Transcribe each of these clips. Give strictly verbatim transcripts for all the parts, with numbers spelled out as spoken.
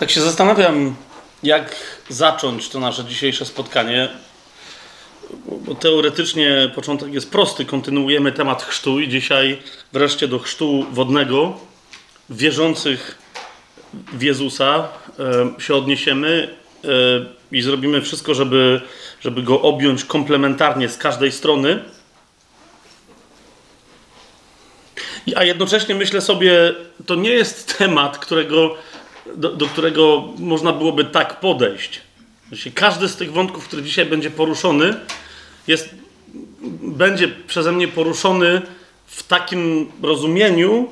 Tak się zastanawiam, jak zacząć to nasze dzisiejsze spotkanie, bo teoretycznie początek jest prosty. Kontynuujemy temat chrztu i dzisiaj wreszcie do chrztu wodnego wierzących w Jezusa e, się odniesiemy e, i zrobimy wszystko, żeby, żeby go objąć komplementarnie z każdej strony. A jednocześnie myślę sobie, to nie jest temat, którego, do, do którego można byłoby tak podejść. Każdy z tych wątków, który dzisiaj będzie poruszony, jest, będzie przeze mnie poruszony w takim rozumieniu,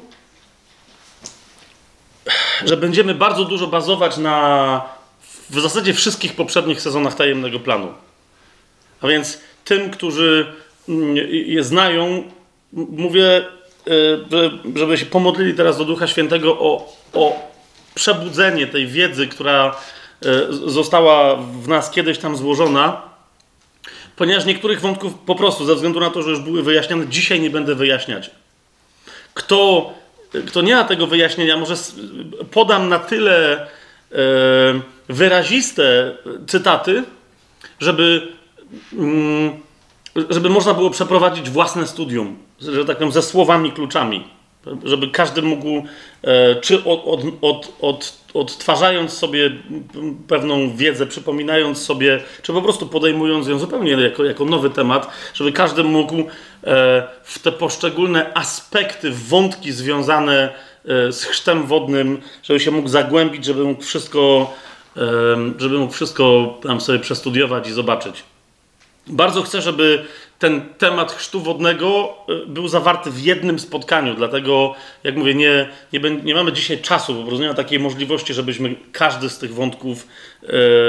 że będziemy bardzo dużo bazować na w zasadzie wszystkich poprzednich sezonach Tajemnego Planu. A więc tym, którzy je znają, mówię, żeby się pomodlili teraz do Ducha Świętego o, o przebudzenie tej wiedzy, która została w nas kiedyś tam złożona, ponieważ niektórych wątków po prostu, ze względu na to, że już były wyjaśniane, dzisiaj nie będę wyjaśniać. Kto, kto nie ma tego wyjaśnienia, może podam na tyle e, wyraziste cytaty, żeby, mm, żeby można było przeprowadzić własne studium, że tak powiem, ze słowami, kluczami. Żeby każdy mógł, e, czy od, od, od, od, odtwarzając sobie pewną wiedzę, przypominając sobie, czy po prostu podejmując ją zupełnie jako, jako nowy temat, żeby każdy mógł e, w te poszczególne aspekty, wątki związane e, z chrztem wodnym, żeby się mógł zagłębić, żeby mógł wszystko, e, żeby mógł wszystko tam sobie przestudiować i zobaczyć. Bardzo chcę, żeby ten temat chrztu wodnego był zawarty w jednym spotkaniu, dlatego, jak mówię, nie, nie, nie mamy dzisiaj czasu, po prostu nie ma takiej możliwości, żebyśmy każdy z tych wątków e,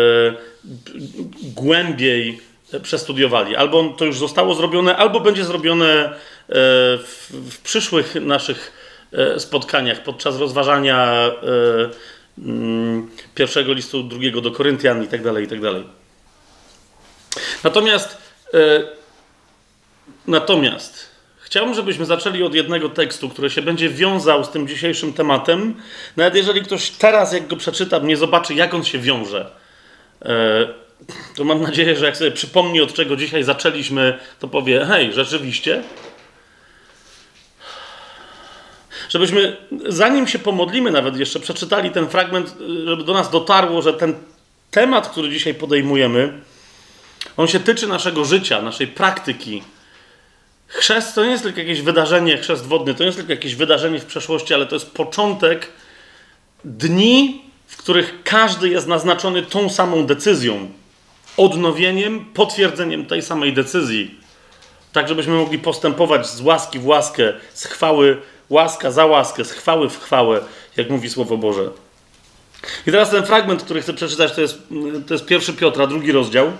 głębiej przestudiowali. Albo to już zostało zrobione, albo będzie zrobione e, w, w przyszłych naszych e, spotkaniach, podczas rozważania e, m, pierwszego listu drugiego do Koryntian i tak dalej, i tak dalej. Natomiast e, Natomiast chciałbym, żebyśmy zaczęli od jednego tekstu, który się będzie wiązał z tym dzisiejszym tematem. Nawet jeżeli ktoś teraz, jak go przeczyta, nie zobaczy, jak on się wiąże, to mam nadzieję, że jak sobie przypomni, od czego dzisiaj zaczęliśmy, to powie, hej, rzeczywiście. Żebyśmy, zanim się pomodlimy nawet jeszcze, przeczytali ten fragment, żeby do nas dotarło, że ten temat, który dzisiaj podejmujemy, on się tyczy naszego życia, naszej praktyki. Chrzest to nie jest tylko jakieś wydarzenie, chrzest wodny, to nie jest tylko jakieś wydarzenie w przeszłości, ale to jest początek dni, w których każdy jest naznaczony tą samą decyzją. Odnowieniem, potwierdzeniem tej samej decyzji. Tak, żebyśmy mogli postępować z łaski w łaskę, z chwały łaska za łaskę, z chwały w chwałę, jak mówi Słowo Boże. I teraz ten fragment, który chcę przeczytać, to jest, to jest pierwszy Piotra, drugi rozdział.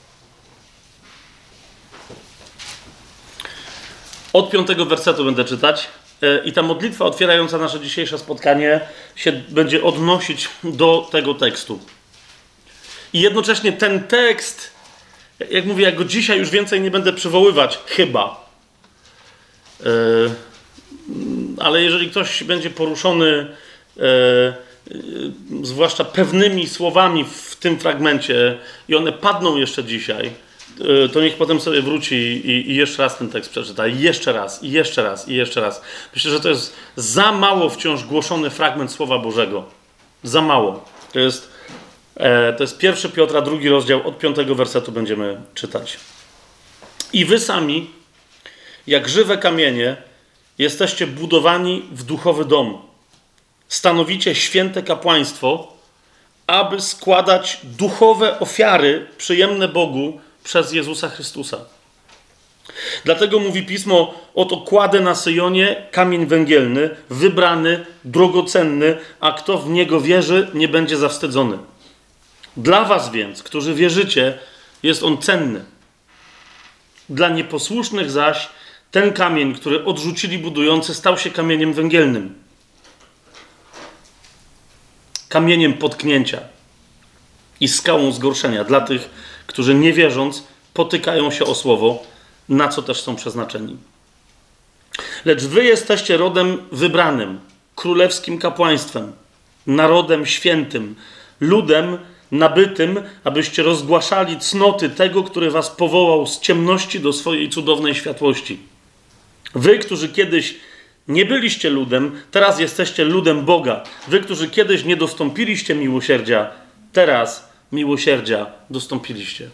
Od piątego wersetu będę czytać i ta modlitwa otwierająca nasze dzisiejsze spotkanie się będzie odnosić do tego tekstu. I jednocześnie ten tekst, jak mówię, ja go dzisiaj już więcej nie będę przywoływać, chyba. Yy, ale jeżeli ktoś będzie poruszony, yy, yy, zwłaszcza pewnymi słowami w tym fragmencie i one padną jeszcze dzisiaj, to niech potem sobie wróci i, i jeszcze raz ten tekst przeczyta. I jeszcze raz, i jeszcze raz, i jeszcze raz. Myślę, że to jest za mało wciąż głoszony fragment Słowa Bożego. Za mało. To jest, e, to jest pierwszy Piotra, drugi rozdział, od piątego wersetu będziemy czytać. I wy sami, jak żywe kamienie, jesteście budowani w duchowy dom. Stanowicie święte kapłaństwo, aby składać duchowe ofiary przyjemne Bogu przez Jezusa Chrystusa. Dlatego mówi Pismo, oto kładę na Syjonie kamień węgielny, wybrany, drogocenny, a kto w niego wierzy, nie będzie zawstydzony. Dla was więc, którzy wierzycie, jest on cenny. Dla nieposłusznych zaś ten kamień, który odrzucili budujący, stał się kamieniem węgielnym. Kamieniem potknięcia i skałą zgorszenia dla tych, którzy nie wierząc potykają się o słowo, na co też są przeznaczeni. Lecz wy jesteście rodem wybranym, królewskim kapłaństwem, narodem świętym, ludem nabytym, abyście rozgłaszali cnoty tego, który was powołał z ciemności do swojej cudownej światłości. Wy, którzy kiedyś nie byliście ludem, teraz jesteście ludem Boga. Wy, którzy kiedyś nie dostąpiliście miłosierdzia, teraz miłosierdzia dostąpiliście.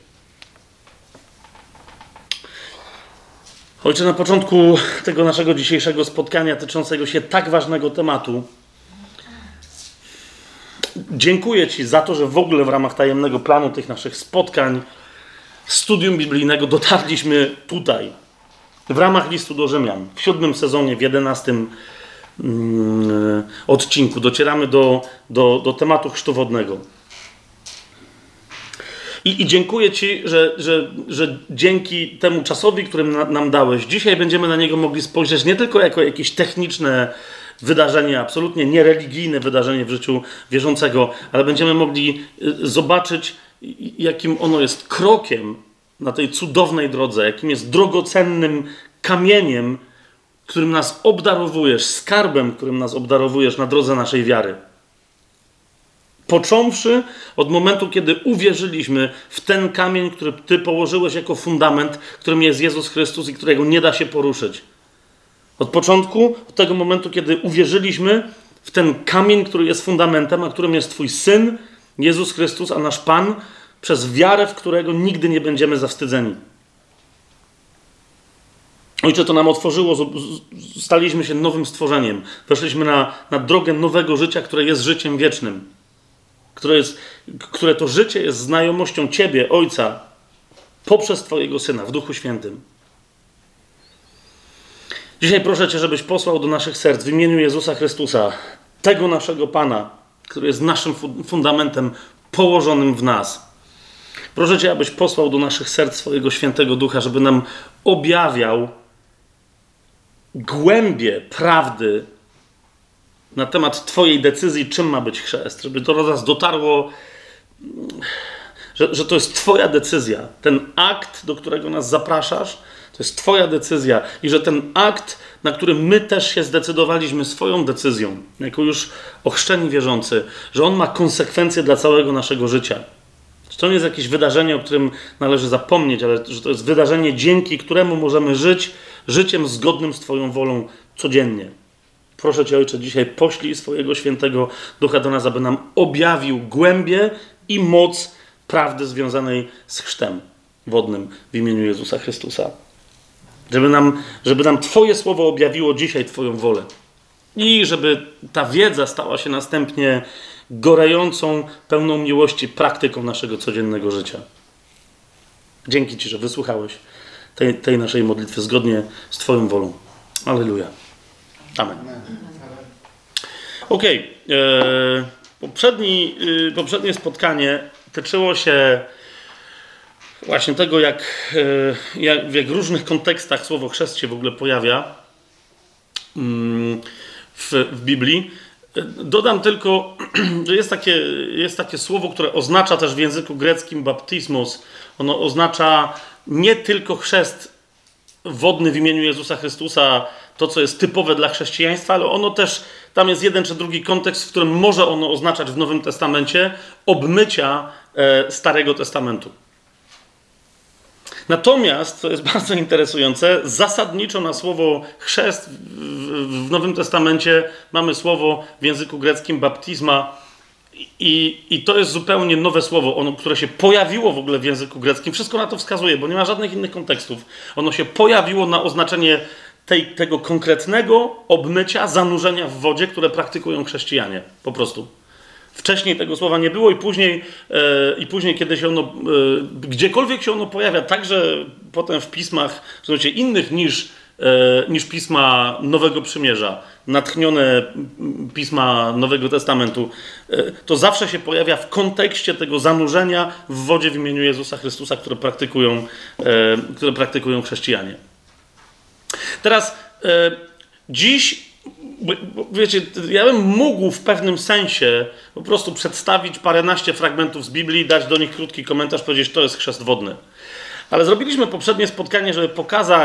Ojcze, na początku tego naszego dzisiejszego spotkania tyczącego się tak ważnego tematu, dziękuję Ci za to, że w ogóle w ramach tajemnego planu tych naszych spotkań, studium biblijnego dotarliśmy tutaj. W ramach listu do Rzymian, w siódmym sezonie, w jedenastym mm, odcinku docieramy do, do, do tematu chrztu wodnego. I, I dziękuję Ci, że, że, że dzięki temu czasowi, który na, nam dałeś, dzisiaj będziemy na niego mogli spojrzeć nie tylko jako jakieś techniczne wydarzenie, absolutnie niereligijne wydarzenie w życiu wierzącego, ale będziemy mogli zobaczyć, jakim ono jest krokiem na tej cudownej drodze, jakim jest drogocennym kamieniem, którym nas obdarowujesz, skarbem, którym nas obdarowujesz na drodze naszej wiary. Począwszy od momentu, kiedy uwierzyliśmy w ten kamień, który Ty położyłeś jako fundament, którym jest Jezus Chrystus i którego nie da się poruszyć. Od początku, od tego momentu, kiedy uwierzyliśmy w ten kamień, który jest fundamentem, a którym jest Twój Syn, Jezus Chrystus, a nasz Pan, przez wiarę, w którego nigdy nie będziemy zawstydzeni. Ojcze, to nam otworzyło, staliśmy się nowym stworzeniem. Weszliśmy na, na drogę nowego życia, które jest życiem wiecznym. Które, jest, które to życie jest znajomością Ciebie, Ojca, poprzez Twojego Syna, w Duchu Świętym. Dzisiaj proszę Cię, żebyś posłał do naszych serc w imieniu Jezusa Chrystusa, tego naszego Pana, który jest naszym fundamentem położonym w nas. Proszę Cię, abyś posłał do naszych serc swojego Świętego Ducha, żeby nam objawiał głębię prawdy na temat Twojej decyzji, czym ma być chrzest. Żeby to do nas dotarło, że, że to jest Twoja decyzja. Ten akt, do którego nas zapraszasz, to jest Twoja decyzja. I że ten akt, na który my też się zdecydowaliśmy swoją decyzją, jako już ochrzczeni wierzący, że on ma konsekwencje dla całego naszego życia. Że to nie jest jakieś wydarzenie, o którym należy zapomnieć, ale że to jest wydarzenie, dzięki któremu możemy żyć życiem zgodnym z Twoją wolą codziennie. Proszę Cię, Ojcze, dzisiaj poślij swojego Świętego Ducha do nas, aby nam objawił głębię i moc prawdy związanej z chrztem wodnym w imieniu Jezusa Chrystusa. Żeby nam, żeby nam Twoje słowo objawiło dzisiaj Twoją wolę. I żeby ta wiedza stała się następnie gorejącą, pełną miłości praktyką naszego codziennego życia. Dzięki Ci, że wysłuchałeś tej, tej naszej modlitwy zgodnie z Twoją wolą. Alleluja. Amen. Okej. Okay. Poprzedni, yy, poprzednie spotkanie tyczyło się właśnie tego, jak, yy, jak w jak różnych kontekstach słowo chrzest się w ogóle pojawia yy, w, w Biblii. Dodam tylko, że jest takie, jest takie słowo, które oznacza też w języku greckim baptismos. Ono oznacza nie tylko chrzest wodny w imieniu Jezusa Chrystusa, to, co jest typowe dla chrześcijaństwa, ale ono też, tam jest jeden czy drugi kontekst, w którym może ono oznaczać w Nowym Testamencie obmycia e, Starego Testamentu. Natomiast, co jest bardzo interesujące, zasadniczo na słowo chrzest w, w, w Nowym Testamencie mamy słowo w języku greckim baptizma i, i to jest zupełnie nowe słowo, ono, które się pojawiło w ogóle w języku greckim. Wszystko na to wskazuje, bo nie ma żadnych innych kontekstów. Ono się pojawiło na oznaczenie tej, tego konkretnego obmycia, zanurzenia w wodzie, które praktykują chrześcijanie. Po prostu. Wcześniej tego słowa nie było i później, e, i później kiedy się ono, e, gdziekolwiek się ono pojawia, także potem w pismach słuchajcie, innych niż, e, niż pisma Nowego Przymierza, natchnione pisma Nowego Testamentu, e, to zawsze się pojawia w kontekście tego zanurzenia w wodzie w imieniu Jezusa Chrystusa, które praktykują, e, które praktykują chrześcijanie. Teraz e, dziś Bo, bo, wiecie, ja bym mógł w pewnym sensie po prostu przedstawić paręnaście fragmentów z Biblii, dać do nich krótki komentarz, powiedzieć, to jest chrzest wodny. Ale zrobiliśmy poprzednie spotkanie, żeby pokazać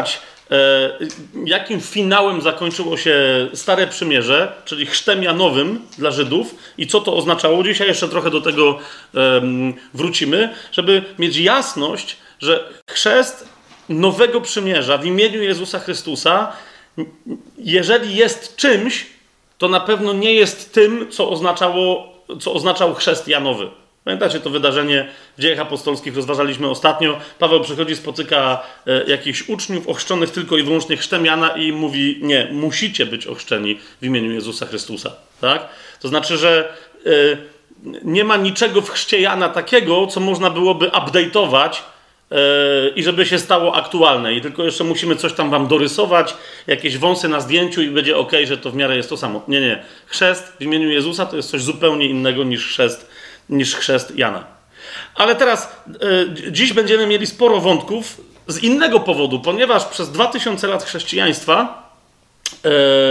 e, jakim finałem zakończyło się Stare Przymierze, czyli chrztem janowym dla Żydów i co to oznaczało. Dzisiaj jeszcze trochę do tego e, wrócimy, żeby mieć jasność, że chrzest nowego przymierza w imieniu Jezusa Chrystusa, jeżeli jest czymś, to na pewno nie jest tym, co oznaczało, co oznaczał chrzest janowy. Pamiętacie to wydarzenie w Dziejach Apostolskich, rozważaliśmy ostatnio. Paweł przychodzi, spotyka e, jakichś uczniów ochrzczonych tylko i wyłącznie chrztem Jana i mówi, nie, musicie być ochrzczeni w imieniu Jezusa Chrystusa. Tak? To znaczy, że e, nie ma niczego w chrzcie Jana takiego, co można byłoby update'ować e, i żeby się stało aktualne. I tylko jeszcze musimy coś tam wam dorysować, jakieś wąsy na zdjęciu i będzie ok, że to w miarę jest to samo. Nie, nie. Chrzest w imieniu Jezusa to jest coś zupełnie innego niż chrzest niż chrzest Jana. Ale teraz y, dziś będziemy mieli sporo wątków z innego powodu, ponieważ przez dwa tysiące lat chrześcijaństwa y,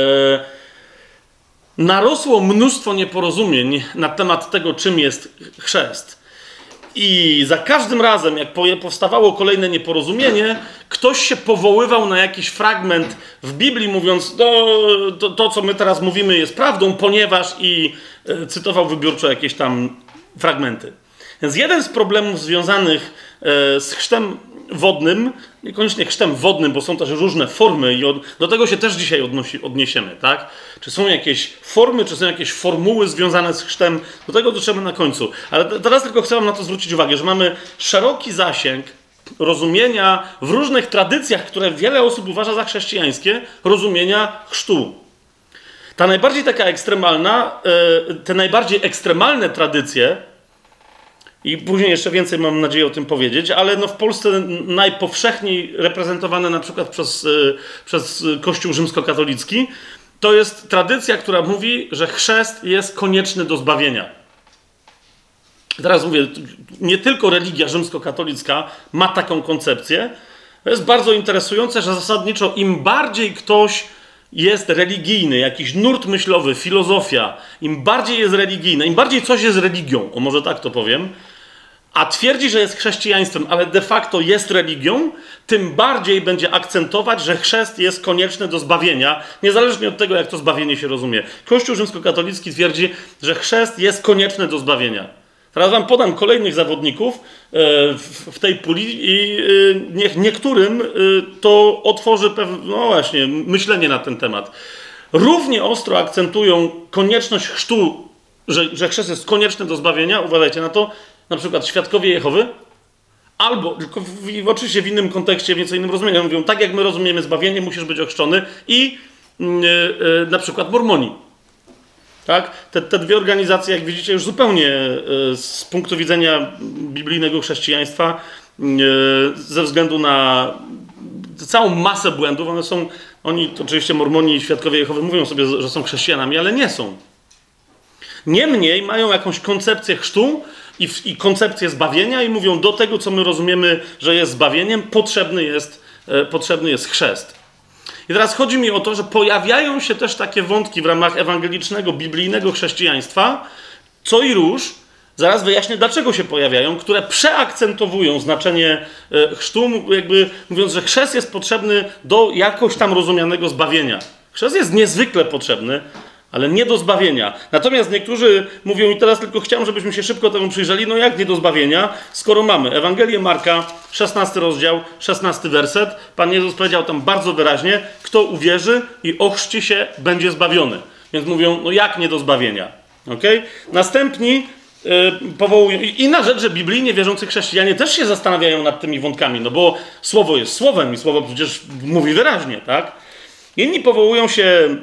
narosło mnóstwo nieporozumień na temat tego, czym jest chrzest. I za każdym razem, jak powstawało kolejne nieporozumienie, ktoś się powoływał na jakiś fragment w Biblii, mówiąc, no, to, to, co my teraz mówimy, jest prawdą, ponieważ i y, cytował wybiórczo jakieś tam fragmenty. Więc jeden z problemów związanych e, z chrztem wodnym, niekoniecznie chrztem wodnym, bo są też różne formy i od, do tego się też dzisiaj odnosi, odniesiemy, tak? Czy są jakieś formy, czy są jakieś formuły związane z chrztem, do tego dotrzemy na końcu. Ale t- teraz tylko chcę wam na to zwrócić uwagę, że mamy szeroki zasięg rozumienia w różnych tradycjach, które wiele osób uważa za chrześcijańskie, rozumienia chrztu. Ta najbardziej taka ekstremalna, te najbardziej ekstremalne tradycje, i później jeszcze więcej mam nadzieję o tym powiedzieć, ale no w Polsce najpowszechniej reprezentowane na przykład przez, przez Kościół rzymskokatolicki, to jest tradycja, która mówi, że chrzest jest konieczny do zbawienia. Teraz mówię, nie tylko religia rzymskokatolicka ma taką koncepcję. To jest bardzo interesujące, że zasadniczo im bardziej ktoś jest religijny, jakiś nurt myślowy, filozofia, im bardziej jest religijny, im bardziej coś jest religią, o może tak to powiem, a twierdzi, że jest chrześcijaństwem, ale de facto jest religią, tym bardziej będzie akcentować, że chrzest jest konieczny do zbawienia, niezależnie od tego, jak to zbawienie się rozumie. Kościół rzymskokatolicki twierdzi, że chrzest jest konieczny do zbawienia. Teraz wam podam kolejnych zawodników w tej puli i niech niektórym to otworzy pewne, no właśnie, myślenie na ten temat. Równie ostro akcentują konieczność chrztu, że, że chrzest jest konieczny do zbawienia, uważajcie na to, na przykład świadkowie Jehowy, albo, tylko w, oczywiście w innym kontekście, w nieco innym rozumieniu, mówią, tak jak my rozumiemy zbawienie, musisz być ochrzczony i yy, yy, na przykład Mormoni. Tak? Te, te dwie organizacje, jak widzicie, już zupełnie yy, z punktu widzenia biblijnego chrześcijaństwa, yy, ze względu na całą masę błędów, one są, oni, oczywiście Mormoni i świadkowie Jehowy mówią sobie, że są chrześcijanami, ale nie są. Niemniej mają jakąś koncepcję chrztu i, i koncepcję zbawienia i mówią, do tego, co my rozumiemy, że jest zbawieniem, potrzebny jest, e, potrzebny jest chrzest. I teraz chodzi mi o to, że pojawiają się też takie wątki w ramach ewangelicznego, biblijnego chrześcijaństwa, co i róż, zaraz wyjaśnię, dlaczego się pojawiają, które przeakcentowują znaczenie e, chrztu, jakby mówiąc, że chrzest jest potrzebny do jakoś tam rozumianego zbawienia. Chrzest jest niezwykle potrzebny, ale nie do zbawienia. Natomiast niektórzy mówią, i teraz tylko chciałem, żebyśmy się szybko temu przyjrzeli, no jak nie do zbawienia, skoro mamy Ewangelię Marka, szesnasty rozdział, szesnasty werset, Pan Jezus powiedział tam bardzo wyraźnie, kto uwierzy i ochrzci się, będzie zbawiony. Więc mówią, no jak nie do zbawienia? Okay? Następni yy, powołują, i inna rzecz, że biblijnie wierzący chrześcijanie też się zastanawiają nad tymi wątkami, no bo słowo jest słowem i słowo przecież mówi wyraźnie, tak? Inni powołują się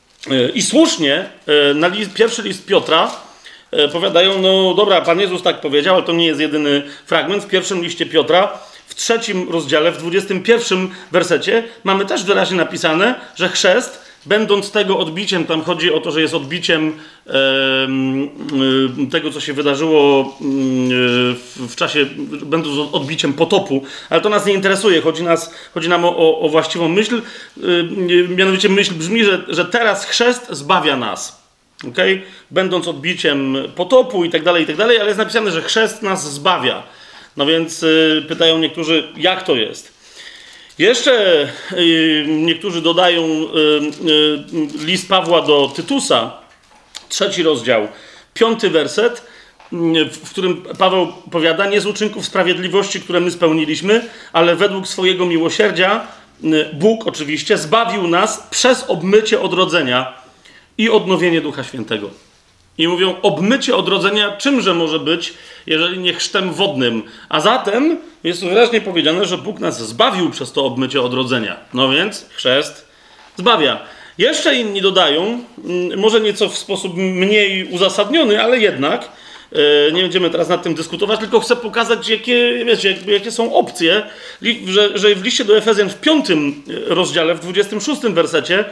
i słusznie na list, pierwszy list Piotra powiadają, no dobra, Pan Jezus tak powiedział, ale to nie jest jedyny fragment. W pierwszym liście Piotra, w trzecim rozdziale, w dwudziestym pierwszym wersecie mamy też wyraźnie napisane, że chrzest, będąc tego odbiciem, tam chodzi o to, że jest odbiciem e, e, tego, co się wydarzyło e, w czasie, będąc odbiciem potopu, ale to nas nie interesuje, chodzi, nas, chodzi nam o, o właściwą myśl, e, mianowicie myśl brzmi, że, że teraz chrzest zbawia nas, okay? Będąc odbiciem potopu i tak dalej, i tak dalej, ale jest napisane, że chrzest nas zbawia. No więc e, pytają niektórzy, jak to jest? Jeszcze yy, niektórzy dodają yy, yy, list Pawła do Tytusa, trzeci rozdział, piąty werset, yy, w którym Paweł powiada: nie z uczynków sprawiedliwości, które my spełniliśmy, ale według swojego miłosierdzia yy, Bóg oczywiście zbawił nas przez obmycie odrodzenia i odnowienie Ducha Świętego. I mówią, obmycie odrodzenia czymże może być, jeżeli nie chrztem wodnym. A zatem jest tu wyraźnie powiedziane, że Bóg nas zbawił przez to obmycie odrodzenia. No więc chrzest zbawia. Jeszcze inni dodają, może nieco w sposób mniej uzasadniony, ale jednak, nie będziemy teraz nad tym dyskutować, tylko chcę pokazać, jakie, wiecie, jakie są opcje, że, że w liście do Efezjan w piątym rozdziale, w dwudziestym szóstym wersecie,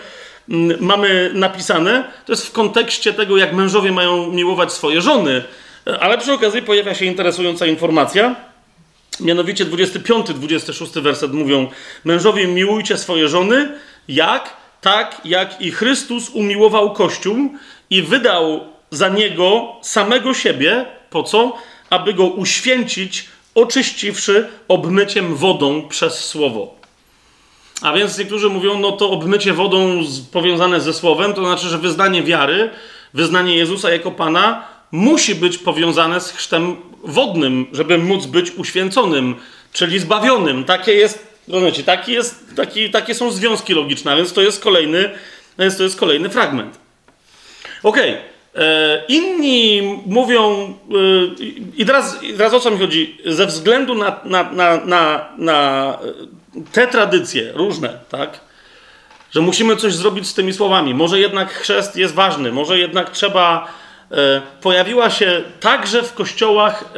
mamy napisane, to jest w kontekście tego, jak mężowie mają miłować swoje żony, ale przy okazji pojawia się interesująca informacja, mianowicie dwudziesty piąty, dwudziesty szósty werset mówią: mężowie, miłujcie swoje żony, jak? Tak, jak i Chrystus umiłował Kościół i wydał za niego samego siebie, po co? Aby go uświęcić, oczyściwszy obmyciem wodą przez słowo. A więc niektórzy mówią, no to obmycie wodą z, powiązane ze słowem, to znaczy, że wyznanie wiary, wyznanie Jezusa jako Pana musi być powiązane z chrztem wodnym, żeby móc być uświęconym, czyli zbawionym. Takie jest, rozumiecie, taki jest, taki, takie są związki logiczne, a więc to jest kolejny, więc to jest kolejny fragment. Okej. Okay. Inni mówią, yy, i teraz, i teraz o co mi chodzi, ze względu na, na, na, na, na te tradycje różne, tak, że musimy coś zrobić z tymi słowami. Może jednak chrzest jest ważny, może jednak trzeba... E, pojawiła się także w kościołach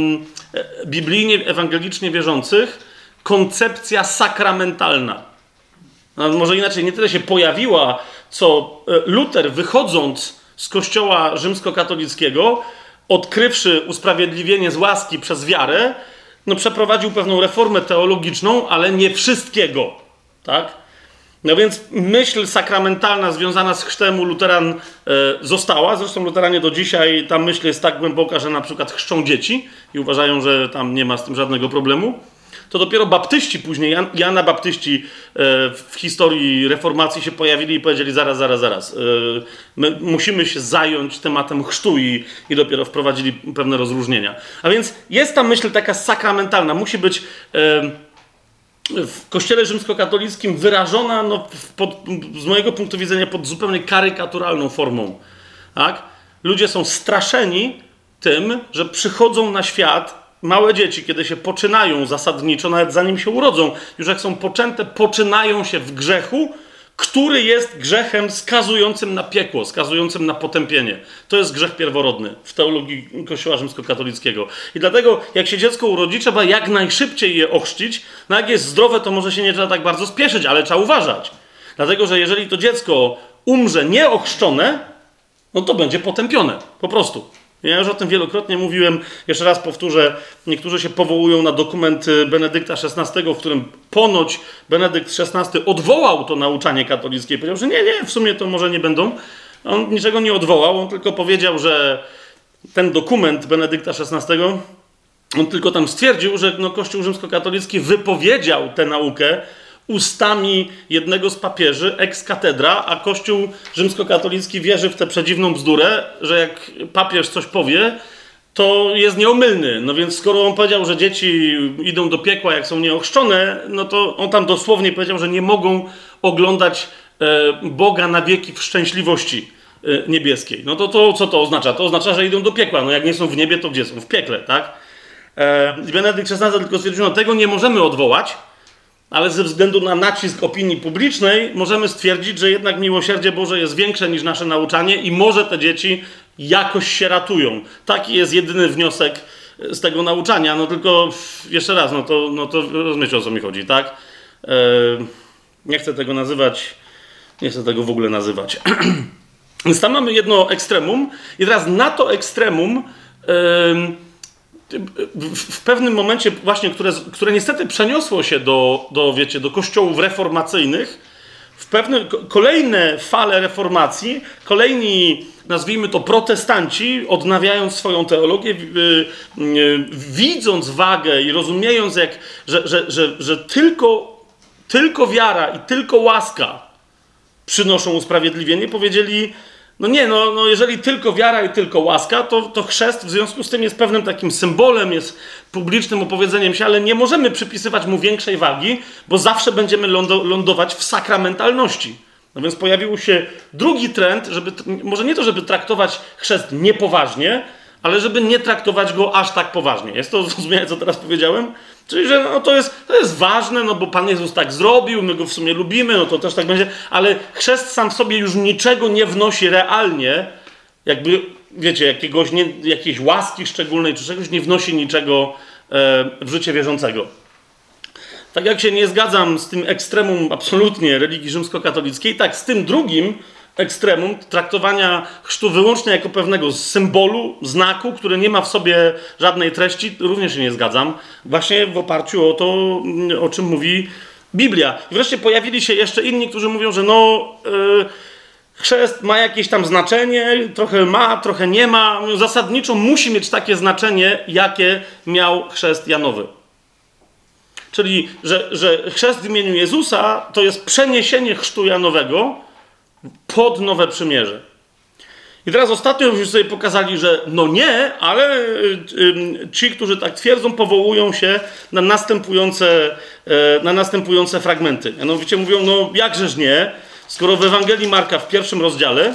e, biblijnie, ewangelicznie wierzących koncepcja sakramentalna. No, może inaczej, nie tyle się pojawiła, co Luter, wychodząc z kościoła rzymskokatolickiego, odkrywszy usprawiedliwienie z łaski przez wiarę, no przeprowadził pewną reformę teologiczną, ale nie wszystkiego, tak? No więc myśl sakramentalna związana z chrztem u luteran e, została, zresztą luteranie do dzisiaj, ta myśl jest tak głęboka, że na przykład chrzczą dzieci i uważają, że tam nie ma z tym żadnego problemu. To dopiero baptyści później, Jan, Jana Baptyści e, w historii reformacji się pojawili i powiedzieli: zaraz, zaraz, zaraz, e, my musimy się zająć tematem chrztu i, i dopiero wprowadzili pewne rozróżnienia. A więc jest ta myśl taka sakramentalna, musi być e, w kościele rzymskokatolickim wyrażona, no, pod, z mojego punktu widzenia, pod zupełnie karykaturalną formą. Tak? Ludzie są straszeni tym, że przychodzą na świat małe dzieci, kiedy się poczynają zasadniczo, nawet zanim się urodzą, już jak są poczęte, poczynają się w grzechu, który jest grzechem skazującym na piekło, skazującym na potępienie. To jest grzech pierworodny w teologii Kościoła rzymskokatolickiego. I dlatego, jak się dziecko urodzi, trzeba jak najszybciej je ochrzcić. No jak jest zdrowe, to może się nie trzeba tak bardzo spieszyć, ale trzeba uważać. Dlatego, że jeżeli to dziecko umrze nieochrzczone, no to będzie potępione. Po prostu. Ja już o tym wielokrotnie mówiłem, jeszcze raz powtórzę, niektórzy się powołują na dokument Benedykta szesnastego, w którym ponoć Benedykt szesnasty odwołał to nauczanie katolickie i powiedział, że nie, nie, w sumie to może nie będą. On niczego nie odwołał, on tylko powiedział, że ten dokument Benedykta szesnastego, on tylko tam stwierdził, że no, Kościół rzymskokatolicki wypowiedział tę naukę ustami jednego z papieży ex cathedra, a Kościół rzymskokatolicki wierzy w tę przedziwną bzdurę, że jak papież coś powie, to jest nieomylny. No więc skoro on powiedział, że dzieci idą do piekła, jak są nieochrzczone, no to on tam dosłownie powiedział, że nie mogą oglądać e, Boga na wieki w szczęśliwości e, niebieskiej. No to, to co to oznacza? To oznacza, że idą do piekła. No jak nie są w niebie, to gdzie są? W piekle, tak? E, Benedykt szesnasty tylko stwierdził, no tego nie możemy odwołać, ale ze względu na nacisk opinii publicznej możemy stwierdzić, że jednak miłosierdzie Boże jest większe niż nasze nauczanie i może te dzieci jakoś się ratują. Taki jest jedyny wniosek z tego nauczania. No tylko jeszcze raz, no to, no to rozumiecie, o co mi chodzi, tak? Eee, nie chcę tego nazywać, nie chcę tego w ogóle nazywać. Więc tam mamy jedno ekstremum i teraz na to ekstremum eee, w pewnym momencie właśnie, które, które niestety przeniosło się do, do, wiecie, do kościołów reformacyjnych, w pewne kolejne fale reformacji, kolejni, nazwijmy to protestanci, odnawiając swoją teologię, widząc wagę i rozumiejąc, jak, że, że, że, że tylko tylko wiara i tylko łaska przynoszą usprawiedliwienie, powiedzieli, no nie, no, no jeżeli tylko wiara i tylko łaska, to, to chrzest w związku z tym jest pewnym takim symbolem, jest publicznym opowiedzeniem się, ale nie możemy przypisywać mu większej wagi, bo zawsze będziemy lądować w sakramentalności. No więc pojawił się drugi trend, żeby, może nie to, żeby traktować chrzest niepoważnie, ale żeby nie traktować go aż tak poważnie. Jest to zrozumiałe, co teraz powiedziałem? Czyli, że no to, jest, to jest ważne, no bo Pan Jezus tak zrobił, my go w sumie lubimy, no to też tak będzie, ale chrzest sam w sobie już niczego nie wnosi realnie, jakby, wiecie, jakiegoś nie, jakiejś łaski szczególnej, czy czegoś nie wnosi niczego e, w życie wierzącego. Tak jak się nie zgadzam z tym ekstremum absolutnie religii rzymskokatolickiej, tak z tym drugim ekstremum traktowania chrztu wyłącznie jako pewnego symbolu, znaku, który nie ma w sobie żadnej treści, również się nie zgadzam. Właśnie w oparciu o to, o czym mówi Biblia. I wreszcie pojawili się jeszcze inni, którzy mówią, że no yy, chrzest ma jakieś tam znaczenie, trochę ma, trochę nie ma. Zasadniczo musi mieć takie znaczenie, jakie miał chrzest Janowy. Czyli, że, że chrzest w imieniu Jezusa to jest przeniesienie chrztu Janowego pod nowe przymierze. I teraz ostatnio już sobie pokazali, że no nie, ale ci, którzy tak twierdzą, powołują się na następujące, na następujące fragmenty. Mianowicie mówią, no jakżeż nie, skoro w Ewangelii Marka w pierwszym rozdziale,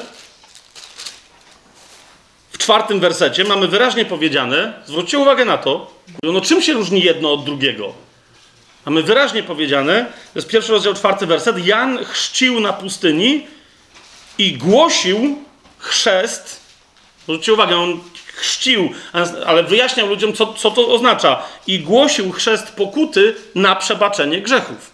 w czwartym wersecie mamy wyraźnie powiedziane, zwróćcie uwagę na to, no czym się różni jedno od drugiego? Mamy wyraźnie powiedziane, to jest pierwszy rozdział, czwarty werset, Jan chrzcił na pustyni i głosił chrzest, zwróćcie uwagę, on chrzcił, ale wyjaśniał ludziom, co, co to oznacza. I głosił chrzest pokuty na przebaczenie grzechów.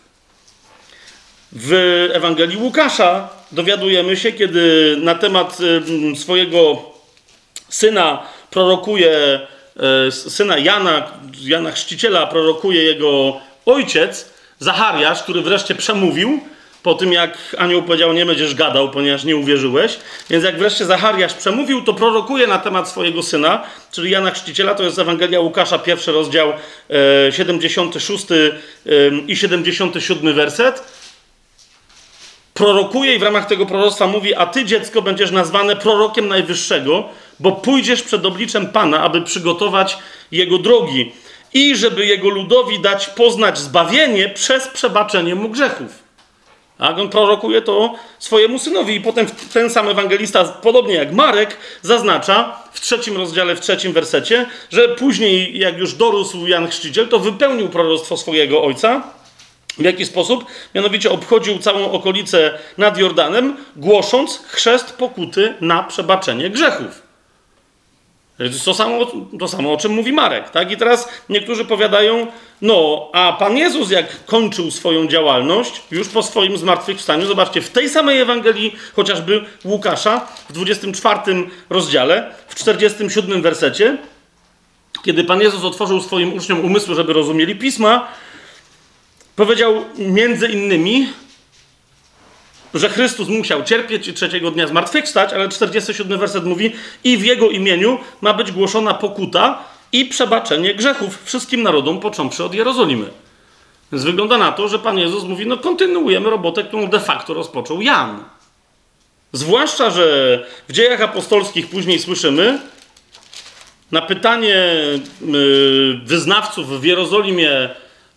W Ewangelii Łukasza dowiadujemy się, kiedy na temat swojego syna prorokuje, syna Jana, Jana Chrzciciela prorokuje jego ojciec, Zachariasz, który wreszcie przemówił, po tym jak anioł powiedział, nie będziesz gadał, ponieważ nie uwierzyłeś. Więc jak wreszcie Zachariasz przemówił, to prorokuje na temat swojego syna, czyli Jana Chrzciciela, to jest Ewangelia Łukasza, pierwszy rozdział, e, siedemdziesiąty szósty e, i siedemdziesiąty siódmy werset. Prorokuje i w ramach tego proroctwa mówi, a ty, dziecko, będziesz nazwane prorokiem Najwyższego, bo pójdziesz przed obliczem Pana, aby przygotować Jego drogi i żeby Jego ludowi dać poznać zbawienie przez przebaczenie mu grzechów. Tak? On prorokuje to swojemu synowi i potem ten sam ewangelista, podobnie jak Marek, zaznacza w trzecim rozdziale, w trzecim wersecie, że później, jak już dorósł Jan Chrzciciel, to wypełnił proroctwo swojego ojca. W jaki sposób? Mianowicie obchodził całą okolicę nad Jordanem, głosząc chrzest pokuty na przebaczenie grzechów. To jest to samo, to samo, o czym mówi Marek. Tak? I teraz niektórzy powiadają, no, a Pan Jezus jak kończył swoją działalność, już po swoim zmartwychwstaniu, zobaczcie, w tej samej Ewangelii, chociażby Łukasza, w dwudziestym czwartym rozdziale, w czterdziestym siódmym wersecie, kiedy Pan Jezus otworzył swoim uczniom umysły, żeby rozumieli Pisma, powiedział między innymi, że Chrystus musiał cierpieć i trzeciego dnia zmartwychwstać, ale czterdziesty siódmy werset mówi, i w Jego imieniu ma być głoszona pokuta i przebaczenie grzechów wszystkim narodom, począwszy od Jerozolimy. Więc wygląda na to, że Pan Jezus mówi, no kontynuujemy robotę, którą de facto rozpoczął Jan. Zwłaszcza, że w Dziejach Apostolskich później słyszymy na pytanie yy, wyznawców w Jerozolimie,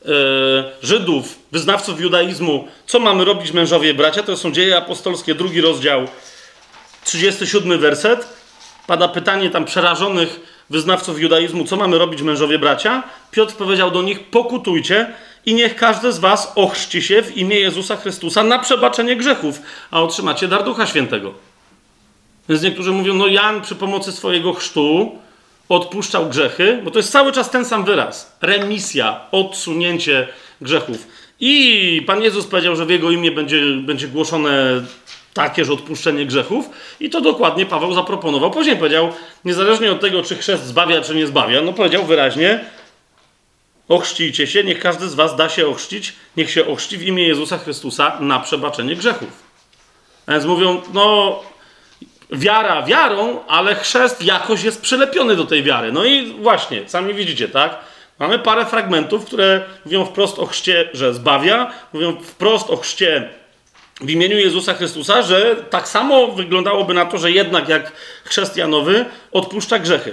Żydów, wyznawców judaizmu, co mamy robić mężowie bracia, to są Dzieje Apostolskie, drugi rozdział, trzydziesty siódmy werset. Pada pytanie tam przerażonych wyznawców judaizmu, co mamy robić mężowie bracia. Piotr powiedział do nich, pokutujcie i niech każdy z was ochrzci się w imię Jezusa Chrystusa na przebaczenie grzechów, a otrzymacie dar Ducha Świętego. Więc niektórzy mówią, no Jan przy pomocy swojego chrztu odpuszczał grzechy, bo to jest cały czas ten sam wyraz. Remisja, odsunięcie grzechów. I Pan Jezus powiedział, że w Jego imię będzie, będzie głoszone takież odpuszczenie grzechów i to dokładnie Paweł zaproponował. Później powiedział, niezależnie od tego, czy chrzest zbawia, czy nie zbawia, no powiedział wyraźnie, ochrzcijcie się, niech każdy z was da się ochrzcić, niech się ochrzci w imię Jezusa Chrystusa na przebaczenie grzechów. A więc mówią, no wiara wiarą, ale chrzest jakoś jest przylepiony do tej wiary. No i właśnie, sami widzicie, tak? Mamy parę fragmentów, które mówią wprost o chrzcie, że zbawia, mówią wprost o chrzcie w imieniu Jezusa Chrystusa, że tak samo wyglądałoby na to, że jednak jak chrzest Janowy odpuszcza grzechy.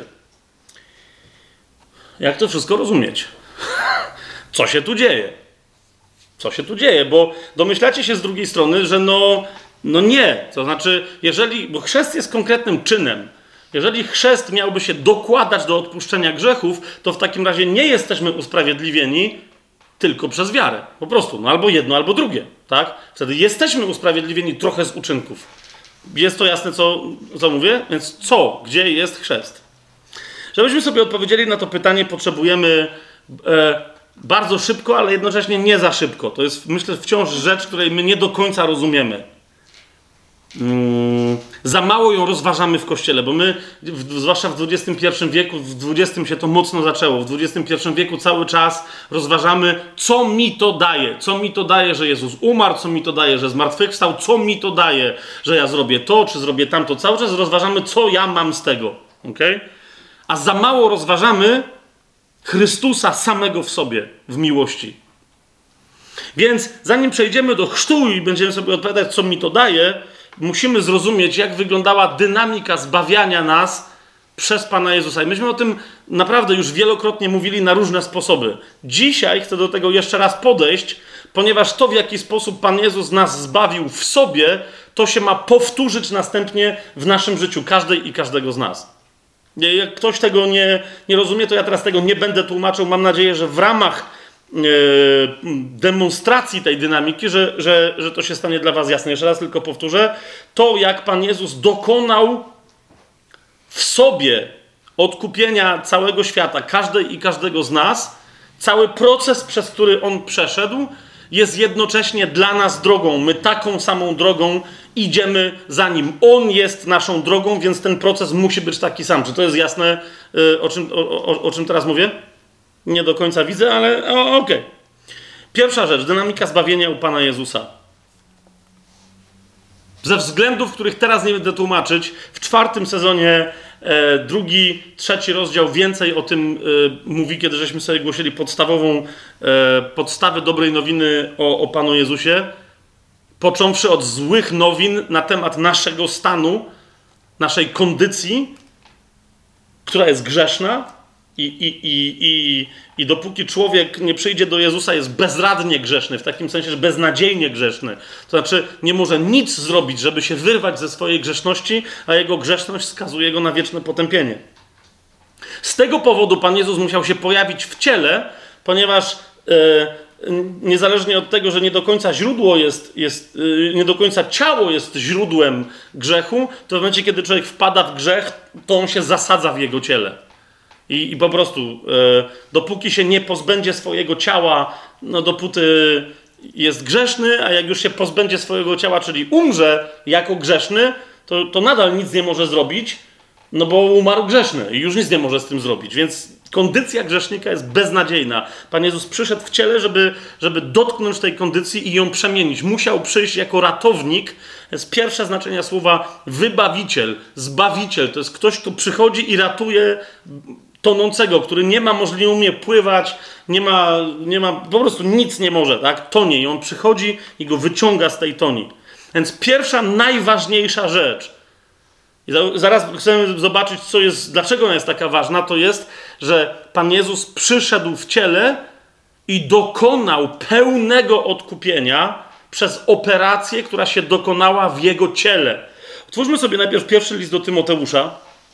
Jak to wszystko rozumieć? Co się tu dzieje? Co się tu dzieje? Bo domyślacie się z drugiej strony, że no, no nie. To znaczy, jeżeli, bo chrzest jest konkretnym czynem. Jeżeli chrzest miałby się dokładać do odpuszczenia grzechów, to w takim razie nie jesteśmy usprawiedliwieni tylko przez wiarę. Po prostu. No albo jedno, albo drugie. Tak? Wtedy jesteśmy usprawiedliwieni trochę z uczynków. Jest to jasne, co, co mówię? Więc co? Gdzie jest chrzest? Żebyśmy sobie odpowiedzieli na to pytanie, potrzebujemy e, bardzo szybko, ale jednocześnie nie za szybko. To jest, myślę, wciąż rzecz, której my nie do końca rozumiemy. Hmm, za mało ją rozważamy w Kościele, bo my, w, zwłaszcza w dwudziestym pierwszym wieku, w dwudziestym się to mocno zaczęło, w dwudziestym pierwszym wieku cały czas rozważamy, co mi to daje, co mi to daje, że Jezus umarł, co mi to daje, że zmartwychwstał, co mi to daje, że ja zrobię to, czy zrobię tamto. Cały czas rozważamy, co ja mam z tego. Okay? A za mało rozważamy Chrystusa samego w sobie, w miłości. Więc zanim przejdziemy do chrztu i będziemy sobie odpowiadać, co mi to daje, musimy zrozumieć, jak wyglądała dynamika zbawiania nas przez Pana Jezusa. I myśmy o tym naprawdę już wielokrotnie mówili na różne sposoby. Dzisiaj chcę do tego jeszcze raz podejść, ponieważ to, w jaki sposób Pan Jezus nas zbawił w sobie, to się ma powtórzyć następnie w naszym życiu, każdej i każdego z nas. Jak ktoś tego nie, nie rozumie, to ja teraz tego nie będę tłumaczył. Mam nadzieję, że w ramach e, demonstracji tej dynamiki, że, że, że to się stanie dla was jasne. Jeszcze raz tylko powtórzę. To, jak Pan Jezus dokonał w sobie odkupienia całego świata, każdej i każdego z nas, cały proces, przez który On przeszedł, jest jednocześnie dla nas drogą. My taką samą drogą idziemy za Nim. On jest naszą drogą, więc ten proces musi być taki sam. Czy to jest jasne, o czym, o, o, o czym teraz mówię? Nie do końca widzę, ale okej. Okay. Pierwsza rzecz, dynamika zbawienia u Pana Jezusa. Ze względów, których teraz nie będę tłumaczyć, w czwartym sezonie, e, drugi, trzeci rozdział więcej o tym e, mówi, kiedy żeśmy sobie głosili podstawową e, podstawę dobrej nowiny o, o Panu Jezusie, począwszy od złych nowin na temat naszego stanu, naszej kondycji, która jest grzeszna i, i, i, i, i dopóki człowiek nie przyjdzie do Jezusa, jest bezradnie grzeszny, w takim sensie, że beznadziejnie grzeszny. To znaczy nie może nic zrobić, żeby się wyrwać ze swojej grzeszności, a jego grzeszność skazuje go na wieczne potępienie. Z tego powodu Pan Jezus musiał się pojawić w ciele, ponieważ e, niezależnie od tego, że nie do końca źródło jest, jest e, nie do końca ciało jest źródłem grzechu, to w momencie, kiedy człowiek wpada w grzech, to on się zasadza w jego ciele. I, i po prostu e, dopóki się nie pozbędzie swojego ciała, no dopóty jest grzeszny, a jak już się pozbędzie swojego ciała, czyli umrze jako grzeszny, to, to nadal nic nie może zrobić, no bo umarł grzeszny i już nic nie może z tym zrobić. Więc kondycja grzesznika jest beznadziejna. Pan Jezus przyszedł w ciele, żeby, żeby dotknąć tej kondycji i ją przemienić. Musiał przyjść jako ratownik. To jest pierwsze znaczenie słowa wybawiciel, zbawiciel. To jest ktoś, kto przychodzi i ratuje tonącego, który nie ma, może nie umie pływać, nie ma, nie ma, po prostu nic nie może, tak? Tonie i on przychodzi i go wyciąga z tej toni. Więc pierwsza, najważniejsza rzecz, i zaraz chcemy zobaczyć, co jest, dlaczego ona jest taka ważna, to jest, że Pan Jezus przyszedł w ciele i dokonał pełnego odkupienia przez operację, która się dokonała w Jego ciele. Otwórzmy sobie najpierw pierwszy list do Tymoteusza.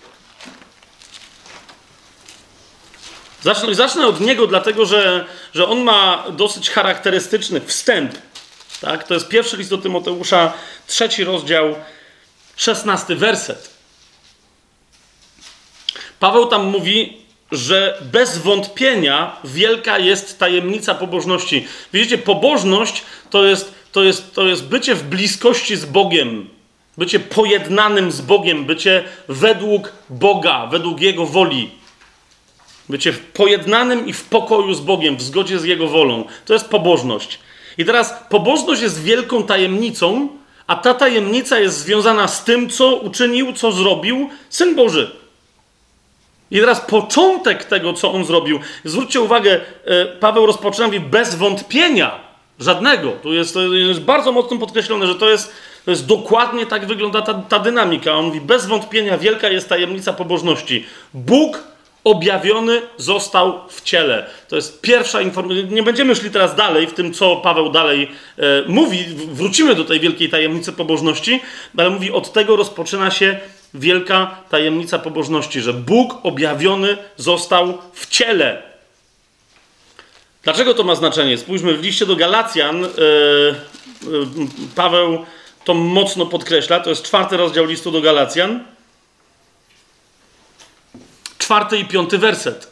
Zacznę, zacznę od niego, dlatego że, że on ma dosyć charakterystyczny wstęp. Tak? To jest pierwszy list do Tymoteusza, trzeci rozdział, szesnasty werset. Paweł tam mówi, że bez wątpienia wielka jest tajemnica pobożności. Widzicie, pobożność to jest, to jest, to jest bycie w bliskości z Bogiem. Bycie pojednanym z Bogiem. Bycie według Boga, według Jego woli. Bycie pojednanym i w pokoju z Bogiem, w zgodzie z Jego wolą. To jest pobożność. I teraz pobożność jest wielką tajemnicą, a ta tajemnica jest związana z tym, co uczynił, co zrobił Syn Boży. I teraz początek tego, co on zrobił. Zwróćcie uwagę, Paweł rozpoczyna mówi bez wątpienia żadnego. Tu jest, to jest bardzo mocno podkreślone, że to jest, to jest dokładnie tak wygląda ta, ta dynamika. On mówi bez wątpienia wielka jest tajemnica pobożności. Bóg objawiony został w ciele. To jest pierwsza informacja. Nie będziemy szli teraz dalej w tym, co Paweł dalej e, mówi. Wrócimy do tej wielkiej tajemnicy pobożności, ale mówi, od tego rozpoczyna się wielka tajemnica pobożności, że Bóg objawiony został w ciele. Dlaczego to ma znaczenie? Spójrzmy, w liście do Galacjan yy, yy, Paweł to mocno podkreśla. To jest czwarty rozdział listu do Galacjan. Czwarty i piąty werset.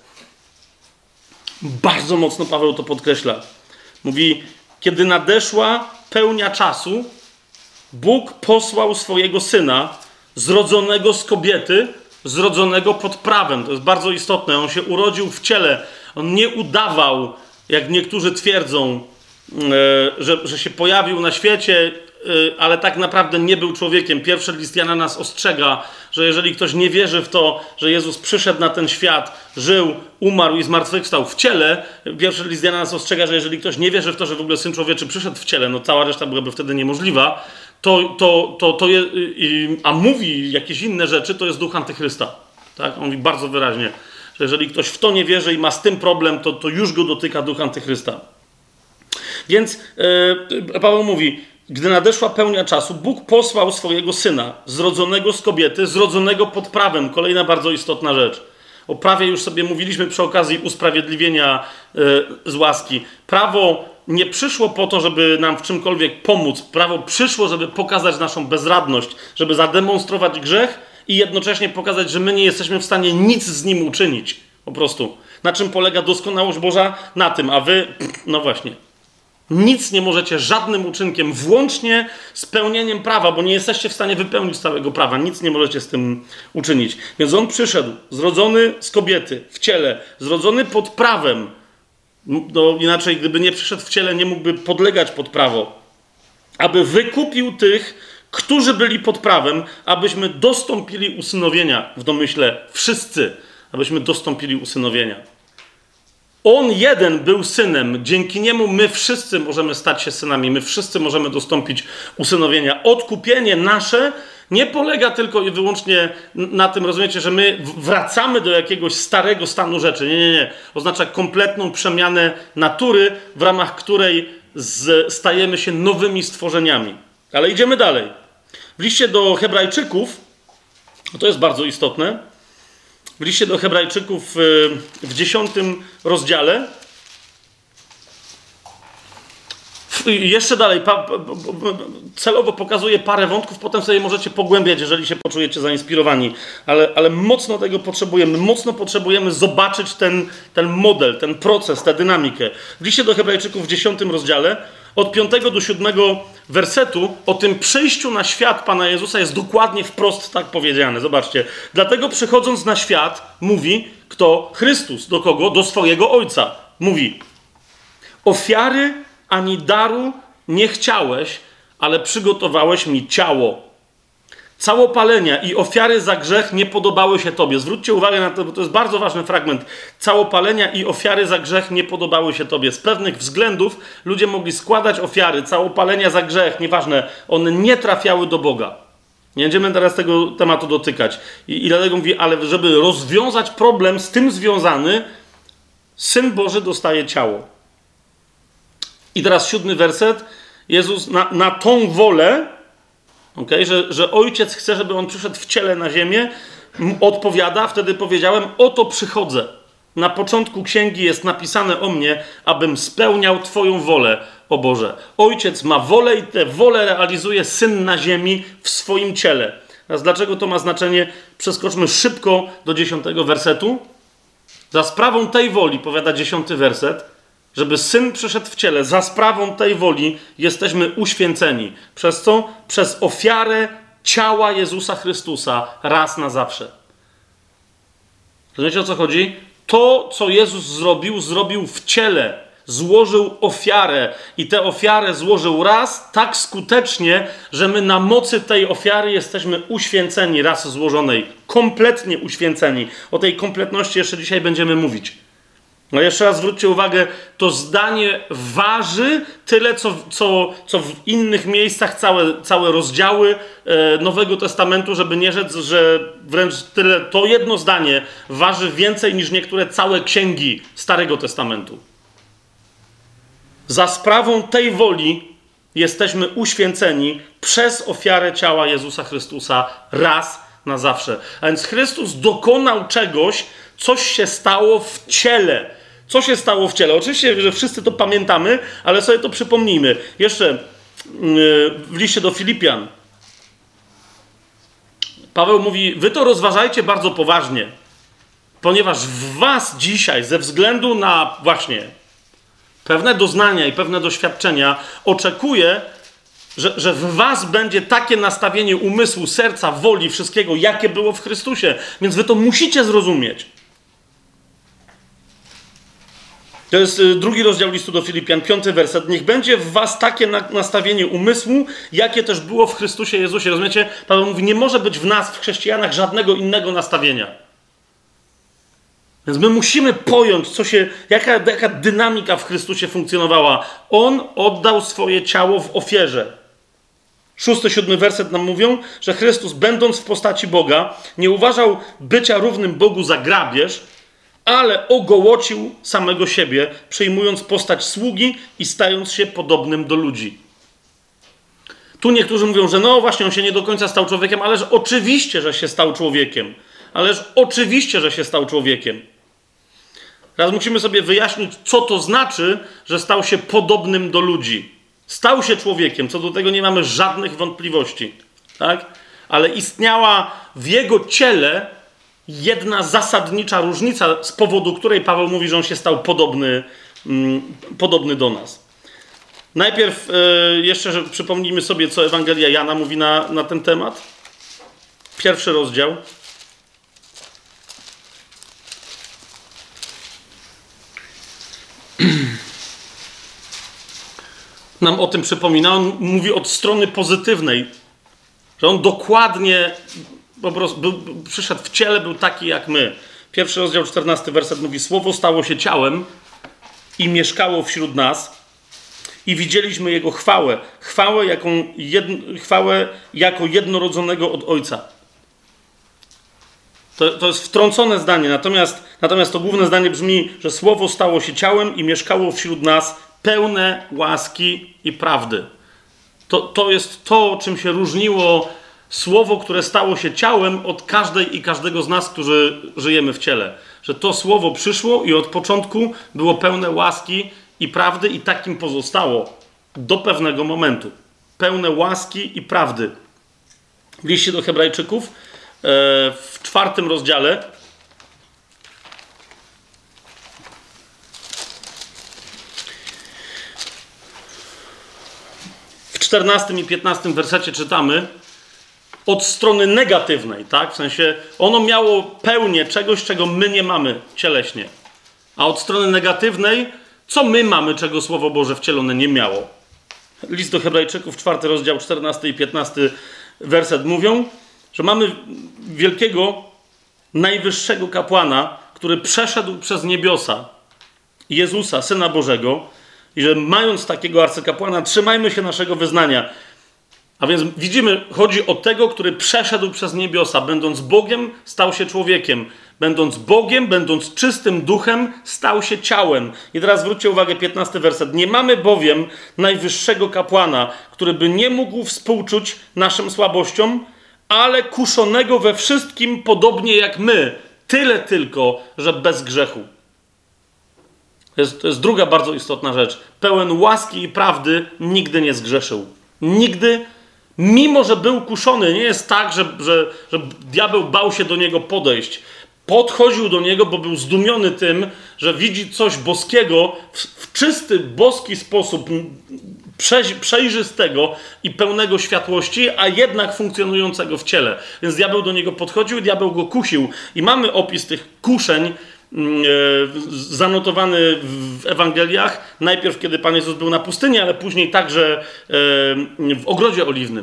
Bardzo mocno Paweł to podkreśla. Mówi, kiedy nadeszła pełnia czasu, Bóg posłał swojego Syna, zrodzonego z kobiety, zrodzonego pod prawem. To jest bardzo istotne. On się urodził w ciele. On nie udawał, jak niektórzy twierdzą, że, że się pojawił na świecie, ale tak naprawdę nie był człowiekiem. Pierwszy list Jana nas ostrzega, że jeżeli ktoś nie wierzy w to, że Jezus przyszedł na ten świat, żył, umarł i zmartwychwstał w ciele, pierwszy list Jana nas ostrzega, że jeżeli ktoś nie wierzy w to, że w ogóle Syn Człowieczy przyszedł w ciele, no cała reszta byłaby wtedy niemożliwa, to, to, to, to je, a mówi jakieś inne rzeczy, to jest duch antychrysta. Tak? On mówi bardzo wyraźnie, że jeżeli ktoś w to nie wierzy i ma z tym problem, to, to już go dotyka duch antychrysta. Więc yy, Paweł mówi, gdy nadeszła pełnia czasu, Bóg posłał swojego Syna, zrodzonego z kobiety, zrodzonego pod prawem. Kolejna bardzo istotna rzecz. O prawie już sobie mówiliśmy przy okazji usprawiedliwienia yy, z łaski. Prawo nie przyszło po to, żeby nam w czymkolwiek pomóc. Prawo przyszło, żeby pokazać naszą bezradność, żeby zademonstrować grzech i jednocześnie pokazać, że my nie jesteśmy w stanie nic z nim uczynić. Po prostu. Na czym polega doskonałość Boża? Na tym, a wy, no właśnie. Nic nie możecie żadnym uczynkiem, włącznie z pełnieniem prawa, bo nie jesteście w stanie wypełnić całego prawa. Nic nie możecie z tym uczynić. Więc on przyszedł, zrodzony z kobiety, w ciele, zrodzony pod prawem. No, inaczej, gdyby nie przyszedł w ciele, nie mógłby podlegać pod prawo. Aby wykupił tych, którzy byli pod prawem, abyśmy dostąpili usynowienia. W domyśle wszyscy, abyśmy dostąpili usynowienia. On jeden był synem, dzięki niemu my wszyscy możemy stać się synami, my wszyscy możemy dostąpić usynowienia. Odkupienie nasze nie polega tylko i wyłącznie na tym, rozumiecie, że my wracamy do jakiegoś starego stanu rzeczy. Nie, nie, nie. Oznacza kompletną przemianę natury, w ramach której z, stajemy się nowymi stworzeniami. Ale idziemy dalej. W liście do Hebrajczyków, to jest bardzo istotne, w liście do Hebrajczyków w dziesiątym rozdziale, jeszcze dalej, celowo pokazuję parę wątków, potem sobie możecie pogłębiać, jeżeli się poczujecie zainspirowani, ale, ale mocno tego potrzebujemy, mocno potrzebujemy zobaczyć ten, ten model, ten proces, tę dynamikę. W liście do Hebrajczyków w dziesiątym rozdziale, od piątego do siódmego wersetu, o tym przyjściu na świat Pana Jezusa jest dokładnie wprost tak powiedziane. Zobaczcie. Dlatego przychodząc na świat, mówi kto? Chrystus. Do kogo? Do swojego Ojca. Mówi, ofiary ani daru nie chciałeś, ale przygotowałeś mi ciało. Całopalenia i ofiary za grzech nie podobały się Tobie. Zwróćcie uwagę na to, bo to jest bardzo ważny fragment. Całopalenia i ofiary za grzech nie podobały się Tobie. Z pewnych względów ludzie mogli składać ofiary, całopalenia za grzech, nieważne, one nie trafiały do Boga. Nie będziemy teraz tego tematu dotykać. I, i dlatego mówi, ale żeby rozwiązać problem z tym związany, Syn Boży dostaje ciało. I teraz siódmy werset. Jezus na, na tą wolę, okay, że, że Ojciec chce, żeby On przyszedł w ciele na ziemię, odpowiada, wtedy powiedziałem, oto przychodzę. Na początku księgi jest napisane o mnie, abym spełniał Twoją wolę, o Boże. Ojciec ma wolę i tę wolę realizuje Syn na ziemi w swoim ciele. Teraz dlaczego to ma znaczenie? Przeskoczmy szybko do dziesiątego wersetu. Za sprawą tej woli, powiada dziesiąty werset, żeby Syn przyszedł w ciele, za sprawą tej woli jesteśmy uświęceni. Przez co? Przez ofiarę ciała Jezusa Chrystusa raz na zawsze. Rozumiecie, o co chodzi? To, co Jezus zrobił, zrobił w ciele. Złożył ofiarę i tę ofiarę złożył raz tak skutecznie, że my na mocy tej ofiary jesteśmy uświęceni raz złożonej. kompletnie uświęceni. O tej kompletności jeszcze dzisiaj będziemy mówić. No jeszcze raz zwróćcie uwagę, to zdanie waży tyle, co, co, co w innych miejscach całe, całe rozdziały e, Nowego Testamentu, żeby nie rzec, że wręcz tyle, to jedno zdanie waży więcej niż niektóre całe księgi Starego Testamentu. Za sprawą tej woli jesteśmy uświęceni przez ofiarę ciała Jezusa Chrystusa raz na zawsze. A więc Chrystus dokonał czegoś, coś się stało w ciele. Co się stało w ciele? Oczywiście, że wszyscy to pamiętamy, ale sobie to przypomnijmy. Jeszcze w liście do Filipian Paweł mówi, wy to rozważajcie bardzo poważnie, ponieważ w was dzisiaj, ze względu na właśnie pewne doznania i pewne doświadczenia, oczekuję, że, że w was będzie takie nastawienie umysłu, serca, woli, wszystkiego, jakie było w Chrystusie. Więc wy to musicie zrozumieć. To jest drugi rozdział listu do Filipian, piąty werset. Niech będzie w was takie na, nastawienie umysłu, jakie też było w Chrystusie Jezusie. Rozumiecie? Paweł mówi, nie może być w nas, w chrześcijanach, żadnego innego nastawienia. Więc my musimy pojąć, co się, jaka, jaka dynamika w Chrystusie funkcjonowała. On oddał swoje ciało w ofierze. Szósty, siódmy werset nam mówią, że Chrystus, będąc w postaci Boga, nie uważał bycia równym Bogu za grabież, ale ogołocił samego siebie, przyjmując postać sługi i stając się podobnym do ludzi. Tu niektórzy mówią, że no właśnie, on się nie do końca stał człowiekiem, ależ oczywiście, że się stał człowiekiem. Ależ oczywiście, że się stał człowiekiem. Teraz musimy sobie wyjaśnić, co to znaczy, że stał się podobnym do ludzi. Stał się człowiekiem, co do tego nie mamy żadnych wątpliwości. Tak? Ale istniała w jego ciele jedna zasadnicza różnica, z powodu której Paweł mówi, że on się stał podobny, mm, podobny do nas. Najpierw yy, jeszcze że przypomnijmy sobie, co Ewangelia Jana mówi na, na ten temat. Pierwszy rozdział. Nam o tym przypomina. On mówi od strony pozytywnej, że on dokładnie po prostu był, przyszedł w ciele, był taki jak my. Pierwszy rozdział, czternasty werset mówi, słowo stało się ciałem i mieszkało wśród nas i widzieliśmy jego chwałę. Chwałę, jaką jedno, chwałę jako jednorodzonego od Ojca. To, to jest wtrącone zdanie, natomiast, natomiast to główne zdanie brzmi, że słowo stało się ciałem i mieszkało wśród nas pełne łaski i prawdy. To, to jest to, czym się różniło słowo, które stało się ciałem od każdej i każdego z nas, którzy żyjemy w ciele. Że to słowo przyszło i od początku było pełne łaski i prawdy i takim pozostało do pewnego momentu. Pełne łaski i prawdy. W liście do Hebrajczyków w czwartym rozdziale w czternastym i piętnastym wersecie czytamy od strony negatywnej, tak? W sensie ono miało pełnię czegoś, czego my nie mamy cieleśnie. A od strony negatywnej, co my mamy, czego Słowo Boże wcielone nie miało. List do Hebrajczyków, czwarty rozdział, czternasty i piętnasty werset mówią, że mamy wielkiego, najwyższego kapłana, który przeszedł przez niebiosa, Jezusa, Syna Bożego, i że mając takiego arcykapłana, trzymajmy się naszego wyznania. A więc widzimy, chodzi o tego, który przeszedł przez niebiosa, będąc Bogiem, stał się człowiekiem. Będąc Bogiem, będąc czystym duchem, stał się ciałem. I teraz zwróćcie uwagę, piętnasty werset. Nie mamy bowiem najwyższego kapłana, który by nie mógł współczuć naszym słabościom, ale kuszonego we wszystkim podobnie jak my. Tyle tylko, że bez grzechu. To jest, to jest druga bardzo istotna rzecz. Pełen łaski i prawdy nigdy nie zgrzeszył. Nigdy, mimo że był kuszony, nie jest tak, że, że, że diabeł bał się do niego podejść. Podchodził do niego, bo był zdumiony tym, że widzi coś boskiego w, w czysty, boski sposób, prze, przejrzystego i pełnego światłości, a jednak funkcjonującego w ciele. Więc diabeł do niego podchodził i diabeł go kusił. I mamy opis tych kuszeń, zanotowany w Ewangeliach, najpierw kiedy Pan Jezus był na pustyni, ale później także w Ogrodzie Oliwnym.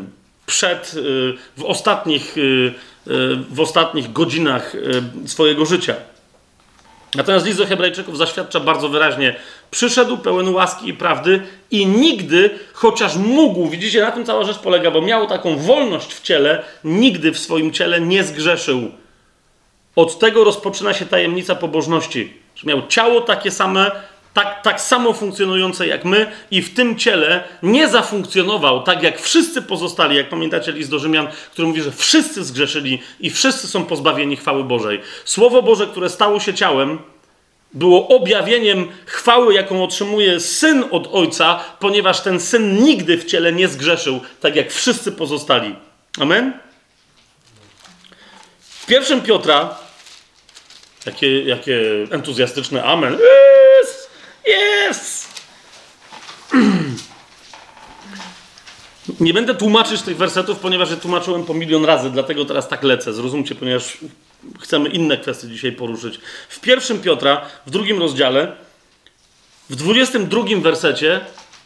przed, w ostatnich, w ostatnich godzinach swojego życia. Natomiast list do Hebrajczyków zaświadcza bardzo wyraźnie: przyszedł pełen łaski i prawdy i nigdy, chociaż mógł, widzicie, na tym cała rzecz polega, bo miał taką wolność w ciele, nigdy w swoim ciele nie zgrzeszył. Od tego rozpoczyna się tajemnica pobożności. Że miał ciało takie same, tak, tak samo funkcjonujące jak my i w tym ciele nie zafunkcjonował tak jak wszyscy pozostali. Jak pamiętacie list do Rzymian, który mówi, że wszyscy zgrzeszyli i wszyscy są pozbawieni chwały Bożej. Słowo Boże, które stało się ciałem, było objawieniem chwały, jaką otrzymuje Syn od Ojca, ponieważ ten Syn nigdy w ciele nie zgrzeszył, tak jak wszyscy pozostali. Amen? W pierwszym Piotra, jakie, jakie entuzjastyczne amen. Yes! Yes! Nie będę tłumaczyć tych wersetów, ponieważ je tłumaczyłem po milion razy, dlatego teraz tak lecę. Zrozumcie, ponieważ chcemy inne kwestie dzisiaj poruszyć. W pierwszym Piotra, w drugim rozdziale, w dwudziestym drugim wersecie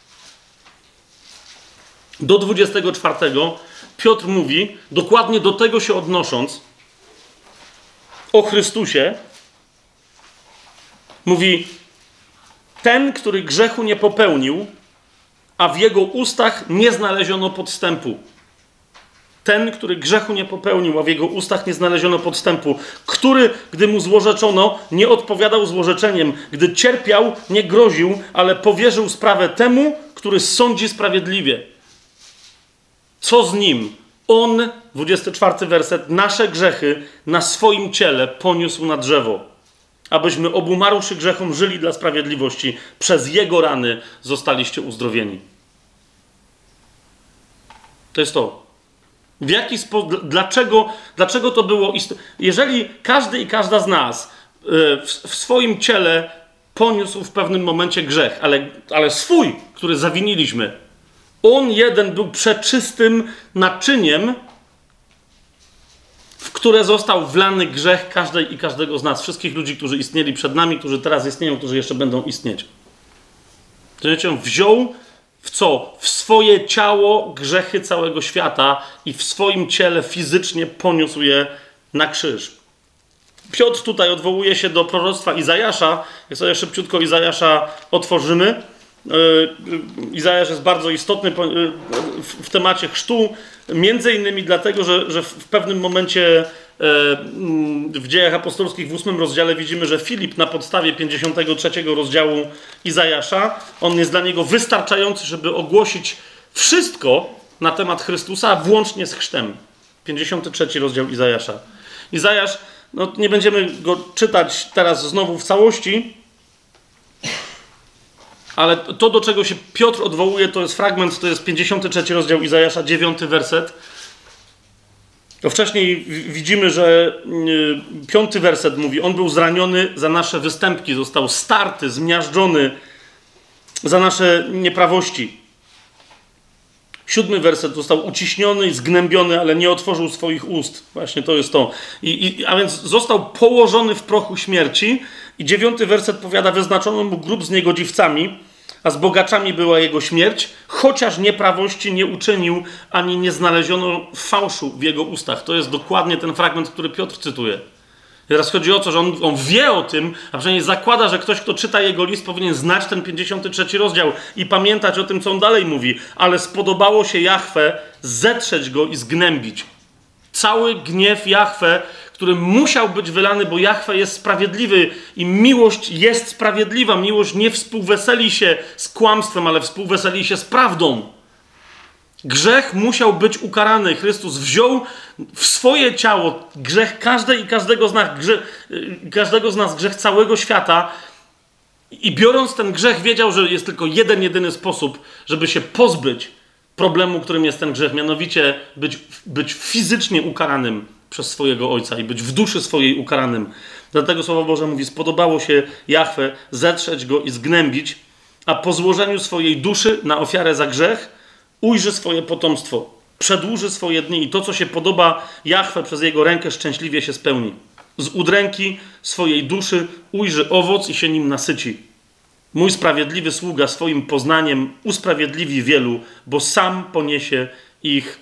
do dwudziestego czwartego Piotr mówi, dokładnie do tego się odnosząc, o Chrystusie, mówi: ten, który grzechu nie popełnił, a w jego ustach nie znaleziono podstępu. Ten, który grzechu nie popełnił, a w jego ustach nie znaleziono podstępu. Który, gdy mu złorzeczono, nie odpowiadał złorzeczeniem. Gdy cierpiał, nie groził, ale powierzył sprawę temu, który sądzi sprawiedliwie. Co z nim? On, dwudziesty czwarty werset, nasze grzechy na swoim ciele poniósł na drzewo, abyśmy obumarłszy grzechom żyli dla sprawiedliwości. Przez jego rany zostaliście uzdrowieni. To jest to. W jaki sposób, dlaczego, dlaczego to było istotne? Jeżeli każdy i każda z nas w, w swoim ciele poniósł w pewnym momencie grzech, ale, ale swój, który zawiniliśmy, on jeden był przeczystym naczyniem, w które został wlany grzech każdej i każdego z nas. Wszystkich ludzi, którzy istnieli przed nami, którzy teraz istnieją, którzy jeszcze będą istnieć. Rozumiecie? Wziął w co? W swoje ciało grzechy całego świata i w swoim ciele fizycznie poniósł je na krzyż. Piotr tutaj odwołuje się do proroctwa Izajasza. Jak sobie szybciutko Izajasza otworzymy. Izajasz jest bardzo istotny w temacie chrztu, między innymi dlatego, że, że w pewnym momencie w Dziejach Apostolskich w ósmym rozdziale widzimy, że Filip na podstawie pięćdziesiątego trzeciego rozdziału Izajasza, on jest dla niego wystarczający, żeby ogłosić wszystko na temat Chrystusa, włącznie z chrztem. pięćdziesiąty trzeci rozdział Izajasza. Izajasz, no nie będziemy go czytać teraz znowu w całości, ale to, do czego się Piotr odwołuje, to jest fragment, to jest pięćdziesiąty trzeci rozdział Izajasza, dziewiąty werset. To wcześniej widzimy, że yy, piąty werset mówi: on był zraniony za nasze występki, został starty, zmiażdżony za nasze nieprawości. Siódmy werset: został uciśniony i zgnębiony, ale nie otworzył swoich ust. Właśnie to jest to. I, i, a więc został położony w prochu śmierci. I dziewiąty werset powiada: wyznaczono mu grób z niegodziwcami, a z bogaczami była jego śmierć, chociaż nieprawości nie uczynił, ani nie znaleziono fałszu w jego ustach. To jest dokładnie ten fragment, który Piotr cytuje. I teraz chodzi o to, że on, on wie o tym, a przynajmniej zakłada, że ktoś, kto czyta jego list, powinien znać ten pięćdziesiąty trzeci rozdział i pamiętać o tym, co on dalej mówi. Ale spodobało się Jahwe zetrzeć go i zgnębić. Cały gniew Jahwe, który musiał być wylany, bo Jahwe jest sprawiedliwy i miłość jest sprawiedliwa. Miłość nie współweseli się z kłamstwem, ale współweseli się z prawdą. Grzech musiał być ukarany. Chrystus wziął w swoje ciało grzech każdej i każdego z nas, grzech, każdego z nas, grzech całego świata, i biorąc ten grzech wiedział, że jest tylko jeden, jedyny sposób, żeby się pozbyć problemu, którym jest ten grzech, mianowicie być, być fizycznie ukaranym przez swojego Ojca i być w duszy swojej ukaranym. Dlatego Słowo Boże mówi: spodobało się Jahwe zetrzeć go i zgnębić, a po złożeniu swojej duszy na ofiarę za grzech ujrzy swoje potomstwo, przedłuży swoje dni i to, co się podoba Jahwe, przez jego rękę szczęśliwie się spełni. Z udręki swojej duszy ujrzy owoc i się nim nasyci. Mój sprawiedliwy sługa swoim poznaniem usprawiedliwi wielu, bo sam poniesie ich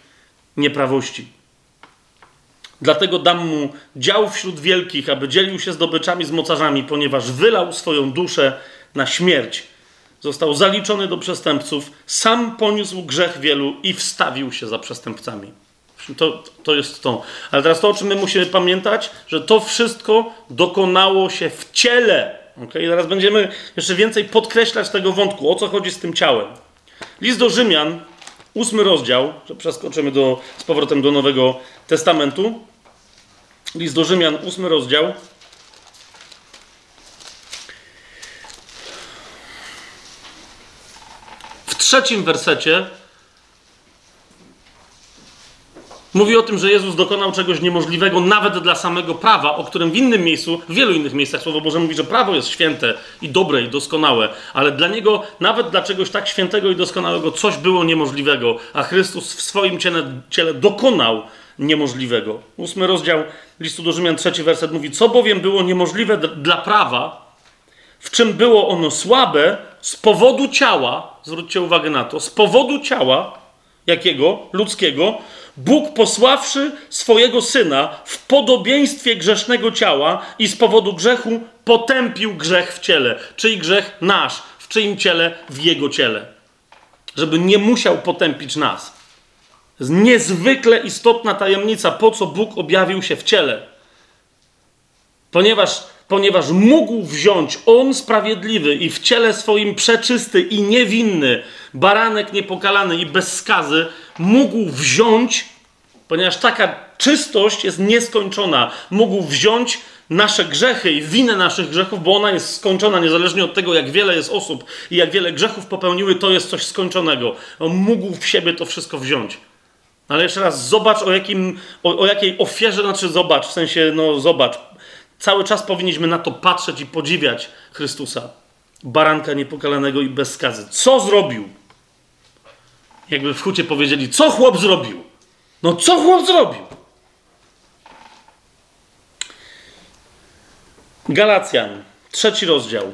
nieprawości. Dlatego dam mu dział wśród wielkich, aby dzielił się zdobyczami z mocarzami, ponieważ wylał swoją duszę na śmierć. Został zaliczony do przestępców, sam poniósł grzech wielu i wstawił się za przestępcami. To, to jest to. Ale teraz to, o czym my musimy pamiętać, że to wszystko dokonało się w ciele. Okay? Teraz będziemy jeszcze więcej podkreślać tego wątku, o co chodzi z tym ciałem. List do Rzymian, ósmy rozdział, że przeskoczymy do, z powrotem do Nowego Testamentu. List do Rzymian, ósmy rozdział. W trzecim wersecie mówi o tym, że Jezus dokonał czegoś niemożliwego nawet dla samego prawa, o którym w innym miejscu, w wielu innych miejscach Słowo Boże mówi, że prawo jest święte i dobre i doskonałe, ale dla Niego, nawet dla czegoś tak świętego i doskonałego, coś było niemożliwego, a Chrystus w swoim ciele, ciele dokonał niemożliwego. Ósmy rozdział listu do Rzymian, trzeci werset mówi, co bowiem było niemożliwe d- dla prawa, w czym było ono słabe z powodu ciała, zwróćcie uwagę na to, z powodu ciała, jakiego? Ludzkiego, Bóg posławszy swojego Syna w podobieństwie grzesznego ciała i z powodu grzechu potępił grzech w ciele, czyli grzech nasz, w czyim ciele? W Jego ciele. Żeby nie musiał potępić nas. To jest niezwykle istotna tajemnica, po co Bóg objawił się w ciele. Ponieważ, ponieważ mógł wziąć On sprawiedliwy i w ciele swoim przeczysty i niewinny, baranek niepokalany i bez skazy, mógł wziąć, ponieważ taka czystość jest nieskończona, mógł wziąć nasze grzechy i winę naszych grzechów, bo ona jest skończona, niezależnie od tego, jak wiele jest osób i jak wiele grzechów popełniły, to jest coś skończonego. On mógł w siebie to wszystko wziąć. Ale jeszcze raz, zobacz o, jakim, o, o jakiej ofierze, znaczy zobacz, w sensie, no zobacz, cały czas powinniśmy na to patrzeć i podziwiać Chrystusa. Baranka niepokalanego i bez skazy. Co zrobił? Jakby w hucie powiedzieli, co chłop zrobił? No co chłop zrobił? Galacjan, trzeci rozdział.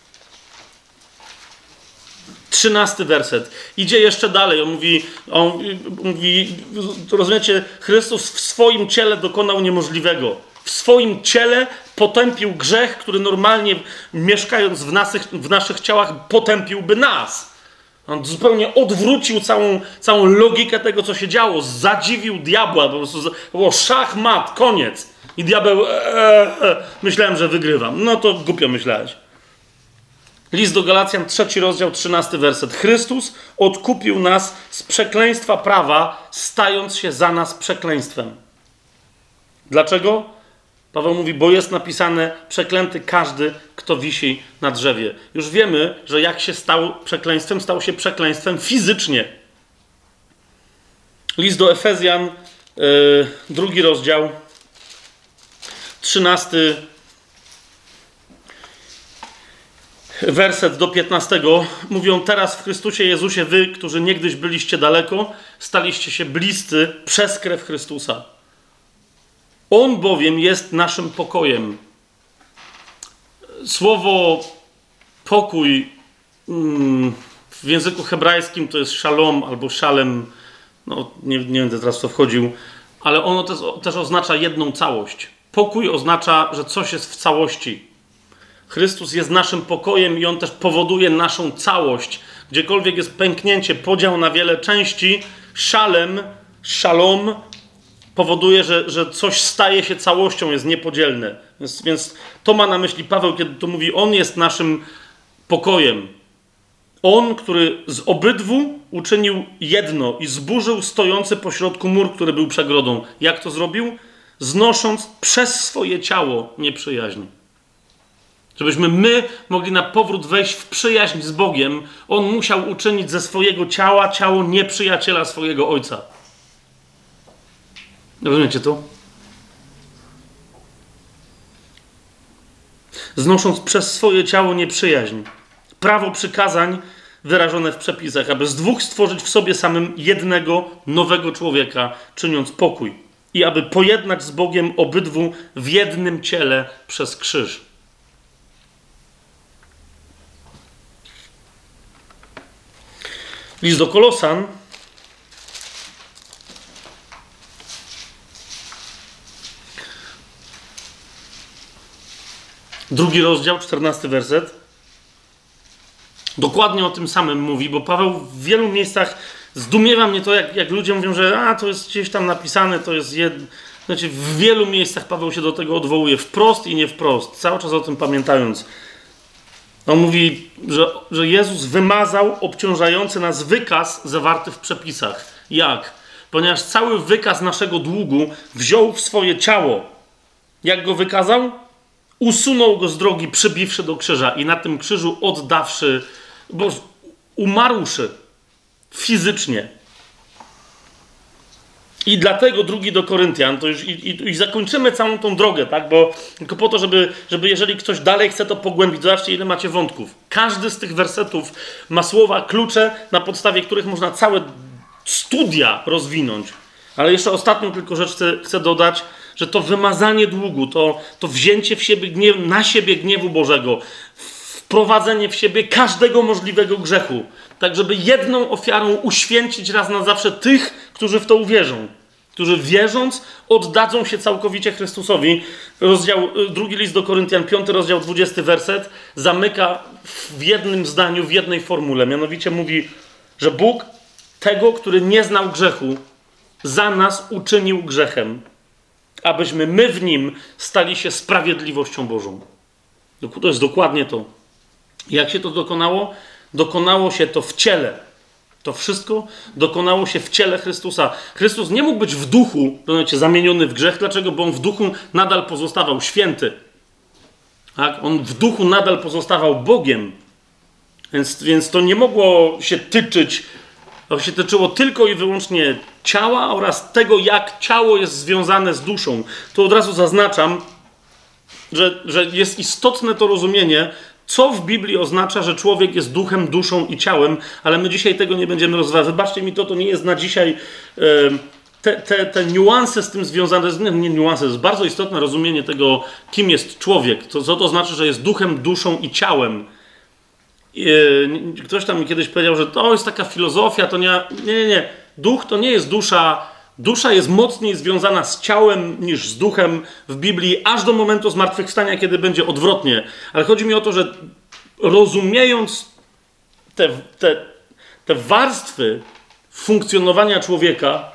Trzynasty werset. Idzie jeszcze dalej. On mówi, on mówi, rozumiecie, Chrystus w swoim ciele dokonał niemożliwego. W swoim ciele potępił grzech, który normalnie mieszkając w naszych, w naszych ciałach potępiłby nas. On zupełnie odwrócił całą, całą logikę tego, co się działo. Zadziwił diabła. Po prostu było szach, mat, koniec. I diabeł, ee, ee, myślałem, że wygrywam. No to głupio myślałeś. List do Galacjan, trzeci rozdział, trzynasty werset. Chrystus odkupił nas z przekleństwa prawa, stając się za nas przekleństwem. Dlaczego? Paweł mówi, bo jest napisane, przeklęty każdy, kto wisi na drzewie. Już wiemy, że jak się stał przekleństwem, stał się przekleństwem fizycznie. List do Efezjan, yy, drugi rozdział, trzynasty werset do piętnastego. Mówią, teraz w Chrystusie Jezusie wy, którzy niegdyś byliście daleko, staliście się bliscy przez krew Chrystusa. On bowiem jest naszym pokojem. Słowo pokój w języku hebrajskim to jest shalom albo shalem. No, nie, nie będę teraz w to wchodził, ale ono też, też oznacza jedną całość. Pokój oznacza, że coś jest w całości. Chrystus jest naszym pokojem i On też powoduje naszą całość. Gdziekolwiek jest pęknięcie, podział na wiele części, szalem, szalom powoduje, że, że coś staje się całością, jest niepodzielne. Więc, więc to ma na myśli Paweł, kiedy to mówi, On jest naszym pokojem. On, który z obydwu uczynił jedno i zburzył stojący pośrodku mur, który był przegrodą. Jak to zrobił? Znosząc przez swoje ciało nieprzyjaźń. Żebyśmy my mogli na powrót wejść w przyjaźń z Bogiem, On musiał uczynić ze swojego ciała ciało nieprzyjaciela swojego Ojca. Rozumiecie to? Znosząc przez swoje ciało nieprzyjaźń. Prawo przykazań wyrażone w przepisach, aby z dwóch stworzyć w sobie samym jednego nowego człowieka, czyniąc pokój. I aby pojednać z Bogiem obydwu w jednym ciele przez krzyż. List do Kolosan, Drugi rozdział, czternasty werset. Dokładnie o tym samym mówi, bo Paweł w wielu miejscach zdumiewa mnie to, jak, jak ludzie mówią, że a, to jest gdzieś tam napisane, to jest jed... Znaczy, w wielu miejscach Paweł się do tego odwołuje wprost i nie wprost, cały czas o tym pamiętając. On mówi, że, że Jezus wymazał obciążający nas wykaz zawarty w przepisach. Jak? Ponieważ cały wykaz naszego długu wziął w swoje ciało. Jak go wykazał? Usunął go z drogi, przybiwszy do krzyża i na tym krzyżu oddawszy, bo umarłszy fizycznie. I dlatego drugi do Koryntian, to już i, i, i zakończymy całą tą drogę, tak? Bo tylko po to, żeby, żeby jeżeli ktoś dalej chce to pogłębić, zobaczcie, ile macie wątków. Każdy z tych wersetów ma słowa, klucze, na podstawie których można całe studia rozwinąć. Ale jeszcze ostatnią tylko rzecz chcę, chcę dodać, że to wymazanie długu, to, to wzięcie w siebie gniew, na siebie gniewu Bożego, wprowadzenie w siebie każdego możliwego grzechu, tak żeby jedną ofiarą uświęcić raz na zawsze tych, którzy w to uwierzą, którzy wierząc oddadzą się całkowicie Chrystusowi. Rozdział, drugi list do Koryntian, piąty rozdział, dwudziesty werset, zamyka w jednym zdaniu, w jednej formule. Mianowicie mówi, że Bóg tego, który nie znał grzechu, za nas uczynił grzechem, abyśmy my w nim stali się sprawiedliwością Bożą. To jest dokładnie to. Jak się to dokonało? Dokonało się to w ciele. To wszystko dokonało się w ciele Chrystusa. Chrystus nie mógł być w duchu, rozumiecie, zamieniony w grzech. Dlaczego? Bo on w duchu nadal pozostawał święty. Tak? On w duchu nadal pozostawał Bogiem. Więc, więc to nie mogło się tyczyć, to się tyczyło tylko i wyłącznie ciała oraz tego, jak ciało jest związane z duszą. To od razu zaznaczam, że, że jest istotne to rozumienie, co w Biblii oznacza, że człowiek jest duchem, duszą i ciałem, ale my dzisiaj tego nie będziemy rozważać. Wybaczcie mi to, to nie jest na dzisiaj te, te, te niuanse z tym związane, nie, nie niuanse, to jest bardzo istotne rozumienie tego, kim jest człowiek. To, co to znaczy, że jest duchem, duszą i ciałem. Ktoś tam mi kiedyś powiedział, że to jest taka filozofia, to nie... Nie, nie, nie. Duch to nie jest dusza. Dusza jest mocniej związana z ciałem niż z duchem w Biblii, aż do momentu zmartwychwstania, kiedy będzie odwrotnie. Ale chodzi mi o to, że rozumiejąc te, te, te warstwy funkcjonowania człowieka,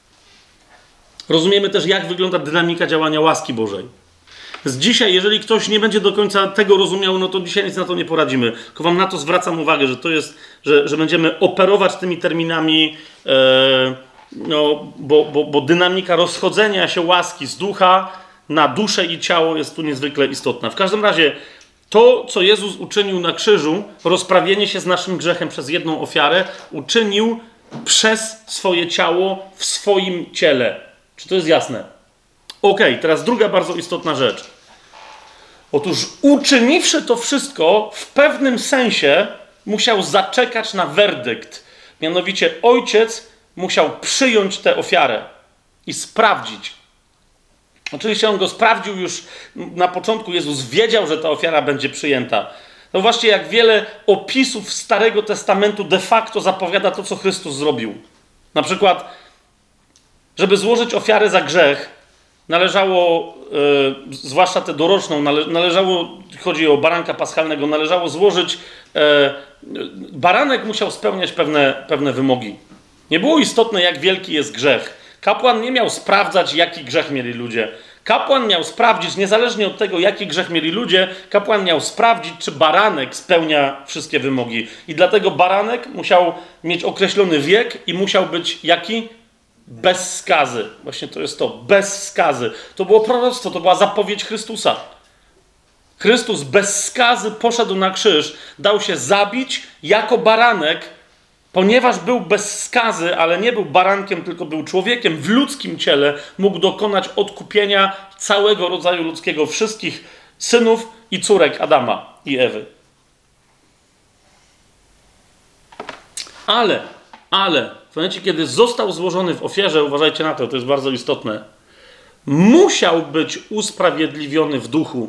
rozumiemy też, jak wygląda dynamika działania łaski Bożej. Z dzisiaj, jeżeli ktoś nie będzie do końca tego rozumiał, no to dzisiaj nic na to nie poradzimy. Tylko wam na to zwracam uwagę, że to jest, że, że będziemy operować tymi terminami, e, no, bo, bo, bo dynamika rozchodzenia się łaski z ducha na duszę i ciało jest tu niezwykle istotna. W każdym razie to, co Jezus uczynił na krzyżu, rozprawienie się z naszym grzechem przez jedną ofiarę, uczynił przez swoje ciało w swoim ciele. Czy to jest jasne? Okej, okay, teraz druga bardzo istotna rzecz. Otóż uczyniwszy to wszystko, w pewnym sensie musiał zaczekać na werdykt. Mianowicie ojciec musiał przyjąć tę ofiarę i sprawdzić. Oczywiście on go sprawdził już na początku. Jezus wiedział, że ta ofiara będzie przyjęta. No właśnie, jak wiele opisów Starego Testamentu de facto zapowiada to, co Chrystus zrobił. Na przykład, żeby złożyć ofiarę za grzech, należało, e, zwłaszcza tę doroczną, nale, należało, chodzi o baranka paschalnego, należało złożyć, e, baranek musiał spełniać pewne, pewne wymogi. Nie było istotne, jak wielki jest grzech. Kapłan nie miał sprawdzać, jaki grzech mieli ludzie. Kapłan miał sprawdzić, niezależnie od tego, jaki grzech mieli ludzie, kapłan miał sprawdzić, czy baranek spełnia wszystkie wymogi. I dlatego baranek musiał mieć określony wiek i musiał być jaki? Bez skazy. Właśnie to jest to. Bez skazy. To było proroctwo, to była zapowiedź Chrystusa. Chrystus bez skazy poszedł na krzyż, dał się zabić jako baranek, ponieważ był bez skazy, ale nie był barankiem, tylko był człowiekiem w ludzkim ciele, mógł dokonać odkupienia całego rodzaju ludzkiego, wszystkich synów i córek Adama i Ewy. Ale, ale, w momencie, kiedy został złożony w ofierze, uważajcie na to, to jest bardzo istotne, musiał być usprawiedliwiony w duchu.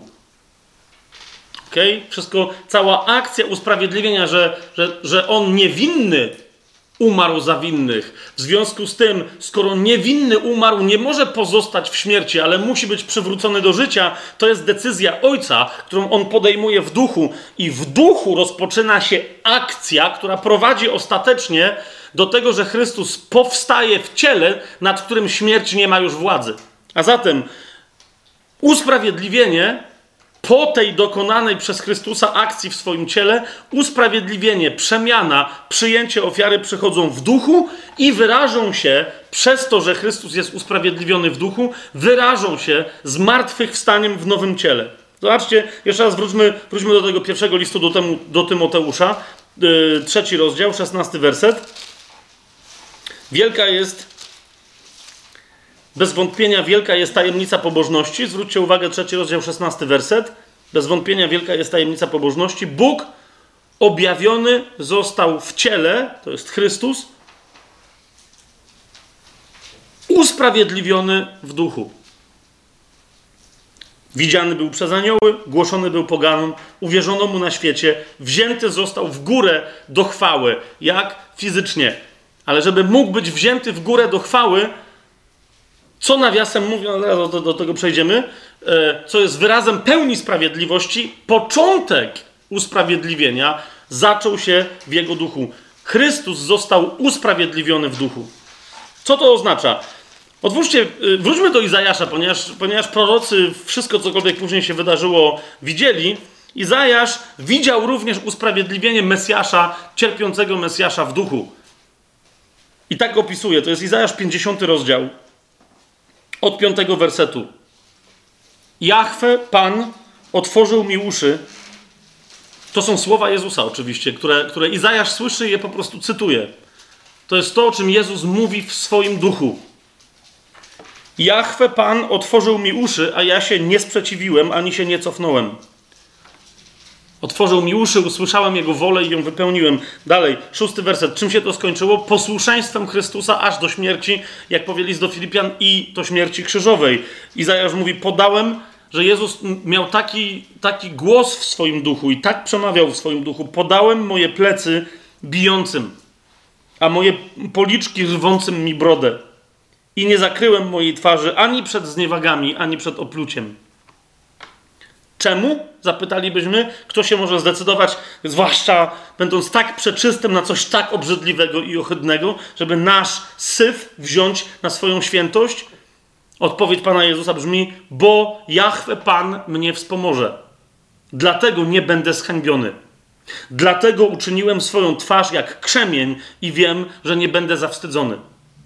Okay? Wszystko, cała akcja usprawiedliwienia, że, że, że on niewinny umarł za winnych. W związku z tym, skoro niewinny umarł, nie może pozostać w śmierci, ale musi być przywrócony do życia, to jest decyzja Ojca, którą on podejmuje w duchu. I w duchu rozpoczyna się akcja, która prowadzi ostatecznie do tego, że Chrystus powstaje w ciele, nad którym śmierć nie ma już władzy. A zatem usprawiedliwienie po tej dokonanej przez Chrystusa akcji w swoim ciele, usprawiedliwienie, przemiana, przyjęcie ofiary przychodzą w duchu i wyrażą się, przez to, że Chrystus jest usprawiedliwiony w duchu, wyrażą się zmartwychwstaniem w nowym ciele. Zobaczcie, jeszcze raz wróćmy, wróćmy do tego pierwszego listu do, temu, do Tymoteusza, yy, trzeci rozdział, szesnasty werset. Wielka jest... Bez wątpienia wielka jest tajemnica pobożności. Zwróćcie uwagę, trzeci rozdział, szesnasty werset. Bez wątpienia wielka jest tajemnica pobożności. Bóg objawiony został w ciele, to jest Chrystus, usprawiedliwiony w duchu. Widziany był przez anioły, głoszony był poganom, uwierzono mu na świecie, wzięty został w górę do chwały. Jak? Fizycznie. Ale żeby mógł być wzięty w górę do chwały, co nawiasem mówiąc, zaraz do, do tego przejdziemy, co jest wyrazem pełni sprawiedliwości, początek usprawiedliwienia zaczął się w jego duchu. Chrystus został usprawiedliwiony w duchu. Co to oznacza? Otwórzcie, wróćmy do Izajasza, ponieważ, ponieważ prorocy wszystko, cokolwiek później się wydarzyło, widzieli. Izajasz widział również usprawiedliwienie Mesjasza, cierpiącego Mesjasza w duchu. I tak opisuje. To jest Izajasz pięćdziesiąty rozdział. Od piątego wersetu. Jahwe, Pan, otworzył mi uszy. To są słowa Jezusa oczywiście, które, które Izajasz słyszy i je po prostu cytuje. To jest to, o czym Jezus mówi w swoim duchu. Jahwe, Pan, otworzył mi uszy, a ja się nie sprzeciwiłem, ani się nie cofnąłem. Otworzył mi uszy, usłyszałem Jego wolę i ją wypełniłem. Dalej, szósty werset. Czym się to skończyło? Posłuszeństwem Chrystusa aż do śmierci, jak powie list do Filipian, i do śmierci krzyżowej. Izajasz mówi, podałem, że Jezus miał taki, taki głos w swoim duchu i tak przemawiał w swoim duchu. Podałem moje plecy bijącym, a moje policzki rwącym mi brodę. I nie zakryłem mojej twarzy ani przed zniewagami, ani przed opluciem. Czemu? Zapytalibyśmy. Kto się może zdecydować, zwłaszcza będąc tak przeczystym na coś tak obrzydliwego i ohydnego, żeby nasz syf wziąć na swoją świętość? Odpowiedź Pana Jezusa brzmi, bo Jahwe Pan mnie wspomoże. Dlatego nie będę zhańbiony. Dlatego uczyniłem swoją twarz jak krzemień i wiem, że nie będę zawstydzony.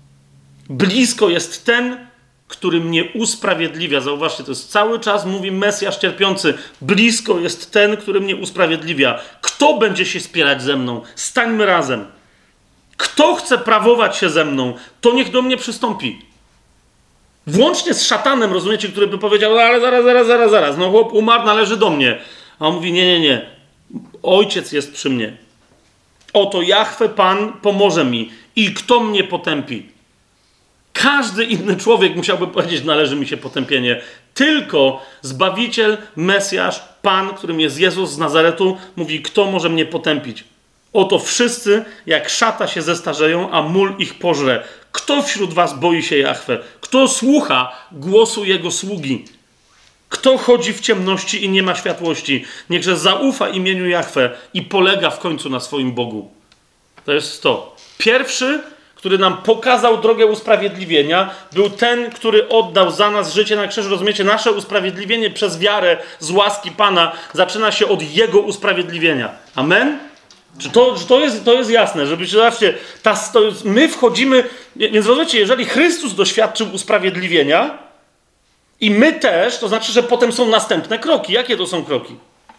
Blisko jest ten, który mnie usprawiedliwia. Zauważcie, to jest cały czas, mówi Mesjasz cierpiący. Blisko jest ten, który mnie usprawiedliwia. Kto będzie się spierać ze mną? Stańmy razem. Kto chce prawować się ze mną, to niech do mnie przystąpi. Włącznie z szatanem, rozumiecie, który by powiedział, no ale zaraz, zaraz, zaraz, zaraz, no chłop umarł, należy do mnie. A on mówi, nie, nie, nie. Ojciec jest przy mnie. Oto Jahwe Pan pomoże mi. I kto mnie potępi? Każdy inny człowiek musiałby powiedzieć, należy mi się potępienie. Tylko Zbawiciel, Mesjasz, Pan, którym jest Jezus z Nazaretu, mówi, kto może mnie potępić? Oto wszyscy jak szata się zestarzeją, a mól ich pożre. Kto wśród was boi się Jahwe? Kto słucha głosu Jego sługi? Kto chodzi w ciemności i nie ma światłości? Niechże zaufa imieniu Jahwe i polega w końcu na swoim Bogu. To jest to. Pierwszy, który nam pokazał drogę usprawiedliwienia, był ten, który oddał za nas życie na krzyżu. Rozumiecie? Nasze usprawiedliwienie przez wiarę z łaski Pana zaczyna się od Jego usprawiedliwienia. Amen? Czy to, czy to, jest, to jest jasne? Żebyście, zobaczcie, ta, to jest, my wchodzimy... Więc rozumiecie, jeżeli Chrystus doświadczył usprawiedliwienia i my też, to znaczy, że potem są następne kroki. Jakie to są kroki?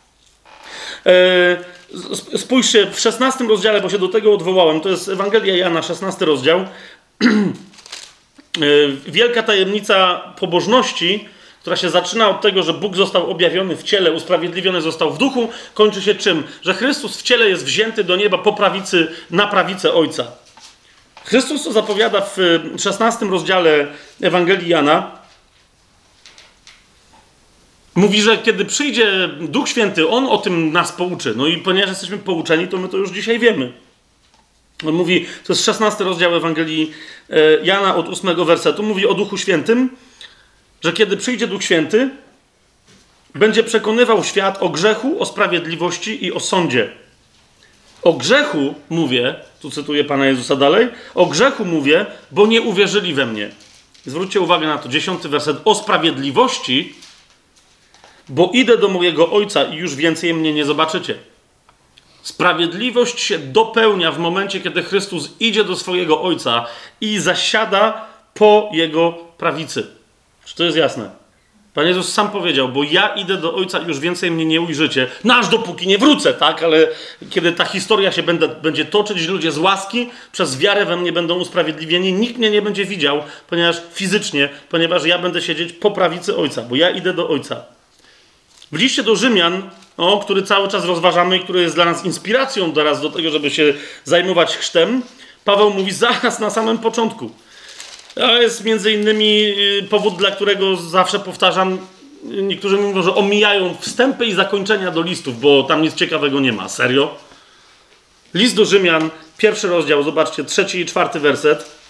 Yy, spójrzcie, w szesnastym rozdziale, bo się do tego odwołałem, to jest Ewangelia Jana, szesnasty rozdział. Yy, wielka tajemnica pobożności, która się zaczyna od tego, że Bóg został objawiony w ciele, usprawiedliwiony został w duchu, kończy się czym? Że Chrystus w ciele jest wzięty do nieba po prawicy, na prawicę Ojca. Chrystus to zapowiada w szesnastym rozdziale Ewangelii Jana. Mówi, że kiedy przyjdzie Duch Święty, On o tym nas pouczy. No i ponieważ jesteśmy pouczeni, to my to już dzisiaj wiemy. On mówi, to jest szesnasty rozdział Ewangelii Jana od ósmego wersetu, mówi o Duchu Świętym, że kiedy przyjdzie Duch Święty, będzie przekonywał świat o grzechu, o sprawiedliwości i o sądzie. O grzechu mówię, tu cytuję Pana Jezusa dalej, o grzechu mówię, bo nie uwierzyli we mnie. Zwróćcie uwagę na to, dziesiąty werset. O sprawiedliwości, bo idę do mojego Ojca i już więcej mnie nie zobaczycie. Sprawiedliwość się dopełnia w momencie, kiedy Chrystus idzie do swojego Ojca i zasiada po Jego prawicy. Czy to jest jasne? Pan Jezus sam powiedział, bo ja idę do Ojca i już więcej mnie nie ujrzycie, no aż dopóki nie wrócę, tak? Ale kiedy ta historia się będę, będzie toczyć, ludzie z łaski przez wiarę we mnie będą usprawiedliwieni, nikt mnie nie będzie widział, ponieważ fizycznie, ponieważ ja będę siedzieć po prawicy Ojca, bo ja idę do Ojca. W liście do Rzymian, o, który cały czas rozważamy i który jest dla nas inspiracją teraz do tego, żeby się zajmować chrztem, Paweł mówi zaraz na samym początku. To jest między innymi powód, dla którego zawsze powtarzam, niektórzy mówią, że omijają wstępy i zakończenia do listów, bo tam nic ciekawego nie ma. Serio? List do Rzymian, pierwszy rozdział, zobaczcie, trzeci i czwarty werset.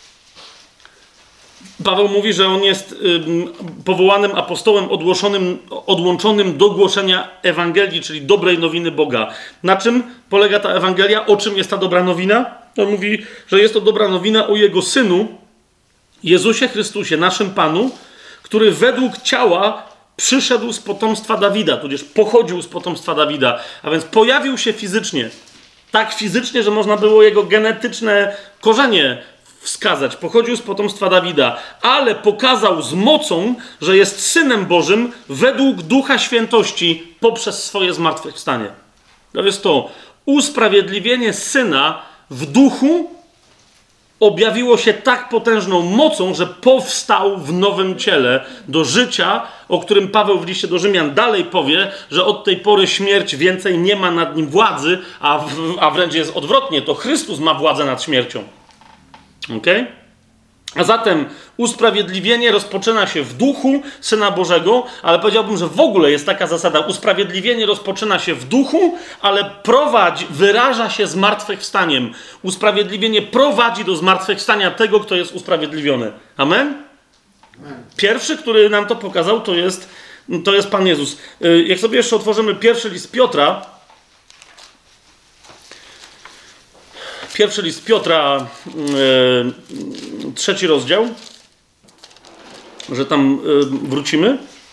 Paweł mówi, że on jest ym, powołanym apostołem odłączonym, odłączonym do głoszenia Ewangelii, czyli dobrej nowiny Boga. Na czym polega ta Ewangelia? O czym jest ta dobra nowina? On mówi, że jest to dobra nowina o Jego Synu, Jezusie Chrystusie, naszym Panu, który według ciała przyszedł z potomstwa Dawida, tudzież pochodził z potomstwa Dawida, a więc pojawił się fizycznie. Tak fizycznie, że można było jego genetyczne korzenie wskazać. Pochodził z potomstwa Dawida, ale pokazał z mocą, że jest Synem Bożym według Ducha Świętości poprzez swoje zmartwychwstanie. To jest to usprawiedliwienie Syna w duchu objawiło się tak potężną mocą, że powstał w nowym ciele do życia, o którym Paweł w liście do Rzymian dalej powie, że od tej pory śmierć więcej nie ma nad nim władzy, a, w, a wręcz jest odwrotnie, to Chrystus ma władzę nad śmiercią. Okej? Okay? A zatem usprawiedliwienie rozpoczyna się w duchu Syna Bożego, ale powiedziałbym, że w ogóle jest taka zasada. Usprawiedliwienie rozpoczyna się w duchu, ale prowadzi, wyraża się zmartwychwstaniem. Usprawiedliwienie prowadzi do zmartwychwstania tego, kto jest usprawiedliwiony. Amen? Pierwszy, który nam to pokazał, to jest, to jest Pan Jezus. Jak sobie jeszcze otworzymy pierwszy list Piotra, Pierwszy list Piotra, yy, trzeci rozdział, że tam yy, wrócimy.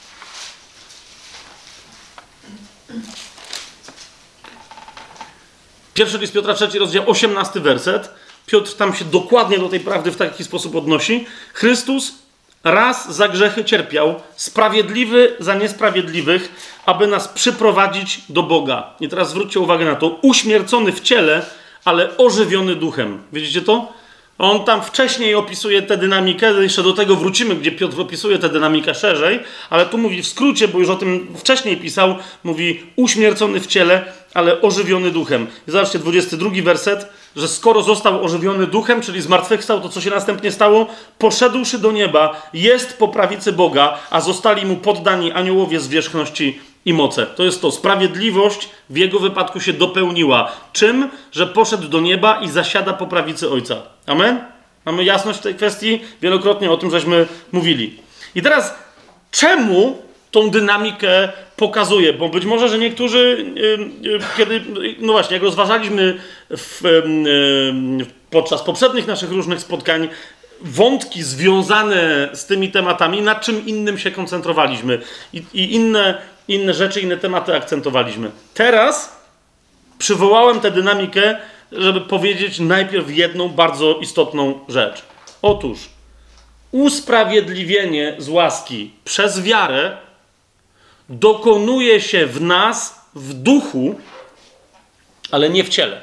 Pierwszy list Piotra, trzeci rozdział, osiemnasty werset. Piotr tam się dokładnie do tej prawdy w taki sposób odnosi. Chrystus raz za grzechy cierpiał, sprawiedliwy za niesprawiedliwych, aby nas przyprowadzić do Boga. I teraz zwróćcie uwagę na to. Uśmiercony w ciele, ale ożywiony duchem. Widzicie to? On tam wcześniej opisuje tę dynamikę, jeszcze do tego wrócimy, gdzie Piotr opisuje tę dynamikę szerzej, ale tu mówi w skrócie, bo już o tym wcześniej pisał, mówi uśmiercony w ciele, ale ożywiony duchem. I zobaczcie, dwudziesty drugi werset, że skoro został ożywiony duchem, czyli zmartwychwstał, to co się następnie stało? Poszedłszy do nieba, jest po prawicy Boga, a zostali mu poddani aniołowie zwierzchności i moce. To jest to. Sprawiedliwość w jego wypadku się dopełniła. Czym? Że poszedł do nieba i zasiada po prawicy Ojca. Amen? Mamy jasność w tej kwestii? Wielokrotnie o tym żeśmy mówili. I teraz, czemu tą dynamikę pokazuje? Bo być może, że niektórzy, yy, yy, kiedy, no właśnie, jak rozważaliśmy w, yy, podczas poprzednich naszych różnych spotkań, wątki związane z tymi tematami, nad czym innym się koncentrowaliśmy i, i inne, inne rzeczy, inne tematy akcentowaliśmy. Teraz przywołałem tę dynamikę, żeby powiedzieć najpierw jedną bardzo istotną rzecz. Otóż usprawiedliwienie z łaski przez wiarę dokonuje się w nas w duchu, ale nie w ciele.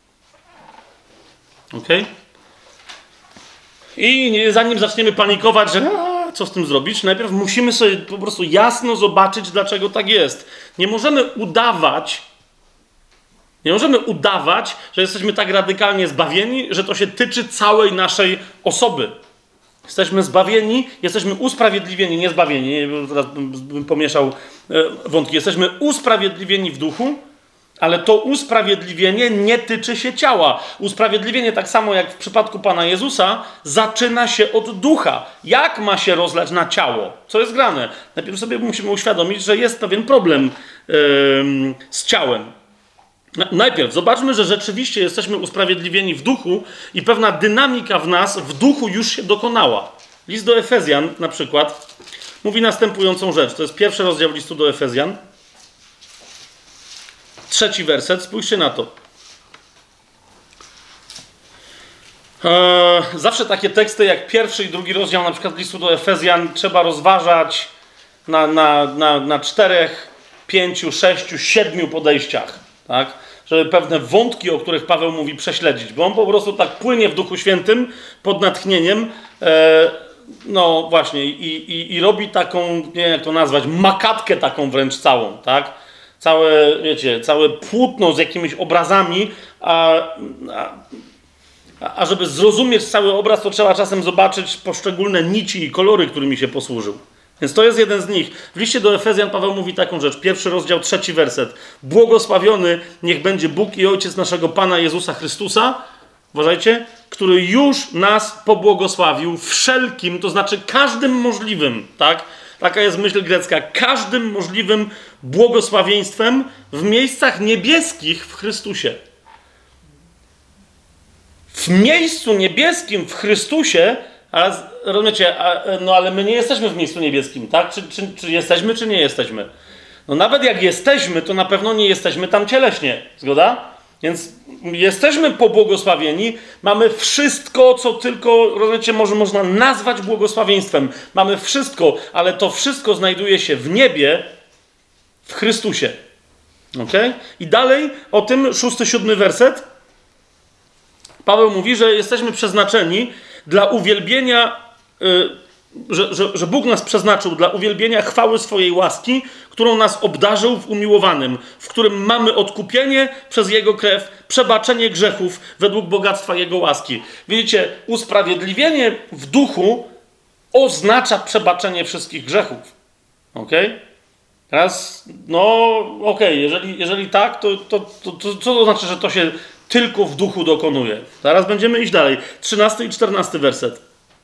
Okej? Okay? I zanim zaczniemy panikować, że a, co z tym zrobić, najpierw musimy sobie po prostu jasno zobaczyć, dlaczego tak jest. Nie możemy udawać, nie możemy udawać, że jesteśmy tak radykalnie zbawieni, że to się tyczy całej naszej osoby. Jesteśmy zbawieni, jesteśmy usprawiedliwieni, nie zbawieni, teraz bym pomieszał wątki. Jesteśmy usprawiedliwieni w duchu, Ale to usprawiedliwienie nie tyczy się ciała. Usprawiedliwienie, tak samo jak w przypadku Pana Jezusa, zaczyna się od ducha. Jak ma się rozlać na ciało? Co jest grane? Najpierw sobie musimy uświadomić, że jest pewien problem yy, z ciałem. Najpierw zobaczmy, że rzeczywiście jesteśmy usprawiedliwieni w duchu i pewna dynamika w nas w duchu już się dokonała. List do Efezjan na przykład mówi następującą rzecz. To jest pierwszy rozdział listu do Efezjan. Trzeci werset, spójrzcie na to. Eee, zawsze takie teksty jak pierwszy i drugi rozdział na przykład listu do Efezjan trzeba rozważać na, na, na, na czterech, pięciu, sześciu, siedmiu podejściach. Tak? Żeby pewne wątki, o których Paweł mówi, prześledzić. Bo on po prostu tak płynie w Duchu Świętym pod natchnieniem. E, no właśnie i, i, i robi taką, nie wiem jak to nazwać, makatkę taką wręcz całą. Tak? Całe, wiecie, całe płótno z jakimiś obrazami, a, a, a żeby zrozumieć cały obraz, to trzeba czasem zobaczyć poszczególne nici i kolory, którymi się posłużył. Więc to jest jeden z nich. W liście do Efezjan Paweł mówi taką rzecz. Pierwszy rozdział, trzeci werset. Błogosławiony niech będzie Bóg i Ojciec naszego Pana Jezusa Chrystusa, uważajcie, który już nas pobłogosławił wszelkim, to znaczy każdym możliwym, tak? Taka jest myśl grecka. Każdym możliwym błogosławieństwem w miejscach niebieskich w Chrystusie. W miejscu niebieskim w Chrystusie, ale rozumiecie, no ale my nie jesteśmy w miejscu niebieskim, tak? Czy, czy, czy jesteśmy, czy nie jesteśmy? No nawet jak jesteśmy, to na pewno nie jesteśmy tam cieleśnie. Zgoda? Więc jesteśmy pobłogosławieni, mamy wszystko, co tylko, rozumiecie, może można nazwać błogosławieństwem. Mamy wszystko, ale to wszystko znajduje się w niebie, w Chrystusie. Okay? I dalej o tym szósty, siódmy werset. Paweł mówi, że jesteśmy przeznaczeni dla uwielbienia, yy, że, że, że Bóg nas przeznaczył dla uwielbienia chwały swojej łaski, którą nas obdarzył w umiłowanym, w którym mamy odkupienie przez Jego krew, przebaczenie grzechów według bogactwa Jego łaski. Widzicie, usprawiedliwienie w duchu oznacza przebaczenie wszystkich grzechów. Okej? Okay? Teraz, no okej, okay. jeżeli, jeżeli tak, to, to, to, to co to znaczy, że to się tylko w duchu dokonuje? Zaraz będziemy iść dalej. trzynasty i czternasty werset.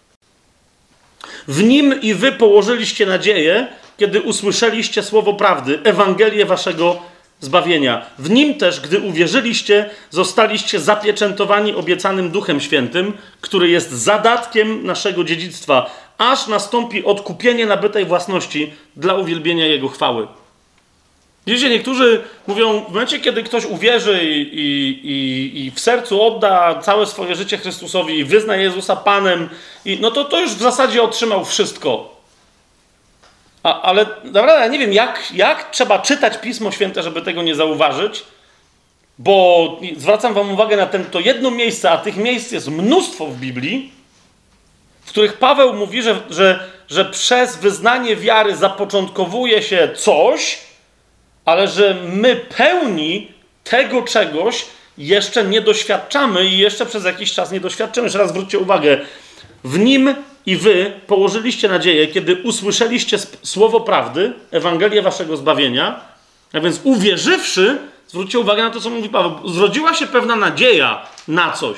W nim i wy położyliście nadzieję, kiedy usłyszeliście słowo prawdy, Ewangelię waszego zbawienia. W nim też, gdy uwierzyliście, zostaliście zapieczętowani obiecanym Duchem Świętym, który jest zadatkiem naszego dziedzictwa, aż nastąpi odkupienie nabytej własności dla uwielbienia Jego chwały. Widzicie, niektórzy mówią, w momencie, kiedy ktoś uwierzy i, i, i w sercu odda całe swoje życie Chrystusowi i wyzna Jezusa Panem, i, no to to już w zasadzie otrzymał wszystko. A, ale naprawdę ja nie wiem, jak, jak trzeba czytać Pismo Święte, żeby tego nie zauważyć, bo zwracam wam uwagę na ten, to jedno miejsce, a tych miejsc jest mnóstwo w Biblii, w których Paweł mówi, że, że, że przez wyznanie wiary zapoczątkowuje się coś, ale że my pełni tego czegoś jeszcze nie doświadczamy i jeszcze przez jakiś czas nie doświadczymy. Jeszcze raz zwróćcie uwagę. W nim i wy położyliście nadzieję, kiedy usłyszeliście słowo prawdy, Ewangelię waszego zbawienia, a więc uwierzywszy, zwróćcie uwagę na to, co mówi Paweł, zrodziła się pewna nadzieja na coś.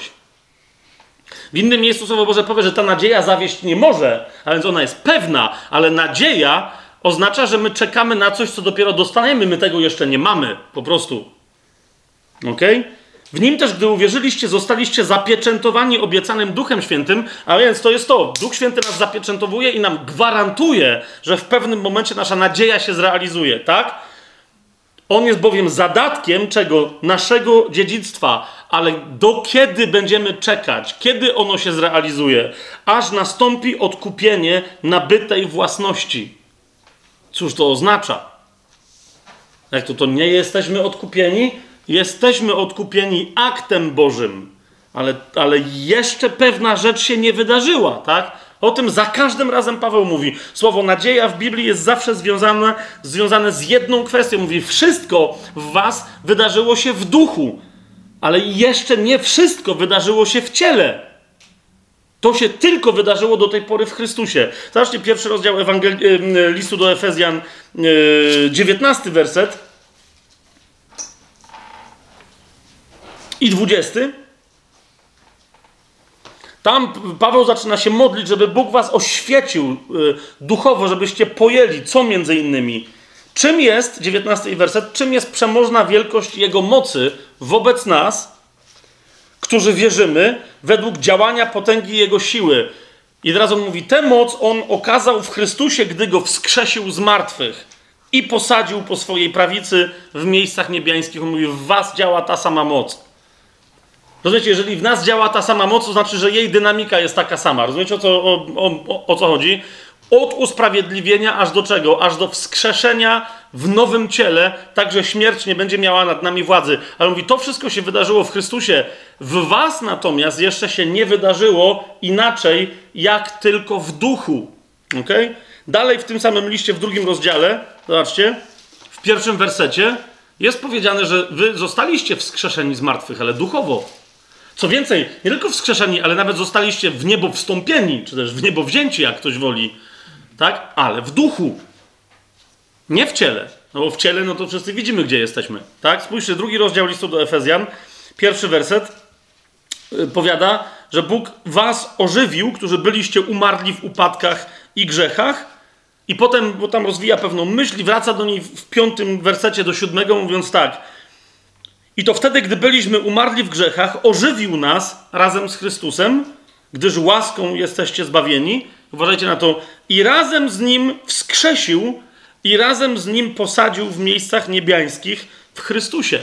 W innym miejscu Słowo Boże powie, że ta nadzieja zawieść nie może, a więc ona jest pewna, ale nadzieja oznacza, że my czekamy na coś, co dopiero dostaniemy. My tego jeszcze nie mamy. Po prostu. Okej? Okay? W nim też, gdy uwierzyliście, zostaliście zapieczętowani obiecanym Duchem Świętym, a więc to jest to. Duch Święty nas zapieczętowuje i nam gwarantuje, że w pewnym momencie nasza nadzieja się zrealizuje. Tak? On jest bowiem zadatkiem czego? Naszego dziedzictwa. Ale do kiedy będziemy czekać? Kiedy ono się zrealizuje? Aż nastąpi odkupienie nabytej własności. Cóż to oznacza? Jak to, to nie jesteśmy odkupieni? Jesteśmy odkupieni aktem Bożym, ale, ale jeszcze pewna rzecz się nie wydarzyła, tak? O tym za każdym razem Paweł mówi. Słowo nadzieja w Biblii jest zawsze związane, związane z jedną kwestią. Mówi, wszystko w was wydarzyło się w duchu, ale jeszcze nie wszystko wydarzyło się w ciele. To się tylko wydarzyło do tej pory w Chrystusie. Zobaczcie, pierwszy rozdział Ewangel- listu do Efezjan, dziewiętnasty werset. I dwudziesty. Tam Paweł zaczyna się modlić, żeby Bóg was oświecił y, duchowo, żebyście pojęli, co między innymi. Czym jest, dziewiętnasty werset, czym jest przemożna wielkość Jego mocy wobec nas, którzy wierzymy, według działania potęgi Jego siły. I teraz on mówi, tę moc On okazał w Chrystusie, gdy Go wskrzesił z martwych i posadził po swojej prawicy w miejscach niebiańskich. On mówi, w was działa ta sama moc. Rozumiecie, jeżeli w nas działa ta sama moc, to znaczy, że jej dynamika jest taka sama. Rozumiecie, o co, o, o, o co chodzi? Od usprawiedliwienia aż do czego? Aż do wskrzeszenia w nowym ciele, tak że śmierć nie będzie miała nad nami władzy. Ale mówi, to wszystko się wydarzyło w Chrystusie. W was natomiast jeszcze się nie wydarzyło inaczej, jak tylko w duchu. Okay? Dalej w tym samym liście, w drugim rozdziale, zobaczcie, w pierwszym wersecie jest powiedziane, że wy zostaliście wskrzeszeni z martwych, ale duchowo. Co więcej, nie tylko wskrzeszeni, ale nawet zostaliście w niebo wstąpieni, czy też w niebo wzięci, jak ktoś woli. Tak? Ale w duchu. Nie w ciele. No bo w ciele, no to wszyscy widzimy, gdzie jesteśmy. Tak? Spójrzcie, drugi rozdział listu do Efezjan, pierwszy werset yy, powiada, że Bóg was ożywił, którzy byliście umarli w upadkach i grzechach. I potem, bo tam rozwija pewną myśl i wraca do niej w piątym wersecie do siódmego, mówiąc tak. I to wtedy, gdy byliśmy umarli w grzechach, ożywił nas razem z Chrystusem, gdyż łaską jesteście zbawieni. Uważajcie na to. I razem z Nim wskrzesił i razem z Nim posadził w miejscach niebiańskich w Chrystusie.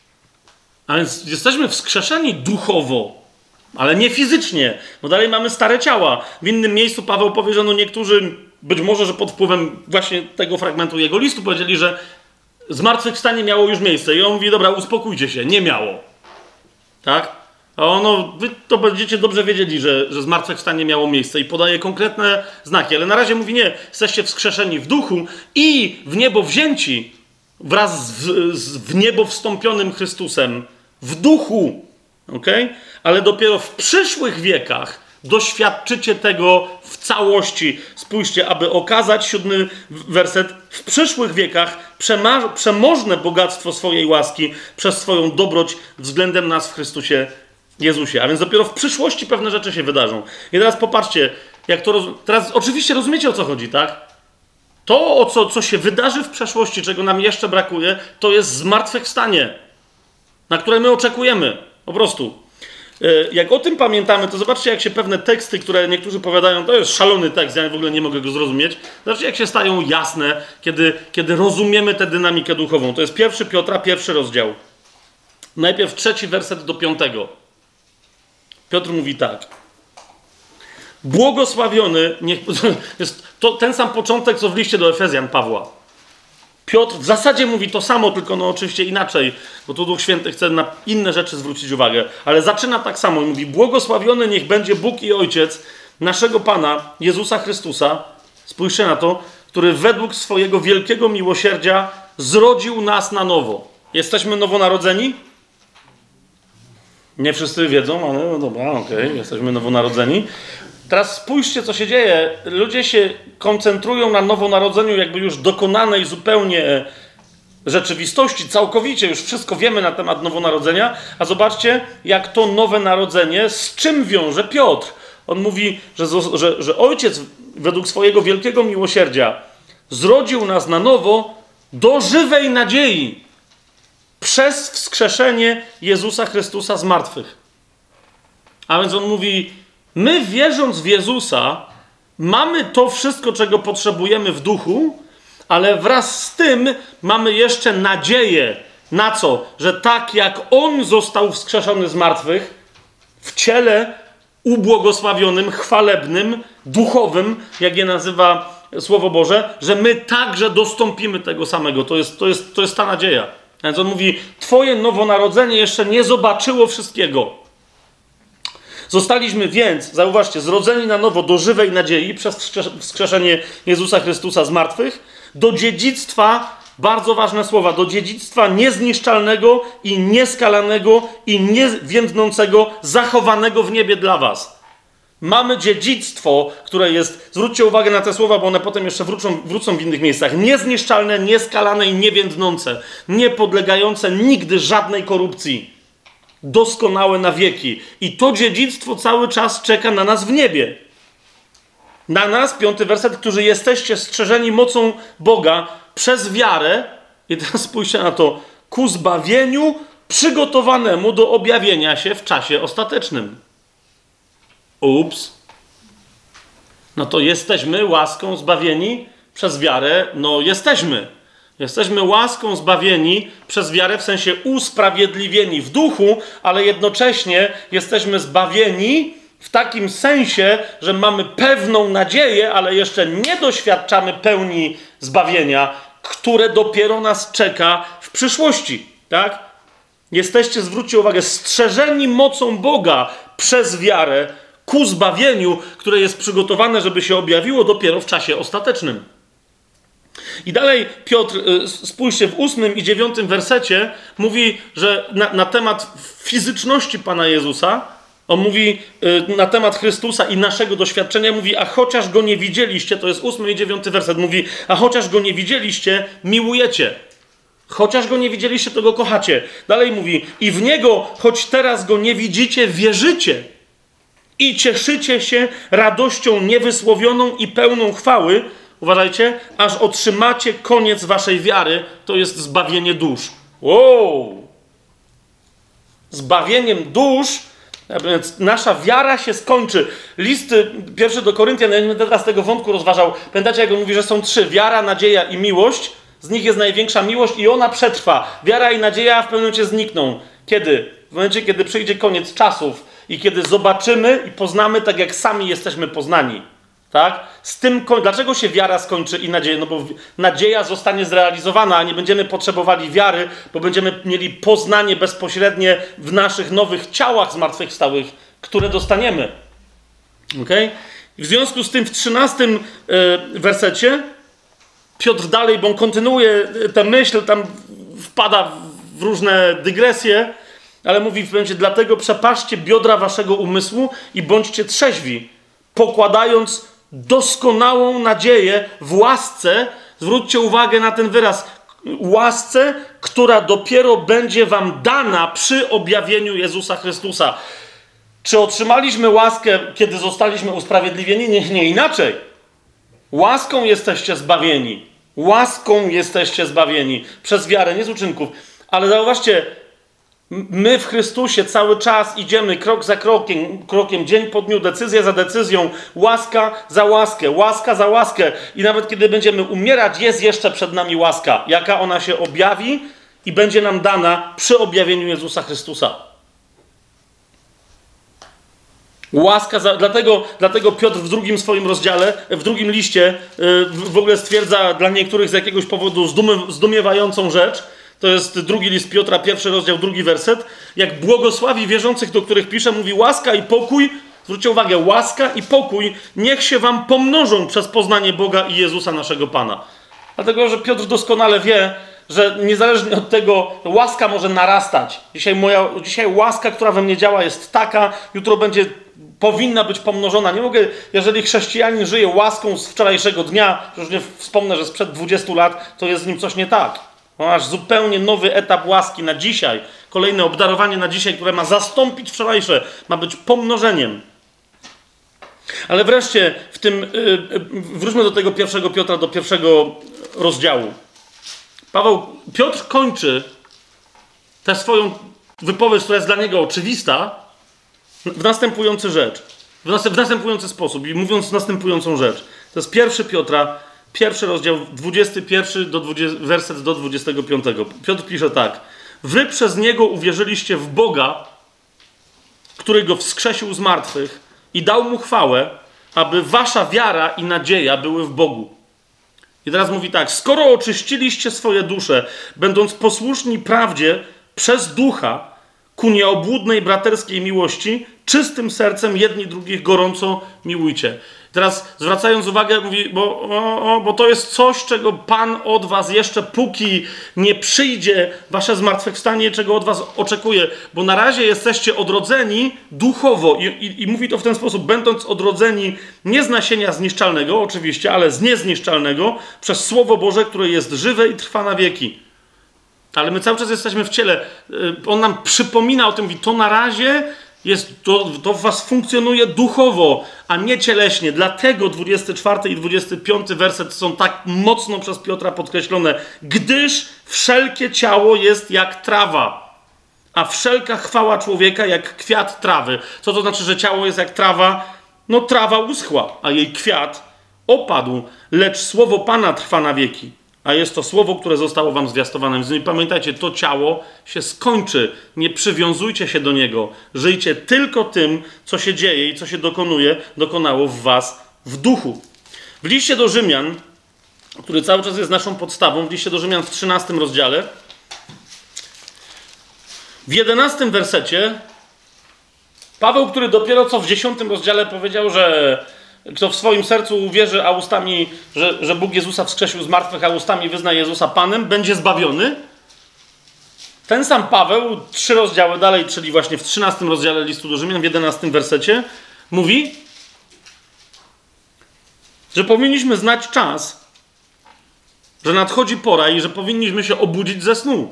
A więc jesteśmy wskrzeszeni duchowo, ale nie fizycznie, bo dalej mamy stare ciała. W innym miejscu Paweł powie, że no niektórzy, być może, że pod wpływem właśnie tego fragmentu jego listu powiedzieli, że zmartwychwstanie miało już miejsce. I on mówi, dobra, uspokójcie się, nie miało. Tak? A ono, wy to będziecie dobrze wiedzieli, że, że zmartwychwstanie miało miejsce i podaje konkretne znaki. Ale na razie mówi, nie, jesteście wskrzeszeni w duchu i w niebo wzięci wraz z, z w niebo wstąpionym Chrystusem w duchu. Okay? Ale dopiero w przyszłych wiekach doświadczycie tego w całości. Spójrzcie, aby okazać, siódmy werset, w przyszłych wiekach przema- przemożne bogactwo swojej łaski przez swoją dobroć względem nas w Chrystusie Jezusie. A więc dopiero w przyszłości pewne rzeczy się wydarzą. I teraz popatrzcie, jak to roz... teraz oczywiście rozumiecie, o co chodzi, tak? To, o co, co się wydarzy w przeszłości, czego nam jeszcze brakuje, to jest zmartwychwstanie, na które my oczekujemy. Po prostu. Jak o tym pamiętamy, to zobaczcie, jak się pewne teksty, które niektórzy powiadają, to jest szalony tekst, ja w ogóle nie mogę go zrozumieć. Zobaczcie, jak się stają jasne, kiedy, kiedy rozumiemy tę dynamikę duchową. To jest pierwszy Piotra, pierwszy rozdział. Najpierw trzeci werset do piątego. Piotr mówi tak. Błogosławiony, niech, jest to ten sam początek, co w liście do Efezjan Pawła. Piotr w zasadzie mówi to samo, tylko no oczywiście inaczej, bo tu Duch Święty chce na inne rzeczy zwrócić uwagę, ale zaczyna tak samo i mówi, błogosławiony niech będzie Bóg i Ojciec naszego Pana, Jezusa Chrystusa, spójrzcie na to, który według swojego wielkiego miłosierdzia zrodził nas na nowo. Jesteśmy nowonarodzeni? Nie wszyscy wiedzą, ale no dobra, okej, okay, jesteśmy nowonarodzeni. Teraz spójrzcie, co się dzieje. Ludzie się koncentrują na nowonarodzeniu jakby już dokonanej zupełnie rzeczywistości, całkowicie już wszystko wiemy na temat nowonarodzenia, a zobaczcie, jak to nowe narodzenie, z czym wiąże Piotr. On mówi, że, że, że Ojciec według swojego wielkiego miłosierdzia zrodził nas na nowo do żywej nadziei przez wskrzeszenie Jezusa Chrystusa z martwych. A więc on mówi, my wierząc w Jezusa, mamy to wszystko, czego potrzebujemy w duchu, ale wraz z tym mamy jeszcze nadzieję na co? Że tak jak On został wskrzeszony z martwych, w ciele ubłogosławionym, chwalebnym, duchowym, jak je nazywa Słowo Boże, że my także dostąpimy tego samego. To jest, to jest, to jest ta nadzieja. A więc on mówi, twoje nowonarodzenie jeszcze nie zobaczyło wszystkiego. Zostaliśmy więc, zauważcie, zrodzeni na nowo do żywej nadziei przez wskrzeszenie Jezusa Chrystusa z martwych, do dziedzictwa, bardzo ważne słowa, do dziedzictwa niezniszczalnego i nieskalanego i niewiędnącego, zachowanego w niebie dla was. Mamy dziedzictwo, które jest, zwróćcie uwagę na te słowa, bo one potem jeszcze wrócą, wrócą w innych miejscach, niezniszczalne, nieskalane i niewiędnące, niepodlegające nigdy żadnej korupcji. doskonałe na wieki. I to dziedzictwo cały czas czeka na nas w niebie. Na nas, piąty werset, którzy jesteście strzeżeni mocą Boga przez wiarę, i teraz spójrzcie na to, ku zbawieniu przygotowanemu do objawienia się w czasie ostatecznym. Ups. No to jesteśmy łaską zbawieni przez wiarę, no jesteśmy. Jesteśmy łaską zbawieni przez wiarę, w sensie usprawiedliwieni w duchu, ale jednocześnie jesteśmy zbawieni w takim sensie, że mamy pewną nadzieję, ale jeszcze nie doświadczamy pełni zbawienia, które dopiero nas czeka w przyszłości. Tak? Jesteście, zwróćcie uwagę, strzeżeni mocą Boga przez wiarę ku zbawieniu, które jest przygotowane, żeby się objawiło dopiero w czasie ostatecznym. I dalej Piotr, spójrzcie, w ósmym i dziewiątym wersecie mówi, że na, na temat fizyczności Pana Jezusa, on mówi na temat Chrystusa i naszego doświadczenia, mówi, a chociaż Go nie widzieliście, to jest ósmy i dziewiąty werset, mówi, a chociaż Go nie widzieliście, miłujecie. Chociaż Go nie widzieliście, to Go kochacie. Dalej mówi, i w Niego, choć teraz Go nie widzicie, wierzycie. I cieszycie się radością niewysłowioną i pełną chwały, uważajcie, aż otrzymacie koniec waszej wiary, to jest zbawienie dusz. Wow! Zbawieniem dusz, więc nasza wiara się skończy. List pierwszy do Koryntian, ja nie będę teraz tego wątku rozważał. Pamiętacie, jak on mówi, że są trzy: wiara, nadzieja i miłość. Z nich jest największa miłość i ona przetrwa. Wiara i nadzieja w pewnym momencie znikną. Kiedy? W momencie, kiedy przyjdzie koniec czasów i kiedy zobaczymy i poznamy tak, jak sami jesteśmy poznani. Tak? Z tym, dlaczego się wiara skończy i nadzieja? No bo nadzieja zostanie zrealizowana, a nie będziemy potrzebowali wiary, bo będziemy mieli poznanie bezpośrednie w naszych nowych ciałach zmartwychwstałych, które dostaniemy. Okay? W związku z tym w trzynastym yy, wersecie Piotr dalej, bo on kontynuuje tę myśl, tam wpada w różne dygresje, ale mówi w momencie, dlatego przepaszcie biodra waszego umysłu i bądźcie trzeźwi, pokładając doskonałą nadzieję w łasce, zwróćcie uwagę na ten wyraz, łasce, która dopiero będzie wam dana przy objawieniu Jezusa Chrystusa. Czy otrzymaliśmy łaskę, kiedy zostaliśmy usprawiedliwieni? Nie, nie inaczej. Łaską jesteście zbawieni. Łaską jesteście zbawieni przez wiarę, nie z uczynków. Ale zauważcie, my w Chrystusie cały czas idziemy krok za krokiem, krokiem, dzień po dniu, decyzja za decyzją, łaska za łaskę, łaska za łaskę. I nawet kiedy będziemy umierać, jest jeszcze przed nami łaska, jaka ona się objawi i będzie nam dana przy objawieniu Jezusa Chrystusa. Łaska, za, dlatego, dlatego Piotr w drugim swoim rozdziale, w drugim liście yy, w ogóle stwierdza dla niektórych z jakiegoś powodu zdumy, zdumiewającą rzecz. To jest drugi list Piotra, pierwszy rozdział, drugi werset. Jak błogosławi wierzących, do których pisze, mówi łaska i pokój, zwróćcie uwagę, łaska i pokój niech się wam pomnożą przez poznanie Boga i Jezusa naszego Pana. Dlatego, że Piotr doskonale wie, że niezależnie od tego łaska może narastać. Dzisiaj, moja, dzisiaj łaska, która we mnie działa, jest taka, jutro będzie, powinna być pomnożona. Nie mogę, jeżeli chrześcijanin żyje łaską z wczorajszego dnia, już nie wspomnę, że sprzed dwudziestu lat, to jest z nim coś nie tak. Masz zupełnie nowy etap łaski na dzisiaj. Kolejne obdarowanie na dzisiaj, które ma zastąpić wczorajsze. Ma być pomnożeniem. Ale wreszcie w tym, yy, wróćmy do tego pierwszego Piotra, do pierwszego rozdziału. Paweł, Piotr kończy tę swoją wypowiedź, która jest dla niego oczywista, w następujący rzecz. W, następ, w następujący sposób. I mówiąc następującą rzecz. To jest pierwszy Piotra, pierwszy rozdział, dwudziesty pierwszy do dwudziestego, werset do dwudziestego piątego. Piotr pisze tak. Wy przez Niego uwierzyliście w Boga, który Go wskrzesił z martwych i dał Mu chwałę, aby wasza wiara i nadzieja były w Bogu. I teraz mówi tak. Skoro oczyściliście swoje dusze, będąc posłuszni prawdzie przez Ducha ku nieobłudnej braterskiej miłości, czystym sercem jedni drugich gorąco miłujcie. Teraz zwracając uwagę, mówi, bo, o, o, bo to jest coś, czego Pan od was jeszcze póki nie przyjdzie wasze zmartwychwstanie, czego od was oczekuje. Bo na razie jesteście odrodzeni duchowo i, i, i mówi to w ten sposób, będąc odrodzeni nie z nasienia zniszczalnego oczywiście, ale z niezniszczalnego przez Słowo Boże, które jest żywe i trwa na wieki. ale my cały czas jesteśmy w ciele. On nam przypomina o tym, mówi, to na razie jest, to, to w was funkcjonuje duchowo, a nie cieleśnie. Dlatego dwudziesty czwarty i dwudziesty piąty werset są tak mocno przez Piotra podkreślone. Gdyż wszelkie ciało jest jak trawa, a wszelka chwała człowieka jak kwiat trawy. Co to znaczy, że ciało jest jak trawa? No trawa uschła, a jej kwiat opadł, lecz słowo Pana trwa na wieki. A jest to słowo, które zostało wam zwiastowane. Więc pamiętajcie, to ciało się skończy. Nie przywiązujcie się do niego. Żyjcie tylko tym, co się dzieje i co się dokonuje, dokonało w was w duchu. W liście do Rzymian, który cały czas jest naszą podstawą, w liście do Rzymian w trzynastym rozdziale, w jedenastym wersecie Paweł, który dopiero co w dziesiątym rozdziale powiedział, że kto w swoim sercu uwierzy, a ustami, że, że Bóg Jezusa wskrzesił z martwych, a ustami wyzna Jezusa Panem, będzie zbawiony. Ten sam Paweł, trzy rozdziały dalej, czyli właśnie w trzynastym rozdziale listu do Rzymian, w jedenastym wersecie, mówi, że powinniśmy znać czas, że nadchodzi pora i że powinniśmy się obudzić ze snu.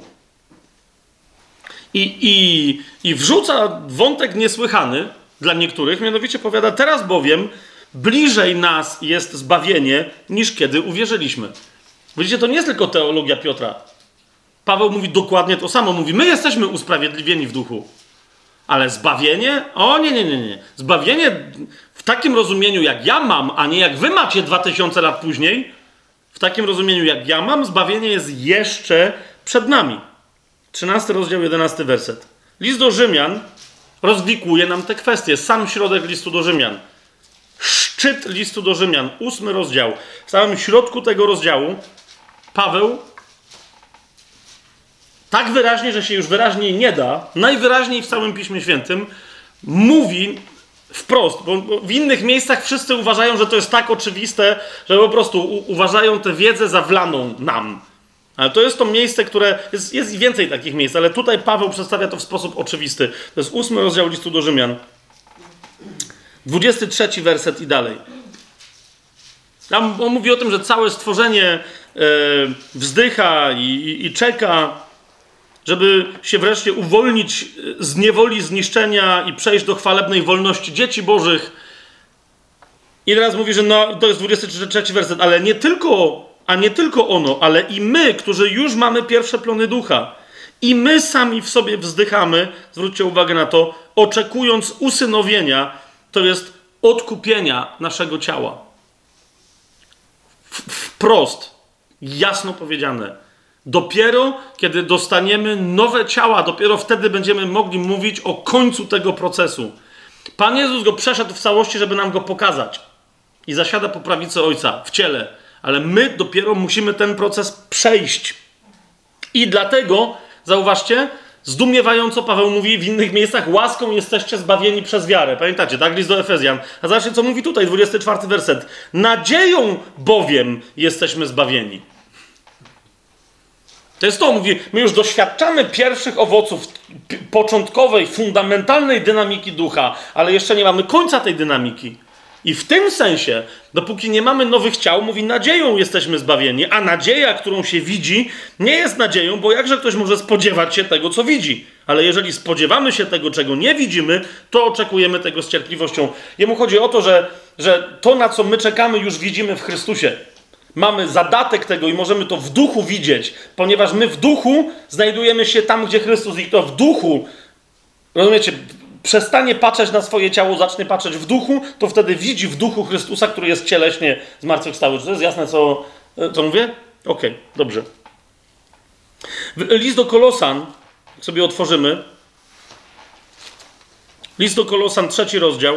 I, i, i wrzuca wątek niesłychany dla niektórych, mianowicie powiada, teraz bowiem bliżej nas jest zbawienie, niż kiedy uwierzyliśmy. Widzicie, to nie jest tylko teologia Piotra. Paweł mówi dokładnie to samo. Mówi, my jesteśmy usprawiedliwieni w duchu. Ale zbawienie? O nie, nie, nie, nie. Zbawienie w takim rozumieniu, jak ja mam, a nie jak wy macie dwa tysiące lat później, w takim rozumieniu, jak ja mam, zbawienie jest jeszcze przed nami. trzynasty rozdział, jedenasty werset. List do Rzymian rozwikłuje nam te kwestie. Sam środek listu do Rzymian. Szczyt listu do Rzymian, ósmy rozdział. W samym środku tego rozdziału Paweł tak wyraźnie, że się już wyraźniej nie da, najwyraźniej w całym Piśmie Świętym, mówi wprost, bo w innych miejscach wszyscy uważają, że to jest tak oczywiste, że po prostu u- uważają tę wiedzę za wlaną nam. Ale to jest to miejsce, które... Jest, jest więcej takich miejsc, ale tutaj Paweł przedstawia to w sposób oczywisty. To jest ósmy rozdział listu do Rzymian. dwudziesty trzeci werset i dalej. Tam on mówi o tym, że całe stworzenie e, wzdycha i, i, i czeka, żeby się wreszcie uwolnić z niewoli zniszczenia i przejść do chwalebnej wolności dzieci bożych. I teraz mówi, że no, to jest dwudziesty trzeci werset, ale nie tylko, a nie tylko ono, ale i my, którzy już mamy pierwsze plony ducha. I my sami w sobie wzdychamy, zwróćcie uwagę na to, oczekując usynowienia, to jest odkupienia naszego ciała. Wprost, jasno powiedziane. Dopiero kiedy dostaniemy nowe ciała, dopiero wtedy będziemy mogli mówić o końcu tego procesu. Pan Jezus go przeszedł w całości, żeby nam go pokazać. I zasiada po prawicy Ojca w ciele. Ale my dopiero musimy ten proces przejść. I dlatego, zauważcie, zdumiewająco Paweł mówi w innych miejscach, łaską jesteście zbawieni przez wiarę. Pamiętacie, tak? List do Efezjan. A zobaczcie, co mówi tutaj, dwudziesty czwarty werset. Nadzieją bowiem jesteśmy zbawieni. To jest to, mówi, my już doświadczamy pierwszych owoców p- początkowej, fundamentalnej dynamiki ducha, ale jeszcze nie mamy końca tej dynamiki. I w tym sensie, dopóki nie mamy nowych ciał, mówi, nadzieją jesteśmy zbawieni, a nadzieja, którą się widzi, nie jest nadzieją, bo jakże ktoś może spodziewać się tego, co widzi. Ale jeżeli spodziewamy się tego, czego nie widzimy, to oczekujemy tego z cierpliwością. Jemu chodzi o to, że, że to, na co my czekamy, już widzimy w Chrystusie. Mamy zadatek tego i możemy to w duchu widzieć, ponieważ my w duchu znajdujemy się tam, gdzie Chrystus i to w duchu, rozumiecie, przestanie patrzeć na swoje ciało, zacznie patrzeć w duchu, to wtedy widzi w duchu Chrystusa, który jest cieleśnie zmartwychwstały. Czy to jest jasne, co, co mówię? Okej, okay, dobrze. List do Kolosan, jak sobie otworzymy, list do Kolosan, trzeci rozdział,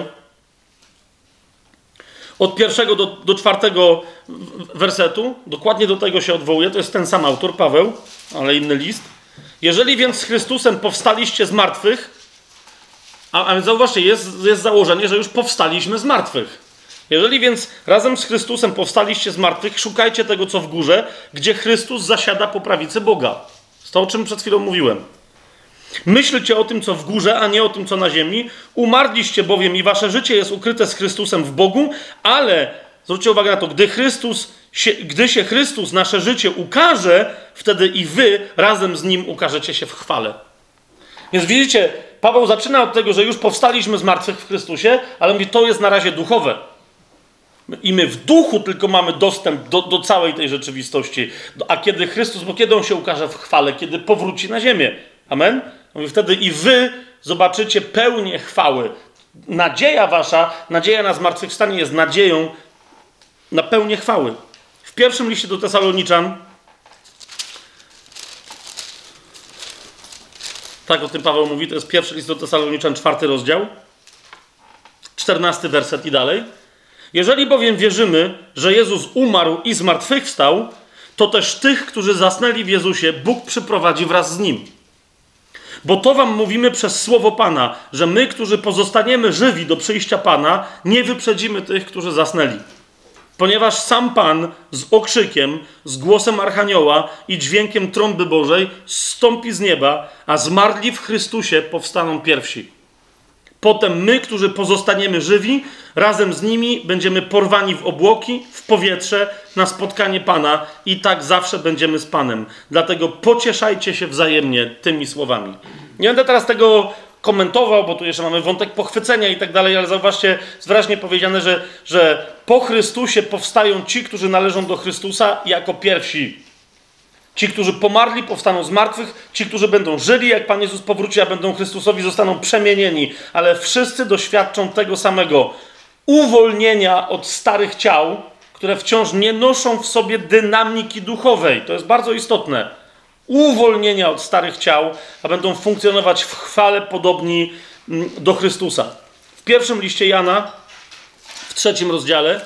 od pierwszego do, do czwartego wersetu, dokładnie do tego się odwołuje, to jest ten sam autor, Paweł, ale inny list. Jeżeli więc z Chrystusem powstaliście z martwych, a, a więc zauważcie, jest, jest założenie, że już powstaliśmy z martwych. Jeżeli więc razem z Chrystusem powstaliście z martwych, szukajcie tego, co w górze, gdzie Chrystus zasiada po prawicy Boga. To, o czym przed chwilą mówiłem. Myślcie o tym, co w górze, a nie o tym, co na ziemi. Umarliście bowiem i wasze życie jest ukryte z Chrystusem w Bogu, ale, zwróćcie uwagę na to, gdy Chrystus się, gdy się Chrystus, nasze życie ukaże, wtedy i wy razem z Nim ukażecie się w chwale. Więc widzicie, Paweł zaczyna od tego, że już powstaliśmy z martwych w Chrystusie, ale mówi, to jest na razie duchowe. I my w duchu tylko mamy dostęp do, do całej tej rzeczywistości. A kiedy Chrystus, bo kiedy On się ukaże w chwale? Kiedy powróci na ziemię. Amen? Mówi, wtedy i wy zobaczycie pełnię chwały. Nadzieja wasza, nadzieja na zmartwychwstanie jest nadzieją na pełnię chwały. W pierwszym liście do Tesaloniczan, tak o tym Paweł mówi, to jest pierwszy list do Tesaloniczan, czwarty rozdział, czternasty werset i dalej. Jeżeli bowiem wierzymy, że Jezus umarł i zmartwychwstał, to też tych, którzy zasnęli w Jezusie, Bóg przyprowadzi wraz z Nim. Bo to wam mówimy przez słowo Pana, że my, którzy pozostaniemy żywi do przyjścia Pana, nie wyprzedzimy tych, którzy zasnęli. Ponieważ sam Pan z okrzykiem, z głosem Archanioła i dźwiękiem trąby Bożej zstąpi z nieba, a zmarli w Chrystusie powstaną pierwsi. Potem my, którzy pozostaniemy żywi, razem z nimi będziemy porwani w obłoki, w powietrze, na spotkanie Pana i tak zawsze będziemy z Panem. Dlatego pocieszajcie się wzajemnie tymi słowami. Nie będę teraz tego komentował, bo tu jeszcze mamy wątek pochwycenia i tak dalej, ale zauważcie, jest wyraźnie powiedziane, że, że po Chrystusie powstają ci, którzy należą do Chrystusa jako pierwsi. Ci, którzy pomarli, powstaną z martwych. Ci, którzy będą żyli, jak Pan Jezus powróci, a będą Chrystusowi, zostaną przemienieni. Ale wszyscy doświadczą tego samego uwolnienia od starych ciał, które wciąż nie noszą w sobie dynamiki duchowej. To jest bardzo istotne. Uwolnienia od starych ciał, a będą funkcjonować w chwale podobni do Chrystusa. W pierwszym liście Jana, w trzecim rozdziale,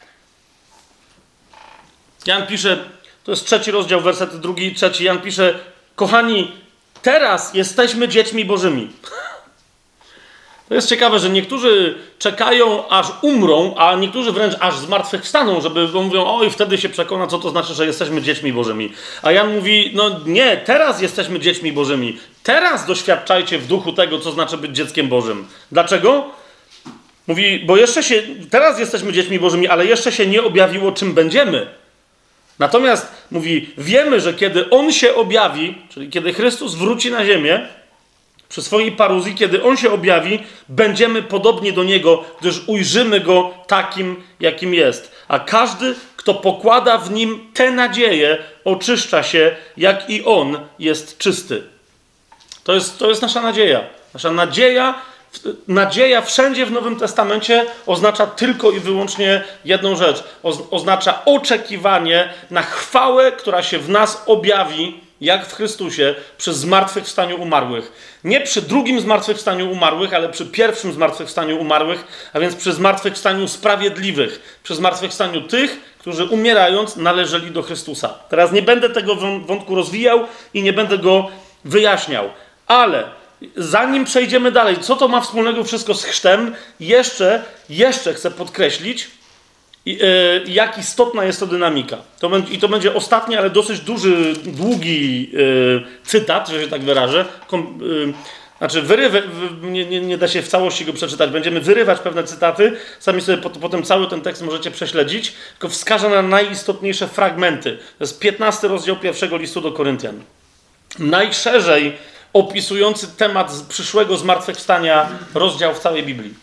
Jan pisze... To jest trzeci rozdział, wersety drugi i trzeci. Jan pisze, kochani, teraz jesteśmy dziećmi Bożymi. To jest ciekawe, że niektórzy czekają, aż umrą, a niektórzy wręcz aż zmartwychwstaną, żeby bo mówią, oj, wtedy się przekona, co to znaczy, że jesteśmy dziećmi Bożymi. A Jan mówi, no nie, teraz jesteśmy dziećmi Bożymi. Teraz doświadczajcie w duchu tego, co znaczy być dzieckiem Bożym. Dlaczego? Mówi, bo jeszcze się, teraz jesteśmy dziećmi Bożymi, ale jeszcze się nie objawiło, czym będziemy. Natomiast mówi, wiemy, że kiedy On się objawi, czyli kiedy Chrystus wróci na ziemię, przy swojej paruzji, kiedy On się objawi, będziemy podobni do Niego, gdyż ujrzymy Go takim, jakim jest. A każdy, kto pokłada w Nim tę nadzieję, oczyszcza się, jak i On jest czysty. To jest, to jest nasza nadzieja. Nasza nadzieja, nadzieja wszędzie w Nowym Testamencie oznacza tylko i wyłącznie jedną rzecz. Oznacza oczekiwanie na chwałę, która się w nas objawi, jak w Chrystusie, przy zmartwychwstaniu umarłych. Nie przy drugim zmartwychwstaniu umarłych, ale przy pierwszym zmartwychwstaniu umarłych, a więc przy zmartwychwstaniu sprawiedliwych. Przy zmartwychwstaniu tych, którzy umierając należeli do Chrystusa. Teraz nie będę tego wątku rozwijał i nie będę go wyjaśniał. Ale zanim przejdziemy dalej, co to ma wspólnego wszystko z chrztem, jeszcze, jeszcze chcę podkreślić, jak istotna jest to dynamika. To będzie, I to będzie ostatni, ale dosyć duży, długi yy, cytat, że się tak wyrażę. Kom, yy, znaczy, wyrywy, nie, nie, nie da się w całości go przeczytać. Będziemy wyrywać pewne cytaty. Sami sobie pot, potem cały ten tekst możecie prześledzić. Tylko wskażę na najistotniejsze fragmenty. To jest piętnasty rozdział pierwszego listu do Koryntian. Najszerzej opisujący temat przyszłego zmartwychwstania rozdział w całej Biblii.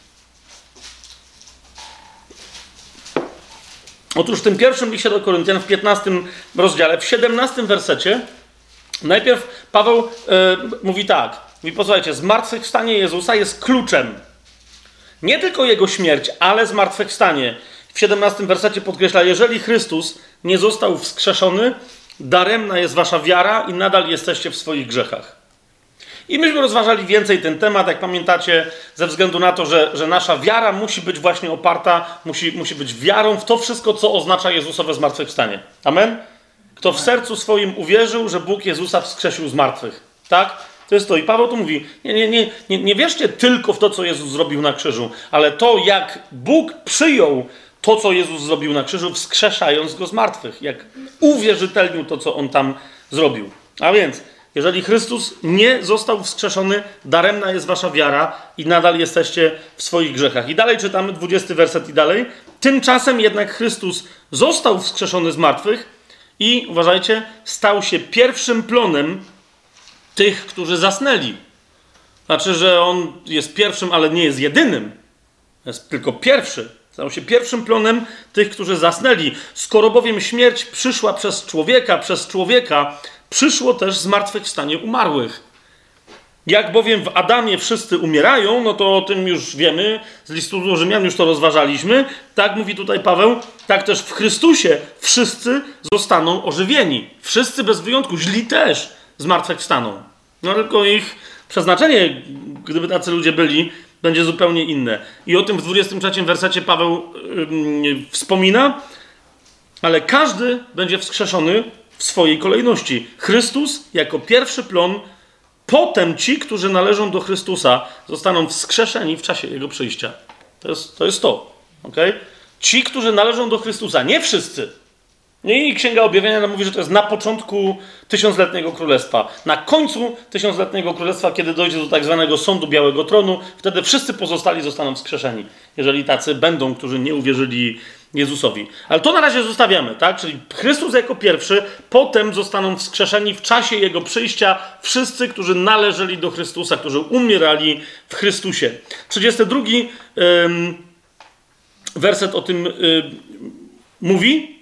Otóż w tym pierwszym liście do Koryntian, w piętnastym rozdziale, w siedemnastym wersecie, najpierw Paweł e, mówi tak, mówi, posłuchajcie, zmartwychwstanie Jezusa jest kluczem. Nie tylko Jego śmierć, ale zmartwychwstanie. W siedemnastym wersecie podkreśla, jeżeli Chrystus nie został wskrzeszony, daremna jest wasza wiara i nadal jesteście w swoich grzechach. I myśmy rozważali więcej ten temat, jak pamiętacie, ze względu na to, że, że nasza wiara musi być właśnie oparta, musi, musi być wiarą w to wszystko, co oznacza Jezusowe zmartwychwstanie. Amen? Kto w sercu swoim uwierzył, że Bóg Jezusa wskrzesił z martwych. Tak? To jest to. I Paweł tu mówi, nie, nie, nie, nie, nie wierzcie tylko w to, co Jezus zrobił na krzyżu, ale to, jak Bóg przyjął to, co Jezus zrobił na krzyżu, wskrzeszając Go z martwych. Jak uwierzytelnił to, co On tam zrobił. A więc... Jeżeli Chrystus nie został wskrzeszony, daremna jest wasza wiara i nadal jesteście w swoich grzechach. I dalej czytamy dwudziesty werset i dalej. Tymczasem jednak Chrystus został wskrzeszony z martwych i, uważajcie, stał się pierwszym plonem tych, którzy zasnęli. Znaczy, że on jest pierwszym, ale nie jest jedynym. Jest tylko pierwszy. Stał się pierwszym plonem tych, którzy zasnęli. Skoro bowiem śmierć przyszła przez człowieka, przez człowieka przyszło też zmartwychwstanie umarłych. Jak bowiem w Adamie wszyscy umierają, no to o tym już wiemy, z listu do Rzymian już to rozważaliśmy. Tak mówi tutaj Paweł, tak też w Chrystusie wszyscy zostaną ożywieni. Wszyscy bez wyjątku, źli też zmartwychwstaną. No tylko ich przeznaczenie, gdyby tacy ludzie byli, będzie zupełnie inne. I o tym w dwudziestym trzecim wersecie Paweł yy, wspomina, ale każdy będzie wskrzeszony w swojej kolejności. Chrystus jako pierwszy plon, potem ci, którzy należą do Chrystusa, zostaną wskrzeszeni w czasie Jego przyjścia. To jest to. Jest to okay? Ci, którzy należą do Chrystusa, nie wszyscy. I Księga Objawienia nam mówi, że to jest na początku tysiącletniego królestwa. Na końcu tysiącletniego królestwa, kiedy dojdzie do tak zwanego sądu Białego Tronu, wtedy wszyscy pozostali zostaną wskrzeszeni. Jeżeli tacy będą, którzy nie uwierzyli Jezusowi. Ale to na razie zostawiamy, tak? Czyli Chrystus jako pierwszy, potem zostaną wskrzeszeni w czasie Jego przyjścia wszyscy, którzy należeli do Chrystusa, którzy umierali w Chrystusie. trzydziesty drugi ym, werset o tym ym, mówi.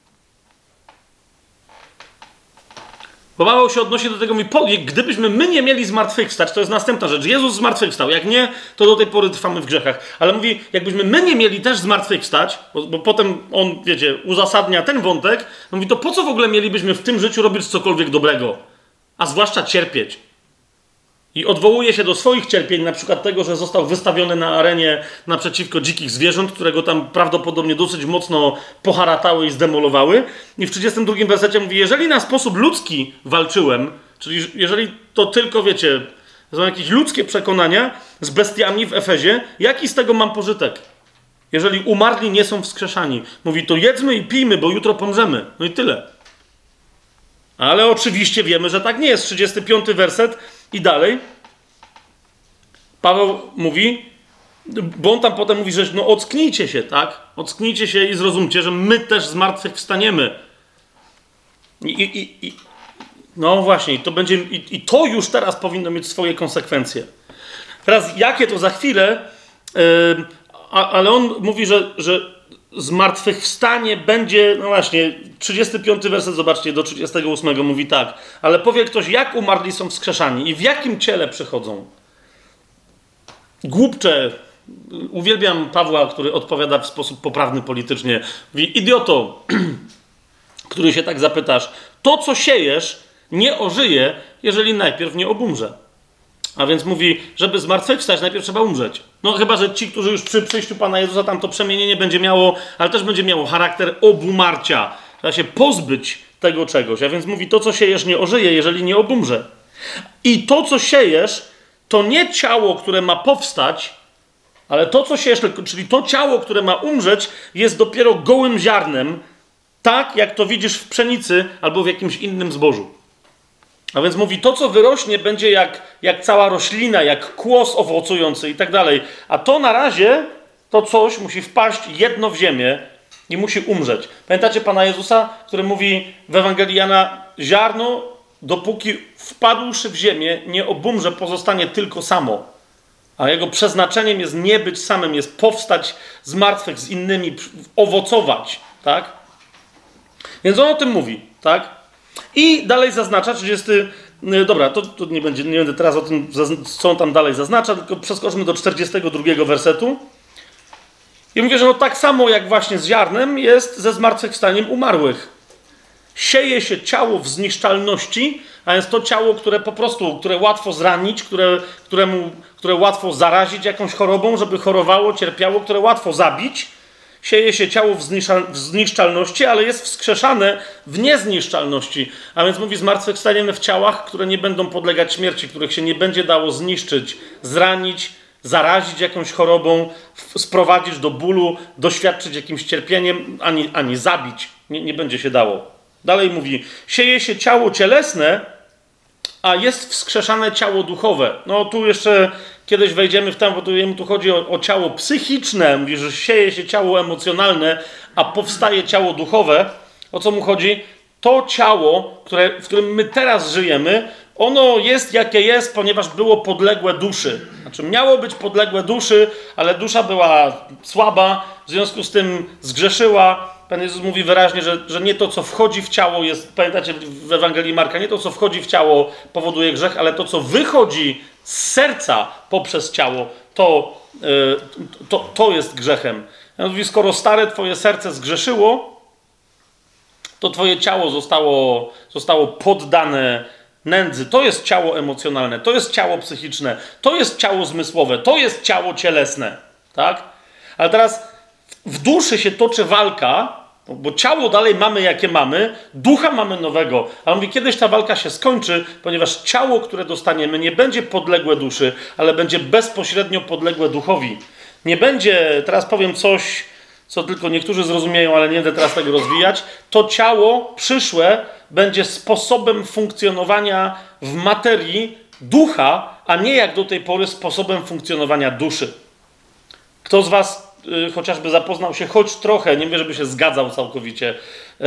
Paweł się odnosi do tego, mówi, gdybyśmy my nie mieli zmartwychwstać, to jest następna rzecz. Jezus zmartwychwstał. Jak nie, to do tej pory trwamy w grzechach. Ale mówi, jakbyśmy my nie mieli też zmartwychwstać, bo, bo potem on, wiecie, uzasadnia ten wątek, mówi, to po co w ogóle mielibyśmy w tym życiu robić cokolwiek dobrego? A zwłaszcza cierpieć. I odwołuje się do swoich cierpień, na przykład tego, że został wystawiony na arenie naprzeciwko dzikich zwierząt, które go tam prawdopodobnie dosyć mocno poharatały i zdemolowały. I w trzydziestym drugim wersecie mówi, jeżeli na sposób ludzki walczyłem, czyli jeżeli to tylko, wiecie, są jakieś ludzkie przekonania z bestiami w Efezie, jaki z tego mam pożytek? Jeżeli umarli nie są wskrzeszani. Mówi, to jedzmy i pijmy, bo jutro pomrzemy. No i tyle. Ale oczywiście wiemy, że tak nie jest. trzydziesty piąty werset i dalej. Paweł mówi, bo on tam potem mówi, że no ocknijcie się, tak? Ocknijcie się i zrozumcie, że my też z martwych wstaniemy. I, i, i, no właśnie, to będzie, i, i to już teraz powinno mieć swoje konsekwencje. Teraz jakie to za chwilę, yy, a, ale on mówi, że, że zmartwychwstanie będzie, no właśnie, trzydziesty piąty werset, zobaczcie, do trzydziestego ósmego mówi tak. Ale powie ktoś, jak umarli są wskrzeszani i w jakim ciele przychodzą? Głupcze, uwielbiam Pawła, który odpowiada w sposób poprawny politycznie. Mówi, idioto, który się tak zapytasz, to co siejesz nie ożyje, jeżeli najpierw nie obumrze. A więc mówi, żeby zmartwychwstać, najpierw trzeba umrzeć. No chyba, że ci, którzy już przy przyjściu Pana Jezusa, tam to przemienienie będzie miało, ale też będzie miało charakter obumarcia. Trzeba się pozbyć tego czegoś. A więc mówi, to co siejesz nie ożyje, jeżeli nie obumrze. I to co siejesz, to nie ciało, które ma powstać, ale to co siejesz, czyli to ciało, które ma umrzeć, jest dopiero gołym ziarnem, tak jak to widzisz w pszenicy albo w jakimś innym zbożu. A więc mówi, to co wyrośnie będzie jak, jak cała roślina, jak kłos owocujący i tak dalej. A to na razie, to coś musi wpaść jedno w ziemię i musi umrzeć. Pamiętacie Pana Jezusa, który mówi w Ewangelii Jana, ziarno, dopóki wpadłszy w ziemię, nie obumrze, pozostanie tylko samo. A jego przeznaczeniem jest nie być samym, jest powstać z martwych, z innymi, owocować, tak? Więc on o tym mówi, tak? I dalej zaznacza, trzydziesty... Dobra, to, to nie, będzie, nie będę teraz o tym, co on tam dalej zaznacza, tylko przeskoczmy do czterdziestego drugiego wersetu. I mówię, że no tak samo jak właśnie z ziarnem jest ze zmartwychwstaniem umarłych. Sieje się ciało w zniszczalności, a jest to ciało, które po prostu, które łatwo zranić, które, któremu, które łatwo zarazić jakąś chorobą, żeby chorowało, cierpiało, które łatwo zabić. Sieje się ciało w, zniszczal- w zniszczalności, ale jest wskrzeszane w niezniszczalności. A więc mówi, zmartwychwstaniemy w ciałach, które nie będą podlegać śmierci, których się nie będzie dało zniszczyć, zranić, zarazić jakąś chorobą, w- sprowadzić do bólu, doświadczyć jakimś cierpieniem, ani, ani zabić. Nie, nie będzie się dało. Dalej mówi, sieje się ciało cielesne, a jest wskrzeszane ciało duchowe. No tu jeszcze kiedyś wejdziemy w temat, bo tu, tu chodzi o, o ciało psychiczne, mówi, że sieje się ciało emocjonalne, a powstaje ciało duchowe. O co mu chodzi? To ciało, które, w którym my teraz żyjemy, ono jest jakie jest, ponieważ było podległe duszy. Znaczy miało być podległe duszy, ale dusza była słaba, w związku z tym zgrzeszyła. Pan Jezus mówi wyraźnie, że, że nie to, co wchodzi w ciało jest, pamiętacie w Ewangelii Marka, nie to, co wchodzi w ciało powoduje grzech, ale to, co wychodzi z serca poprzez ciało, to, yy, to, to jest grzechem. On mówi, skoro stare twoje serce zgrzeszyło, to twoje ciało zostało, zostało poddane nędzy. To jest ciało emocjonalne, to jest ciało psychiczne, to jest ciało zmysłowe, to jest ciało cielesne. Tak? Ale teraz w duszy się toczy walka, bo ciało dalej mamy jakie mamy, ducha mamy nowego. Ale mówię, kiedyś ta walka się skończy, ponieważ ciało, które dostaniemy, nie będzie podległe duszy, ale będzie bezpośrednio podległe duchowi. Nie będzie, teraz powiem coś, co tylko niektórzy zrozumieją, ale nie będę teraz tego rozwijać. To ciało przyszłe będzie sposobem funkcjonowania w materii ducha, a nie jak do tej pory sposobem funkcjonowania duszy. Kto z was y, chociażby zapoznał się choć trochę, nie wiem, żeby się zgadzał całkowicie, y,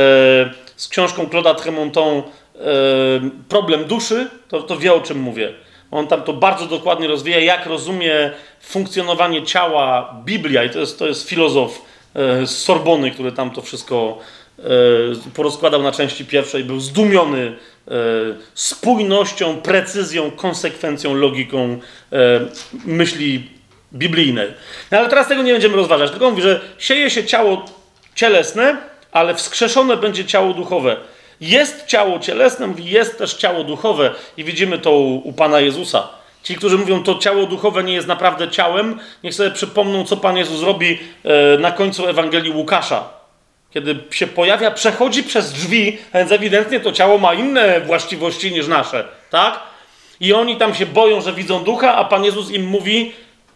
z książką Claude'a Tremonton y, Problem duszy, to, to wie, o czym mówię. On tam to bardzo dokładnie rozwija, jak rozumie funkcjonowanie ciała Biblia, i to jest, to jest filozof z Sorbony, który tam to wszystko e, porozkładał na części pierwszej, był zdumiony e, spójnością, precyzją, konsekwencją, logiką e, myśli biblijnej. No, ale teraz tego nie będziemy rozważać, tylko mówi, że sieje się ciało cielesne, ale wskrzeszone będzie ciało duchowe. Jest ciało cielesne, mówi, jest też ciało duchowe i widzimy to u, u Pana Jezusa. Ci, którzy mówią, to ciało duchowe nie jest naprawdę ciałem, niech sobie przypomną, co Pan Jezus robi e, na końcu Ewangelii Łukasza. Kiedy się pojawia, przechodzi przez drzwi, a więc ewidentnie to ciało ma inne właściwości niż nasze, tak? I oni tam się boją, że widzą ducha, a Pan Jezus im mówi,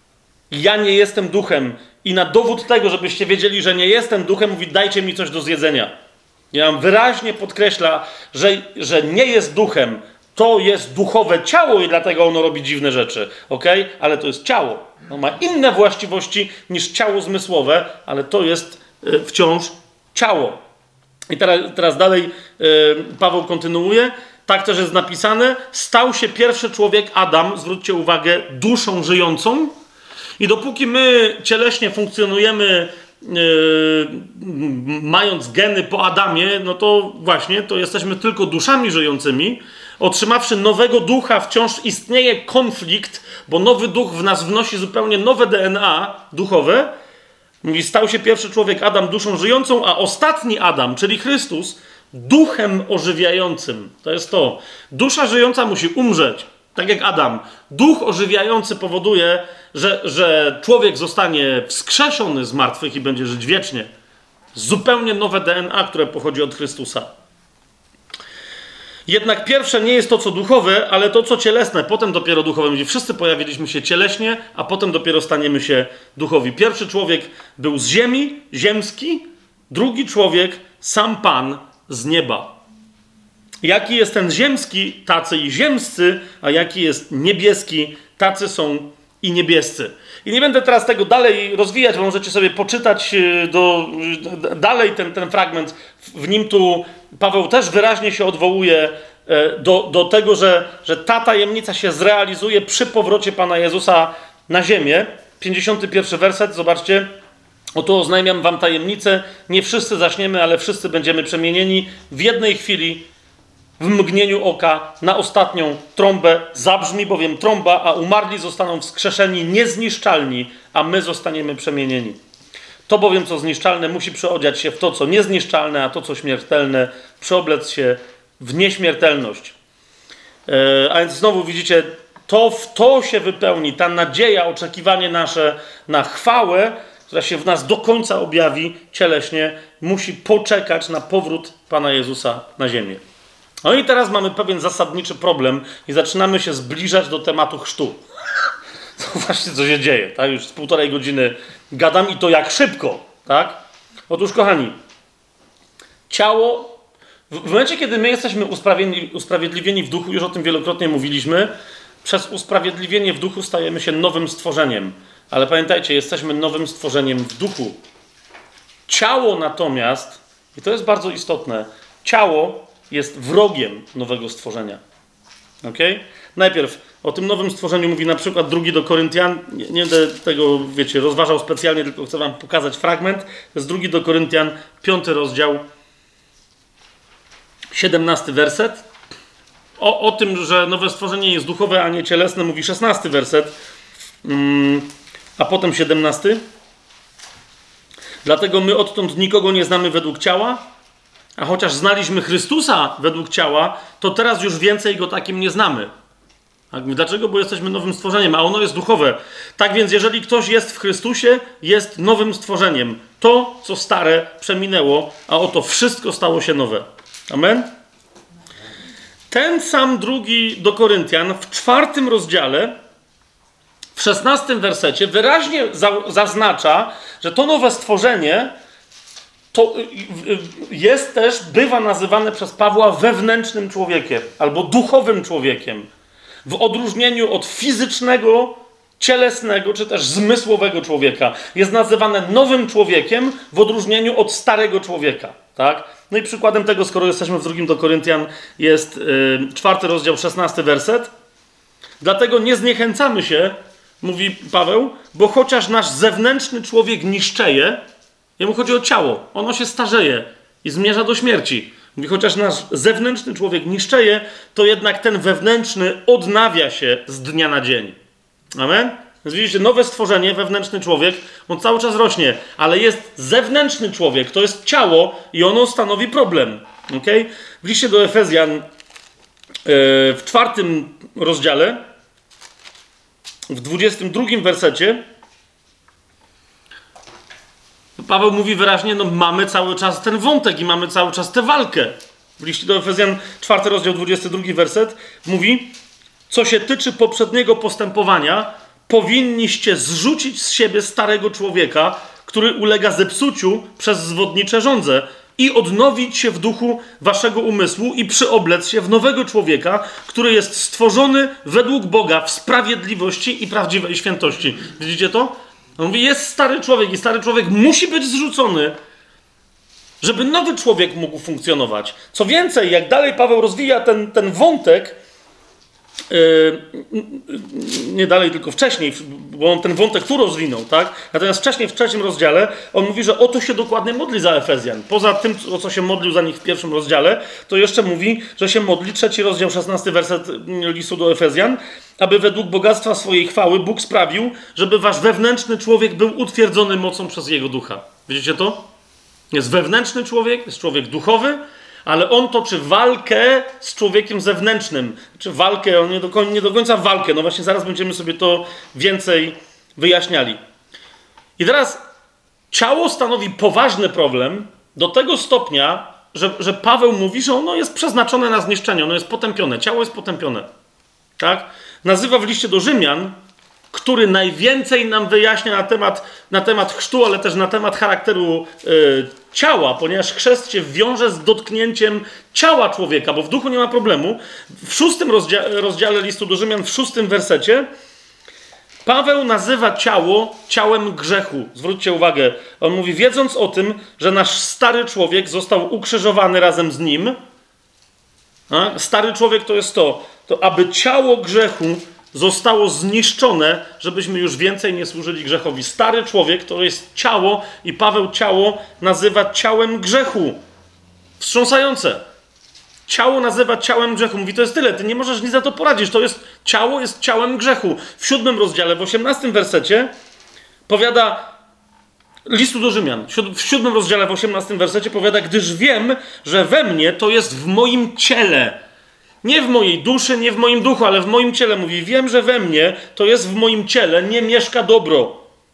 ja nie jestem duchem. I na dowód tego, żebyście wiedzieli, że nie jestem duchem, mówi, dajcie mi coś do zjedzenia. I nam wyraźnie podkreśla, że, że nie jest duchem. To jest duchowe ciało i dlatego ono robi dziwne rzeczy, ok? Ale to jest ciało. Ono ma inne właściwości niż ciało zmysłowe, ale to jest y, wciąż ciało. I teraz, teraz dalej y, Paweł kontynuuje. Tak też jest napisane. Stał się pierwszy człowiek, Adam, zwróćcie uwagę, duszą żyjącą. I dopóki my cieleśnie funkcjonujemy, yy, mając geny po Adamie, no to właśnie, to jesteśmy tylko duszami żyjącymi. Otrzymawszy nowego ducha, wciąż istnieje konflikt, bo nowy duch w nas wnosi zupełnie nowe D N A duchowe. Mówi, stał się pierwszy człowiek Adam duszą żyjącą, a ostatni Adam, czyli Chrystus, duchem ożywiającym. To jest to. Dusza żyjąca musi umrzeć, tak jak Adam. Duch ożywiający powoduje, że, że człowiek zostanie wskrzeszony z martwych i będzie żyć wiecznie. Zupełnie nowe D N A, które pochodzi od Chrystusa. Jednak pierwsze nie jest to, co duchowe, ale to, co cielesne. Potem dopiero duchowe. Gdzie wszyscy pojawiliśmy się cieleśnie, a potem dopiero staniemy się duchowi. Pierwszy człowiek był z ziemi, ziemski. Drugi człowiek, sam Pan z nieba. Jaki jest ten ziemski, tacy i ziemscy, a jaki jest niebieski, tacy są i niebiescy. I nie będę teraz tego dalej rozwijać, bo możecie sobie poczytać do, dalej ten, ten fragment. W nim tu Paweł też wyraźnie się odwołuje do, do tego, że, że ta tajemnica się zrealizuje przy powrocie Pana Jezusa na ziemię. pięćdziesiąty pierwszy werset, zobaczcie. Oto oznajmiam wam tajemnicę, nie wszyscy zaśniemy, ale wszyscy będziemy przemienieni w jednej chwili, w mgnieniu oka, na ostatnią trąbę. Zabrzmi bowiem trąba, a umarli zostaną wskrzeszeni niezniszczalni, a my zostaniemy przemienieni. To bowiem, co zniszczalne, musi przeodziać się w to, co niezniszczalne, a to, co śmiertelne, przeoblec się w nieśmiertelność. E, a więc znowu widzicie, to w to się wypełni, ta nadzieja, oczekiwanie nasze na chwałę, która się w nas do końca objawi cieleśnie, musi poczekać na powrót Pana Jezusa na ziemię. No i teraz mamy pewien zasadniczy problem i zaczynamy się zbliżać do tematu chrztu. To właśnie co się dzieje, tak? Już z półtorej godziny gadam i to jak szybko, tak? Otóż, kochani, ciało, w momencie, kiedy my jesteśmy usprawiedliwieni w duchu, już o tym wielokrotnie mówiliśmy, Przez usprawiedliwienie w duchu stajemy się nowym stworzeniem. Ale pamiętajcie, jesteśmy nowym stworzeniem w duchu. Ciało natomiast, i to jest bardzo istotne, ciało jest wrogiem nowego stworzenia. Okay? Najpierw o tym nowym stworzeniu mówi na przykład drugi do Koryntian. Nie, nie będę tego, wiecie, rozważał specjalnie, tylko chcę wam pokazać fragment. To jest drugi do Koryntian, piąty rozdział, siedemnasty werset. O, o tym, że nowe stworzenie jest duchowe, a nie cielesne, mówi szesnasty werset, mm, a potem siedemnasty. Dlatego my odtąd nikogo nie znamy według ciała, a chociaż znaliśmy Chrystusa według ciała, to teraz już więcej go takim nie znamy. Dlaczego? Bo jesteśmy nowym stworzeniem, a ono jest duchowe. Tak więc jeżeli ktoś jest w Chrystusie, jest nowym stworzeniem. To, co stare, przeminęło, a oto wszystko stało się nowe. Amen? Ten sam drugi do Koryntian w czwartym rozdziale, w szesnastym wersecie wyraźnie za, zaznacza, że to nowe stworzenie to jest też, bywa nazywane przez Pawła wewnętrznym człowiekiem albo duchowym człowiekiem. W odróżnieniu od fizycznego, cielesnego czy też zmysłowego człowieka. Jest nazywane nowym człowiekiem w odróżnieniu od starego człowieka. Tak? No i przykładem tego, skoro jesteśmy w drugim do Koryntian, jest yy, czwarty rozdział, szesnasty werset. Dlatego nie zniechęcamy się, mówi Paweł, bo chociaż nasz zewnętrzny człowiek niszczeje, jemu chodzi o ciało, ono się starzeje i zmierza do śmierci. Mówi, chociaż nasz zewnętrzny człowiek niszczeje, to jednak ten wewnętrzny odnawia się z dnia na dzień. Amen? Więc widzicie, nowe stworzenie, wewnętrzny człowiek, on cały czas rośnie, ale jest zewnętrzny człowiek, to jest ciało i ono stanowi problem. Okay? W liście do Efezjan yy, w czwartym rozdziale, w dwudziestym drugim wersecie, Paweł mówi wyraźnie, no mamy cały czas ten wątek i mamy cały czas tę walkę. W liście do Efezjan, czwarty rozdział, dwudziesty drugi werset, mówi, co się tyczy poprzedniego postępowania, powinniście zrzucić z siebie starego człowieka, który ulega zepsuciu przez zwodnicze żądze i odnowić się w duchu waszego umysłu i przyoblec się w nowego człowieka, który jest stworzony według Boga w sprawiedliwości i prawdziwej świętości. Widzicie to? On mówi, jest stary człowiek i stary człowiek musi być zrzucony, żeby nowy człowiek mógł funkcjonować. Co więcej, jak dalej Paweł rozwija ten, ten wątek, yy, nie dalej, tylko wcześniej, bo on ten wątek tu rozwinął, tak? Natomiast wcześniej, w trzecim rozdziale, on mówi, że o to się dokładnie modli za Efezjan. Poza tym, o co się modlił za nich w pierwszym rozdziale, to jeszcze mówi, że się modli, trzeci rozdział, szesnasty werset listu do Efezjan, aby według bogactwa swojej chwały Bóg sprawił, żeby wasz wewnętrzny człowiek był utwierdzony mocą przez Jego Ducha. Widzicie to? Jest wewnętrzny człowiek, jest człowiek duchowy, ale on toczy walkę z człowiekiem zewnętrznym. Czy walkę, on nie do, końca, nie do końca walkę. No właśnie zaraz będziemy sobie to więcej wyjaśniali. I teraz ciało stanowi poważny problem do tego stopnia, że, że Paweł mówi, że ono jest przeznaczone na zniszczenie, ono jest potępione. Ciało jest potępione. Tak? Nazywa w liście do Rzymian, który najwięcej nam wyjaśnia na temat, na temat chrztu, ale też na temat charakteru yy, ciała, ponieważ chrzest się wiąże z dotknięciem ciała człowieka, bo w duchu nie ma problemu. W szóstym rozdzia- rozdziale listu do Rzymian, w szóstym wersecie, Paweł nazywa ciało ciałem grzechu. Zwróćcie uwagę, on mówi, wiedząc o tym, że nasz stary człowiek został ukrzyżowany razem z nim. A? Stary człowiek to jest to, to aby ciało grzechu zostało zniszczone, żebyśmy już więcej nie służyli grzechowi. Stary człowiek to jest ciało i Paweł ciało nazywa ciałem grzechu. Wstrząsające. Ciało nazywa ciałem grzechu. Mówi, to jest tyle, ty nie możesz nic za to poradzić. To jest, ciało jest ciałem grzechu. W siódmym rozdziale, w osiemnastym wersecie powiada, listu do Rzymian, w siódmym rozdziale, w osiemnastym wersecie powiada, gdyż wiem, że we mnie to jest w moim ciele. Nie w mojej duszy, nie w moim duchu, ale w moim ciele. Mówi, wiem, że we mnie, to jest w moim ciele, nie mieszka dobro.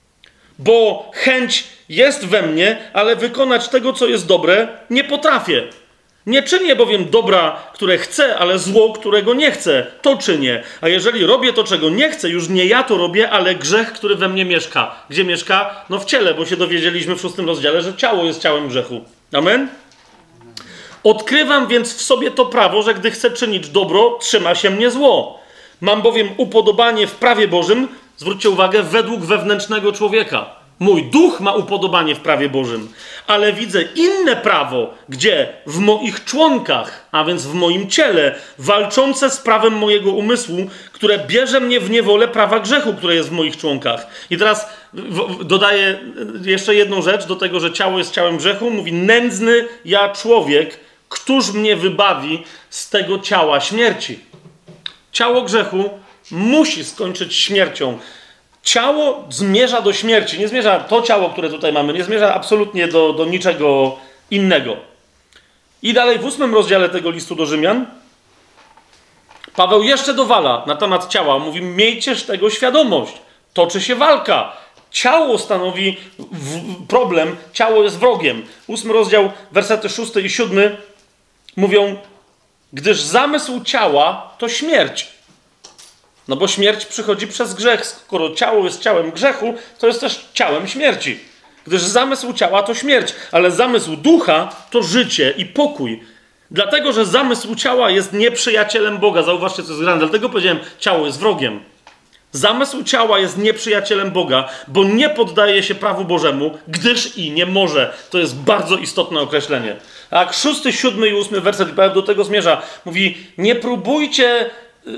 Bo chęć jest we mnie, ale wykonać tego, co jest dobre, nie potrafię. Nie czynię bowiem dobra, które chcę, ale zło, którego nie chcę, to czynię. A jeżeli robię to, czego nie chcę, już nie ja to robię, ale grzech, który we mnie mieszka. Gdzie mieszka? No w ciele, bo się dowiedzieliśmy w szóstym rozdziale, że ciało jest ciałem grzechu. Amen? Odkrywam więc w sobie to prawo, że gdy chcę czynić dobro, trzyma się mnie zło. Mam bowiem upodobanie w prawie Bożym, zwróćcie uwagę, według wewnętrznego człowieka. Mój duch ma upodobanie w prawie Bożym, ale widzę inne prawo, gdzie w moich członkach, a więc w moim ciele, walczące z prawem mojego umysłu, które bierze mnie w niewolę prawa grzechu, które jest w moich członkach. I teraz w, dodaję jeszcze jedną rzecz do tego, że ciało jest ciałem grzechu. Mówi, nędzny ja człowiek, któż mnie wybawi z tego ciała śmierci. Ciało grzechu musi skończyć śmiercią. Ciało zmierza do śmierci. Nie zmierza, to ciało, które tutaj mamy, nie zmierza absolutnie do, do niczego innego. I dalej w ósmym rozdziale tego listu do Rzymian Paweł jeszcze dowala na temat ciała. Mówi, miejcie z tego świadomość. Toczy się walka. Ciało stanowi w- problem. Ciało jest wrogiem. Ósmy rozdział, wersety szósty i siódmy mówią, gdyż zamysł ciała to śmierć. No bo śmierć przychodzi przez grzech. Skoro ciało jest ciałem grzechu, to jest też ciałem śmierci. Gdyż zamysł ciała to śmierć, ale zamysł ducha to życie i pokój. Dlatego, że zamysł ciała jest nieprzyjacielem Boga. Zauważcie, co jest grane. Dlatego powiedziałem, ciało jest wrogiem. Zamysł ciała jest nieprzyjacielem Boga, bo nie poddaje się prawu Bożemu, gdyż i nie może. To jest bardzo istotne określenie. Tak, szósty, siódmy i ósmy werset, Paweł do tego zmierza. Mówi, nie próbujcie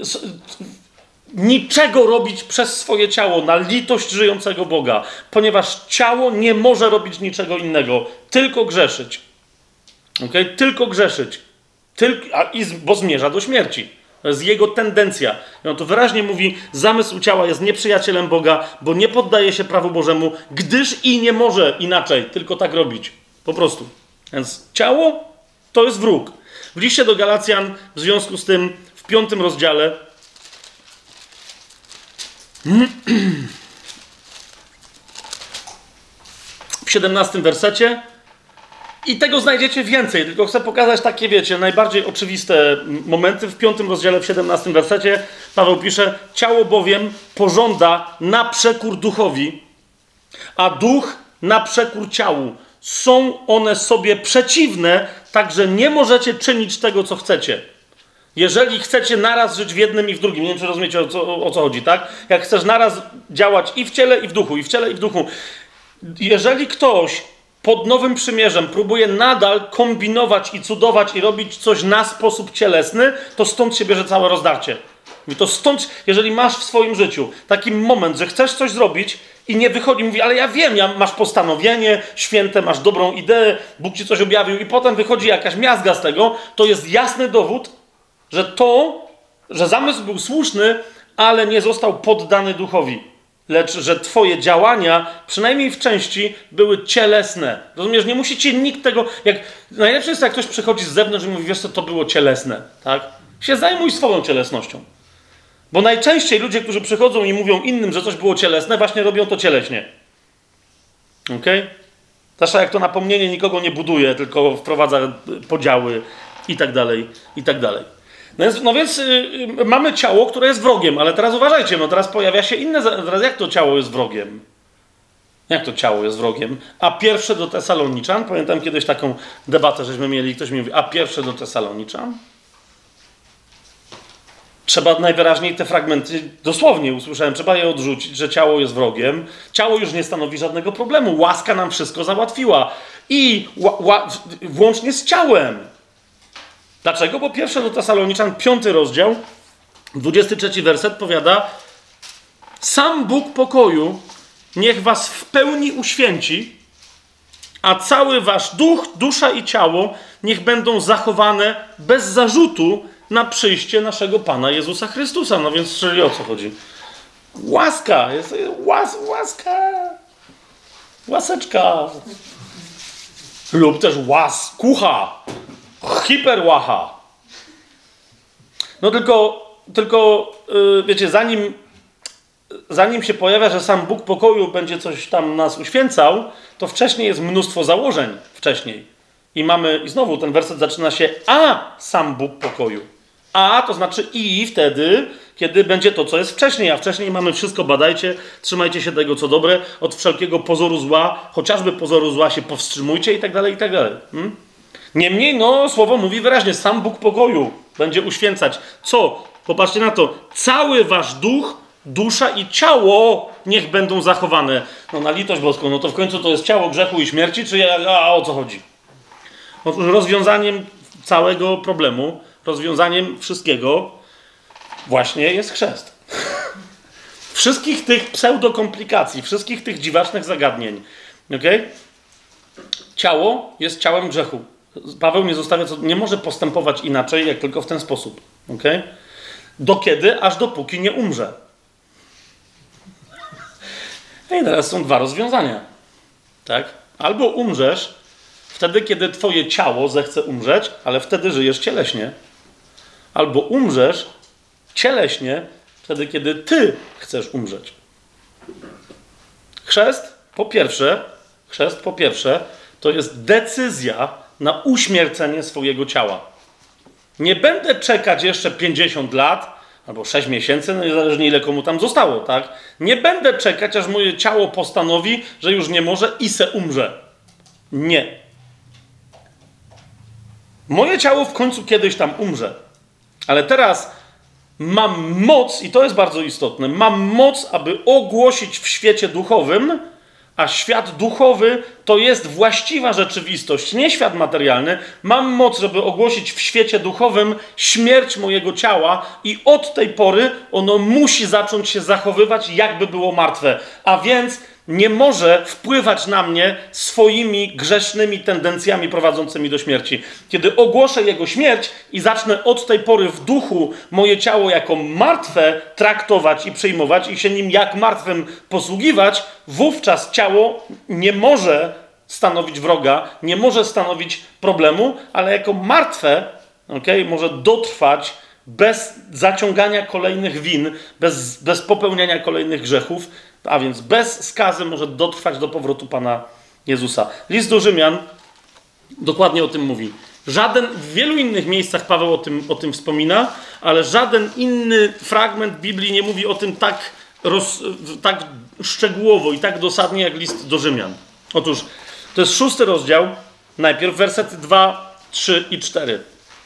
niczego robić przez swoje ciało na litość żyjącego Boga, ponieważ ciało nie może robić niczego innego, tylko grzeszyć. Okay? Tylko grzeszyć. Tylko, a, i, bo zmierza do śmierci. To jest jego tendencja. I on to wyraźnie mówi, zamysł ciała jest nieprzyjacielem Boga, bo nie poddaje się prawu Bożemu, gdyż i nie może inaczej, tylko tak robić. Po prostu. Więc ciało to jest wróg. W liście do Galacjan w związku z tym w piątym rozdziale w siedemnastym wersecie i tego znajdziecie więcej, tylko chcę pokazać takie, wiecie, najbardziej oczywiste momenty. W piątym rozdziale, w siedemnastym wersecie Paweł pisze, ciało bowiem pożąda na przekór duchowi, a duch na przekór ciału. Są one sobie przeciwne, tak że nie możecie czynić tego, co chcecie. Jeżeli chcecie naraz żyć w jednym i w drugim, nie wiem, czy rozumiecie, o co, o co chodzi, tak? Jak chcesz naraz działać i w ciele, i w duchu, i w ciele, i w duchu. Jeżeli ktoś pod Nowym Przymierzem próbuje nadal kombinować i cudować i robić coś na sposób cielesny, to stąd się bierze całe rozdarcie. I to stąd, jeżeli masz w swoim życiu taki moment, że chcesz coś zrobić i nie wychodzi, mówi, ale ja wiem, ja, masz postanowienie święte, masz dobrą ideę, Bóg ci coś objawił i potem wychodzi jakaś miazga z tego, to jest jasny dowód, że to, że zamysł był słuszny, ale nie został poddany duchowi. Lecz, że twoje działania, przynajmniej w części, były cielesne. Rozumiesz, nie musicie nikt tego... Jak, najlepsze jest, jak ktoś przychodzi z zewnątrz i mówi, wiesz co, to było cielesne. Tak? Się zajmuj swoją cielesnością. Bo najczęściej ludzie, którzy przychodzą i mówią innym, że coś było cielesne, właśnie robią to cieleśnie. Okej? Okay? Zwłaszcza jak to napomnienie nikogo nie buduje, tylko wprowadza podziały i tak dalej, i tak dalej. No więc, no więc yy, mamy ciało, które jest wrogiem, ale teraz uważajcie, no teraz pojawia się inne... Teraz jak to ciało jest wrogiem? Jak to ciało jest wrogiem? A pierwsze do Tesaloniczan, pamiętam kiedyś taką debatę, żeśmy mieli, ktoś mi mówi, a pierwsze do Tesaloniczan? Trzeba najwyraźniej te fragmenty, dosłownie usłyszałem, trzeba je odrzucić, że ciało jest wrogiem. Ciało już nie stanowi żadnego problemu. Łaska nam wszystko załatwiła. I ła, ła, włącznie z ciałem. Dlaczego? Bo pierwsze do Tesaloniczan, piąty rozdział, dwudziesty trzeci werset powiada, sam Bóg pokoju niech was w pełni uświęci, a cały wasz duch, dusza i ciało niech będą zachowane bez zarzutu na przyjście naszego Pana Jezusa Chrystusa. No więc czyli o co chodzi? Łaska, jest łas, łaska, łaseczka. Lub też łas, kucha, hiperłacha. No tylko, tylko yy, wiecie, zanim, zanim się pojawia, że sam Bóg pokoju będzie coś tam nas uświęcał, to wcześniej jest mnóstwo założeń wcześniej. I mamy, i znowu ten werset zaczyna się, a sam Bóg pokoju. A to znaczy i wtedy, kiedy będzie to, co jest wcześniej. A wcześniej mamy wszystko, badajcie, trzymajcie się tego, co dobre, od wszelkiego pozoru zła, chociażby pozoru zła się powstrzymujcie i tak dalej, i tak dalej. Hmm? Niemniej, no, słowo mówi wyraźnie, sam Bóg pokoju będzie uświęcać. Co? Popatrzcie na to. Cały wasz duch, dusza i ciało niech będą zachowane. No na litość boską, no to w końcu to jest ciało grzechu i śmierci, czy a, a o co chodzi? Otóż rozwiązaniem całego problemu, rozwiązaniem wszystkiego właśnie jest chrzest. Wszystkich tych pseudokomplikacji, wszystkich tych dziwacznych zagadnień. Okay? Ciało jest ciałem grzechu. Paweł nie zostawia, co nie może postępować inaczej, jak tylko w ten sposób. Okay? Do kiedy? Aż dopóki nie umrze. I teraz są dwa rozwiązania. Tak? Albo umrzesz wtedy, kiedy twoje ciało zechce umrzeć, ale wtedy żyjesz cieleśnie. Albo umrzesz cieleśnie wtedy, kiedy ty chcesz umrzeć. Chrzest, po pierwsze, chrzest, po pierwsze, to jest decyzja na uśmiercenie swojego ciała. Nie będę czekać jeszcze pięćdziesiąt lat, albo sześć miesięcy, no niezależnie ile komu tam zostało, tak? Nie będę czekać, aż moje ciało postanowi, że już nie może i se umrze. Nie. Moje ciało w końcu kiedyś tam umrze. Ale teraz mam moc, i to jest bardzo istotne, mam moc, aby ogłosić w świecie duchowym, a świat duchowy to jest właściwa rzeczywistość, nie świat materialny. Mam moc, żeby ogłosić w świecie duchowym śmierć mojego ciała i od tej pory ono musi zacząć się zachowywać, jakby było martwe. A więc nie może wpływać na mnie swoimi grzesznymi tendencjami prowadzącymi do śmierci. Kiedy ogłoszę jego śmierć i zacznę od tej pory w duchu moje ciało jako martwe traktować i przyjmować i się nim jak martwym posługiwać, wówczas ciało nie może stanowić wroga, nie może stanowić problemu, ale jako martwe, okay, może dotrwać bez zaciągania kolejnych win, bez, bez popełniania kolejnych grzechów, a więc bez skazy może dotrwać do powrotu Pana Jezusa. List do Rzymian dokładnie o tym mówi. Żaden, w wielu innych miejscach Paweł o tym, o tym wspomina, ale żaden inny fragment Biblii nie mówi o tym tak, roz, tak szczegółowo i tak dosadnie jak list do Rzymian. Otóż to jest szósty rozdział, najpierw wersety dwa, trzy i cztery.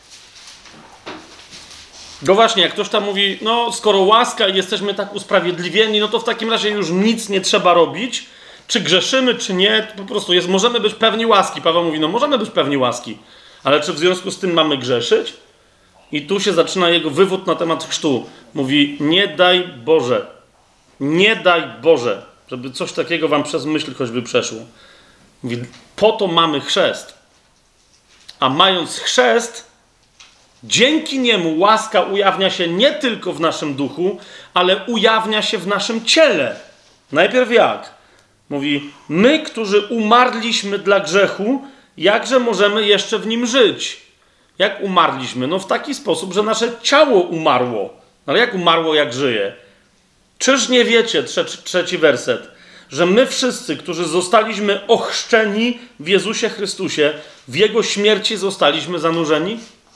No właśnie, jak ktoś tam mówi, no skoro łaska i jesteśmy tak usprawiedliwieni, no to w takim razie już nic nie trzeba robić. Czy grzeszymy, czy nie, po prostu jest, możemy być pewni łaski. Paweł mówi, no możemy być pewni łaski, ale czy w związku z tym mamy grzeszyć? I tu się zaczyna jego wywód na temat chrztu. Mówi, nie daj Boże, nie daj Boże, żeby coś takiego wam przez myśl choćby przeszło. Mówi, po to mamy chrzest. A mając chrzest, dzięki niemu łaska ujawnia się nie tylko w naszym duchu, ale ujawnia się w naszym ciele. Najpierw jak? Mówi, my, którzy umarliśmy dla grzechu, jakże możemy jeszcze w nim żyć? Jak umarliśmy? No w taki sposób, że nasze ciało umarło. Ale jak umarło, jak żyje? Czyż nie wiecie, trzeci, trzeci werset, że my wszyscy, którzy zostaliśmy ochrzczeni w Jezusie Chrystusie, w Jego śmierci zostaliśmy zanurzeni?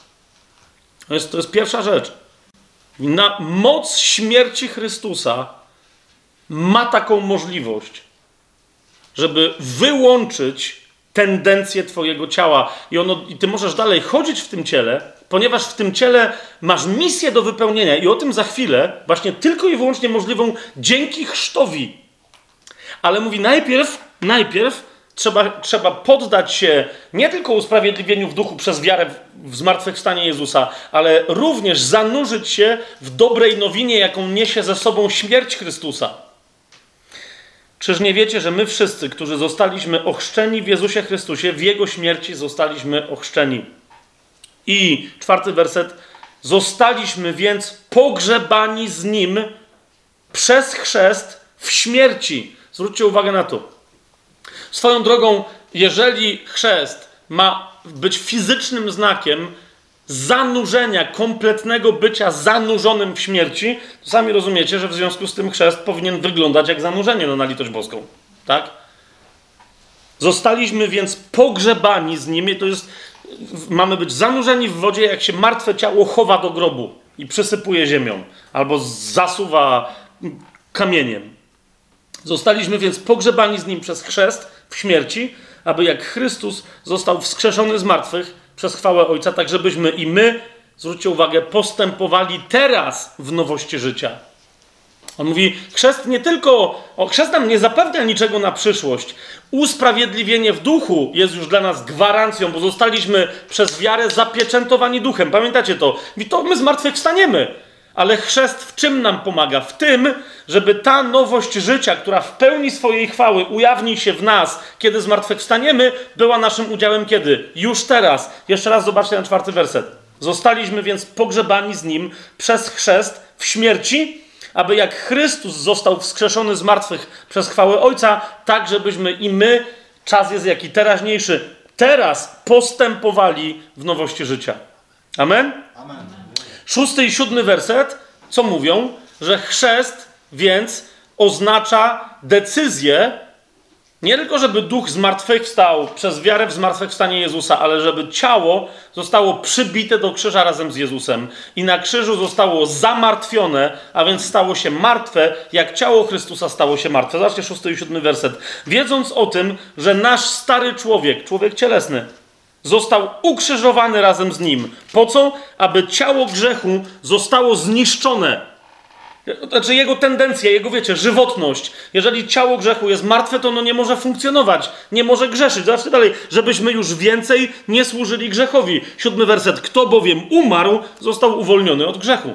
To jest, to jest pierwsza rzecz. Na moc śmierci Chrystusa ma taką możliwość, żeby wyłączyć tendencję twojego ciała. I, ono, I ty możesz dalej chodzić w tym ciele, ponieważ w tym ciele masz misję do wypełnienia. I o tym za chwilę, właśnie tylko i wyłącznie możliwą dzięki chrztowi. Ale mówi najpierw, najpierw Trzeba, trzeba poddać się nie tylko usprawiedliwieniu w duchu przez wiarę w, w zmartwychwstanie Jezusa, ale również zanurzyć się w dobrej nowinie, jaką niesie ze sobą śmierć Chrystusa. Czyż nie wiecie, że my wszyscy, którzy zostaliśmy ochrzczeni w Jezusie Chrystusie, w Jego śmierci zostaliśmy ochrzczeni. I czwarty werset. Zostaliśmy więc pogrzebani z Nim przez chrzest w śmierci. Zwróćcie uwagę na to. Swoją drogą, jeżeli chrzest ma być fizycznym znakiem zanurzenia, kompletnego bycia zanurzonym w śmierci, to sami rozumiecie, że w związku z tym chrzest powinien wyglądać jak zanurzenie, no na litość boską. Tak? Zostaliśmy więc pogrzebani z Nim. To jest, mamy być zanurzeni w wodzie, jak się martwe ciało chowa do grobu i przysypuje ziemią albo zasuwa kamieniem. Zostaliśmy więc pogrzebani z Nim przez chrzest w śmierci, aby jak Chrystus został wskrzeszony z martwych przez chwałę Ojca, tak żebyśmy i my zwróćcie uwagę, postępowali teraz w nowości życia. On mówi, chrzest nie tylko, o, chrzest nam nie zapewnia niczego na przyszłość. Usprawiedliwienie w duchu jest już dla nas gwarancją, bo zostaliśmy przez wiarę zapieczętowani duchem. Pamiętacie to? I to my zmartwychwstaniemy. Ale chrzest w czym nam pomaga? W tym, żeby ta nowość życia, która w pełni swojej chwały ujawni się w nas, kiedy zmartwychwstaniemy, była naszym udziałem kiedy? Już teraz. Jeszcze raz zobaczcie na czwarty werset. Zostaliśmy więc pogrzebani z Nim przez chrzest w śmierci, aby jak Chrystus został wskrzeszony z martwych przez chwałę Ojca, tak żebyśmy i my, czas jest jaki teraźniejszy, teraz postępowali w nowości życia. Amen? Amen. Szósty i siódmy werset, co mówią? Że chrzest więc oznacza decyzję, nie tylko żeby duch zmartwychwstał przez wiarę w zmartwychwstanie Jezusa, ale żeby ciało zostało przybite do krzyża razem z Jezusem i na krzyżu zostało zamartwione, a więc stało się martwe, jak ciało Chrystusa stało się martwe. Zobaczcie szósty i siódmy werset. Wiedząc o tym, że nasz stary człowiek, człowiek cielesny, został ukrzyżowany razem z Nim. Po co? Aby ciało grzechu zostało zniszczone. Znaczy jego tendencja, jego, wiecie, żywotność. Jeżeli ciało grzechu jest martwe, to ono nie może funkcjonować, nie może grzeszyć. Zobaczcie dalej, żebyśmy już więcej nie służyli grzechowi. Siódmy werset. Kto bowiem umarł, został uwolniony od grzechu.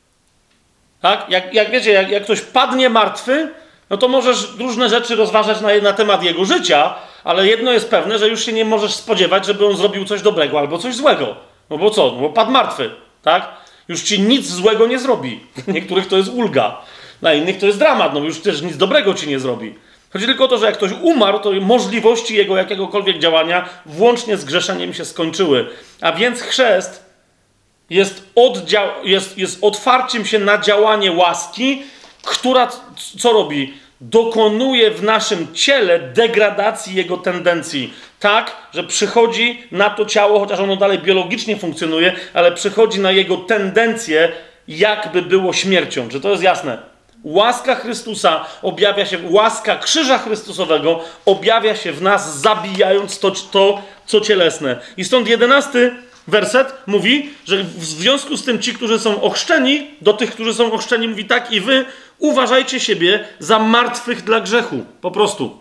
Tak? Jak, jak wiecie, jak, jak ktoś padnie martwy, no to możesz różne rzeczy rozważać na, na temat jego życia, ale jedno jest pewne, że już się nie możesz spodziewać, żeby on zrobił coś dobrego albo coś złego. No bo co? No bo padł martwy, tak? Już ci nic złego nie zrobi. Dla niektórych to jest ulga. Dla innych to jest dramat. No już też nic dobrego ci nie zrobi. Chodzi tylko o to, że jak ktoś umarł, to możliwości jego jakiegokolwiek działania włącznie z grzeszeniem się skończyły. A więc chrzest jest, oddział- jest, jest otwarciem się na działanie łaski, która co robi? Dokonuje w naszym ciele degradacji jego tendencji. Tak, że przychodzi na to ciało, chociaż ono dalej biologicznie funkcjonuje, ale przychodzi na jego tendencję, jakby było śmiercią. Czy to jest jasne? Łaska Chrystusa objawia się, łaska krzyża Chrystusowego objawia się w nas, zabijając to, to co cielesne. I stąd jedenasty werset mówi, że w związku z tym ci, którzy są ochrzczeni, do tych, którzy są ochrzczeni, mówi tak, i wy uważajcie siebie za martwych dla grzechu. Po prostu.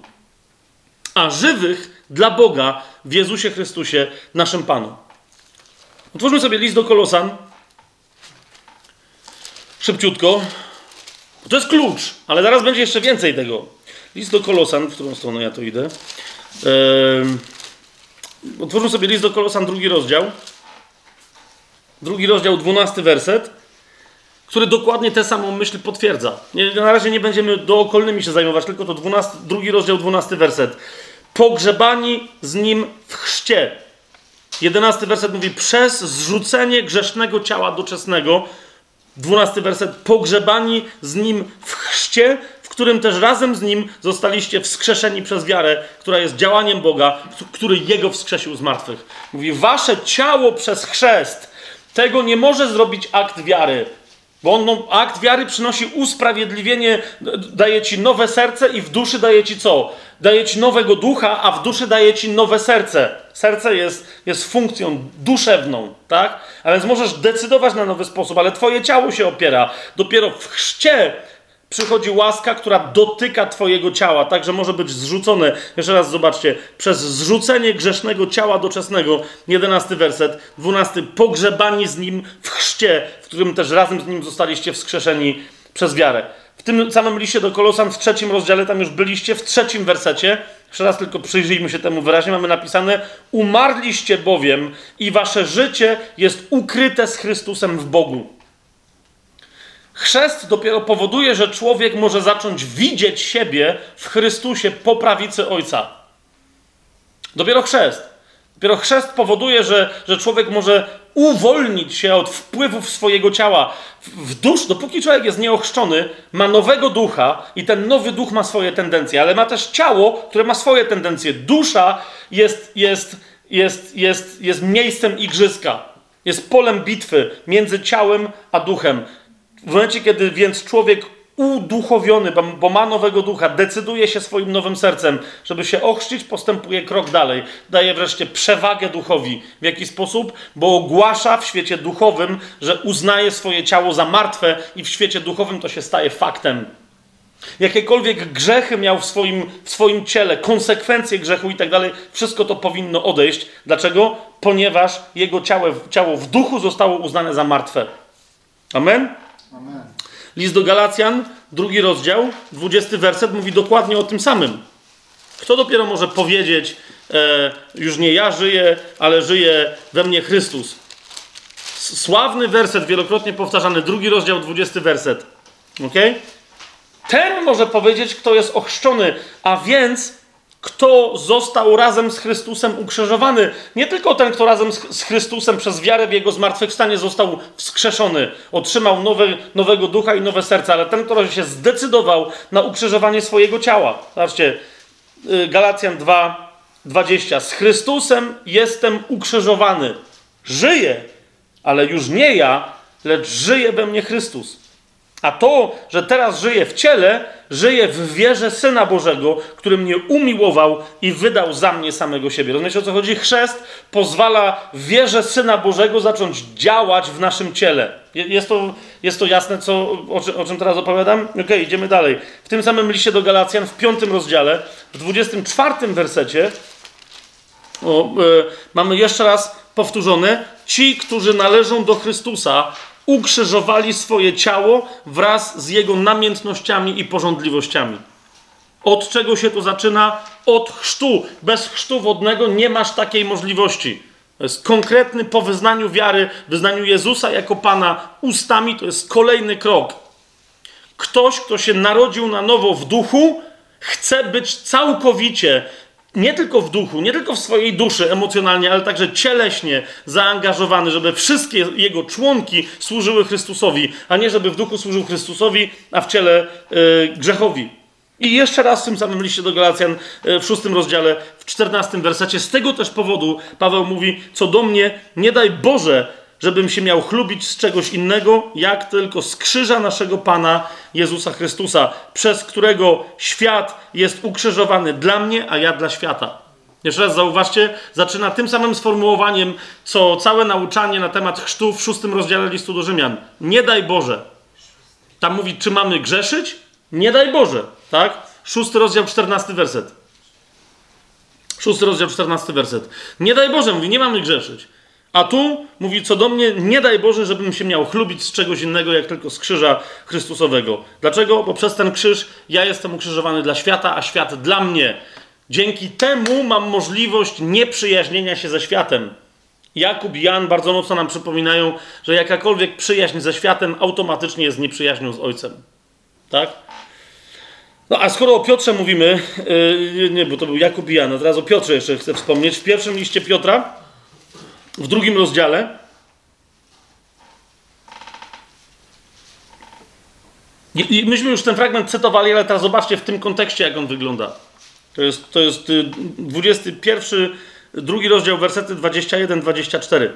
A żywych dla Boga w Jezusie Chrystusie, naszym Panu. Otwórzmy sobie list do Kolosan. Szybciutko. To jest klucz, ale zaraz będzie jeszcze więcej tego. List do Kolosan, w którą stronę ja to idę. Eee, otwórzmy sobie list do Kolosan, drugi rozdział. Drugi rozdział, dwunasty werset, który dokładnie tę samą myśl potwierdza. Nie, na razie nie będziemy dookolnymi się zajmować, tylko to dwunasty, drugi rozdział, dwunasty werset. Pogrzebani z Nim w chrzcie. Jedenasty werset mówi, przez zrzucenie grzesznego ciała doczesnego. Dwunasty werset, pogrzebani z Nim w chrzcie, w którym też razem z Nim zostaliście wskrzeszeni przez wiarę, która jest działaniem Boga, który Jego wskrzesił z martwych. Mówi, wasze ciało przez chrzest, tego nie może zrobić akt wiary. Bo on, no, akt wiary przynosi usprawiedliwienie, daje ci nowe serce i w duszy daje ci co? Daje ci nowego ducha, a w duszy daje ci nowe serce. Serce jest, jest funkcją duszewną, tak? A więc możesz decydować na nowy sposób, ale twoje ciało się opiera. Dopiero w chrzcie przychodzi łaska, która dotyka twojego ciała, tak, że może być zrzucone. Jeszcze raz zobaczcie. Przez zrzucenie grzesznego ciała doczesnego, jedenasty werset, dwunasty, pogrzebani z Nim w chrzcie, w którym też razem z Nim zostaliście wskrzeszeni przez wiarę. W tym samym liście do Kolosan w trzecim rozdziale, tam już byliście, w trzecim wersecie, jeszcze raz tylko przyjrzyjmy się temu wyraźnie, mamy napisane, umarliście bowiem i wasze życie jest ukryte z Chrystusem w Bogu. Chrzest dopiero powoduje, że człowiek może zacząć widzieć siebie w Chrystusie po prawicy Ojca. Dopiero chrzest. Dopiero chrzest powoduje, że, że człowiek może uwolnić się od wpływów swojego ciała. W dusz, dopóki człowiek jest nieochrzczony, ma nowego ducha i ten nowy duch ma swoje tendencje, ale ma też ciało, które ma swoje tendencje. Dusza jest, jest, jest, jest, jest miejscem igrzyska. Jest polem bitwy między ciałem a duchem. W momencie, kiedy więc człowiek uduchowiony, bo ma nowego ducha, decyduje się swoim nowym sercem, żeby się ochrzcić, postępuje krok dalej. Daje wreszcie przewagę duchowi. W jaki sposób? Bo ogłasza w świecie duchowym, że uznaje swoje ciało za martwe i w świecie duchowym to się staje faktem. Jakiekolwiek grzechy miał w swoim, w swoim ciele, konsekwencje grzechu i tak dalej, wszystko to powinno odejść. Dlaczego? Ponieważ jego ciało, ciało w duchu zostało uznane za martwe. Amen? Amen. List do Galacjan, drugi rozdział, dwudziesty werset mówi dokładnie o tym samym. Kto dopiero może powiedzieć, e, już nie ja żyję, ale żyje we mnie Chrystus. Sławny werset, wielokrotnie powtarzany, drugi rozdział, dwudziesty werset. Okej? Ten może powiedzieć, kto jest ochrzczony, a więc kto został razem z Chrystusem ukrzyżowany. Nie tylko ten, kto razem z Chrystusem przez wiarę w Jego zmartwychwstanie został wskrzeszony, otrzymał nowe, nowego ducha i nowe serce, ale ten, kto się zdecydował na ukrzyżowanie swojego ciała. Zobaczcie, Galacjan dwa, dwadzieścia. Z Chrystusem jestem ukrzyżowany. Żyję, ale już nie ja, lecz żyje we mnie Chrystus. A to, że teraz żyję w ciele, żyję w wierze Syna Bożego, który mnie umiłował i wydał za mnie samego siebie. Rozumiecie, o co chodzi? Chrzest pozwala w wierze Syna Bożego zacząć działać w naszym ciele. Jest to, jest to jasne, co, o, czym, o czym teraz opowiadam? Okej, okay, idziemy dalej. W tym samym liście do Galacjan, w piątym rozdziale, w dwudziestym czwartym wersecie, o, y, mamy jeszcze raz powtórzone, ci, którzy należą do Chrystusa, ukrzyżowali swoje ciało wraz z jego namiętnościami i pożądliwościami. Od czego się to zaczyna? Od chrztu. Bez chrztu wodnego nie masz takiej możliwości. To jest konkretny po wyznaniu wiary, wyznaniu Jezusa jako Pana ustami, to jest kolejny krok. Ktoś, kto się narodził na nowo w duchu, chce być całkowicie, nie tylko w duchu, nie tylko w swojej duszy emocjonalnie, ale także cieleśnie zaangażowany, żeby wszystkie jego członki służyły Chrystusowi, a nie żeby w duchu służył Chrystusowi, a w ciele yy, grzechowi. I jeszcze raz w tym samym liście do Galacjan yy, w szóstym rozdziale, w czternastym wersecie, z tego też powodu Paweł mówi, co do mnie, nie daj Boże, żebym się miał chlubić z czegoś innego, jak tylko z krzyża naszego Pana Jezusa Chrystusa, przez którego świat jest ukrzyżowany dla mnie, a ja dla świata. Jeszcze raz zauważcie, zaczyna tym samym sformułowaniem, co całe nauczanie na temat chrztu w szóstym rozdziale listu do Rzymian. Nie daj Boże. Tam mówi, czy mamy grzeszyć? Nie daj Boże. Tak? Szósty rozdział, czternasty werset. Szósty rozdział, czternasty werset. Nie daj Boże, mówi, nie mamy grzeszyć. A tu mówi, co do mnie, nie daj Boże, żebym się miał chlubić z czegoś innego, jak tylko z krzyża Chrystusowego. Dlaczego? Bo przez ten krzyż ja jestem ukrzyżowany dla świata, a świat dla mnie. Dzięki temu mam możliwość nieprzyjaźnienia się ze światem. Jakub i Jan bardzo mocno nam przypominają, że jakakolwiek przyjaźń ze światem automatycznie jest nieprzyjaźnią z Ojcem. Tak? No a skoro o Piotrze mówimy, yy, nie, bo to był Jakub i Jan, a teraz o Piotrze jeszcze chcę wspomnieć. W pierwszym liście Piotra, w drugim rozdziale, I, i myśmy już ten fragment cytowali, ale teraz zobaczcie w tym kontekście, jak on wygląda. To jest, to jest dwudziesty pierwszy, drugi rozdział, wersety dwadzieścia jeden dwadzieścia cztery.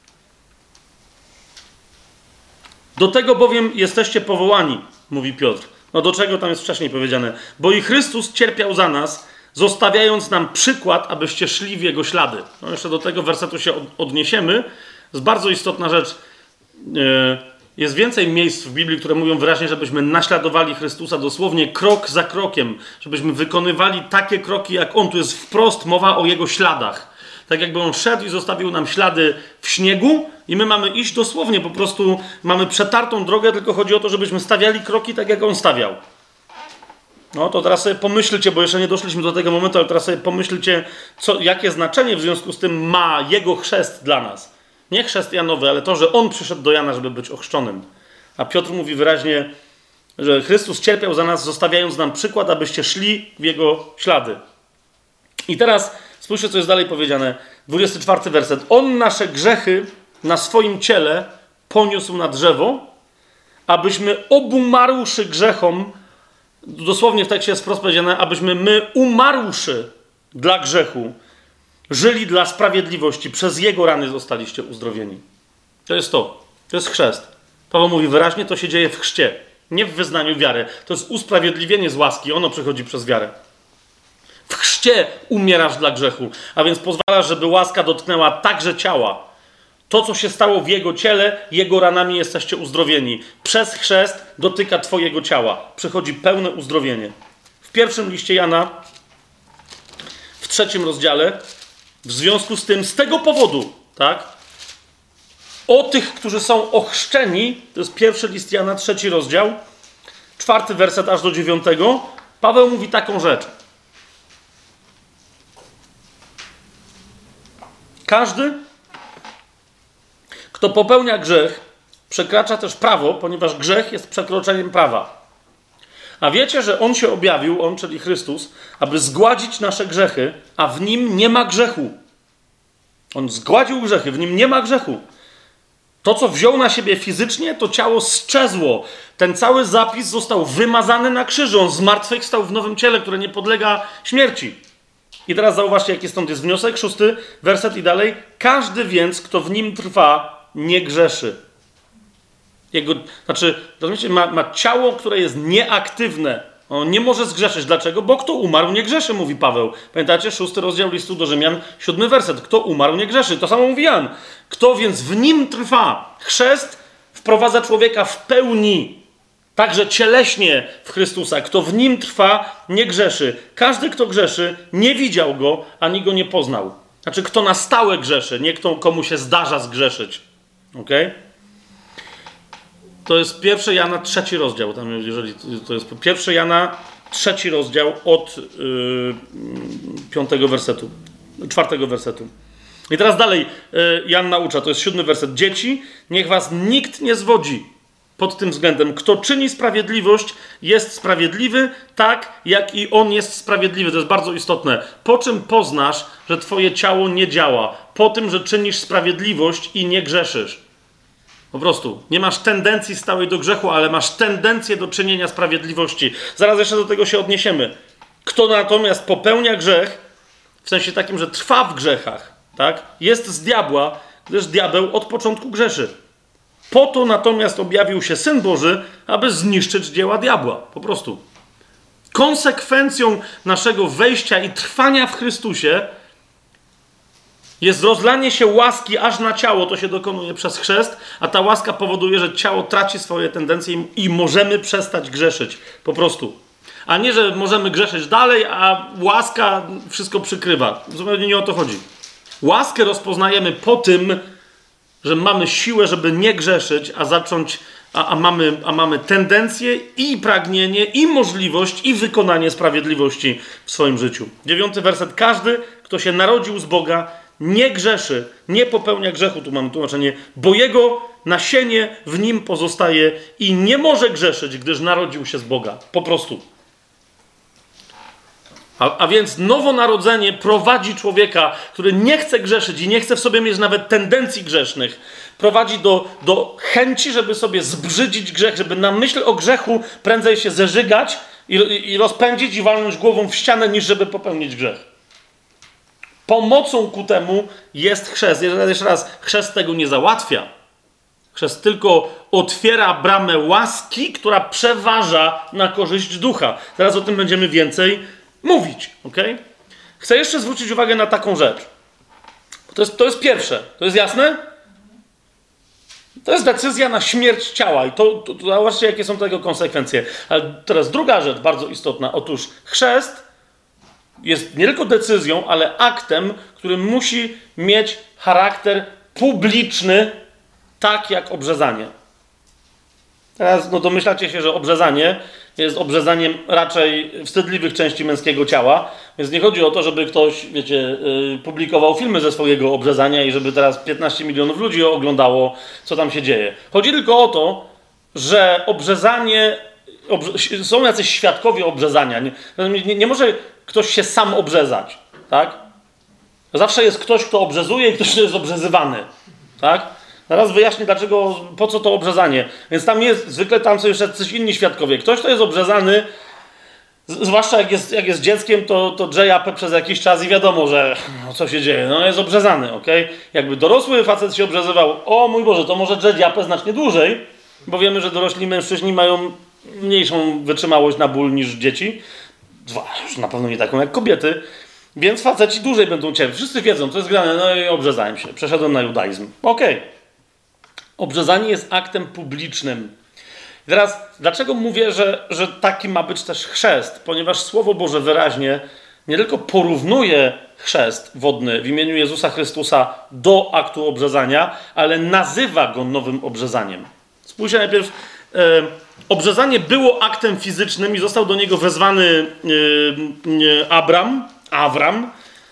Do tego bowiem jesteście powołani, mówi Piotr. No do czego tam jest wcześniej powiedziane? Bo i Chrystus cierpiał za nas, zostawiając nam przykład, abyście szli w Jego ślady. No jeszcze do tego wersetu się odniesiemy. To jest bardzo istotna rzecz. Jest więcej miejsc w Biblii, które mówią wyraźnie, żebyśmy naśladowali Chrystusa dosłownie krok za krokiem. Żebyśmy wykonywali takie kroki, jak On. Tu jest wprost mowa o Jego śladach. Tak jakby On szedł i zostawił nam ślady w śniegu i my mamy iść dosłownie. Po prostu mamy przetartą drogę, tylko chodzi o to, żebyśmy stawiali kroki tak, jak On stawiał. No to teraz sobie pomyślcie, bo jeszcze nie doszliśmy do tego momentu, ale teraz sobie pomyślcie, co, jakie znaczenie w związku z tym ma Jego chrzest dla nas. Nie chrzest Janowy, ale to, że On przyszedł do Jana, żeby być ochrzczonym. A Piotr mówi wyraźnie, że Chrystus cierpiał za nas, zostawiając nam przykład, abyście szli w Jego ślady. I teraz spójrzcie, co jest dalej powiedziane. dwudziesty czwarty werset. On nasze grzechy na swoim ciele poniósł na drzewo, abyśmy obumarłszy grzechom, dosłownie w tekście jest wprost powiedziane, abyśmy my umarłszy dla grzechu, żyli dla sprawiedliwości. Przez Jego rany zostaliście uzdrowieni. To jest to. To jest chrzest. Paweł mówi wyraźnie, to się dzieje w chrzcie. Nie w wyznaniu wiary. To jest usprawiedliwienie z łaski. Ono przychodzi przez wiarę. W chrzcie umierasz dla grzechu, a więc pozwalasz, żeby łaska dotknęła także ciała. To, co się stało w Jego ciele, Jego ranami jesteście uzdrowieni. Przez chrzest dotyka twojego ciała. Przychodzi pełne uzdrowienie. W pierwszym liście Jana, w trzecim rozdziale, w związku z tym, z tego powodu, tak, o tych, którzy są ochrzczeni, to jest pierwszy list Jana, trzeci rozdział, czwarty werset aż do dziewiątego, Paweł mówi taką rzecz. Każdy, kto popełnia grzech, przekracza też prawo, ponieważ grzech jest przekroczeniem prawa. A wiecie, że On się objawił, On, czyli Chrystus, aby zgładzić nasze grzechy, a w Nim nie ma grzechu. On zgładził grzechy, w Nim nie ma grzechu. To, co wziął na siebie fizycznie, to ciało sczezło. Ten cały zapis został wymazany na krzyżu. On zmartwychwstał w nowym ciele, które nie podlega śmierci. I teraz zauważcie, jaki stąd jest wniosek. Szósty werset i dalej. Każdy więc, kto w Nim trwa, nie grzeszy. Jego, znaczy, rozumiecie, ma, ma ciało, które jest nieaktywne. On nie może zgrzeszyć. Dlaczego? Bo kto umarł, nie grzeszy, mówi Paweł. Pamiętacie? Szósty rozdział listu do Rzymian, siódmy werset. Kto umarł, nie grzeszy. To samo mówi Jan. Kto więc w nim trwa? Chrzest wprowadza człowieka w pełni. Także cieleśnie w Chrystusa. Kto w nim trwa, nie grzeszy. Każdy, kto grzeszy, nie widział go, ani go nie poznał. Znaczy, kto na stałe grzeszy, nie kto, komu się zdarza zgrzeszyć. Okej? Okay? To jest pierwszy Jana, trzeci rozdział. Tam, jeżeli to jest pierwszy Jana, trzeci rozdział od yy, piątego wersetu, czwartego wersetu. I teraz dalej yy, Jan naucza, to jest siódmy werset. Dzieci, niech was nikt nie zwodzi pod tym względem. Kto czyni sprawiedliwość, jest sprawiedliwy, tak jak i on jest sprawiedliwy. To jest bardzo istotne. Po czym poznasz, że twoje ciało nie działa? Po tym, że czynisz sprawiedliwość i nie grzeszysz. Po prostu. Nie masz tendencji stałej do grzechu, ale masz tendencję do czynienia sprawiedliwości. Zaraz jeszcze do tego się odniesiemy. Kto natomiast popełnia grzech, w sensie takim, że trwa w grzechach, tak, jest z diabła, gdyż diabeł od początku grzeszy. Po to natomiast objawił się Syn Boży, aby zniszczyć dzieła diabła. Po prostu. Konsekwencją naszego wejścia i trwania w Chrystusie jest rozlanie się łaski aż na ciało, to się dokonuje przez chrzest, a ta łaska powoduje, że ciało traci swoje tendencje i możemy przestać grzeszyć. Po prostu. A nie, że możemy grzeszyć dalej, a łaska wszystko przykrywa. Zupełnie nie o to chodzi. Łaskę rozpoznajemy po tym, że mamy siłę, żeby nie grzeszyć, a zacząć, a, a, mamy, a mamy tendencję i pragnienie, i możliwość, i wykonanie sprawiedliwości w swoim życiu. Dziewiąty werset. Każdy, kto się narodził z Boga, nie grzeszy, nie popełnia grzechu, tu mamy tłumaczenie, bo jego nasienie w nim pozostaje i nie może grzeszyć, gdyż narodził się z Boga. Po prostu. A, a więc nowonarodzenie prowadzi człowieka, który nie chce grzeszyć i nie chce w sobie mieć nawet tendencji grzesznych, prowadzi do, do chęci, żeby sobie zbrzydzić grzech, żeby na myśl o grzechu prędzej się zeżygać i, i rozpędzić i walnąć głową w ścianę, niż żeby popełnić grzech. Pomocą ku temu jest chrzest. Jeszcze raz, chrzest tego nie załatwia. Chrzest tylko otwiera bramę łaski, która przeważa na korzyść ducha. Teraz o tym będziemy więcej mówić. Okay? Chcę jeszcze zwrócić uwagę na taką rzecz. To jest, to jest pierwsze. To jest jasne? To jest decyzja na śmierć ciała. I to, to, to zobaczcie, jakie są tego konsekwencje. Ale teraz druga rzecz bardzo istotna. Otóż chrzest jest nie tylko decyzją, ale aktem, który musi mieć charakter publiczny, tak jak obrzezanie. Teraz no domyślacie się, że obrzezanie jest obrzezaniem raczej wstydliwych części męskiego ciała, więc nie chodzi o to, żeby ktoś, wiecie, yy, publikował filmy ze swojego obrzezania i żeby teraz piętnaście milionów ludzi oglądało, co tam się dzieje. Chodzi tylko o to, że obrzezanie, obrze- są jacyś świadkowie obrzezania. Nie, nie, nie może ktoś się sam obrzezać, tak? Zawsze jest ktoś, kto obrzezuje i ktoś, kto jest obrzezywany, tak? Zaraz wyjaśnię, dlaczego, po co to obrzezanie. Więc tam jest, zwykle tam są jeszcze coś inni świadkowie. Ktoś, kto jest obrzezany, z, zwłaszcza jak jest, jak jest dzieckiem, to, to drze japę przez jakiś czas i wiadomo, że no, co się dzieje. No jest obrzezany, okej? Okay? Jakby dorosły facet się obrzezywał, o mój Boże, to może drzeć japę znacznie dłużej, bo wiemy, że dorośli mężczyźni mają mniejszą wytrzymałość na ból niż dzieci. Dwa, już na pewno nie taką jak kobiety. Więc faceci dłużej będą cierpieć. Wszyscy wiedzą, co jest grane. No i obrzezałem się. Przeszedłem na judaizm. Okej. Okay. Obrzezanie jest aktem publicznym. I teraz, dlaczego mówię, że, że taki ma być też chrzest? Ponieważ Słowo Boże wyraźnie nie tylko porównuje chrzest wodny w imieniu Jezusa Chrystusa do aktu obrzezania, ale nazywa go nowym obrzezaniem. Spójrzcie najpierw. E, obrzezanie było aktem fizycznym i został do niego wezwany e, e, Abram, Awram.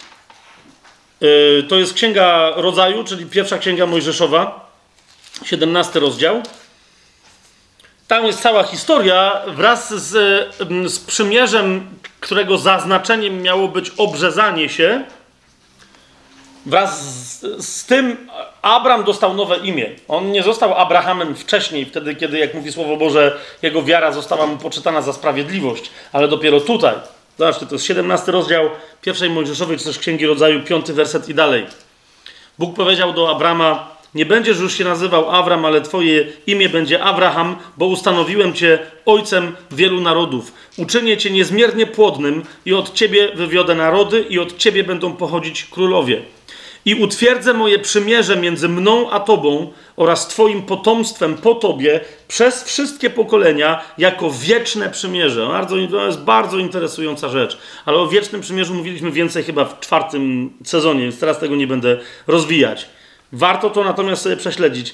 E, to jest Księga Rodzaju, czyli pierwsza Księga Mojżeszowa, siedemnasty rozdział. Tam jest cała historia wraz z, z przymierzem, którego zaznaczeniem miało być obrzezanie się. Wraz z, z tym Abram dostał nowe imię. On nie został Abrahamem wcześniej, wtedy kiedy, jak mówi Słowo Boże, jego wiara została mu poczytana za sprawiedliwość, ale dopiero tutaj. Zobaczcie, to jest siedemnasty rozdział pierwszej Mojżeszowej, czy też Księgi Rodzaju, piąty werset i dalej. Bóg powiedział do Abrama: nie będziesz już się nazywał Awram, ale twoje imię będzie Abraham, bo ustanowiłem cię ojcem wielu narodów. Uczynię cię niezmiernie płodnym i od ciebie wywiodę narody i od ciebie będą pochodzić królowie. I utwierdzę moje przymierze między mną a tobą oraz twoim potomstwem po tobie przez wszystkie pokolenia jako wieczne przymierze. Bardzo, to jest bardzo interesująca rzecz. Ale o wiecznym przymierzu mówiliśmy więcej chyba w czwartym sezonie, więc teraz tego nie będę rozwijać. Warto to natomiast sobie prześledzić.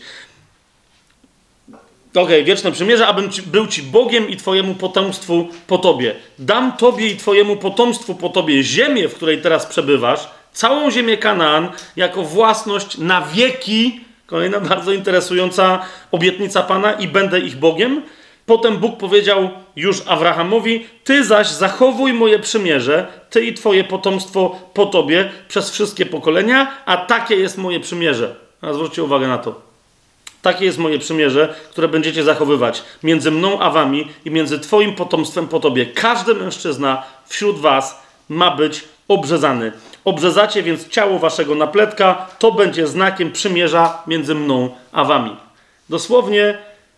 Okej, okay, wieczne przymierze, abym ci, był ci Bogiem i twojemu potomstwu po tobie. Dam tobie i twojemu potomstwu po tobie ziemię, w której teraz przebywasz, całą ziemię Kanaan, jako własność na wieki. Kolejna bardzo interesująca obietnica Pana: i będę ich Bogiem. Potem Bóg powiedział już Abrahamowi: ty zaś zachowuj moje przymierze, ty i twoje potomstwo po tobie przez wszystkie pokolenia, a takie jest moje przymierze. A zwróćcie uwagę na to. Takie jest moje przymierze, które będziecie zachowywać między mną a wami i między twoim potomstwem po tobie. Każdy mężczyzna wśród was ma być obrzezany. Obrzezacie więc ciało waszego napletka, to będzie znakiem przymierza między mną a wami. Dosłownie,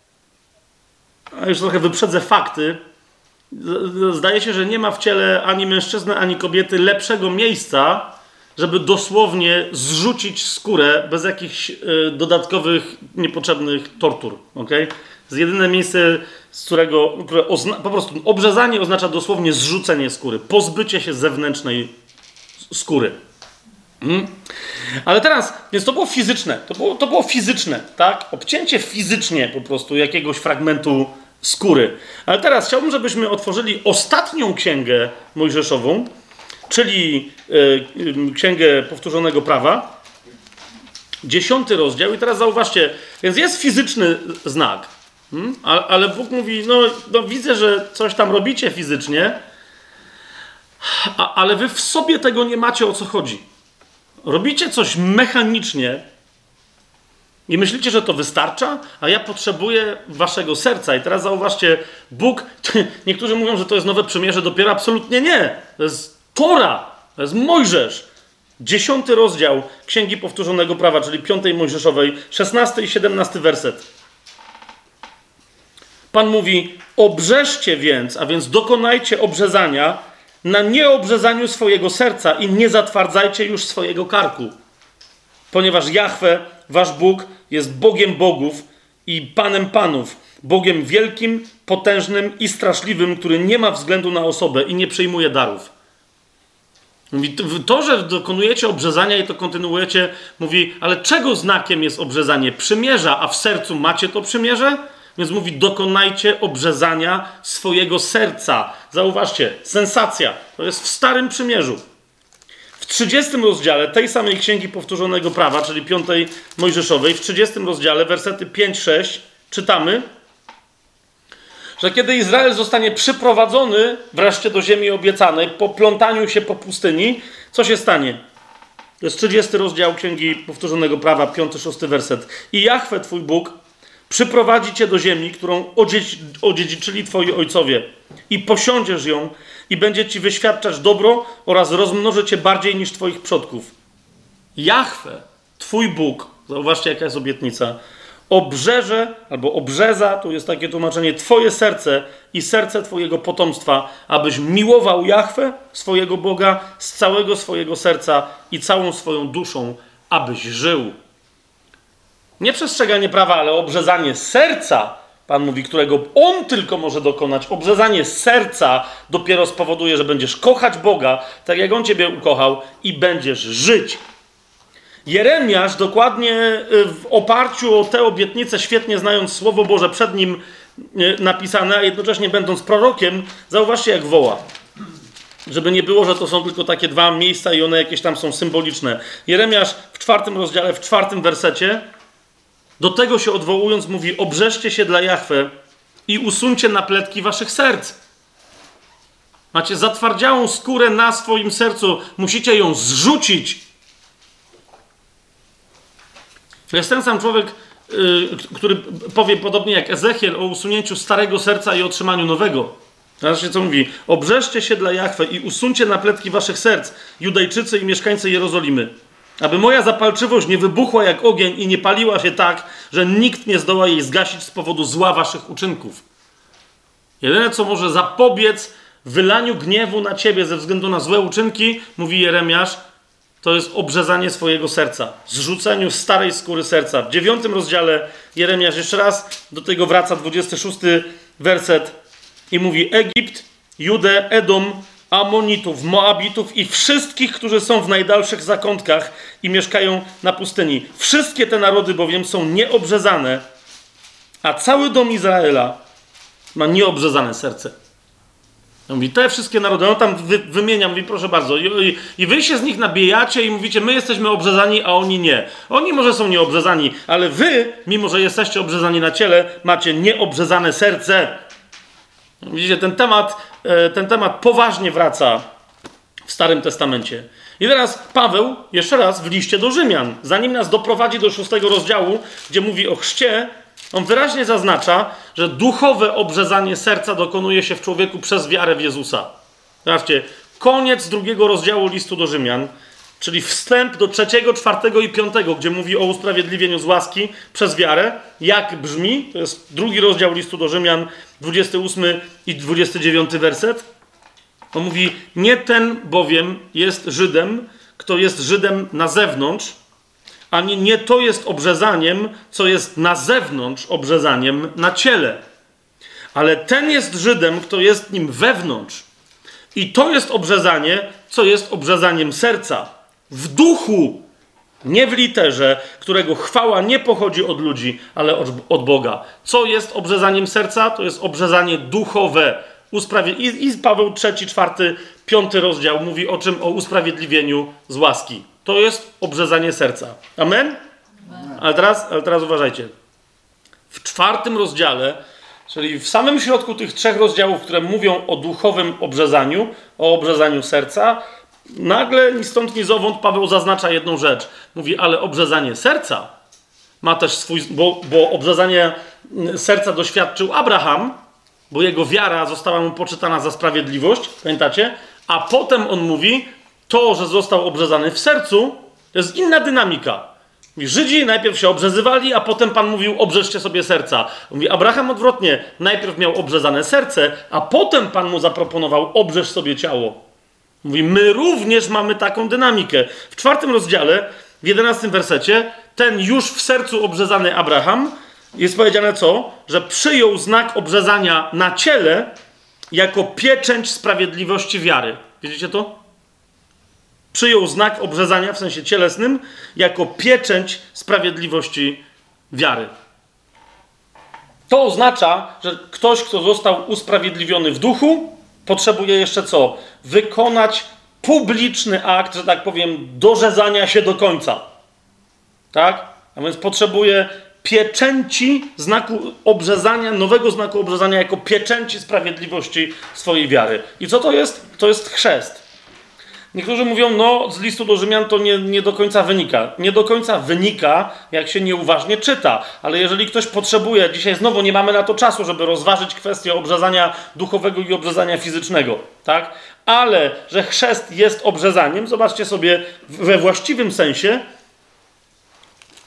a już trochę wyprzedzę fakty, zdaje się, że nie ma w ciele ani mężczyzny, ani kobiety lepszego miejsca, żeby dosłownie zrzucić skórę bez jakichś y, dodatkowych, niepotrzebnych tortur. Okay? To jest jedyne miejsce, z którego które ozna- po prostu obrzezanie oznacza dosłownie zrzucenie skóry, pozbycie się zewnętrznej skóry. Hmm? Ale teraz, więc to było fizyczne, to było, to było fizyczne, tak? Obcięcie fizycznie po prostu jakiegoś fragmentu skóry. Ale teraz chciałbym, żebyśmy otworzyli ostatnią księgę mojżeszową, czyli y, y, księgę powtórzonego prawa, dziesiąty rozdział. I teraz zauważcie, więc jest fizyczny znak, hmm? ale, ale Bóg mówi, no, no widzę, że coś tam robicie fizycznie, a, ale wy w sobie tego nie macie, o co chodzi. Robicie coś mechanicznie i myślicie, że to wystarcza, a ja potrzebuję waszego serca. I teraz zauważcie, Bóg, niektórzy mówią, że to jest nowe przymierze, dopiero absolutnie nie. To jest Tora, to jest Mojżesz. Dziesiąty rozdział Księgi Powtórzonego Prawa, czyli piątej Mojżeszowej, szesnasty i siedemnasty werset. Pan mówi: obrzeżcie więc, a więc dokonajcie obrzezania na nieobrzezaniu swojego serca i nie zatwardzajcie już swojego karku. Ponieważ Jahwe, wasz Bóg, jest Bogiem bogów i Panem panów, Bogiem wielkim, potężnym i straszliwym, który nie ma względu na osobę i nie przyjmuje darów. Mówi, to, że dokonujecie obrzezania i to kontynuujecie, mówi, ale czego znakiem jest obrzezanie? Przymierza, a w sercu macie to przymierze? Więc mówi, dokonajcie obrzezania swojego serca. Zauważcie, sensacja. To jest w Starym Przymierzu. W trzydziestym rozdziale tej samej Księgi Powtórzonego Prawa, czyli piątej Mojżeszowej, w trzydziestym rozdziale, wersety pięć sześć, czytamy, że kiedy Izrael zostanie przyprowadzony wreszcie do ziemi obiecanej, po plątaniu się po pustyni, co się stanie? To jest trzydziesty rozdział Księgi Powtórzonego Prawa, piąty szósty werset. I Jahwe, twój Bóg, przyprowadzi cię do ziemi, którą odziedz- odziedziczyli twoi ojcowie, i posiądziesz ją i będzie ci wyświadczać dobro oraz rozmnoży cię bardziej niż twoich przodków. Jahwe, twój Bóg, zauważcie, jaka jest obietnica, obrzeże, albo obrzeza, tu jest takie tłumaczenie, twoje serce i serce twojego potomstwa, abyś miłował Jahwe, swojego Boga, z całego swojego serca i całą swoją duszą, abyś żył. Nie przestrzeganie prawa, ale obrzezanie serca, Pan mówi, którego On tylko może dokonać. Obrzezanie serca dopiero spowoduje, że będziesz kochać Boga, tak jak On ciebie ukochał i będziesz żyć. Jeremiasz dokładnie w oparciu o tę obietnicę, świetnie znając Słowo Boże przed nim napisane, a jednocześnie będąc prorokiem, zauważcie jak woła. Żeby nie było, że to są tylko takie dwa miejsca i one jakieś tam są symboliczne. Jeremiasz w czwartym rozdziale, w czwartym wersecie, do tego się odwołując mówi: obrzeżcie się dla Jahwe i usuńcie napletki waszych serc. Macie zatwardziałą skórę na swoim sercu, musicie ją zrzucić. Jest ten sam człowiek, yy, który powie podobnie jak Ezechiel o usunięciu starego serca i otrzymaniu nowego. Zobaczcie, co mówi: obrzeżcie się dla Jahwe i usuńcie napletki waszych serc, Judejczycy i mieszkańcy Jerozolimy, aby moja zapalczywość nie wybuchła jak ogień i nie paliła się tak, że nikt nie zdoła jej zgasić z powodu zła waszych uczynków. Jedyne, co może zapobiec wylaniu gniewu na ciebie ze względu na złe uczynki, mówi Jeremiasz, to jest obrzezanie swojego serca, zrzuceniu starej skóry serca. W dziewiątym rozdziale Jeremiasz jeszcze raz do tego wraca, dwudziesty szósty werset i mówi: Egipt, Judę, Edom, Amonitów, Moabitów i wszystkich, którzy są w najdalszych zakątkach i mieszkają na pustyni. Wszystkie te narody bowiem są nieobrzezane, a cały dom Izraela ma nieobrzezane serce. On mówi, te wszystkie narody, on tam wy, wymienia, mówi, proszę bardzo, i, i, i wy się z nich nabijacie i mówicie, my jesteśmy obrzezani, a oni nie. Oni może są nieobrzezani, ale wy, mimo że jesteście obrzezani na ciele, macie nieobrzezane serce. Widzicie, ten temat, ten temat poważnie wraca w Starym Testamencie. I teraz Paweł, jeszcze raz, w liście do Rzymian, zanim nas doprowadzi do szóstego rozdziału, gdzie mówi o chrzcie, on wyraźnie zaznacza, że duchowe obrzezanie serca dokonuje się w człowieku przez wiarę w Jezusa. Zobaczcie, koniec drugiego rozdziału listu do Rzymian, czyli wstęp do trzeciego, czwartego i piątego, gdzie mówi o usprawiedliwieniu z łaski przez wiarę. Jak brzmi? To jest drugi rozdział listu do Rzymian, dwudziesty ósmy i dwudziesty dziewiąty werset. On mówi, nie ten bowiem jest Żydem, kto jest Żydem na zewnątrz, ani nie to jest obrzezaniem, co jest na zewnątrz obrzezaniem na ciele. Ale ten jest Żydem, kto jest nim wewnątrz. I to jest obrzezanie, co jest obrzezaniem serca. W duchu, nie w literze, którego chwała nie pochodzi od ludzi, ale od, od Boga. Co jest obrzezaniem serca? To jest obrzezanie duchowe. Usprawiedli- I, I Paweł trzeci, czwarty, piąty rozdział mówi o czym? O usprawiedliwieniu z łaski. To jest obrzezanie serca. Amen? Amen. Ale teraz, ale teraz uważajcie. W czwartym rozdziale, czyli w samym środku tych trzech rozdziałów, które mówią o duchowym obrzezaniu, o obrzezaniu serca, nagle ni stąd, ni zowąd Paweł zaznacza jedną rzecz. Mówi, ale obrzezanie serca ma też swój... Bo, bo obrzezanie serca doświadczył Abraham, bo jego wiara została mu poczytana za sprawiedliwość, pamiętacie? A potem on mówi, to, że został obrzezany w sercu, to jest inna dynamika. Mówi, Żydzi najpierw się obrzezywali, a potem Pan mówił, obrzeżcie sobie serca. Mówi, Abraham odwrotnie, najpierw miał obrzezane serce, a potem Pan mu zaproponował, obrzeż sobie ciało. Mówi, my również mamy taką dynamikę. W czwartym rozdziale, w jedenastym wersecie, ten już w sercu obrzezany Abraham, jest powiedziane co? Że przyjął znak obrzezania na ciele jako pieczęć sprawiedliwości wiary. Widzicie to? Przyjął znak obrzezania w sensie cielesnym jako pieczęć sprawiedliwości wiary. To oznacza, że ktoś, kto został usprawiedliwiony w duchu, potrzebuje jeszcze co? Wykonać publiczny akt, że tak powiem, dorzezania się do końca. Tak? A więc potrzebuje pieczęci znaku obrzezania, nowego znaku obrzezania jako pieczęci sprawiedliwości swojej wiary. I co to jest? To jest chrzest. Niektórzy mówią, no z listu do Rzymian to nie, nie do końca wynika. Nie do końca wynika, jak się nieuważnie czyta. Ale jeżeli ktoś potrzebuje, dzisiaj znowu nie mamy na to czasu, żeby rozważyć kwestię obrzezania duchowego i obrzezania fizycznego, tak? Ale, że chrzest jest obrzezaniem, zobaczcie sobie we właściwym sensie,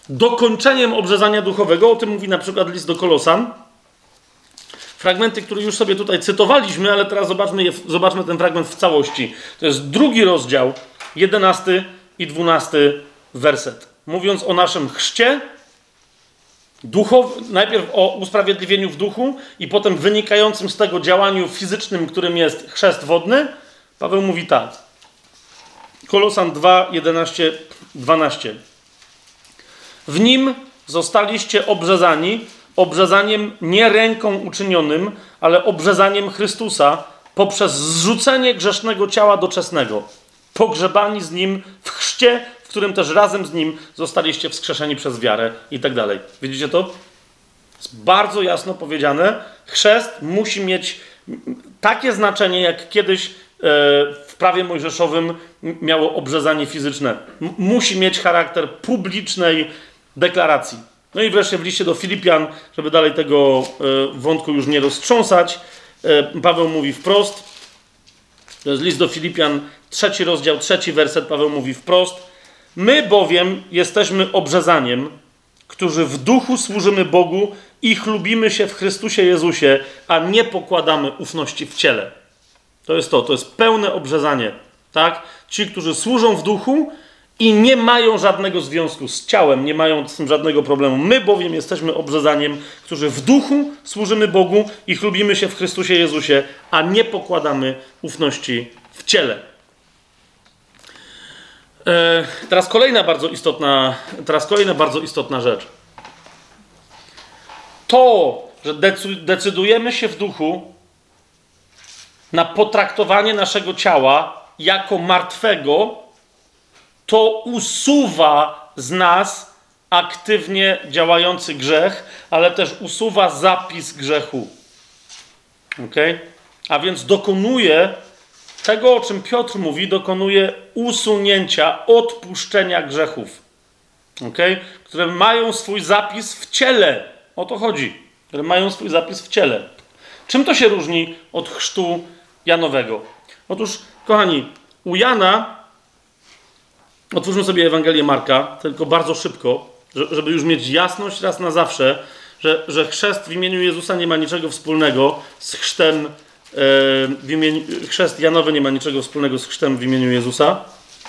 dokończeniem obrzezania duchowego. O tym mówi na przykład list do Kolosan. Fragmenty, które już sobie tutaj cytowaliśmy, ale teraz zobaczmy, je, zobaczmy ten fragment w całości. To jest drugi rozdział, jedenasty i dwunasty werset. Mówiąc o naszym chrzcie, duchow... najpierw o usprawiedliwieniu w duchu i potem wynikającym z tego działaniu fizycznym, którym jest chrzest wodny, Paweł mówi tak. Kolosan dwa, jedenaście, dwanaście. W nim zostaliście obrzezani, obrzezaniem nie ręką uczynionym, ale obrzezaniem Chrystusa poprzez zrzucenie grzesznego ciała doczesnego, pogrzebani z Nim w chrzcie, w którym też razem z Nim zostaliście wskrzeszeni przez wiarę i tak dalej. Widzicie to? Jest bardzo jasno powiedziane. Chrzest musi mieć takie znaczenie, jak kiedyś w prawie mojżeszowym miało obrzezanie fizyczne. M- musi mieć charakter publicznej deklaracji. No i wreszcie w liście do Filipian, żeby dalej tego e, wątku już nie roztrząsać, e, Paweł mówi wprost, to jest list do Filipian, trzeci rozdział, trzeci werset, Paweł mówi wprost, my bowiem jesteśmy obrzezaniem, którzy w duchu służymy Bogu i chlubimy się w Chrystusie Jezusie, a nie pokładamy ufności w ciele. To jest to, to jest pełne obrzezanie, tak? Ci, którzy służą w duchu i nie mają żadnego związku z ciałem, nie mają z tym żadnego problemu. My bowiem jesteśmy obrzezaniem, którzy w duchu służymy Bogu i chlubimy się w Chrystusie Jezusie, a nie pokładamy ufności w ciele. E, teraz kolejna bardzo istotna, teraz kolejna bardzo istotna rzecz. To, że decydujemy się w duchu na potraktowanie naszego ciała jako martwego, to usuwa z nas aktywnie działający grzech, ale też usuwa zapis grzechu. Okay? A więc dokonuje tego, o czym Piotr mówi, dokonuje usunięcia, odpuszczenia grzechów. Okay? Które mają swój zapis w ciele. O to chodzi. Które mają swój zapis w ciele. Czym to się różni od chrztu Janowego? Otóż, kochani, u Jana, otwórzmy sobie Ewangelię Marka, tylko bardzo szybko, żeby już mieć jasność raz na zawsze, że, że chrzest w imieniu Jezusa nie ma niczego wspólnego z chrztem, e, w imieniu, chrzest Janowy nie ma niczego wspólnego z chrztem w imieniu Jezusa.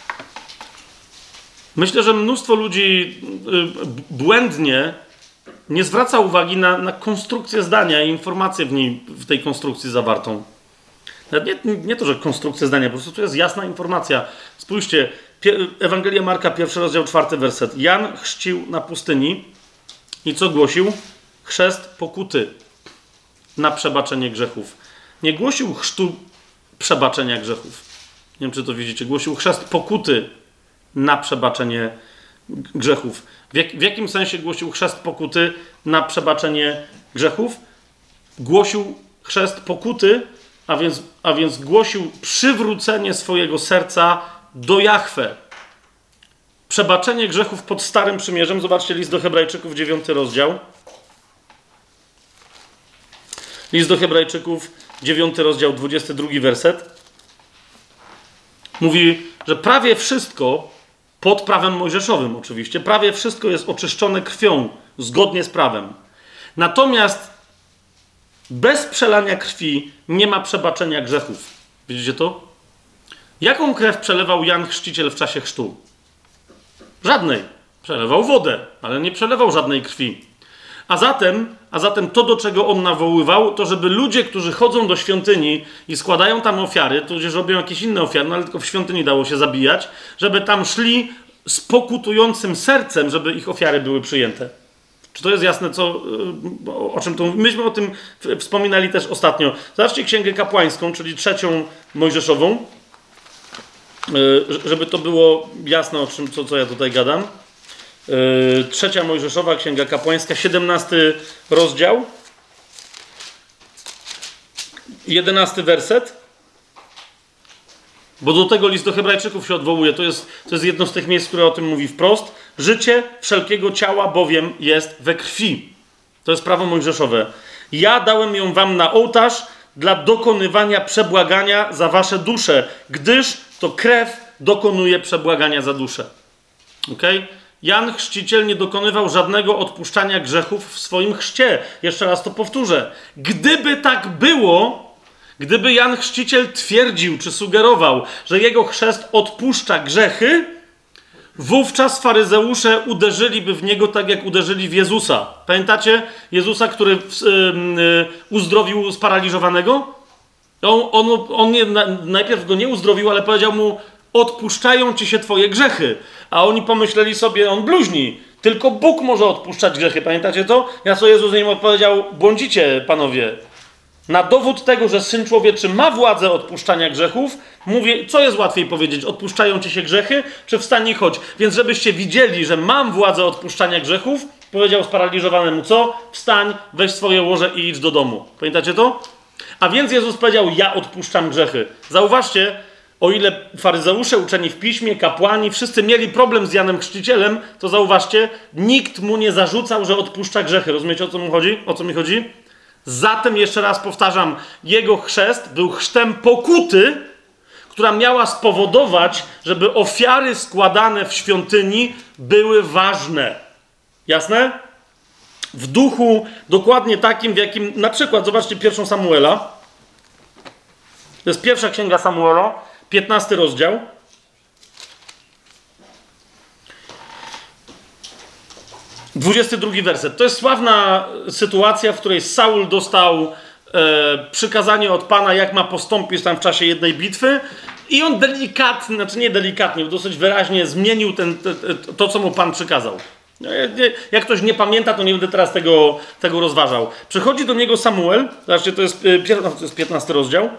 Myślę, że mnóstwo ludzi błędnie nie zwraca uwagi na, na konstrukcję zdania i informację w niej, w tej konstrukcji zawartą. Nie, nie to, że konstrukcja zdania, po prostu to jest jasna informacja. Spójrzcie, Ewangelia Marka, pierwszy rozdział, czwarty werset. Jan chrzcił na pustyni i co głosił? Chrzest pokuty na przebaczenie grzechów. Nie głosił chrztu przebaczenia grzechów. Nie wiem, czy to widzicie. Głosił chrzest pokuty na przebaczenie grzechów. W, jak, w jakim sensie głosił chrzest pokuty na przebaczenie grzechów? Głosił chrzest pokuty, a więc, a więc głosił przywrócenie swojego serca do Jahwe. Przebaczenie grzechów pod Starym Przymierzem. Zobaczcie list do Hebrajczyków, dziewiąty rozdział. List do Hebrajczyków, dziewiąty rozdział, dwudziesty drugi werset. Mówi, że prawie wszystko, pod prawem mojżeszowym oczywiście, prawie wszystko jest oczyszczone krwią, zgodnie z prawem. Natomiast bez przelania krwi nie ma przebaczenia grzechów. Widzicie to? Jaką krew przelewał Jan Chrzciciel w czasie chrztu? Żadnej. Przelewał wodę, ale nie przelewał żadnej krwi. A zatem, a zatem to, do czego on nawoływał, to żeby ludzie, którzy chodzą do świątyni i składają tam ofiary, tudzież robią jakieś inne ofiary, no ale tylko w świątyni dało się zabijać, żeby tam szli z pokutującym sercem, żeby ich ofiary były przyjęte. Czy to jest jasne, co, o czym tu mówimy? Myśmy o tym wspominali też ostatnio. Zobaczcie Księgę Kapłańską, czyli trzecią Mojżeszową, żeby to było jasne, o czym, co, co ja tutaj gadam. Trzecia Mojżeszowa, Księga Kapłańska, siedemnasty rozdział, jedenasty werset. Bo do tego list do Hebrajczyków się odwołuje. To jest, to jest jedno z tych miejsc, które o tym mówi wprost. Życie wszelkiego ciała bowiem jest we krwi. To jest prawo mojżeszowe. Ja dałem ją wam na ołtarz dla dokonywania przebłagania za wasze dusze, gdyż to krew dokonuje przebłagania za duszę. Okay? Jan Chrzciciel nie dokonywał żadnego odpuszczania grzechów w swoim chrzcie. Jeszcze raz to powtórzę. Gdyby tak było, gdyby Jan Chrzciciel twierdził czy sugerował, że jego chrzest odpuszcza grzechy, wówczas faryzeusze uderzyliby w niego tak, jak uderzyli w Jezusa. Pamiętacie Jezusa, który yy, yy, uzdrowił sparaliżowanego? On, on, on nie, na, najpierw go nie uzdrowił, ale powiedział mu: odpuszczają ci się twoje grzechy. A oni pomyśleli sobie: on bluźni. Tylko Bóg może odpuszczać grzechy. Pamiętacie to? Na co Jezus im odpowiedział: błądzicie, panowie. Na dowód tego, że Syn Człowieczy ma władzę odpuszczania grzechów, mówię, co jest łatwiej powiedzieć? Odpuszczają ci się grzechy, czy wstań i chodź? Więc żebyście widzieli, że mam władzę odpuszczania grzechów, powiedział sparaliżowanemu co? Wstań, weź swoje łoże i idź do domu. Pamiętacie to? A więc Jezus powiedział: ja odpuszczam grzechy. Zauważcie, o ile faryzeusze, uczeni w piśmie, kapłani, wszyscy mieli problem z Janem Chrzcicielem, to zauważcie, nikt mu nie zarzucał, że odpuszcza grzechy. Rozumiecie, o co mu chodzi? O co mi chodzi? Zatem, jeszcze raz powtarzam, jego chrzest był chrztem pokuty, która miała spowodować, żeby ofiary składane w świątyni były ważne. Jasne? W duchu dokładnie takim, w jakim, na przykład, zobaczcie pierwszą Samuela. To jest pierwsza księga Samuela, piętnasty rozdział. dwudziesty drugi werset. To jest sławna sytuacja, w której Saul dostał e, przykazanie od Pana, jak ma postąpić tam w czasie jednej bitwy, i on delikatnie, znaczy nie delikatnie, dosyć wyraźnie zmienił ten, te, te, to, co mu Pan przykazał. Jak ktoś nie pamięta, to nie będę teraz tego, tego rozważał. Przychodzi do niego Samuel, zobaczcie, to jest, to jest piętnasty rozdział.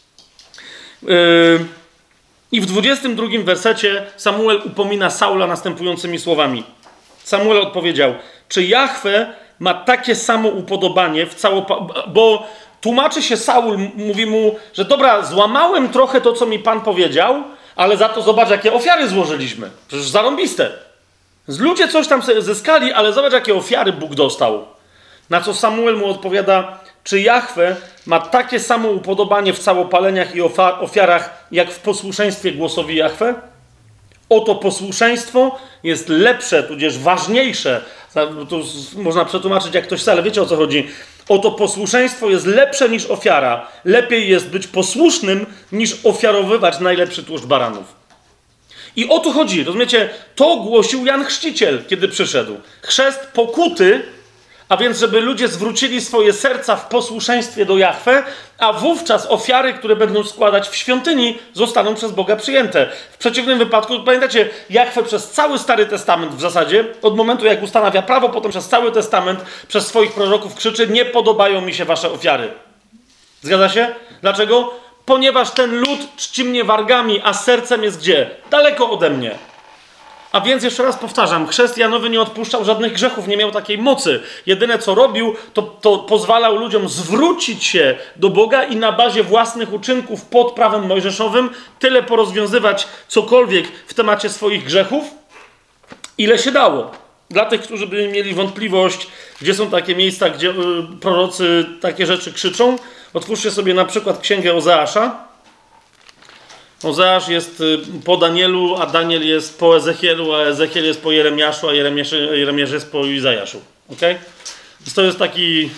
Yy, I w dwudziestym drugim wersecie Samuel upomina Saula następującymi słowami. Samuel odpowiedział: czy Jahwe ma takie samo upodobanie w cało... Bo tłumaczy się Saul, mówi mu, że dobra, złamałem trochę to, co mi Pan powiedział, ale za to zobacz, jakie ofiary złożyliśmy. Przecież zarąbiste. Z ludzie coś tam sobie zyskali, ale zobacz, jakie ofiary Bóg dostał. Na co Samuel mu odpowiada: czy Jahwe ma takie samo upodobanie w całopaleniach i ofiarach, jak w posłuszeństwie głosowi Jahwe? Oto posłuszeństwo jest lepsze, tudzież ważniejsze. To można przetłumaczyć jak ktoś chce, ale wiecie, o co chodzi. Oto posłuszeństwo jest lepsze niż ofiara. Lepiej jest być posłusznym, niż ofiarowywać najlepszy tłuszcz baranów. I o to chodzi, rozumiecie? To głosił Jan Chrzciciel, kiedy przyszedł. Chrzest pokuty, a więc żeby ludzie zwrócili swoje serca w posłuszeństwie do Jahwe, a wówczas ofiary, które będą składać w świątyni, zostaną przez Boga przyjęte. W przeciwnym wypadku, pamiętacie, Jahwe przez cały Stary Testament w zasadzie, od momentu jak ustanawia prawo, potem przez cały Testament, przez swoich proroków krzyczy: nie podobają mi się wasze ofiary. Zgadza się? Dlaczego? Ponieważ ten lud czci mnie wargami, a sercem jest gdzie? Daleko ode mnie. A więc jeszcze raz powtarzam, chrzest Janowy nie odpuszczał żadnych grzechów, nie miał takiej mocy. Jedyne co robił, to, to pozwalał ludziom zwrócić się do Boga i na bazie własnych uczynków pod prawem mojżeszowym tyle porozwiązywać cokolwiek w temacie swoich grzechów, ile się dało. Dla tych, którzy by mieli wątpliwość, gdzie są takie miejsca, gdzie yy, prorocy takie rzeczy krzyczą, otwórzcie sobie na przykład księgę Ozeasza. Ozeasz jest po Danielu, a Daniel jest po Ezechielu, a Ezechiel jest po Jeremiaszu, a Jeremiasz, Jeremiasz jest po Izajaszu. Okay? Więc to jest taki...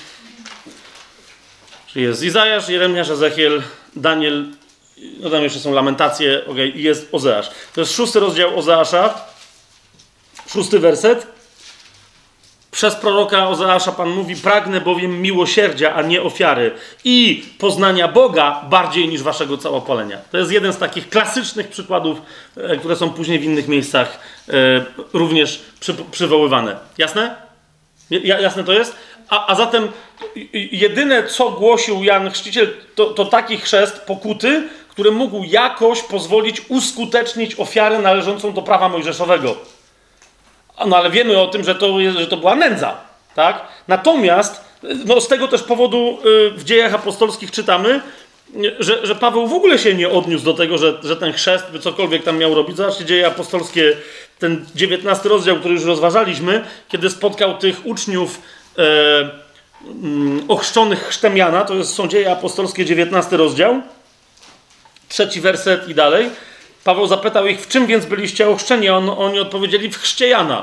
Czyli jest Izajasz, Jeremiasz, Ezechiel, Daniel, no tam jeszcze są lamentacje, okay? I jest Ozeasz. To jest szósty rozdział Ozeasza, szósty werset. Przez proroka Ozeasza Pan mówi: pragnę bowiem miłosierdzia, a nie ofiary, i poznania Boga bardziej niż waszego całopalenia. To jest jeden z takich klasycznych przykładów, e, które są później w innych miejscach e, również przy, przywoływane. Jasne? Ja, jasne to jest? A, a zatem jedyne, co głosił Jan Chrzciciel, to, to taki chrzest pokuty, który mógł jakoś pozwolić uskutecznić ofiarę należącą do prawa mojżeszowego. No ale wiemy o tym, że to, że to była nędza, tak? Natomiast no, z tego też powodu yy, w Dziejach Apostolskich czytamy, yy, że, że Paweł w ogóle się nie odniósł do tego, że, że ten chrzest by cokolwiek tam miał robić. Zobaczcie, Dzieje Apostolskie, ten dziewiętnasty rozdział, który już rozważaliśmy, kiedy spotkał tych uczniów yy, yy, ochrzczonych chrztem Jana, to jest, są Dzieje Apostolskie, dziewiętnasty rozdział, trzeci werset i dalej. Paweł zapytał ich, w czym więc byliście ochrzczeni? On, oni odpowiedzieli, w chrzcie Jana.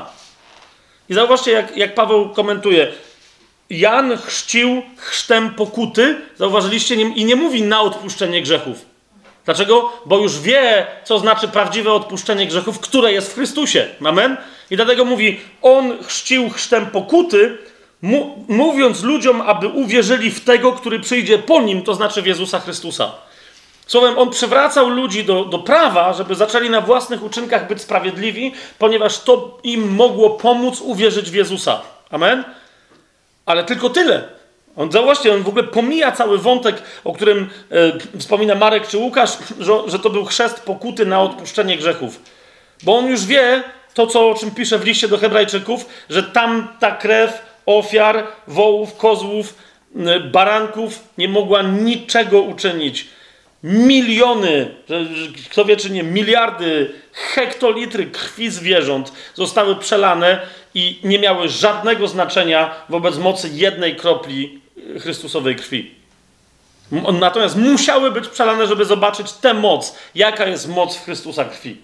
I zauważcie, jak, jak Paweł komentuje. Jan chrzcił chrztem pokuty, zauważyliście, nie, i nie mówi na odpuszczenie grzechów. Dlaczego? Bo już wie, co znaczy prawdziwe odpuszczenie grzechów, które jest w Chrystusie. Amen? I dlatego mówi, on chrzcił chrztem pokuty, mu, mówiąc ludziom, aby uwierzyli w tego, który przyjdzie po nim, to znaczy w Jezusa Chrystusa. Słowem, on przywracał ludzi do, do prawa, żeby zaczęli na własnych uczynkach być sprawiedliwi, ponieważ to im mogło pomóc uwierzyć w Jezusa. Amen? Ale tylko tyle. On, zauważcie, on w ogóle pomija cały wątek, o którym e, wspomina Marek czy Łukasz, że, że to był chrzest pokuty na odpuszczenie grzechów. Bo on już wie to, co, o czym pisze w liście do Hebrajczyków, że tam ta krew ofiar, wołów, kozłów, e, baranków nie mogła niczego uczynić. Miliony, kto wie czy nie, miliardy, hektolitry krwi zwierząt zostały przelane i nie miały żadnego znaczenia wobec mocy jednej kropli Chrystusowej krwi. Natomiast musiały być przelane, żeby zobaczyć tę moc, jaka jest moc w Chrystusa krwi.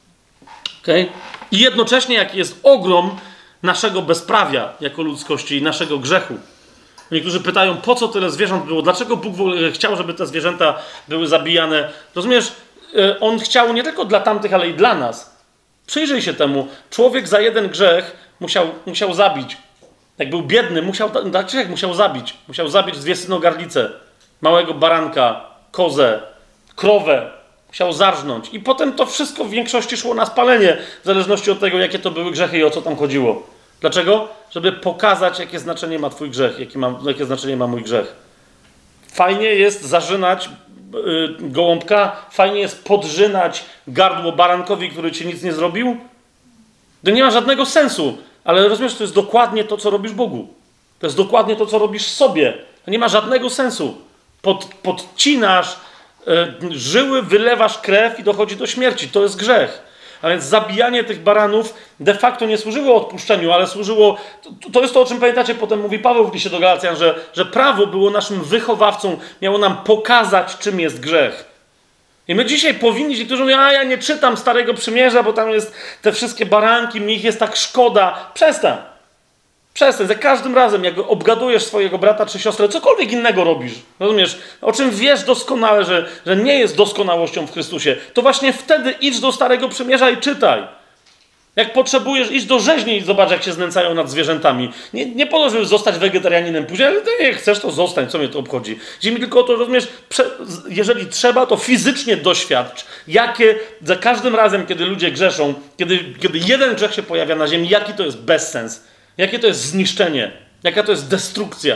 Okay? I jednocześnie jaki jest ogrom naszego bezprawia jako ludzkości i naszego grzechu. Niektórzy pytają, po co tyle zwierząt było? Dlaczego Bóg chciał, żeby te zwierzęta były zabijane? Rozumiesz, On chciał nie tylko dla tamtych, ale i dla nas. Przyjrzyj się temu. Człowiek za jeden grzech musiał, musiał zabić. Jak był biedny, musiał, grzech musiał zabić. Musiał zabić dwie synogarlice, małego baranka, kozę, krowę. Musiał zarżnąć. I potem to wszystko w większości szło na spalenie, w zależności od tego, jakie to były grzechy i o co tam chodziło. Dlaczego? Żeby pokazać, jakie znaczenie ma twój grzech, jakie, ma, jakie znaczenie ma mój grzech. Fajnie jest zarzynać yy, gołąbka, fajnie jest podrzynać gardło barankowi, który ci nic nie zrobił. To nie ma żadnego sensu, ale rozumiesz, to jest dokładnie to, co robisz Bogu. To jest dokładnie to, co robisz sobie. To nie ma żadnego sensu. Pod, podcinasz yy, żyły, wylewasz krew i dochodzi do śmierci. To jest grzech. A więc zabijanie tych baranów de facto nie służyło odpuszczeniu, ale służyło... To, to jest to, o czym pamiętacie, potem mówi Paweł w liście do Galacjan, że, że prawo było naszym wychowawcą, miało nam pokazać, czym jest grzech. I my dzisiaj powinni, niektórzy mówią, a ja nie czytam Starego Przymierza, bo tam jest te wszystkie baranki, mi ich jest tak szkoda. Przestań. Przestań. Za każdym razem, jak obgadujesz swojego brata czy siostrę, cokolwiek innego robisz, rozumiesz, o czym wiesz doskonale, że, że nie jest doskonałością w Chrystusie, to właśnie wtedy idź do Starego Przymierza i czytaj. Jak potrzebujesz, idź do rzeźni i zobacz, jak się znęcają nad zwierzętami. Nie, nie po to, żeby zostać wegetarianinem później, ale ty nie chcesz, to zostań, co mnie to obchodzi. Chodzi mi tylko o to, rozumiesz, prze, jeżeli trzeba, to fizycznie doświadcz, jakie za każdym razem, kiedy ludzie grzeszą, kiedy, kiedy jeden grzech się pojawia na ziemi, jaki to jest bezsens. Jakie to jest zniszczenie? Jaka to jest destrukcja?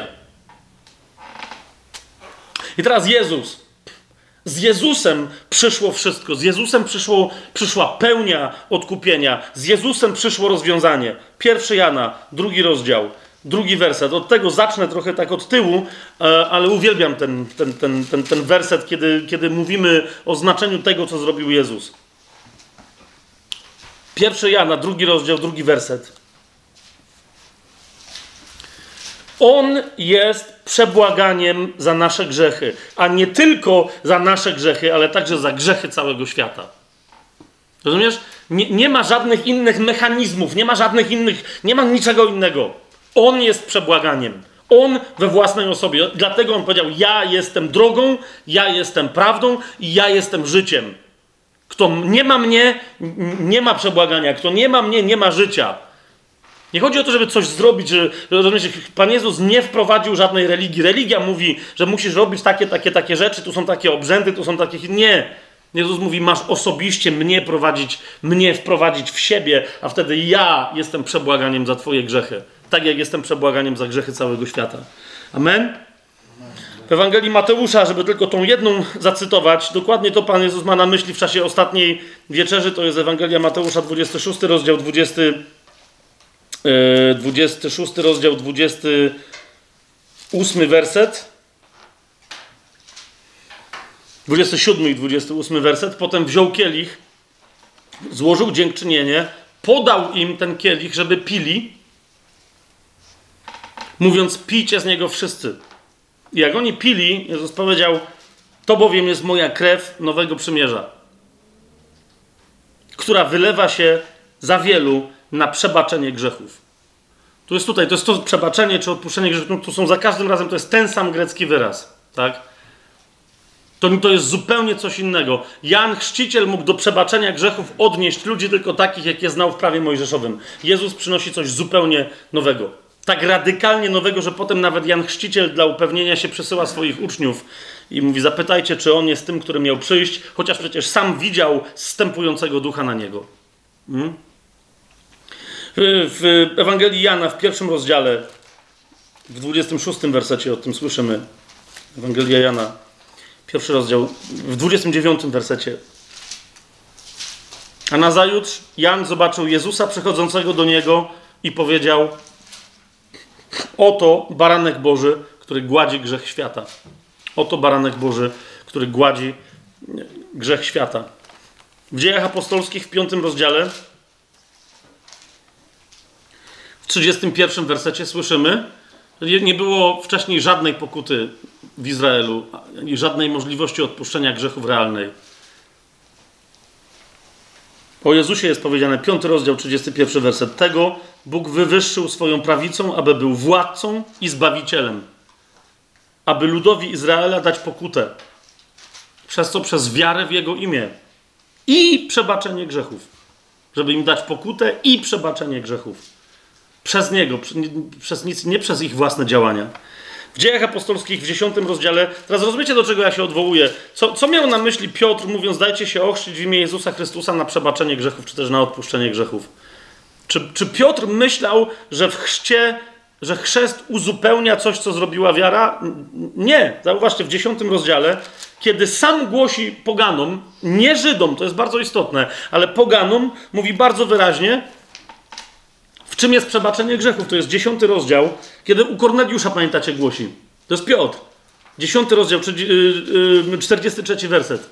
I teraz Jezus. Z Jezusem przyszło wszystko. Z Jezusem przyszło, przyszła pełnia odkupienia. Z Jezusem przyszło rozwiązanie. Pierwszy Jana, drugi rozdział, drugi werset. Od tego zacznę trochę tak od tyłu, ale uwielbiam ten, ten, ten, ten, ten werset, kiedy, kiedy mówimy o znaczeniu tego, co zrobił Jezus. Pierwszy Jana, drugi rozdział, drugi werset. On jest przebłaganiem za nasze grzechy, a nie tylko za nasze grzechy, ale także za grzechy całego świata. Rozumiesz? Nie, nie ma żadnych innych mechanizmów, nie ma żadnych innych, nie ma niczego innego. On jest przebłaganiem. On we własnej osobie. Dlatego on powiedział, ja jestem drogą, ja jestem prawdą i ja jestem życiem. Kto nie ma mnie, nie ma przebłagania. Kto nie ma mnie, nie ma życia. Nie chodzi o to, żeby coś zrobić, że, rozumiecie, Pan Jezus nie wprowadził żadnej religii. Religia mówi, że musisz robić takie, takie, takie rzeczy, tu są takie obrzędy, tu są takie... Nie. Jezus mówi, masz osobiście mnie prowadzić, mnie wprowadzić w siebie, a wtedy ja jestem przebłaganiem za twoje grzechy. Tak jak jestem przebłaganiem za grzechy całego świata. Amen? W Ewangelii Mateusza, żeby tylko tą jedną zacytować, dokładnie to Pan Jezus ma na myśli w czasie ostatniej wieczerzy, to jest Ewangelia Mateusza, dwudziesty szósty rozdział, dwudziesty, dwudziesty szósty rozdział, dwudziesty ósmy werset. dwudziesty siódmy i dwudziesty ósmy werset. Potem wziął kielich, złożył dziękczynienie, podał im ten kielich, żeby pili, mówiąc, pijcie z niego wszyscy. I jak oni pili, Jezus powiedział, to bowiem jest moja krew nowego przymierza. która wylewa się za wielu na przebaczenie grzechów. Tu jest tutaj, to jest to przebaczenie czy odpuszczenie grzechów, no, to są za każdym razem, to jest ten sam grecki wyraz, tak? To, to jest zupełnie coś innego. Jan Chrzciciel mógł do przebaczenia grzechów odnieść ludzi tylko takich, jakie znał w prawie mojżeszowym. Jezus przynosi coś zupełnie nowego. Tak radykalnie nowego, że potem nawet Jan Chrzciciel dla upewnienia się przesyła swoich uczniów i mówi, zapytajcie, czy on jest tym, który miał przyjść, chociaż przecież sam widział zstępującego ducha na niego. Hmm? W Ewangelii Jana, w pierwszym rozdziale, w dwudziestym szóstym wersecie o tym słyszymy. Ewangelia Jana, pierwszy rozdział, w dwudziestym dziewiątym wersecie. A nazajutrz Jan zobaczył Jezusa przychodzącego do niego i powiedział: oto baranek Boży, który gładzi grzech świata. Oto baranek Boży, który gładzi grzech świata. W Dziejach Apostolskich w piątym rozdziale, w trzydziestym pierwszym wersecie słyszymy, że nie było wcześniej żadnej pokuty w Izraelu, ani żadnej możliwości odpuszczenia grzechów realnej. O Jezusie jest powiedziane, piąty rozdział, trzydziesty pierwszy werset. Tego Bóg wywyższył swoją prawicą, aby był władcą i zbawicielem. Aby ludowi Izraela dać pokutę. Przez co? Przez wiarę w Jego imię. I przebaczenie grzechów. Żeby im dać pokutę i przebaczenie grzechów. Przez Niego, przez nic, nie przez ich własne działania. W Dziejach Apostolskich w dziesiątym rozdziale, teraz rozumiecie, do czego ja się odwołuję. Co, co miał na myśli Piotr, mówiąc, dajcie się ochrzcić w imię Jezusa Chrystusa na przebaczenie grzechów, czy też na odpuszczenie grzechów? Czy, czy Piotr myślał, że w chrzcie, że chrzest uzupełnia coś, co zrobiła wiara? Nie. Zauważcie, w dziesiątym rozdziale, kiedy sam głosi poganom, nie Żydom, to jest bardzo istotne, ale poganom, mówi bardzo wyraźnie, w czym jest przebaczenie grzechów. To jest dziesiąty rozdział, kiedy u Korneliusza, pamiętacie, głosi. To jest Piotr. Dziesiąty rozdział, czterdziesty trzeci werset.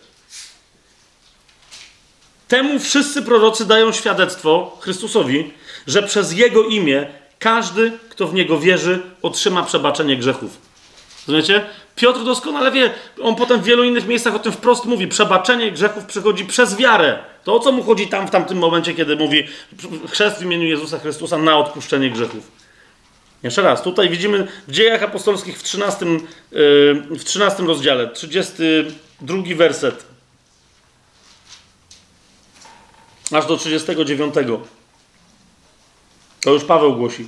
Temu wszyscy prorocy dają świadectwo Chrystusowi, że przez Jego imię każdy, kto w Niego wierzy, otrzyma przebaczenie grzechów. Rozumiecie? Piotr doskonale wie, on potem w wielu innych miejscach o tym wprost mówi. Przebaczenie grzechów przychodzi przez wiarę. To o co mu chodzi tam w tamtym momencie, kiedy mówi chrzest w imieniu Jezusa Chrystusa na odpuszczenie grzechów. Jeszcze raz, tutaj widzimy w Dziejach Apostolskich w trzynastym, w trzynastym rozdziale, trzydziesty drugi werset, aż do trzydziestego dziewiątego. To już Paweł głosi.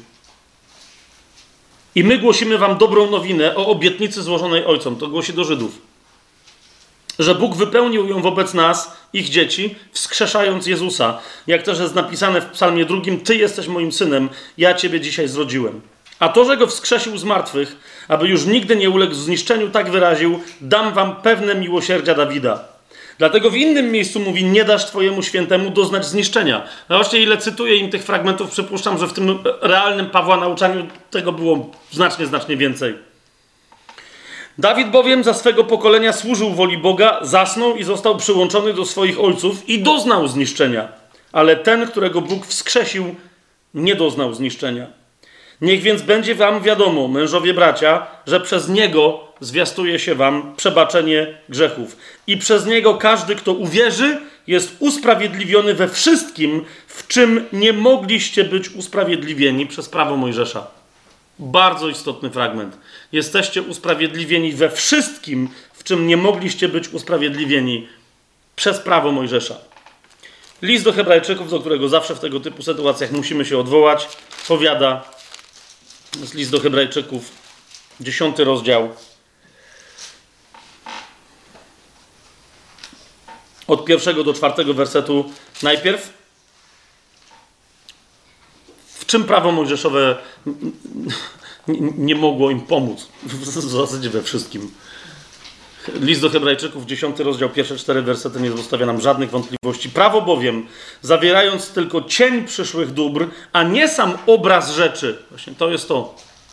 I my głosimy wam dobrą nowinę o obietnicy złożonej Ojcom. To głosi do Żydów. Że Bóg wypełnił ją wobec nas, ich dzieci, wskrzeszając Jezusa. Jak też jest napisane w psalmie drugim, Ty jesteś moim synem, ja Ciebie dzisiaj zrodziłem. A to, że Go wskrzesił z martwych, aby już nigdy nie uległ zniszczeniu, tak wyraził, dam wam pewne miłosierdzia Dawida. Dlatego w innym miejscu mówi, nie dasz Twojemu świętemu doznać zniszczenia. No właśnie, ile cytuję im tych fragmentów, przypuszczam, że w tym realnym Pawła nauczaniu tego było znacznie, znacznie więcej. Dawid bowiem za swego pokolenia służył woli Boga, zasnął i został przyłączony do swoich ojców i doznał zniszczenia. Ale ten, którego Bóg wskrzesił, nie doznał zniszczenia. Niech więc będzie wam wiadomo, mężowie bracia, że przez Niego zwiastuje się wam przebaczenie grzechów. I przez Niego każdy, kto uwierzy, jest usprawiedliwiony we wszystkim, w czym nie mogliście być usprawiedliwieni przez prawo Mojżesza. Bardzo istotny fragment. Jesteście usprawiedliwieni we wszystkim, w czym nie mogliście być usprawiedliwieni przez prawo Mojżesza. List do Hebrajczyków, do którego zawsze w tego typu sytuacjach musimy się odwołać, powiada, to jest list do Hebrajczyków, dziesiąty rozdział, od pierwszego do czwartego wersetu najpierw. W czym prawo mojżeszowe nie mogło im pomóc? W zasadzie we wszystkim. List do Hebrajczyków, dziesiąty rozdział, pierwsze cztery wersety nie zostawia nam żadnych wątpliwości. Prawo bowiem, zawierając tylko cień przyszłych dóbr, a nie sam obraz rzeczy. Właśnie to jest to.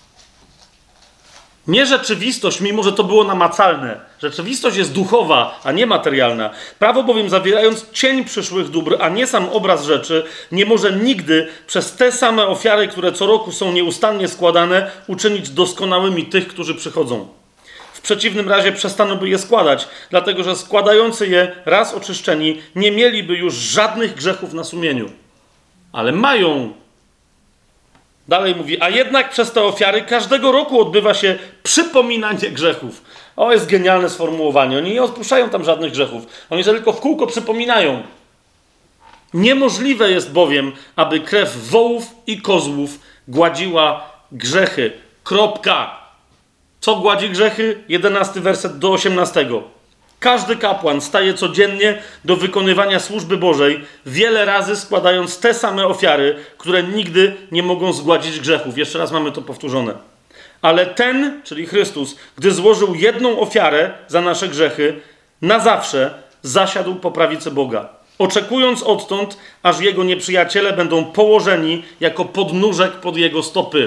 Nie rzeczywistość, mimo że to było namacalne. Rzeczywistość jest duchowa, a nie materialna. Prawo bowiem, zawierając cień przyszłych dóbr, a nie sam obraz rzeczy, nie może nigdy przez te same ofiary, które co roku są nieustannie składane, uczynić doskonałymi tych, którzy przychodzą. W przeciwnym razie przestaną je składać, dlatego że składający je, raz oczyszczeni, nie mieliby już żadnych grzechów na sumieniu. Ale mają. Dalej mówi, a jednak przez te ofiary każdego roku odbywa się przypominanie grzechów. O, jest genialne sformułowanie. Oni nie odpuszczają tam żadnych grzechów. Oni tylko w kółko przypominają. Niemożliwe jest bowiem, aby krew wołów i kozłów gładziła grzechy. Kropka. Co gładzi grzechy? jedenasty werset do osiemnastego. Każdy kapłan staje codziennie do wykonywania służby Bożej, wiele razy składając te same ofiary, które nigdy nie mogą zgładzić grzechów. Jeszcze raz mamy to powtórzone. Ale ten, czyli Chrystus, gdy złożył jedną ofiarę za nasze grzechy, na zawsze zasiadł po prawicy Boga, oczekując odtąd, aż jego nieprzyjaciele będą położeni jako podnóżek pod jego stopy.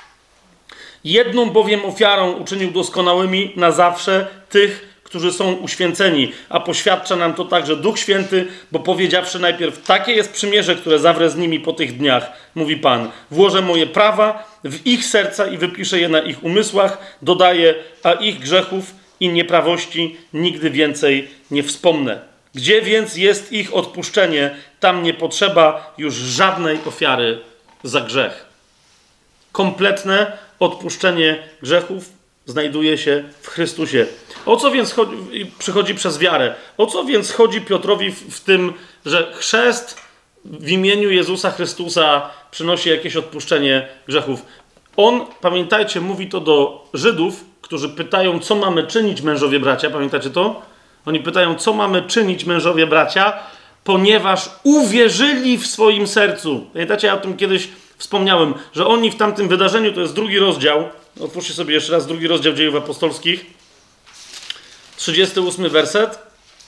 Jedną bowiem ofiarą uczynił doskonałymi na zawsze tych, którzy są uświęceni, a poświadcza nam to także Duch Święty, bo powiedziawszy najpierw, takie jest przymierze, które zawrę z nimi po tych dniach, mówi Pan, włożę moje prawa w ich serca i wypiszę je na ich umysłach, dodaję, a ich grzechów i nieprawości nigdy więcej nie wspomnę. Gdzie więc jest ich odpuszczenie, tam nie potrzeba już żadnej ofiary za grzech. Kompletne odpuszczenie grzechów znajduje się w Chrystusie. O co więc chodzi, przychodzi przez wiarę? O co więc chodzi Piotrowi w, w tym, że chrzest w imieniu Jezusa Chrystusa przynosi jakieś odpuszczenie grzechów? On, pamiętajcie, mówi to do Żydów, którzy pytają, co mamy czynić, mężowie bracia. Pamiętacie to? Oni pytają, co mamy czynić, mężowie bracia, ponieważ uwierzyli w swoim sercu. Pamiętacie, ja o tym kiedyś wspomniałem, że oni w tamtym wydarzeniu, to jest drugi rozdział, otwórzcie sobie jeszcze raz drugi rozdział Dziejów Apostolskich, trzydziesty ósmy werset.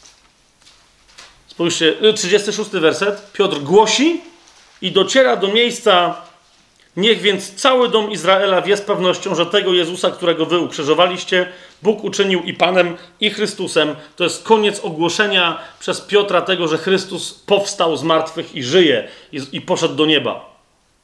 Spójrzcie, trzydziesty szósty werset. Piotr głosi i dociera do miejsca, niech więc cały dom Izraela wie z pewnością, że tego Jezusa, którego wy ukrzyżowaliście, Bóg uczynił i Panem, i Chrystusem. To jest koniec ogłoszenia przez Piotra tego, że Chrystus powstał z martwych i żyje i, i poszedł do nieba.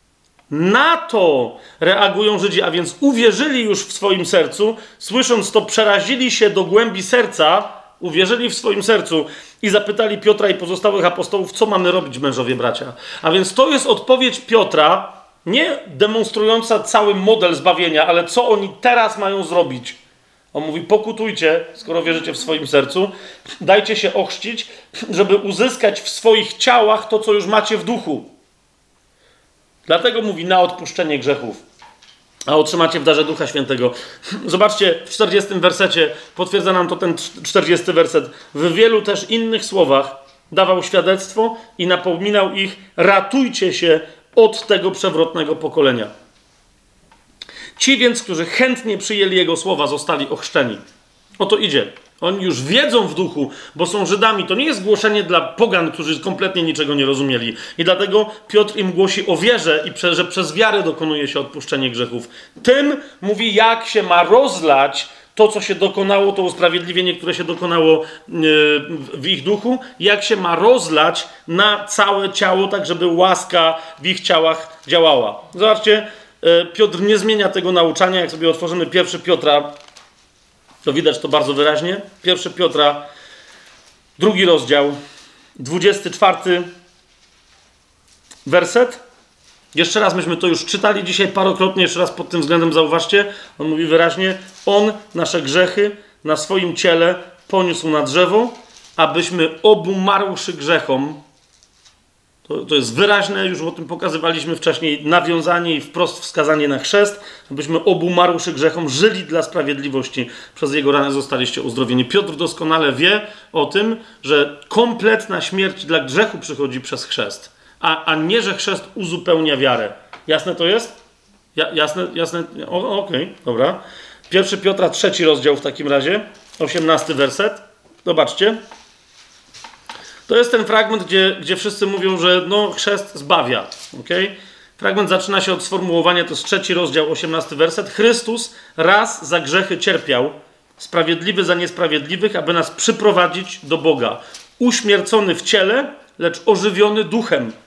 Na to reagują Żydzi, a więc uwierzyli już w swoim sercu, słysząc to, przerazili się do głębi serca, uwierzyli w swoim sercu i zapytali Piotra i pozostałych apostołów, co mamy robić, mężowie bracia. A więc to jest odpowiedź Piotra, nie demonstrująca cały model zbawienia, ale co oni teraz mają zrobić. On mówi, pokutujcie, skoro wierzycie w swoim sercu, dajcie się ochrzcić, żeby uzyskać w swoich ciałach to, co już macie w duchu. Dlatego mówi na odpuszczenie grzechów, a otrzymacie w darze Ducha Świętego. Zobaczcie, w czterdziestym wersecie potwierdza nam to ten czterdziesty werset. W wielu też innych słowach dawał świadectwo i napominał ich, ratujcie się od tego przewrotnego pokolenia. Ci więc, którzy chętnie przyjęli jego słowa, zostali ochrzczeni. O to idzie. Oni już wiedzą w duchu, bo są Żydami. To nie jest głoszenie dla pogan, którzy kompletnie niczego nie rozumieli. I dlatego Piotr im głosi o wierze i prze, że przez wiarę dokonuje się odpuszczenie grzechów. Tym mówi, jak się ma rozlać to, co się dokonało, to usprawiedliwienie, które się dokonało w ich duchu, jak się ma rozlać na całe ciało, tak żeby łaska w ich ciałach działała. Zobaczcie, Piotr nie zmienia tego nauczania. Jak sobie otworzymy pierwszy Piotra, to widać to bardzo wyraźnie. Pierwszy Piotra, drugi rozdział, dwudziesty czwarty werset. Jeszcze raz, myśmy to już czytali dzisiaj parokrotnie, jeszcze raz pod tym względem zauważcie. On mówi wyraźnie, on nasze grzechy na swoim ciele poniósł na drzewo, abyśmy obumarłszy grzechom. To, to jest wyraźne, już o tym pokazywaliśmy wcześniej, nawiązanie i wprost wskazanie na chrzest, abyśmy obumarłszy grzechom żyli dla sprawiedliwości. Przez jego rany zostaliście uzdrowieni. Piotr doskonale wie o tym, że kompletna śmierć dla grzechu przychodzi przez chrzest, a, a nie, że chrzest uzupełnia wiarę. Jasne to jest? Ja, jasne, jasne? Okej, okay, dobra. Pierwszy Piotra, trzeci rozdział w takim razie, osiemnasty werset. Zobaczcie. To jest ten fragment, gdzie, gdzie wszyscy mówią, że no, chrzest zbawia. Okay? Fragment zaczyna się od sformułowania, to jest trzeci rozdział, osiemnasty werset. Chrystus raz za grzechy cierpiał, sprawiedliwy za niesprawiedliwych, aby nas przyprowadzić do Boga. Uśmiercony w ciele, lecz ożywiony duchem.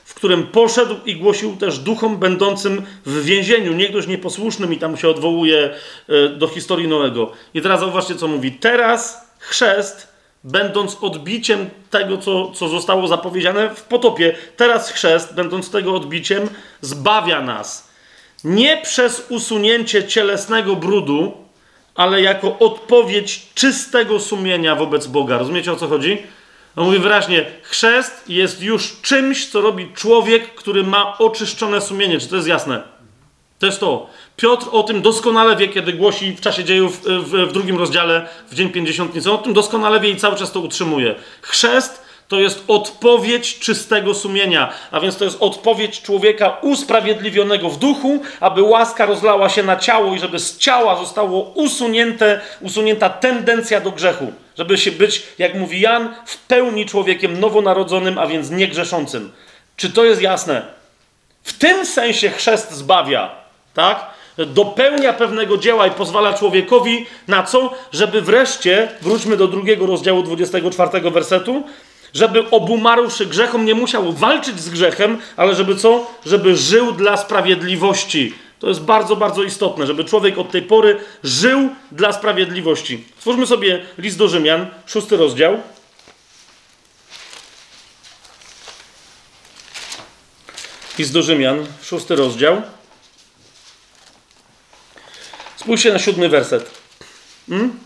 w którym poszedł i głosił też duchom będącym w więzieniu, niegdyś nieposłusznym, i tam się odwołuje do historii Noego. I teraz zauważcie, co mówi. Teraz chrzest, będąc odbiciem tego, co, co zostało zapowiedziane w potopie, teraz chrzest, będąc tego odbiciem, zbawia nas. Nie przez usunięcie cielesnego brudu, ale jako odpowiedź czystego sumienia wobec Boga. Rozumiecie, o co chodzi? On mówi wyraźnie, chrzest jest już czymś, co robi człowiek, który ma oczyszczone sumienie. Czy to jest jasne? To jest to. Piotr o tym doskonale wie, kiedy głosi w czasie dziejów w, w drugim rozdziale, w dzień pięćdziesiątnicy. On o tym doskonale wie i cały czas to utrzymuje. Chrzest to jest odpowiedź czystego sumienia, a więc to jest odpowiedź człowieka usprawiedliwionego w duchu, aby łaska rozlała się na ciało i żeby z ciała zostało usunięte, usunięta tendencja do grzechu. Żeby się być, jak mówi Jan, w pełni człowiekiem nowonarodzonym, a więc niegrzeszącym. Czy to jest jasne? W tym sensie chrzest zbawia, tak? Dopełnia pewnego dzieła i pozwala człowiekowi na co? Żeby wreszcie, wróćmy do drugiego rozdziału dwudziestego czwartego wersetu, żeby obumarłszy grzechom nie musiał walczyć z grzechem, ale żeby co? Żeby żył dla sprawiedliwości. To jest bardzo, bardzo istotne, żeby człowiek od tej pory żył dla sprawiedliwości. Stwórzmy sobie list do Rzymian, szósty rozdział. List do Rzymian, szósty rozdział. Spójrzcie na siódmy werset. Hmm?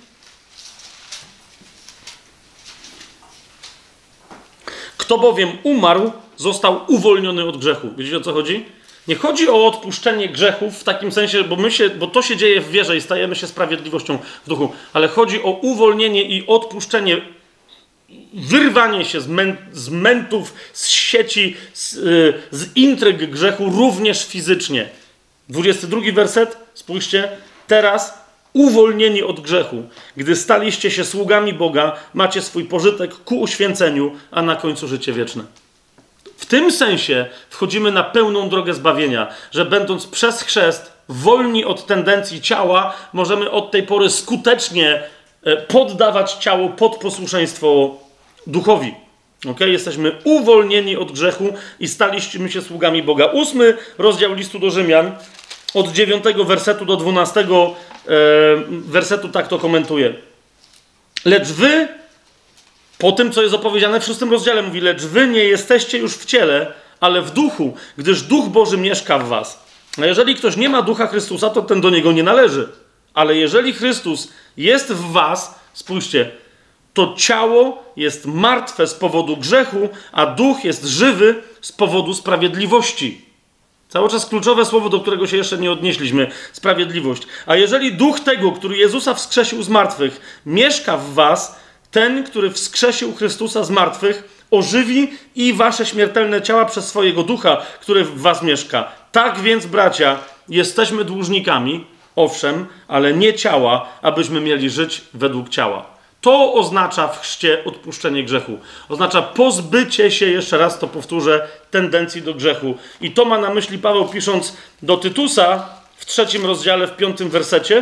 Kto bowiem umarł, został uwolniony od grzechu. Wiecie, o co chodzi? Nie chodzi o odpuszczenie grzechów w takim sensie, bo, my się, bo to się dzieje w wierze i stajemy się sprawiedliwością w duchu, ale chodzi o uwolnienie i odpuszczenie, wyrwanie się z, mę, z mętów, z sieci, z, yy, z intryg grzechu, również fizycznie. dwudziesty drugi werset, spójrzcie. Teraz uwolnieni od grzechu, gdy staliście się sługami Boga, macie swój pożytek ku uświęceniu, a na końcu życie wieczne. W tym sensie wchodzimy na pełną drogę zbawienia, że będąc przez chrzest wolni od tendencji ciała, możemy od tej pory skutecznie poddawać ciało pod posłuszeństwo duchowi. Okay? Jesteśmy uwolnieni od grzechu i staliśmy się sługami Boga. Ósmy rozdział listu do Rzymian, od dziewiątego wersetu do dwunastego e, wersetu tak to komentuje. Lecz wy, po tym co jest opowiedziane w szóstym rozdziale, mówi, lecz wy nie jesteście już w ciele, ale w duchu, gdyż Duch Boży mieszka w was. A jeżeli ktoś nie ma Ducha Chrystusa, to ten do niego nie należy. Ale jeżeli Chrystus jest w was, spójrzcie, to ciało jest martwe z powodu grzechu, a duch jest żywy z powodu sprawiedliwości. Cały czas kluczowe słowo, do którego się jeszcze nie odnieśliśmy. Sprawiedliwość. A jeżeli duch tego, który Jezusa wskrzesił z martwych, mieszka w was, ten, który wskrzesił Chrystusa z martwych, ożywi i wasze śmiertelne ciała przez swojego ducha, który w was mieszka. Tak więc, bracia, jesteśmy dłużnikami, owszem, ale nie ciała, abyśmy mieli żyć według ciała. To oznacza w chrzcie odpuszczenie grzechu. Oznacza pozbycie się, jeszcze raz to powtórzę, tendencji do grzechu. I to ma na myśli Paweł, pisząc do Tytusa w trzecim rozdziale, w piątym wersecie.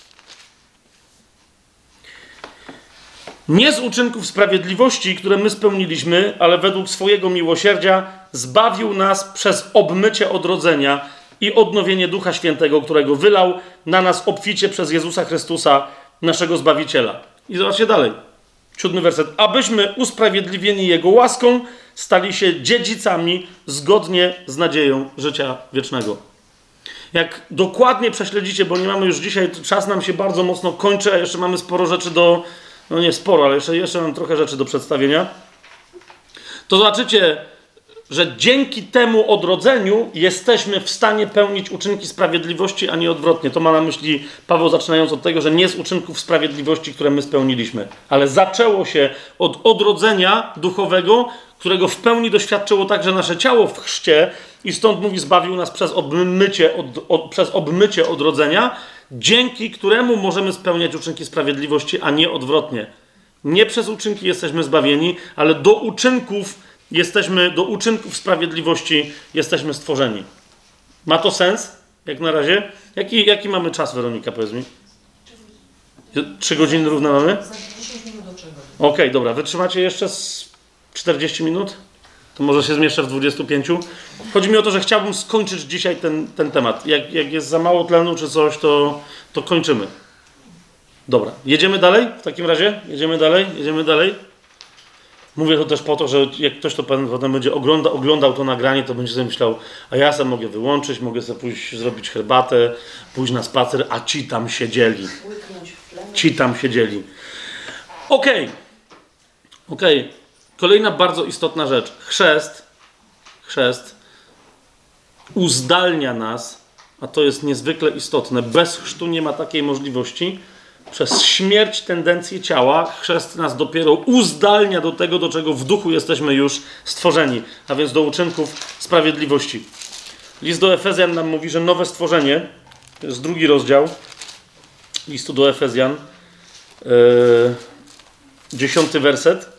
Nie z uczynków sprawiedliwości, które my spełniliśmy, ale według swojego miłosierdzia zbawił nas przez obmycie odrodzenia i odnowienie Ducha Świętego, którego wylał na nas obficie przez Jezusa Chrystusa, naszego Zbawiciela. I zobaczcie dalej. Siódmy werset. Abyśmy usprawiedliwieni Jego łaską stali się dziedzicami zgodnie z nadzieją życia wiecznego. Jak dokładnie prześledzicie, bo nie mamy już dzisiaj, czas nam się bardzo mocno kończy, a jeszcze mamy sporo rzeczy do... No nie sporo, ale jeszcze, jeszcze mam trochę rzeczy do przedstawienia. To zobaczycie, że dzięki temu odrodzeniu jesteśmy w stanie pełnić uczynki sprawiedliwości, a nie odwrotnie. To ma na myśli Paweł, zaczynając od tego, że nie z uczynków sprawiedliwości, które my spełniliśmy, ale zaczęło się od odrodzenia duchowego, którego w pełni doświadczyło także nasze ciało w chrzcie i stąd mówi, zbawił nas przez obmycie, od, od, przez obmycie odrodzenia, dzięki któremu możemy spełniać uczynki sprawiedliwości, a nie odwrotnie. Nie przez uczynki jesteśmy zbawieni, ale do uczynków jesteśmy, do uczynków sprawiedliwości jesteśmy stworzeni. Ma to sens? Jak na razie? Jaki, jaki mamy czas, Weronika, powiedz mi? Trzy godziny równe mamy? Za dziesięć minut do czego? Okej, okay, dobra. Wytrzymacie jeszcze z czterdzieści minut? To może się zmieszczę w dwudziestu pięciu. Chodzi mi o to, że chciałbym skończyć dzisiaj ten, ten temat. Jak, jak jest za mało tlenu czy coś, to, to kończymy. Dobra, jedziemy dalej w takim razie? Jedziemy dalej? Jedziemy dalej? Mówię to też po to, że jak ktoś to potem będzie ogląda, oglądał to nagranie, to będzie sobie myślał, a ja sam mogę wyłączyć, mogę sobie pójść zrobić herbatę, pójść na spacer, a ci tam siedzieli. Ci tam siedzieli. Okej. Okay. Okej. Okay. Kolejna bardzo istotna rzecz. Chrzest, chrzest uzdalnia nas, a to jest niezwykle istotne. Bez chrztu nie ma takiej możliwości. Przez śmierć tendencji ciała chrzest nas dopiero uzdalnia do tego, do czego w duchu jesteśmy już stworzeni, a więc do uczynków sprawiedliwości. List do Efezjan nam mówi, że nowe stworzenie, to jest drugi rozdział listu do Efezjan, yy, dziesiąty werset,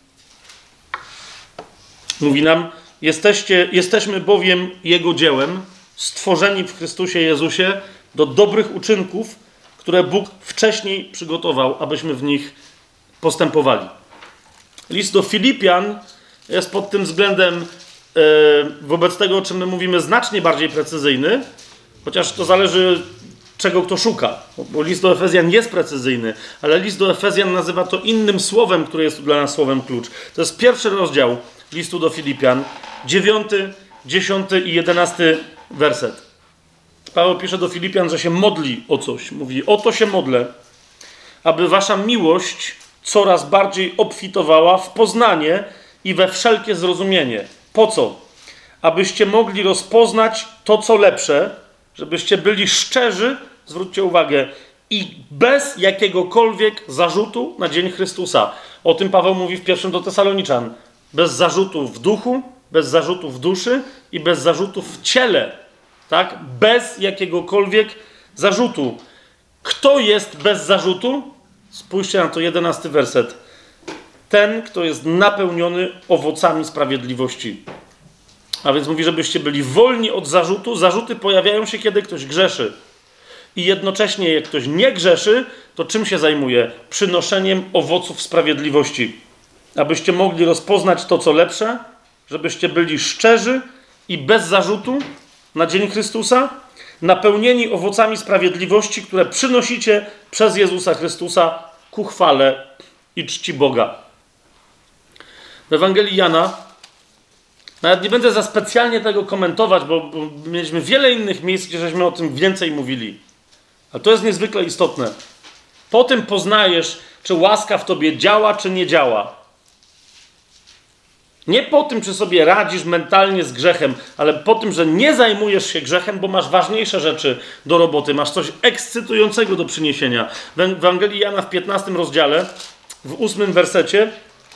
mówi nam, Jesteście, jesteśmy bowiem Jego dziełem, stworzeni w Chrystusie Jezusie do dobrych uczynków, które Bóg wcześniej przygotował, abyśmy w nich postępowali. List do Filipian jest pod tym względem e, wobec tego, o czym my mówimy, znacznie bardziej precyzyjny, chociaż to zależy, czego kto szuka, bo list do Efezjan jest precyzyjny, ale list do Efezjan nazywa to innym słowem, które jest dla nas słowem klucz. To jest pierwszy rozdział listu do Filipian, dziewiąty, dziesiąty i jedenasty werset. Paweł pisze do Filipian, że się modli o coś. Mówi, o to się modlę, aby wasza miłość coraz bardziej obfitowała w poznanie i we wszelkie zrozumienie. Po co? Abyście mogli rozpoznać to, co lepsze, żebyście byli szczerzy, zwróćcie uwagę, i bez jakiegokolwiek zarzutu na dzień Chrystusa. O tym Paweł mówi w pierwszym do Tesaloniczan. Bez zarzutu w duchu, bez zarzutu w duszy i bez zarzutu w ciele. Tak? Bez jakiegokolwiek zarzutu. Kto jest bez zarzutu? Spójrzcie na to, jedenasty werset. Ten, kto jest napełniony owocami sprawiedliwości. A więc mówi, żebyście byli wolni od zarzutu. Zarzuty pojawiają się, kiedy ktoś grzeszy. I jednocześnie, jak ktoś nie grzeszy, to czym się zajmuje? Przynoszeniem owoców sprawiedliwości. Abyście mogli rozpoznać to, co lepsze, żebyście byli szczerzy i bez zarzutu na dzień Chrystusa, napełnieni owocami sprawiedliwości, które przynosicie przez Jezusa Chrystusa ku chwale i czci Boga. W Ewangelii Jana, nawet nie będę za specjalnie tego komentować, bo, bo mieliśmy wiele innych miejsc, gdzie żeśmy o tym więcej mówili. Ale to jest niezwykle istotne. Po tym poznajesz, czy łaska w tobie działa, czy nie działa. Nie po tym, czy sobie radzisz mentalnie z grzechem, ale po tym, że nie zajmujesz się grzechem, bo masz ważniejsze rzeczy do roboty, masz coś ekscytującego do przyniesienia. W Ewangelii Jana w piętnastym rozdziale, w ósmym wersecie,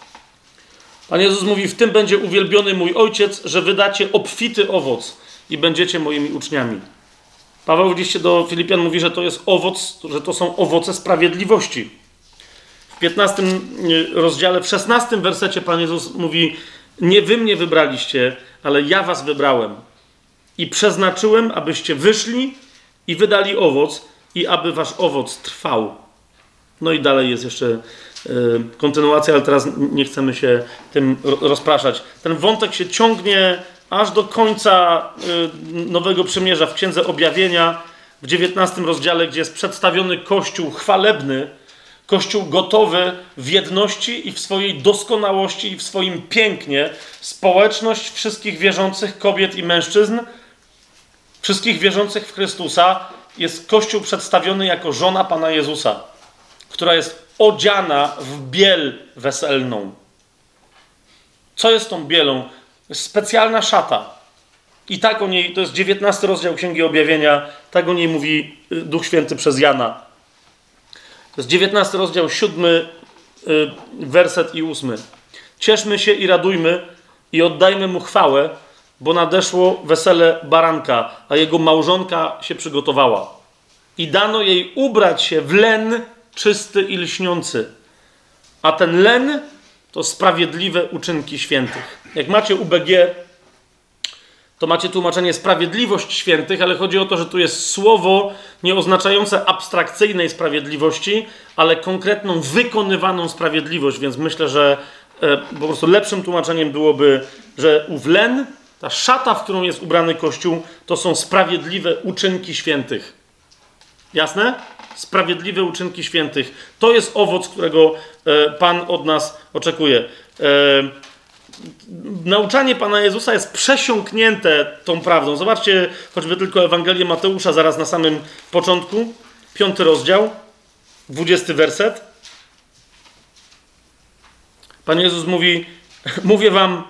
Pan Jezus mówi, w tym będzie uwielbiony mój Ojciec, że wydacie obfity owoc i będziecie moimi uczniami. Paweł w liście do Filipian mówi, że to jest owoc, że to są owoce sprawiedliwości. W piętnastym rozdziale, w szesnastym wersecie Pan Jezus mówi, nie wy mnie wybraliście, ale ja was wybrałem i przeznaczyłem, abyście wyszli i wydali owoc i aby wasz owoc trwał. No i dalej jest jeszcze yy, kontynuacja, ale teraz nie chcemy się tym rozpraszać. Ten wątek się ciągnie aż do końca yy, Nowego Przymierza w Księdze Objawienia, w dziewiętnastym rozdziale, gdzie jest przedstawiony Kościół chwalebny, Kościół gotowy w jedności i w swojej doskonałości i w swoim pięknie, społeczność wszystkich wierzących kobiet i mężczyzn, wszystkich wierzących w Chrystusa, jest Kościół przedstawiony jako żona Pana Jezusa, która jest odziana w biel weselną. Co jest tą bielą? Jest specjalna szata. I tak o niej, to jest dziewiętnasty rozdział Księgi Objawienia, tak o niej mówi Duch Święty przez Jana. To jest dziewiętnasty rozdział, siódmy yy, werset i ósmy. Cieszmy się i radujmy i oddajmy mu chwałę, bo nadeszło wesele baranka, a jego małżonka się przygotowała. I dano jej ubrać się w len czysty i lśniący. A ten len to sprawiedliwe uczynki świętych. Jak macie U B G, to macie tłumaczenie sprawiedliwość świętych, ale chodzi o to, że tu jest słowo nie oznaczające abstrakcyjnej sprawiedliwości, ale konkretną, wykonywaną sprawiedliwość, więc myślę, że e, po prostu lepszym tłumaczeniem byłoby, że ów len, ta szata, w którą jest ubrany Kościół, to są sprawiedliwe uczynki świętych. Jasne? Sprawiedliwe uczynki świętych. To jest owoc, którego e, Pan od nas oczekuje. E, nauczanie Pana Jezusa jest przesiąknięte tą prawdą. Zobaczcie choćby tylko Ewangelię Mateusza zaraz na samym początku. Piąty rozdział, dwudziesty werset. Pan Jezus mówi, mówię wam,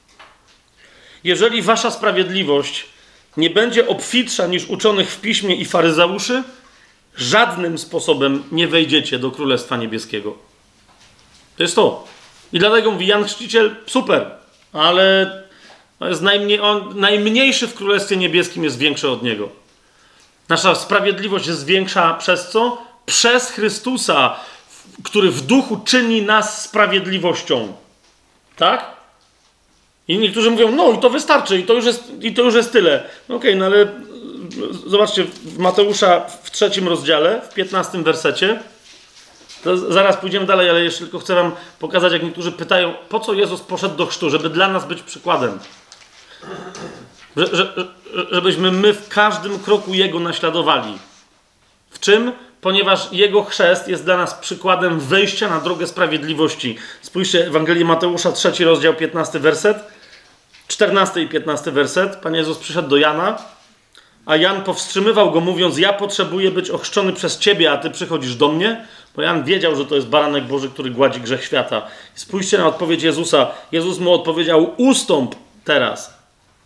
jeżeli wasza sprawiedliwość nie będzie obfitsza niż uczonych w piśmie i faryzeuszy, żadnym sposobem nie wejdziecie do Królestwa Niebieskiego. To jest to. I dlatego mówi Jan Chrzciciel, super, ale jest najmniej, on, najmniejszy w Królestwie Niebieskim jest większy od Niego. Nasza sprawiedliwość jest większa przez co? Przez Chrystusa, który w duchu czyni nas sprawiedliwością. Tak? I niektórzy mówią, no i to wystarczy, i to już jest, i to już jest tyle. No okej, okay, no ale zobaczcie, w Mateusza w trzecim rozdziale, w piętnastym wersecie, to zaraz pójdziemy dalej, ale jeszcze tylko chcę wam pokazać, jak niektórzy pytają, po co Jezus poszedł do chrztu, żeby dla nas być przykładem. Że, że, żebyśmy my w każdym kroku Jego naśladowali. W czym? Ponieważ Jego chrzest jest dla nas przykładem wejścia na drogę sprawiedliwości. Spójrzcie, Ewangelię Mateusza, trzeci rozdział, piętnasty werset, czternasty i piętnasty werset. Pan Jezus przyszedł do Jana, a Jan powstrzymywał go, mówiąc, ja potrzebuję być ochrzczony przez Ciebie, a Ty przychodzisz do mnie. Bo Jan wiedział, że to jest baranek Boży, który gładzi grzech świata. Spójrzcie na odpowiedź Jezusa. Jezus mu odpowiedział, ustąp teraz,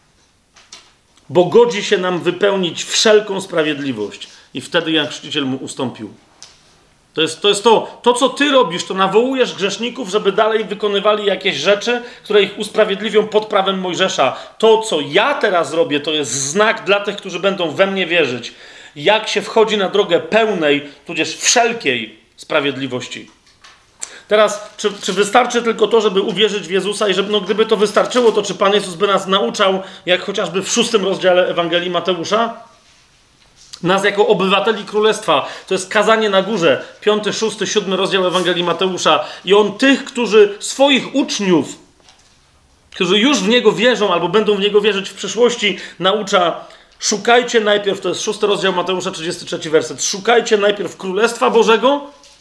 bo godzi się nam wypełnić wszelką sprawiedliwość. I wtedy Jan Chrzciciel mu ustąpił. To jest, to jest to, to, co ty robisz, to nawołujesz grzeszników, żeby dalej wykonywali jakieś rzeczy, które ich usprawiedliwią pod prawem Mojżesza. To, co ja teraz robię, to jest znak dla tych, którzy będą we mnie wierzyć. Jak się wchodzi na drogę pełnej, tudzież wszelkiej sprawiedliwości. Teraz, czy, czy wystarczy tylko to, żeby uwierzyć w Jezusa i żeby, no gdyby to wystarczyło, to czy Pan Jezus by nas nauczał, jak chociażby w szóstym rozdziale Ewangelii Mateusza? Nas jako obywateli Królestwa. To jest kazanie na górze. Piąty, szósty, siódmy rozdział Ewangelii Mateusza. I on tych, którzy swoich uczniów, którzy już w Niego wierzą albo będą w Niego wierzyć w przyszłości, naucza, szukajcie najpierw, to jest szósty rozdział Mateusza, trzydziesty trzeci werset, szukajcie najpierw Królestwa Bożego.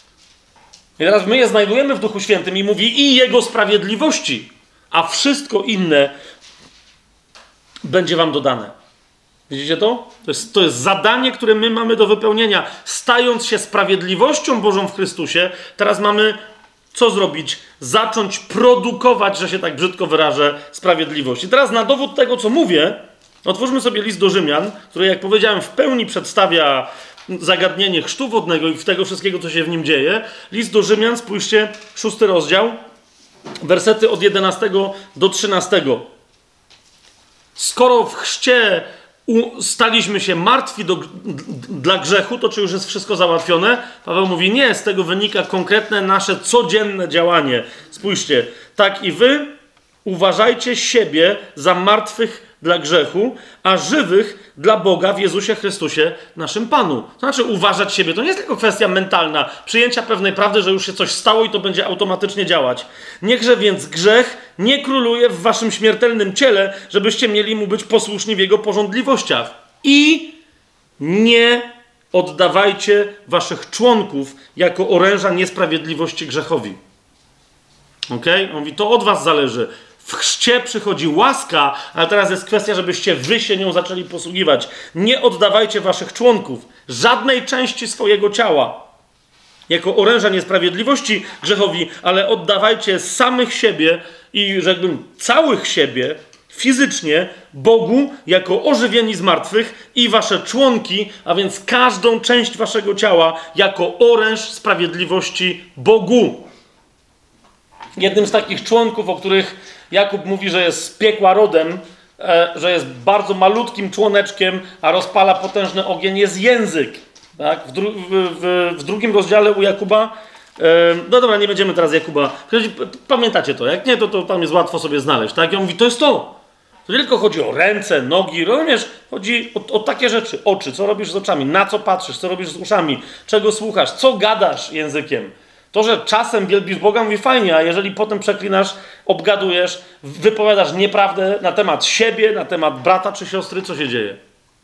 I teraz my je znajdujemy w Duchu Świętym i mówi i Jego sprawiedliwości, a wszystko inne będzie wam dodane. Widzicie to? To jest, to jest zadanie, które my mamy do wypełnienia. Stając się sprawiedliwością Bożą w Chrystusie, teraz mamy co zrobić? Zacząć produkować, że się tak brzydko wyrażę, sprawiedliwość. I teraz na dowód tego, co mówię, otwórzmy sobie list do Rzymian, który, jak powiedziałem, w pełni przedstawia zagadnienie chrztu wodnego i tego wszystkiego, co się w nim dzieje. List do Rzymian, spójrzcie, szósty rozdział, wersety od jedenastego do trzynastego. Skoro w chrzcie staliśmy się martwi do, dla grzechu, to czy już jest wszystko załatwione? Paweł mówi, nie, z tego wynika konkretne nasze codzienne działanie. Spójrzcie, tak i wy uważajcie siebie za martwych dla grzechu, a żywych dla Boga w Jezusie Chrystusie, naszym Panu. To znaczy uważać siebie, to nie jest tylko kwestia mentalna, przyjęcia pewnej prawdy, że już się coś stało i to będzie automatycznie działać. Niechże więc grzech nie króluje w waszym śmiertelnym ciele, żebyście mieli mu być posłuszni w jego pożądliwościach. I nie oddawajcie waszych członków jako oręża niesprawiedliwości grzechowi. Okej? Okay? On mówi, to od was zależy. W chrzcie przychodzi łaska, ale teraz jest kwestia, żebyście wy się nią zaczęli posługiwać. Nie oddawajcie waszych członków, żadnej części swojego ciała, jako oręża niesprawiedliwości grzechowi, ale oddawajcie samych siebie i, rzekłbym, całych siebie fizycznie Bogu, jako ożywieni z martwych i wasze członki, a więc każdą część waszego ciała, jako oręż sprawiedliwości Bogu. Jednym z takich członków, o których Jakub mówi, że jest z piekła rodem, e, że jest bardzo malutkim członeczkiem, a rozpala potężny ogień, jest język. Tak? W, dru- w, w, w drugim rozdziale u Jakuba, e, no dobra, nie będziemy teraz Jakuba, pamiętacie to, jak nie, to, to tam jest łatwo sobie znaleźć. Tak? I on mówi, to jest to. To nie tylko chodzi o ręce, nogi, rozumiesz? Chodzi o, o takie rzeczy, oczy, co robisz z oczami, na co patrzysz, co robisz z uszami, czego słuchasz, co gadasz językiem. To, że czasem wielbisz Boga, mówi fajnie, a jeżeli potem przeklinasz, obgadujesz, wypowiadasz nieprawdę na temat siebie, na temat brata czy siostry, co się dzieje?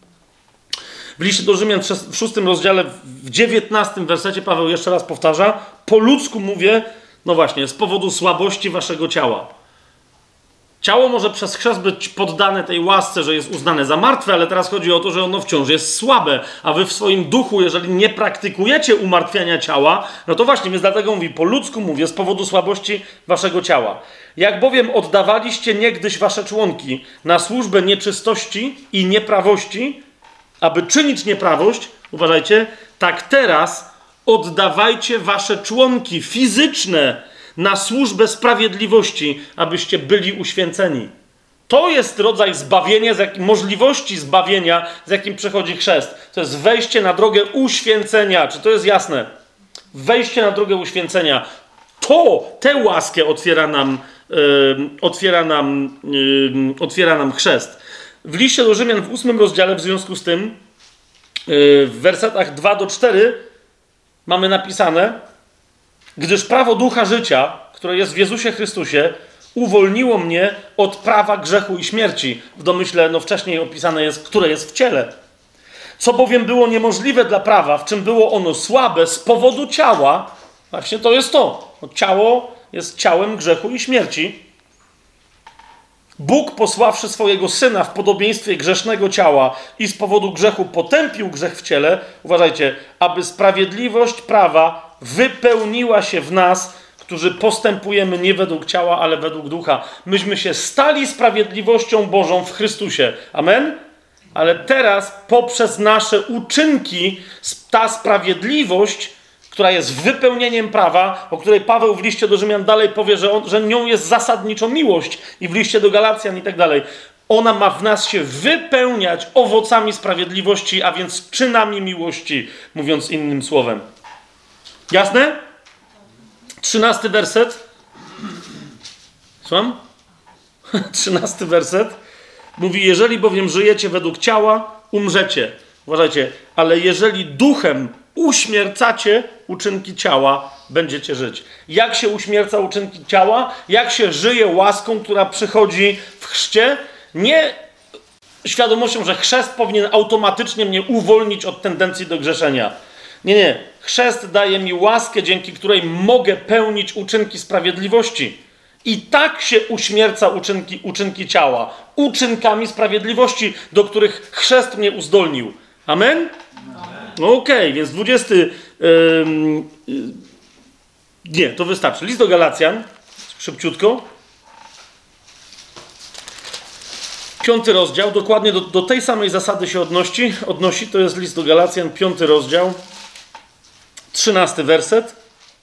W liście do Rzymian w szóstym rozdziale, w dziewiętnastym wersecie Paweł jeszcze raz powtarza, po ludzku mówię, no właśnie, z powodu słabości waszego ciała. Ciało może przez chrzest być poddane tej łasce, że jest uznane za martwe, ale teraz chodzi o to, że ono wciąż jest słabe, a wy w swoim duchu, jeżeli nie praktykujecie umartwiania ciała, no to właśnie, więc dlatego mówi, po ludzku mówię, z powodu słabości waszego ciała. Jak bowiem oddawaliście niegdyś wasze członki na służbę nieczystości i nieprawości, aby czynić nieprawość, uważajcie, tak teraz oddawajcie wasze członki fizyczne na służbę sprawiedliwości, abyście byli uświęceni. To jest rodzaj zbawienia, z jakim, możliwości zbawienia, z jakim przychodzi chrzest. To jest wejście na drogę uświęcenia. Czy to jest jasne? Wejście na drogę uświęcenia. To, tę łaskę otwiera nam, yy, otwiera nam, yy, otwiera nam chrzest. W liście do Rzymian w ósmym rozdziale, w związku z tym, yy, w wersetach dwa do czterech mamy napisane: gdyż prawo ducha życia, które jest w Jezusie Chrystusie, uwolniło mnie od prawa grzechu i śmierci. W domyśle, no wcześniej opisane jest, które jest w ciele. Co bowiem było niemożliwe dla prawa, w czym było ono słabe z powodu ciała, właśnie to jest to. No, ciało jest ciałem grzechu i śmierci. Bóg, posławszy swojego Syna w podobieństwie grzesznego ciała i z powodu grzechu potępił grzech w ciele, uważajcie, aby sprawiedliwość prawa wypełniła się w nas, którzy postępujemy nie według ciała, ale według ducha. Myśmy się stali sprawiedliwością Bożą w Chrystusie. Amen? Ale teraz poprzez nasze uczynki ta sprawiedliwość, która jest wypełnieniem prawa, o której Paweł w liście do Rzymian dalej powie, że, on, że nią jest zasadniczo miłość, i w liście do Galacjan i tak dalej. Ona ma w nas się wypełniać owocami sprawiedliwości, a więc czynami miłości, mówiąc innym słowem. Jasne? Trzynasty werset. Słucham? Trzynasty werset. Mówi, jeżeli bowiem żyjecie według ciała, umrzecie. Uważajcie, ale jeżeli duchem uśmiercacie uczynki ciała, będziecie żyć. Jak się uśmierca uczynki ciała? Jak się żyje łaską, która przychodzi w chrzcie? Nie świadomością, że chrzest powinien automatycznie mnie uwolnić od tendencji do grzeszenia. Nie, nie. Chrzest daje mi łaskę, dzięki której mogę pełnić uczynki sprawiedliwości. I tak się uśmierca uczynki, uczynki ciała. Uczynkami sprawiedliwości, do których chrzest mnie uzdolnił. Amen? Okej, okay, więc dwudziesty... Yy, yy, nie, to wystarczy. List do Galacjan. Szybciutko. Piąty rozdział. Dokładnie do, do tej samej zasady się odnosi. odnosi. To jest list do Galacjan, piąty rozdział. Trzynasty werset.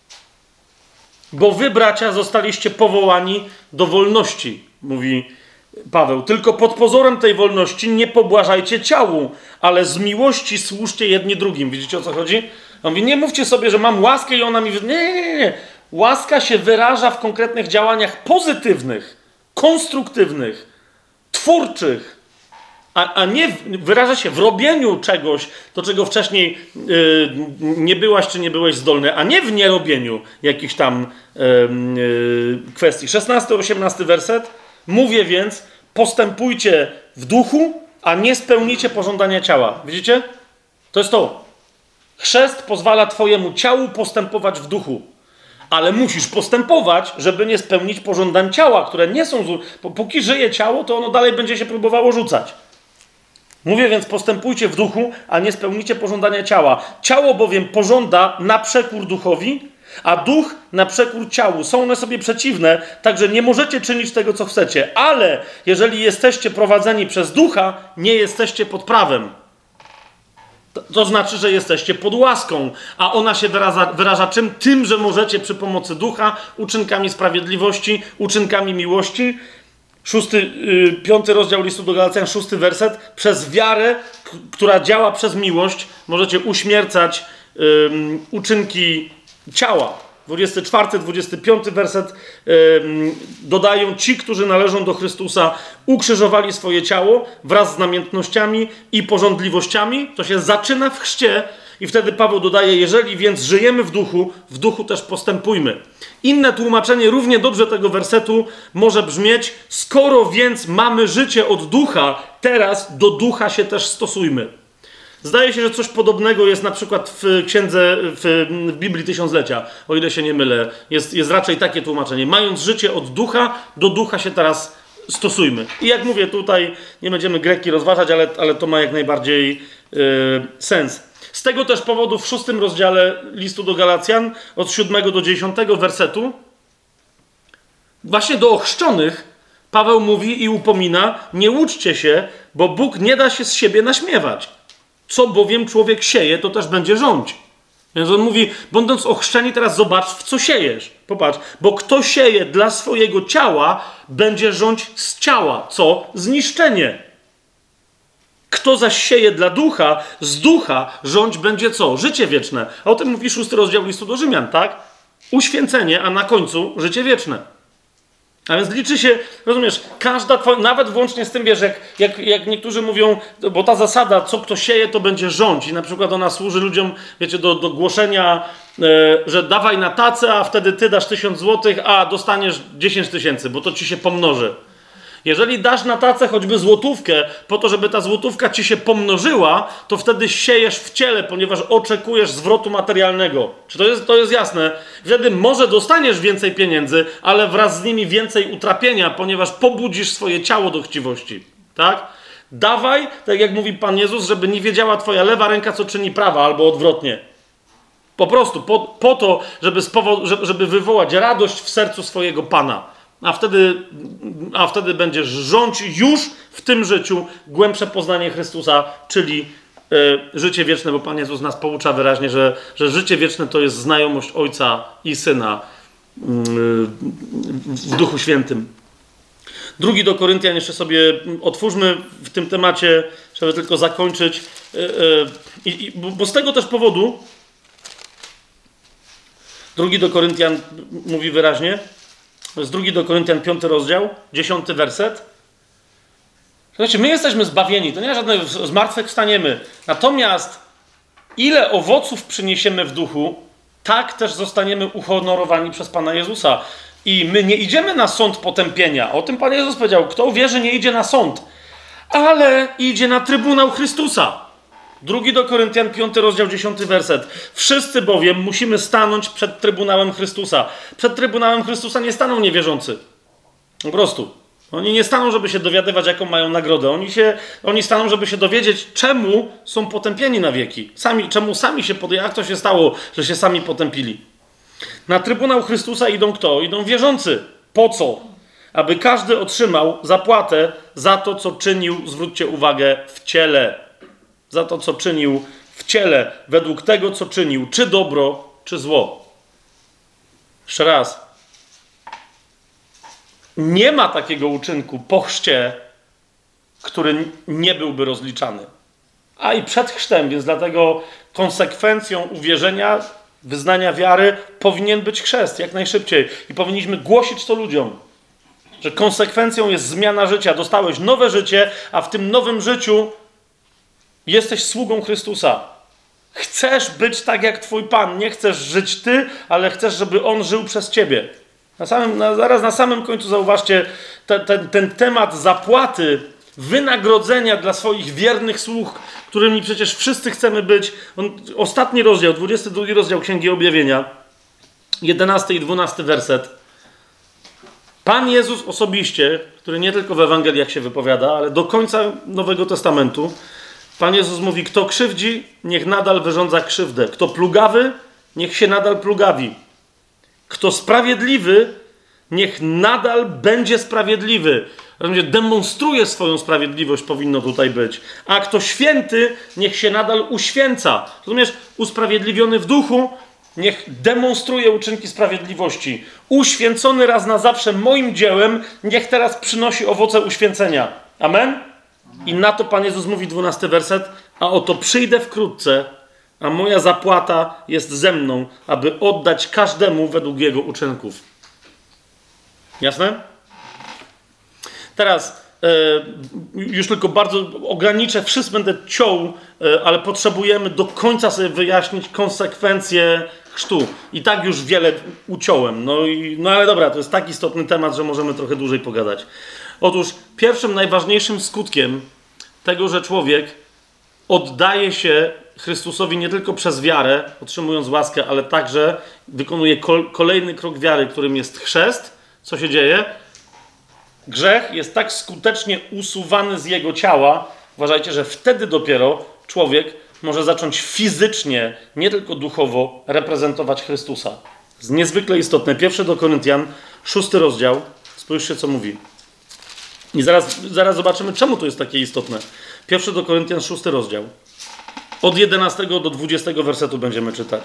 Bo wy, bracia, zostaliście powołani do wolności, mówi Paweł. Tylko pod pozorem tej wolności nie pobłażajcie ciału, ale z miłości służcie jedni drugim. Widzicie, o co chodzi? On mówi, nie mówcie sobie, że mam łaskę i ona mi... Nie, nie, nie, nie. Łaska się wyraża w konkretnych działaniach pozytywnych, konstruktywnych, twórczych, a, a nie wyraża się w robieniu czegoś, do czego wcześniej yy, nie byłaś czy nie byłeś zdolny, a nie w nierobieniu jakichś tam yy, yy, kwestii. szesnasty, osiemnasty werset. Mówię więc, postępujcie w duchu, a nie spełnicie pożądania ciała. Widzicie? To jest to. Chrzest pozwala twojemu ciału postępować w duchu. Ale musisz postępować, żeby nie spełnić pożądań ciała, które nie są... Zł... Póki żyje ciało, to ono dalej będzie się próbowało rzucać. Mówię więc, postępujcie w duchu, a nie spełnicie pożądania ciała. Ciało bowiem pożąda na przekór duchowi, a duch na przekór ciału. Są one sobie przeciwne, także nie możecie czynić tego, co chcecie. Ale jeżeli jesteście prowadzeni przez ducha, nie jesteście pod prawem. To, to znaczy, że jesteście pod łaską, a ona się wyraża, wyraża czym? Tym, że możecie przy pomocy ducha, uczynkami sprawiedliwości, uczynkami miłości. Szósty, yy, piąty rozdział listu do Galacjan, szósty werset. Przez wiarę, k- która działa przez miłość, możecie uśmiercać yy, uczynki ciała. dwudziesty czwarty, dwudziesty piąty werset yy, dodają ci, którzy należą do Chrystusa, ukrzyżowali swoje ciało wraz z namiętnościami i pożądliwościami. To się zaczyna w chrzcie I wtedy Paweł dodaje, jeżeli więc żyjemy w duchu, w duchu też postępujmy. Inne tłumaczenie równie dobrze tego wersetu może brzmieć, skoro więc mamy życie od ducha, teraz do ducha się też stosujmy. Zdaje się, że coś podobnego jest na przykład w księdze, w, w Biblii Tysiąclecia, o ile się nie mylę. Jest, jest raczej takie tłumaczenie. Mając życie od ducha, do ducha się teraz stosujmy. I jak mówię, tutaj nie będziemy greki rozważać, ale, ale to ma jak najbardziej yy, sens. Z tego też powodu w szóstym rozdziale listu do Galacjan, od siódmego do dziesiątego wersetu, właśnie do ochrzczonych, Paweł mówi i upomina, nie łudźcie się, bo Bóg nie da się z siebie naśmiewać. Co bowiem człowiek sieje, to też będzie rządź. Więc on mówi, będąc ochrzczeni, teraz zobacz, w co siejesz. Popatrz, bo kto sieje dla swojego ciała, będzie rządź z ciała. Co? Zniszczenie. Kto zaś sieje dla ducha, z ducha rządź będzie co? Życie wieczne. A o tym mówi szósty rozdział listu do Rzymian, tak? Uświęcenie, a na końcu życie wieczne. A więc liczy się, rozumiesz, każda twoja, nawet włącznie z tym, wiesz, jak, jak, jak niektórzy mówią, bo ta zasada, co kto sieje, to będzie rządź. I na przykład ona służy ludziom, wiecie, do, do głoszenia, e, że dawaj na tacę, a wtedy ty dasz tysiąc złotych, a dostaniesz dziesięć tysięcy, bo to ci się pomnoży. Jeżeli dasz na tacę choćby złotówkę, po to, żeby ta złotówka ci się pomnożyła, to wtedy siejesz w ciele, ponieważ oczekujesz zwrotu materialnego. Czy to jest, to jest jasne? Wtedy może dostaniesz więcej pieniędzy, ale wraz z nimi więcej utrapienia, ponieważ pobudzisz swoje ciało do chciwości. Tak? Dawaj, tak jak mówi Pan Jezus, żeby nie wiedziała twoja lewa ręka, co czyni prawa, albo odwrotnie. Po prostu, po, po to, żeby, spowo- żeby wywołać radość w sercu swojego Pana. A wtedy, a wtedy będziesz rządzić już w tym życiu głębsze poznanie Chrystusa, czyli y, życie wieczne, bo Pan Jezus nas poucza wyraźnie, że, że życie wieczne to jest znajomość Ojca i Syna y, w Duchu Świętym. Drugi do Koryntian jeszcze sobie otwórzmy w tym temacie, żeby tylko zakończyć. Y, y, y, bo z tego też powodu drugi do Koryntian mówi wyraźnie, to jest drugi do Koryntian, piąty rozdział, dziesiąty werset. Słuchajcie, my jesteśmy zbawieni, to nie ma żadnego zmartwychwstaniemy. Natomiast ile owoców przyniesiemy w duchu, tak też zostaniemy uhonorowani przez Pana Jezusa. I my nie idziemy na sąd potępienia. O tym Pan Jezus powiedział, kto uwierzy, nie idzie na sąd, ale idzie na trybunał Chrystusa. Drugi do Koryntian, piąty rozdział, dziesiąty werset. Wszyscy bowiem musimy stanąć przed Trybunałem Chrystusa. Przed Trybunałem Chrystusa nie staną niewierzący. Po prostu. Oni nie staną, żeby się dowiadywać, jaką mają nagrodę. Oni, się, oni staną, żeby się dowiedzieć, czemu są potępieni na wieki. Sami, czemu sami się podjęli. Jak to się stało, że się sami potępili? Na Trybunał Chrystusa idą kto? Idą wierzący. Po co? Aby każdy otrzymał zapłatę za to, co czynił, zwróćcie uwagę, w ciele. Za to, co czynił w ciele, według tego, co czynił, czy dobro, czy zło. Jeszcze raz. Nie ma takiego uczynku po chrzcie, który nie byłby rozliczany. A i przed chrztem, więc dlatego konsekwencją uwierzenia, wyznania wiary powinien być chrzest jak najszybciej. I powinniśmy głosić to ludziom, że konsekwencją jest zmiana życia. Dostałeś nowe życie, a w tym nowym życiu jesteś sługą Chrystusa. Chcesz być tak jak twój Pan. Nie chcesz żyć ty, ale chcesz, żeby On żył przez ciebie. Na samym, na, zaraz na samym końcu zauważcie te, te, ten temat zapłaty, wynagrodzenia dla swoich wiernych sług, którymi przecież wszyscy chcemy być. On, ostatni rozdział, dwudziesty drugi rozdział Księgi Objawienia, jedenasty i dwunasty werset. Pan Jezus osobiście, który nie tylko w Ewangeliach się wypowiada, ale do końca Nowego Testamentu, Pan Jezus mówi, kto krzywdzi, niech nadal wyrządza krzywdę. Kto plugawy, niech się nadal plugawi. Kto sprawiedliwy, niech nadal będzie sprawiedliwy. Demonstruje swoją sprawiedliwość, powinno tutaj być. A kto święty, niech się nadal uświęca. Rozumiesz? Usprawiedliwiony w duchu, niech demonstruje uczynki sprawiedliwości. Uświęcony raz na zawsze moim dziełem, niech teraz przynosi owoce uświęcenia. Amen? I na to Pan Jezus mówi, dwunasty werset, a oto przyjdę wkrótce, a moja zapłata jest ze mną, aby oddać każdemu według jego uczynków. Jasne? Teraz już tylko bardzo ograniczę, wszystko będę ciął, ale potrzebujemy do końca sobie wyjaśnić konsekwencje chrztu. I tak już wiele uciąłem. No, i, no ale dobra, to jest tak istotny temat, że możemy trochę dłużej pogadać. Otóż pierwszym, najważniejszym skutkiem tego, że człowiek oddaje się Chrystusowi nie tylko przez wiarę, otrzymując łaskę, ale także wykonuje kol- kolejny krok wiary, którym jest chrzest. Co się dzieje? Grzech jest tak skutecznie usuwany z jego ciała, uważajcie, że wtedy dopiero człowiek może zacząć fizycznie, nie tylko duchowo, reprezentować Chrystusa. To jest niezwykle istotne. Pierwszy do Koryntian, szósty rozdział. Spójrzcie, co mówi. I zaraz, zaraz zobaczymy, czemu to jest takie istotne. Pierwszy do Koryntian, szósty rozdział. Od jedenastego do dwudziestego wersetu będziemy czytać.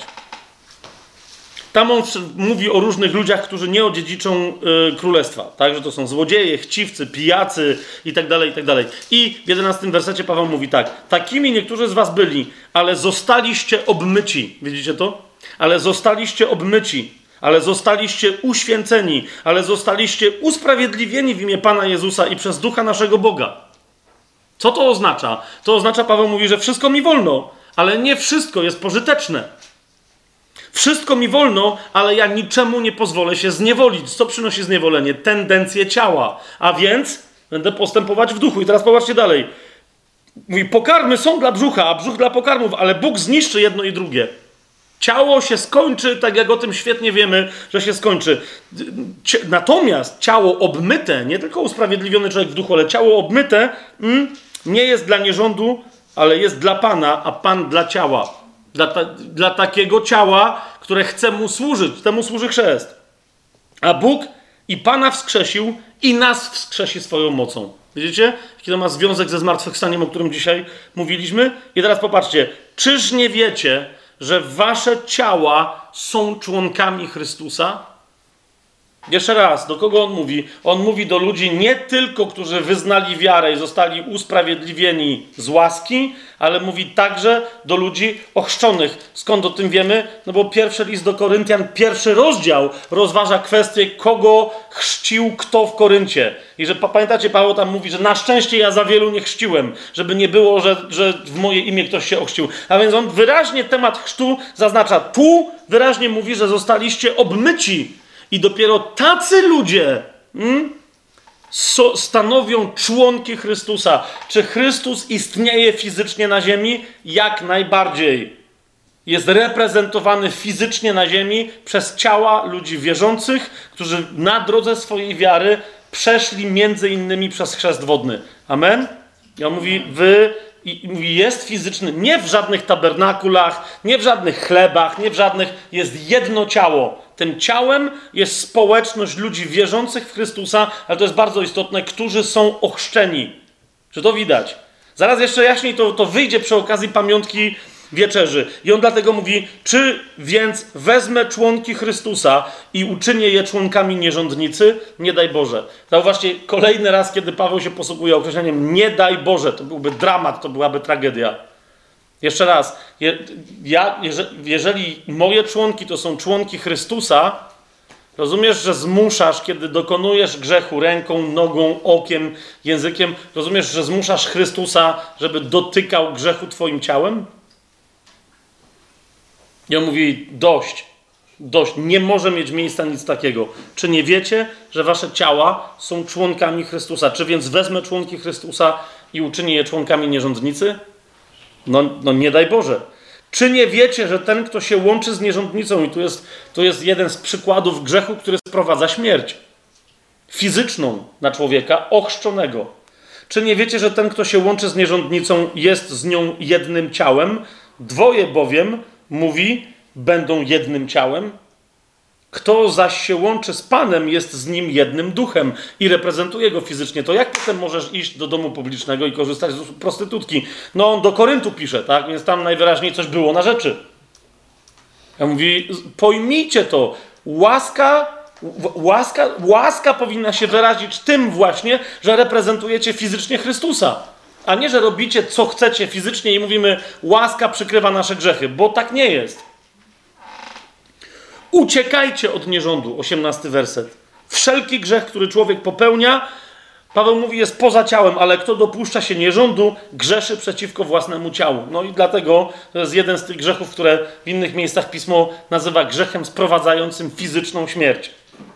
Tam on mówi o różnych ludziach, którzy nie odziedziczą y, królestwa. Tak, że to są złodzieje, chciwcy, pijacy i tak dalej, i tak dalej. I w jedenastym wersecie Paweł mówi tak. Takimi niektórzy z was byli, ale zostaliście obmyci. Widzicie to? Ale zostaliście obmyci. Ale zostaliście uświęceni. Ale zostaliście usprawiedliwieni w imię Pana Jezusa i przez Ducha naszego Boga. Co to oznacza? To oznacza, Paweł mówi, że wszystko mi wolno, ale nie wszystko jest pożyteczne. Wszystko mi wolno, ale ja niczemu nie pozwolę się zniewolić. Co przynosi zniewolenie? Tendencje ciała. A więc będę postępować w duchu. I teraz popatrzcie dalej. Mówi, pokarmy są dla brzucha, a brzuch dla pokarmów, ale Bóg zniszczy jedno i drugie. Ciało się skończy, tak jak o tym świetnie wiemy, że się skończy. Natomiast ciało obmyte, nie tylko usprawiedliwiony człowiek w duchu, ale ciało obmyte mm, nie jest dla nierządu, ale jest dla Pana, a Pan dla ciała. Dla, ta, dla takiego ciała, które chce mu służyć. Temu służy chrzest. A Bóg i Pana wskrzesił i nas wskrzesi swoją mocą. Widzicie? Jaki to ma związek ze zmartwychwstaniem, o którym dzisiaj mówiliśmy? I teraz popatrzcie. Czyż nie wiecie, że wasze ciała są członkami Chrystusa? Jeszcze raz, do kogo on mówi? On mówi do ludzi nie tylko, którzy wyznali wiarę i zostali usprawiedliwieni z łaski, ale mówi także do ludzi ochrzczonych. Skąd o tym wiemy? No bo pierwszy list do Koryntian, pierwszy rozdział rozważa kwestię, kogo chrzcił kto w Koryncie. I że pamiętacie, Paweł tam mówi, że na szczęście ja za wielu nie chrzciłem, żeby nie było, że, że w moje imię ktoś się ochrzcił. A więc on wyraźnie temat chrztu zaznacza. Tu wyraźnie mówi, że zostaliście obmyci. I dopiero tacy ludzie hmm, so, stanowią członki Chrystusa. Czy Chrystus istnieje fizycznie na ziemi? Jak najbardziej. Jest reprezentowany fizycznie na ziemi przez ciała ludzi wierzących, którzy na drodze swojej wiary przeszli między innymi przez chrzest wodny. Amen? I on mówi, wy... I mówi, jest fizyczny, nie w żadnych tabernakulach, nie w żadnych chlebach, nie w żadnych, jest jedno ciało. Tym ciałem jest społeczność ludzi wierzących w Chrystusa, ale to jest bardzo istotne, którzy są ochrzczeni. Czy to widać? Zaraz jeszcze jaśniej to, to wyjdzie przy okazji pamiątki wieczerzy. I on dlatego mówi, czy więc wezmę członki Chrystusa i uczynię je członkami nierządnicy? Nie daj Boże. Zauważcie, kolejny raz, kiedy Paweł się posługuje określeniem nie daj Boże, to byłby dramat, to byłaby tragedia. Jeszcze raz, je, ja, jeżeli moje członki to są członki Chrystusa, rozumiesz, że zmuszasz, kiedy dokonujesz grzechu ręką, nogą, okiem, językiem, rozumiesz, że zmuszasz Chrystusa, żeby dotykał grzechu twoim ciałem? I on mówi, dość, dość, nie może mieć miejsca nic takiego. Czy nie wiecie, że wasze ciała są członkami Chrystusa? Czy więc wezmę członki Chrystusa i uczynię je członkami nierządnicy? No, no nie daj Boże. Czy nie wiecie, że ten, kto się łączy z nierządnicą, i tu jest, tu jest jeden z przykładów grzechu, który sprowadza śmierć fizyczną na człowieka ochrzczonego. Czy nie wiecie, że ten, kto się łączy z nierządnicą, jest z nią jednym ciałem? Dwoje bowiem, mówi, będą jednym ciałem. Kto zaś się łączy z Panem, jest z nim jednym duchem i reprezentuje go fizycznie. To jak potem możesz iść do domu publicznego i korzystać z usług prostytutki? No on do Koryntu pisze, tak? Więc tam najwyraźniej coś było na rzeczy. Ja mówi, pojmijcie to. Łaska, łaska, łaska powinna się wyrazić tym właśnie, że reprezentujecie fizycznie Chrystusa. A nie, że robicie co chcecie fizycznie i mówimy, łaska przykrywa nasze grzechy, bo tak nie jest. Uciekajcie od nierządu, osiemnasty werset. Wszelki grzech, który człowiek popełnia, Paweł mówi, jest poza ciałem, ale kto dopuszcza się nierządu, grzeszy przeciwko własnemu ciału. No i dlatego to jest jeden z tych grzechów, które w innych miejscach Pismo nazywa grzechem sprowadzającym fizyczną śmierć.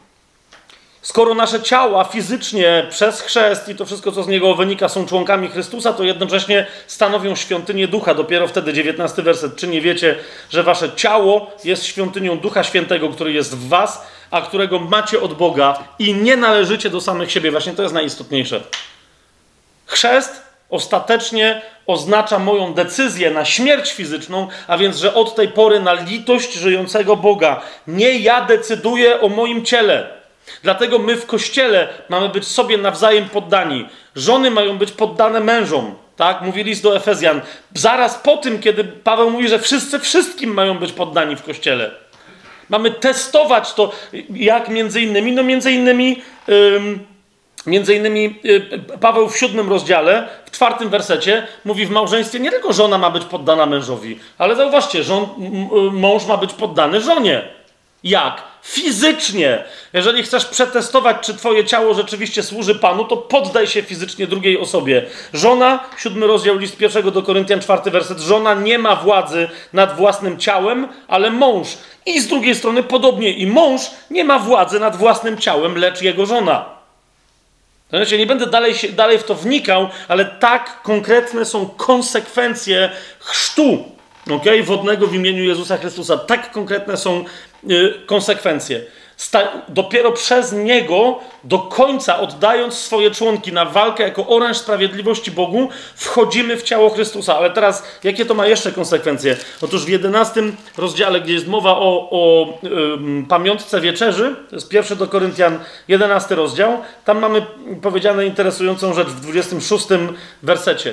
Skoro nasze ciała fizycznie przez chrzest i to wszystko, co z niego wynika, są członkami Chrystusa, to jednocześnie stanowią świątynię Ducha. Dopiero wtedy dziewiętnasty werset. Czy nie wiecie, że wasze ciało jest świątynią Ducha Świętego, który jest w was, a którego macie od Boga i nie należycie do samych siebie? Właśnie to jest najistotniejsze. Chrzest ostatecznie oznacza moją decyzję na śmierć fizyczną, a więc, że od tej pory na litość żyjącego Boga. Nie ja decyduję o moim ciele. Dlatego my w Kościele mamy być sobie nawzajem poddani. Żony mają być poddane mężom. Tak? Mówi list do Efezjan. Zaraz po tym, kiedy Paweł mówi, że wszyscy wszystkim mają być poddani w Kościele. Mamy testować to, jak między innymi, no między innymi, ym, między innymi yy, Paweł w siódmym rozdziale, w czwartym wersecie mówi, w małżeństwie nie tylko żona ma być poddana mężowi, ale zauważcie, żon, m, mąż ma być poddany żonie. Jak? Fizycznie. Jeżeli chcesz przetestować, czy twoje ciało rzeczywiście służy Panu, to poddaj się fizycznie drugiej osobie. Żona, siódmy rozdział, list pierwszego do Koryntian, czwarty werset. Żona nie ma władzy nad własnym ciałem, ale mąż. I z drugiej strony podobnie i mąż nie ma władzy nad własnym ciałem, lecz jego żona. Znaczy, nie będę dalej, się, dalej w to wnikał, ale tak konkretne są konsekwencje chrztu, okay? Wodnego w imieniu Jezusa Chrystusa. Tak konkretne są yy, konsekwencje. Sta- dopiero przez Niego, do końca oddając swoje członki na walkę jako oręż sprawiedliwości Bogu, wchodzimy w ciało Chrystusa. Ale teraz, jakie to ma jeszcze konsekwencje? Otóż w jedenastym rozdziale, gdzie jest mowa o, o yy, pamiątce wieczerzy, to jest pierwszy do Koryntian, jedenasty rozdział, tam mamy powiedziane interesującą rzecz w dwudziestym szóstym wersecie.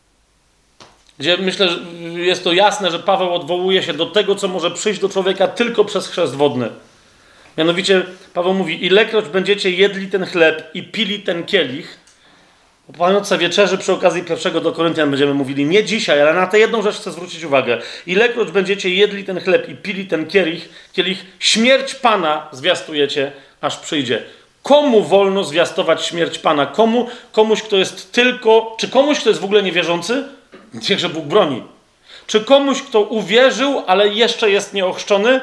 Gdzie myślę, że jest to jasne, że Paweł odwołuje się do tego, co może przyjść do człowieka tylko przez chrzest wodny. Mianowicie Paweł mówi, ilekroć będziecie jedli ten chleb i pili ten kielich, o pamiątce wieczerzy przy okazji pierwszego do Koryntian będziemy mówili, nie dzisiaj, ale na tę jedną rzecz chcę zwrócić uwagę. Ilekroć będziecie jedli ten chleb i pili ten kielich, kielich śmierć Pana zwiastujecie, aż przyjdzie. Komu wolno zwiastować śmierć Pana? Komu? Komuś, kto jest tylko... Czy komuś, kto jest w ogóle niewierzący? Niechże Bóg broni. Czy komuś, kto uwierzył, ale jeszcze jest nieochrzczony?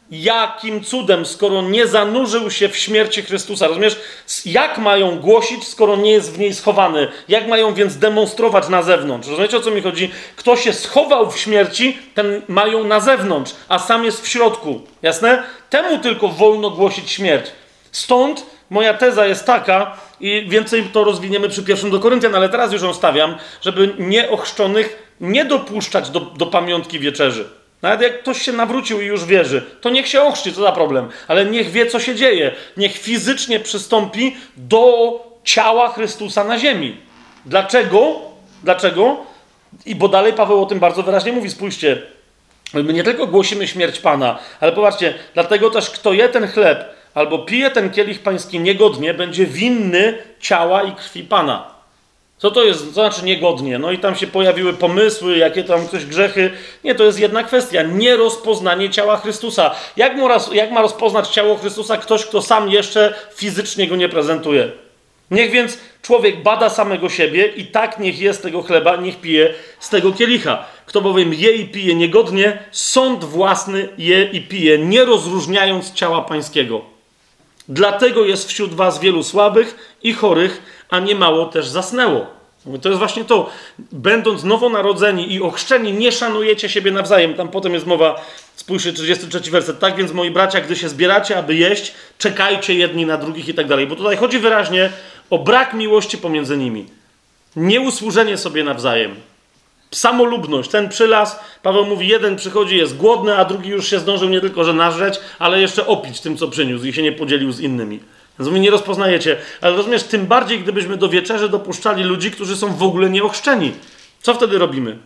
Jakim cudem, skoro nie zanurzył się w śmierci Chrystusa? Rozumiesz? Jak mają głosić, skoro nie jest w niej schowany? Jak mają więc demonstrować na zewnątrz? Rozumiecie, o co mi chodzi? Kto się schował w śmierci, ten mają na zewnątrz, a sam jest w środku. Jasne? Temu tylko wolno głosić śmierć. Stąd moja teza jest taka, i więcej to rozwiniemy przy pierwszym do Koryntian, ale teraz już ją stawiam, żeby nieochrzczonych nie dopuszczać do, do pamiątki wieczerzy. Nawet jak ktoś się nawrócił i już wierzy, to niech się ochrzci, co za problem. Ale niech wie, co się dzieje. Niech fizycznie przystąpi do ciała Chrystusa na ziemi. Dlaczego? Dlaczego? I bo dalej Paweł o tym bardzo wyraźnie mówi. Spójrzcie, my nie tylko głosimy śmierć Pana, ale popatrzcie, dlatego też kto je ten chleb albo pije ten kielich pański niegodnie, będzie winny ciała i krwi Pana. Co to jest? Co znaczy niegodnie? No i tam się pojawiły pomysły, jakie tam ktoś grzechy. Nie, to jest jedna kwestia. Nierozpoznanie ciała Chrystusa. Jak ma, jak ma rozpoznać ciało Chrystusa ktoś, kto sam jeszcze fizycznie go nie prezentuje? Niech więc człowiek bada samego siebie i tak niech je z tego chleba, niech pije z tego kielicha. Kto bowiem je i pije niegodnie, sąd własny je i pije, nie rozróżniając ciała pańskiego. Dlatego jest wśród was wielu słabych i chorych, a niemało też zasnęło. To jest właśnie to. Będąc nowonarodzeni i ochrzczeni, nie szanujecie siebie nawzajem. Tam potem jest mowa, spójrzcie, trzydziesty trzeci werset. Tak więc, moi bracia, gdy się zbieracie, aby jeść, czekajcie jedni na drugich i tak dalej. Bo tutaj chodzi wyraźnie o brak miłości pomiędzy nimi. Nieusłużenie sobie nawzajem. Samolubność, ten przylas, Paweł mówi, jeden przychodzi, jest głodny, a drugi już się zdążył nie tylko, że nażreć, ale jeszcze opić tym, co przyniósł i się nie podzielił z innymi. Więc mnie nie rozpoznajecie. Ale rozumiesz, tym bardziej, gdybyśmy do wieczerzy dopuszczali ludzi, którzy są w ogóle nieochrzczeni. Co wtedy robimy?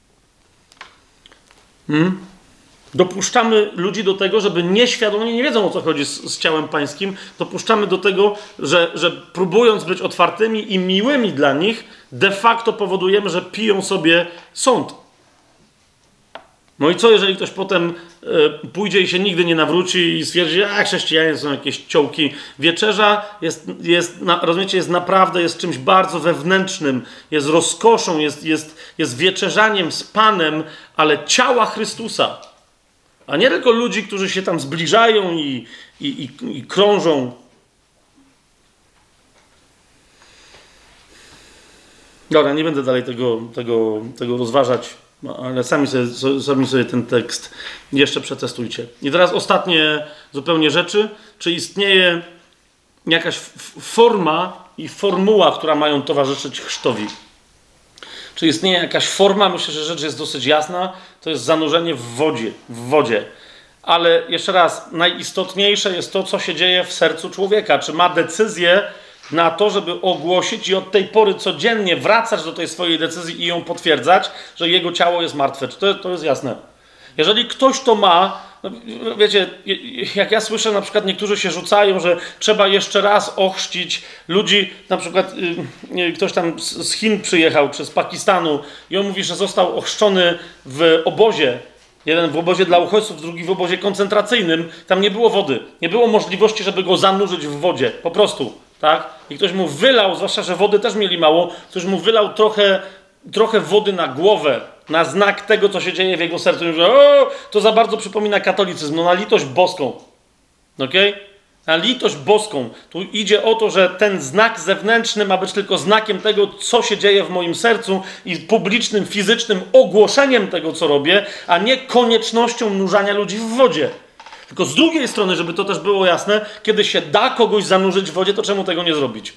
Hmm? Dopuszczamy ludzi do tego, żeby nieświadomie, nie wiedzą, o co chodzi z, z ciałem pańskim, dopuszczamy do tego, że, że próbując być otwartymi i miłymi dla nich, de facto powodujemy, że piją sobie sąd. No i co, jeżeli ktoś potem y, pójdzie i się nigdy nie nawróci i stwierdzi, a chrześcijanie są jakieś ciołki. Wieczerza jest, jest na, rozumiecie, jest naprawdę jest czymś bardzo wewnętrznym, jest rozkoszą, jest, jest, jest wieczerzaniem z Panem, ale ciała Chrystusa. A nie tylko ludzi, którzy się tam zbliżają i, i, i, i krążą. Dobra, nie będę dalej tego, tego, tego rozważać, ale sami sobie, sami sobie ten tekst jeszcze przetestujcie. I teraz ostatnie zupełnie rzeczy. Czy istnieje jakaś forma i formuła, która mają towarzyszyć chrztowi? Czy istnieje jakaś forma? Myślę, że rzecz jest dosyć jasna. To jest zanurzenie w wodzie. W wodzie. Ale jeszcze raz, najistotniejsze jest to, co się dzieje w sercu człowieka. Czy ma decyzję na to, żeby ogłosić i od tej pory codziennie wracać do tej swojej decyzji i ją potwierdzać, że jego ciało jest martwe. Czy to, to jest jasne? Jeżeli ktoś to ma, no wiecie, jak ja słyszę, na przykład niektórzy się rzucają, że trzeba jeszcze raz ochrzcić ludzi, na przykład yy, ktoś tam z, z Chin przyjechał, czy z Pakistanu i on mówi, że został ochrzczony w obozie. Jeden w obozie dla uchodźców, drugi w obozie koncentracyjnym. Tam nie było wody. Nie było możliwości, żeby go zanurzyć w wodzie. Po prostu. Tak? I ktoś mu wylał, zwłaszcza, że wody też mieli mało, ktoś mu wylał trochę, trochę wody na głowę, na znak tego, co się dzieje w jego sercu. I mówi, o, to za bardzo przypomina katolicyzm. No na litość boską. Okej? Okay? Na litość boską. Tu idzie o to, że ten znak zewnętrzny ma być tylko znakiem tego, co się dzieje w moim sercu i publicznym, fizycznym ogłoszeniem tego, co robię, a nie koniecznością nurzania ludzi w wodzie. Tylko z drugiej strony, żeby to też było jasne, kiedy się da kogoś zanurzyć w wodzie, to czemu tego nie zrobić?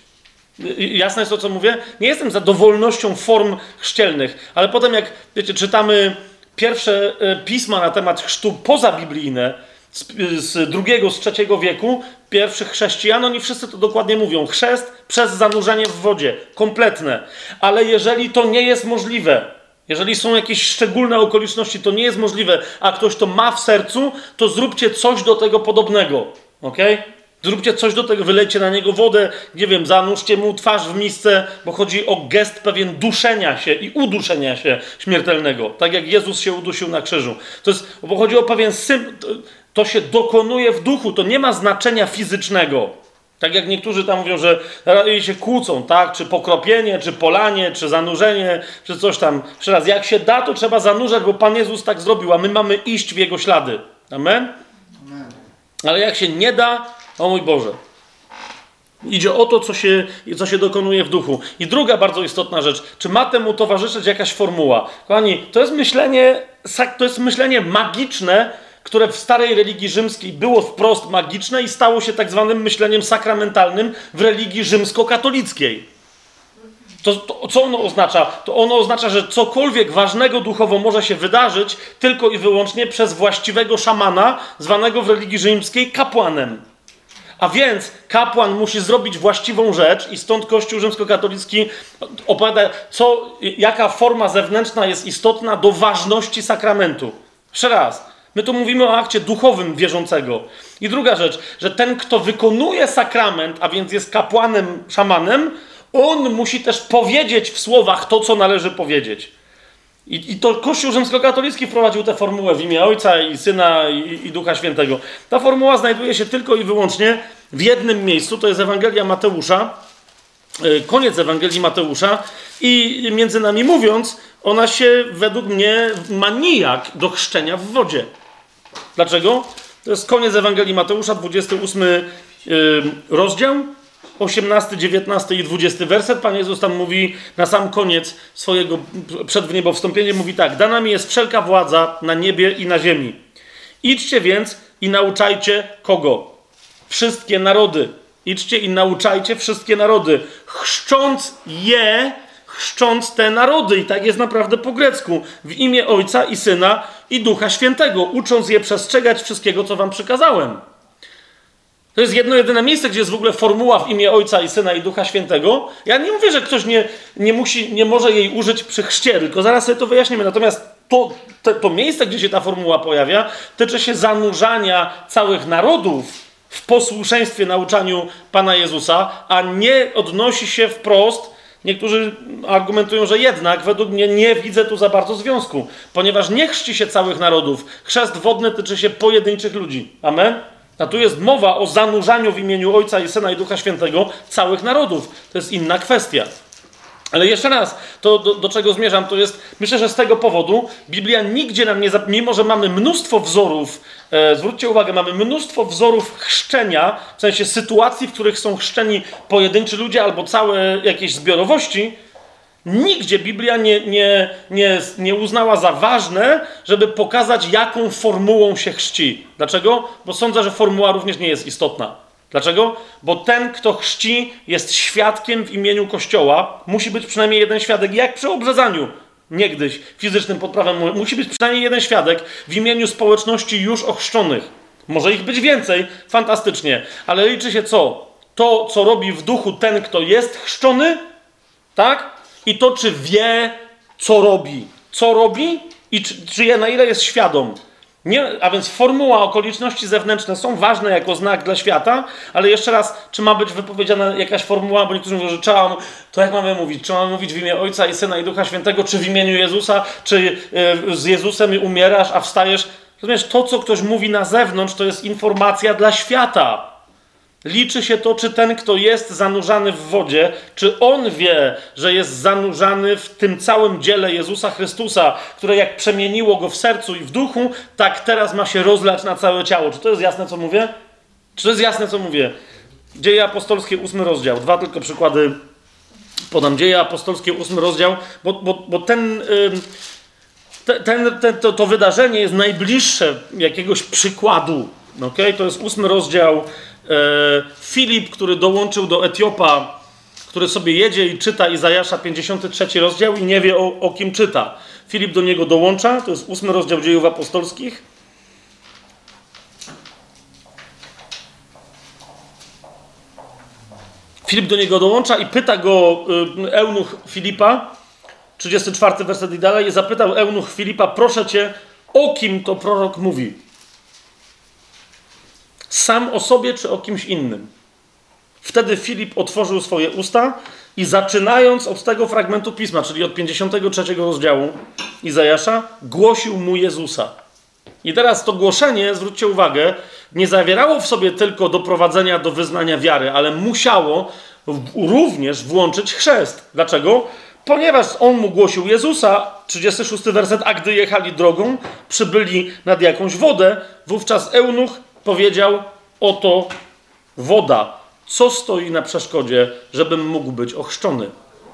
Jasne jest to, co mówię? Nie jestem za dowolnością form chrzcielnych, ale potem jak, wiecie, czytamy pierwsze pisma na temat chrztu pozabiblijne z, z drugiego, z trzeciego wieku, pierwszych chrześcijan, oni wszyscy to dokładnie mówią. Chrzest przez zanurzenie w wodzie. Kompletne. Ale jeżeli to nie jest możliwe, jeżeli są jakieś szczególne okoliczności, to nie jest możliwe, a ktoś to ma w sercu, to zróbcie coś do tego podobnego. Okej? Okay? Zróbcie coś do tego, wylejcie na niego wodę, nie wiem, zanurzcie mu twarz w misce, bo chodzi o gest pewien duszenia się i uduszenia się śmiertelnego. Tak jak Jezus się udusił na krzyżu. To jest, bo chodzi o pewien symbol, to, to się dokonuje w duchu, to nie ma znaczenia fizycznego. Tak jak niektórzy tam mówią, że się kłócą, tak? Czy pokropienie, czy polanie, czy zanurzenie, czy coś tam. Jeszcze raz, jak się da, to trzeba zanurzać, bo Pan Jezus tak zrobił, a my mamy iść w Jego ślady. Amen? Amen. Ale jak się nie da, o mój Boże. Idzie o to, co się, co się dokonuje w duchu. I druga bardzo istotna rzecz. Czy ma temu towarzyszyć jakaś formuła? Kochani, to jest myślenie, to jest myślenie magiczne, które w starej religii rzymskiej było wprost magiczne i stało się tak zwanym myśleniem sakramentalnym w religii rzymskokatolickiej. To, to, co ono oznacza? To ono oznacza, że cokolwiek ważnego duchowo może się wydarzyć tylko i wyłącznie przez właściwego szamana, zwanego w religii rzymskiej kapłanem. A więc kapłan musi zrobić właściwą rzecz i stąd Kościół rzymskokatolicki opowiada, co, jaka forma zewnętrzna jest istotna do ważności sakramentu. Jeszcze raz. My tu mówimy o akcie duchowym wierzącego. I druga rzecz, że ten, kto wykonuje sakrament, a więc jest kapłanem, szamanem, on musi też powiedzieć w słowach to, co należy powiedzieć. I, i to Kościół rzymskokatolicki wprowadził tę formułę w imię Ojca i Syna i, i Ducha Świętego. Ta formuła znajduje się tylko i wyłącznie w jednym miejscu, to jest Ewangelia Mateusza, koniec Ewangelii Mateusza i między nami mówiąc, ona się według mnie ma nijak do chrzczenia w wodzie. Dlaczego? To jest koniec Ewangelii Mateusza, dwudziesty ósmy yy, rozdział, osiemnasty, dziewiętnasty i dwudziesty werset. Pan Jezus tam mówi na sam koniec swojego przed w niebo wstąpienia, mówi tak: dana mi jest wszelka władza na niebie i na ziemi. Idźcie więc i nauczajcie kogo? Wszystkie narody. Idźcie i nauczajcie wszystkie narody, chrzcząc je, chrzcząc te narody. I tak jest naprawdę po grecku. W imię Ojca i Syna i Ducha Świętego, ucząc je przestrzegać wszystkiego, co wam przykazałem. To jest jedno jedyne miejsce, gdzie jest w ogóle formuła w imię Ojca i Syna i Ducha Świętego. Ja nie mówię, że ktoś nie, nie musi, nie może jej użyć przy chrzcie, tylko zaraz sobie to wyjaśnimy. Natomiast to, to, to miejsce, gdzie się ta formuła pojawia, tyczy się zanurzania całych narodów w posłuszeństwie nauczaniu Pana Jezusa, a nie odnosi się wprost Niektórzy argumentują, że jednak, według mnie nie widzę tu za bardzo związku, ponieważ nie chrzci się całych narodów. Chrzest wodny tyczy się pojedynczych ludzi. Amen? A tu jest mowa o zanurzaniu w imieniu Ojca i Syna i Ducha Świętego całych narodów. To jest inna kwestia. Ale jeszcze raz, to do, do czego zmierzam, to jest, myślę, że z tego powodu Biblia nigdzie nam nie, mimo że mamy mnóstwo wzorów, e, zwróćcie uwagę, mamy mnóstwo wzorów chrzczenia, w sensie sytuacji, w których są chrzczeni pojedynczy ludzie albo całe jakieś zbiorowości, nigdzie Biblia nie, nie, nie, nie uznała za ważne, żeby pokazać, jaką formułą się chrzci. Dlaczego? Bo sądzę, że formuła również nie jest istotna. Dlaczego? Bo ten, kto chrzci, jest świadkiem w imieniu Kościoła. Musi być przynajmniej jeden świadek, jak przy obrzezaniu. Niegdyś fizycznym pod prawem musi być przynajmniej jeden świadek w imieniu społeczności już ochrzczonych. Może ich być więcej, fantastycznie. Ale liczy się co? To, co robi w duchu ten, kto jest chrzczony, tak? I to, czy wie, co robi. Co robi i czy, czy je, na ile jest świadom. Nie, a więc formuła, okoliczności zewnętrzne są ważne jako znak dla świata, ale jeszcze raz, czy ma być wypowiedziana jakaś formuła, bo niektórzy mówią, że trzeba, to jak mamy mówić? Czy mamy mówić w imię Ojca i Syna i Ducha Świętego, czy w imieniu Jezusa, czy yy, z Jezusem umierasz, a wstajesz? Rozumiesz, to, co ktoś mówi na zewnątrz, to jest informacja dla świata. Liczy się to, czy ten, kto jest zanurzany w wodzie, czy on wie, że jest zanurzany w tym całym dziele Jezusa Chrystusa, które jak przemieniło go w sercu i w duchu, tak teraz ma się rozlać na całe ciało. Czy to jest jasne, co mówię? Czy to jest jasne, co mówię? Dzieje apostolskie, ósmy rozdział. Dwa tylko przykłady podam. Dzieje apostolskie, ósmy rozdział, bo, bo, bo ten... Yy, ten, ten, ten to, to wydarzenie jest najbliższe jakiegoś przykładu. Okay? To jest ósmy rozdział. Filip, który dołączył do Etiopa, który sobie jedzie i czyta Izajasza pięćdziesiąty trzeci rozdział i nie wie, o, o kim czyta. Filip do niego dołącza, to jest ósmy rozdział Dziejów Apostolskich. Filip do niego dołącza i pyta go y, eunuch Filipa, trzydziesty czwarty werset i dalej, i zapytał eunuch Filipa, proszę cię, o kim to prorok mówi? Sam o sobie, czy o kimś innym? Wtedy Filip otworzył swoje usta i zaczynając od tego fragmentu pisma, czyli od pięćdziesiątego trzeciego rozdziału Izajasza, głosił mu Jezusa. I teraz to głoszenie, zwróćcie uwagę, nie zawierało w sobie tylko doprowadzenia do wyznania wiary, ale musiało również włączyć chrzest. Dlaczego? Ponieważ on mu głosił Jezusa, trzydziesty szósty werset, a gdy jechali drogą, przybyli nad jakąś wodę, wówczas eunuch powiedział, oto woda, co stoi na przeszkodzie, żebym mógł być ochrzczony?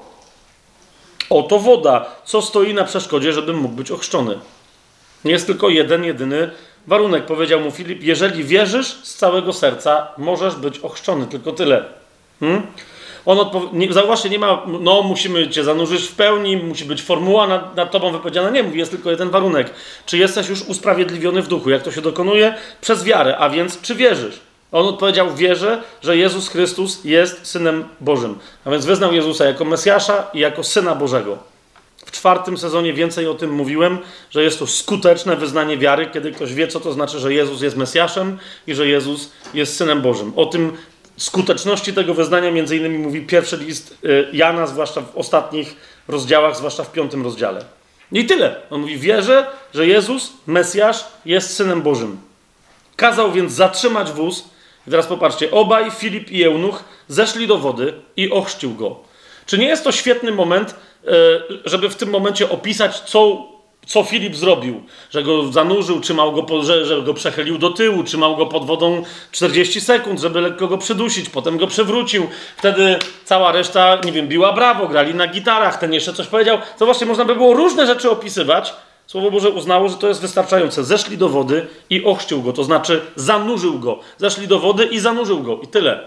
Oto woda, co stoi na przeszkodzie, żebym mógł być ochrzczony? Jest tylko jeden, jedyny warunek. Powiedział mu Filip, jeżeli wierzysz z całego serca, możesz być ochrzczony. Tylko tyle. Hmm? On odpow- nie, zauważcie, nie ma, no musimy cię zanurzyć w pełni, musi być formuła nad, nad tobą wypowiedziana. Nie, mówi, jest tylko jeden warunek. Czy jesteś już usprawiedliwiony w duchu? Jak to się dokonuje? Przez wiarę, a więc czy wierzysz? On odpowiedział, wierzę, że Jezus Chrystus jest Synem Bożym. A więc wyznał Jezusa jako Mesjasza i jako Syna Bożego. W czwartym sezonie więcej o tym mówiłem, że jest to skuteczne wyznanie wiary, kiedy ktoś wie, co to znaczy, że Jezus jest Mesjaszem i że Jezus jest Synem Bożym. O tym skuteczności tego wyznania między innymi mówi pierwszy list Jana, zwłaszcza w ostatnich rozdziałach, zwłaszcza w piątym rozdziale. I tyle. On mówi, wierzę, że Jezus, Mesjasz, jest Synem Bożym. Kazał więc zatrzymać wóz. I teraz popatrzcie, obaj, Filip i eunuch, zeszli do wody i ochrzcił go. Czy nie jest to świetny moment, żeby w tym momencie opisać, co, co Filip zrobił? Że go zanurzył, trzymał go, po, że, że go przechylił do tyłu, trzymał go pod wodą czterdzieści sekund, żeby lekko go przydusić, potem go przewrócił. Wtedy cała reszta, nie wiem, biła brawo, grali na gitarach, ten jeszcze coś powiedział. To właśnie można by było różne rzeczy opisywać. Słowo Boże uznało, że to jest wystarczające. Zeszli do wody i ochrzcił go, to znaczy zanurzył go. Zeszli do wody i zanurzył go. I tyle.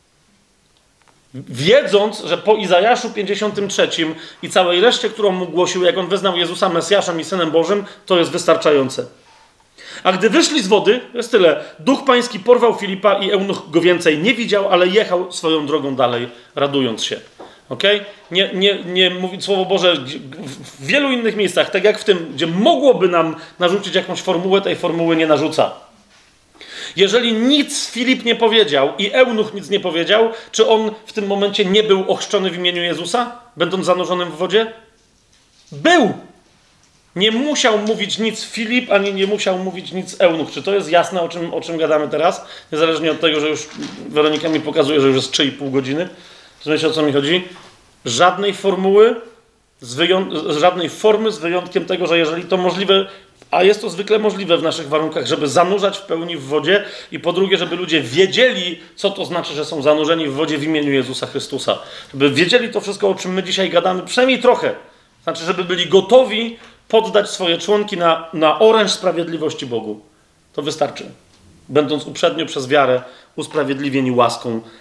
Wiedząc, że po Izajaszu pięćdziesiątym trzecim i całej reszcie, którą mu głosił, jak on wyznał Jezusa Mesjaszem i Synem Bożym, to jest wystarczające. A gdy wyszli z wody, jest tyle. Duch Pański porwał Filipa i eunuch go więcej nie widział, ale jechał swoją drogą dalej, radując się. Okay? Nie, nie, nie mówi Słowo Boże w wielu innych miejscach, tak jak w tym, gdzie mogłoby nam narzucić jakąś formułę, tej formuły nie narzuca. Jeżeli nic Filip nie powiedział i eunuch nic nie powiedział, czy on w tym momencie nie był ochrzczony w imieniu Jezusa, będąc zanurzonym w wodzie? Był! Nie musiał mówić nic Filip, ani nie musiał mówić nic eunuch. Czy to jest jasne, o czym, o czym gadamy teraz? Niezależnie od tego, że już Weronika mi pokazuje, że już jest trzy i pół godziny. Rozumiecie, o co mi chodzi? Żadnej formuły, z wyją- żadnej formy, z wyjątkiem tego, że jeżeli to możliwe, a jest to zwykle możliwe w naszych warunkach, żeby zanurzać w pełni w wodzie i po drugie, żeby ludzie wiedzieli, co to znaczy, że są zanurzeni w wodzie w imieniu Jezusa Chrystusa. Żeby wiedzieli to wszystko, o czym my dzisiaj gadamy, przynajmniej trochę. Znaczy, żeby byli gotowi poddać swoje członki na, na oręż sprawiedliwości Bogu. To wystarczy. Będąc uprzednio przez wiarę usprawiedliwieni łaską yy,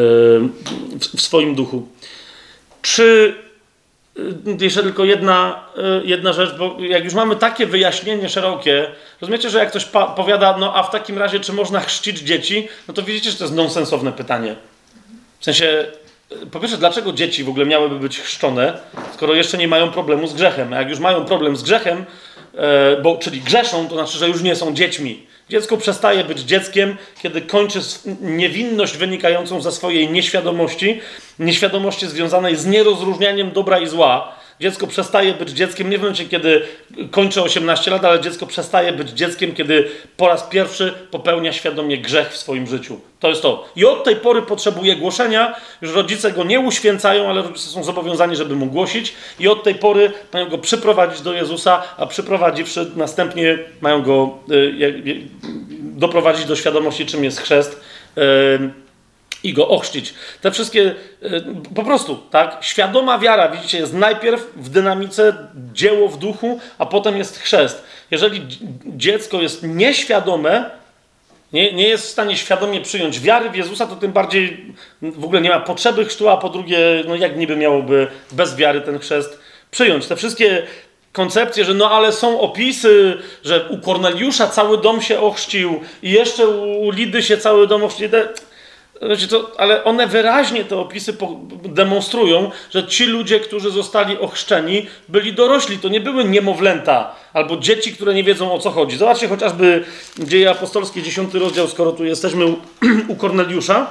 w, w swoim duchu. Czy yy, jeszcze tylko jedna, yy, jedna rzecz, bo jak już mamy takie wyjaśnienie szerokie, rozumiecie, że jak ktoś pa- powiada, no a w takim razie czy można chrzcić dzieci, no to widzicie, że to jest nonsensowne pytanie. W sensie, po pierwsze, dlaczego dzieci w ogóle miałyby być chrzczone, skoro jeszcze nie mają problemu z grzechem? A jak już mają problem z grzechem, e, bo, czyli grzeszą, to znaczy, że już nie są dziećmi. Dziecko przestaje być dzieckiem, kiedy kończy niewinność wynikającą ze swojej nieświadomości, nieświadomości związanej z nierozróżnianiem dobra i zła. Dziecko przestaje być dzieckiem nie w momencie, kiedy kończy osiemnaście lat, ale dziecko przestaje być dzieckiem, kiedy po raz pierwszy popełnia świadomie grzech w swoim życiu. To jest to. I od tej pory potrzebuje głoszenia. Już rodzice go nie uświęcają, ale rodzice są zobowiązani, żeby mu głosić. I od tej pory mają go przyprowadzić do Jezusa, a przyprowadziwszy następnie mają go y, y, doprowadzić do świadomości, czym jest chrzest. Y, I go ochrzcić. Te wszystkie, po prostu, tak, świadoma wiara, widzicie, jest najpierw w dynamice dzieło w duchu, a potem jest chrzest. Jeżeli dziecko jest nieświadome, nie, nie jest w stanie świadomie przyjąć wiary w Jezusa, to tym bardziej w ogóle nie ma potrzeby chrztu, a po drugie, no jak niby miałoby bez wiary ten chrzest przyjąć. Te wszystkie koncepcje, że no ale są opisy, że u Korneliusza cały dom się ochrzcił i jeszcze u Lidy się cały dom ochrzcił. To, ale one wyraźnie te opisy demonstrują, że ci ludzie, którzy zostali ochrzczeni, byli dorośli. To nie były niemowlęta albo dzieci, które nie wiedzą, o co chodzi. Zobaczcie chociażby Dzieje Apostolskie, dziesiąty rozdział, skoro tu jesteśmy u, u Korneliusza.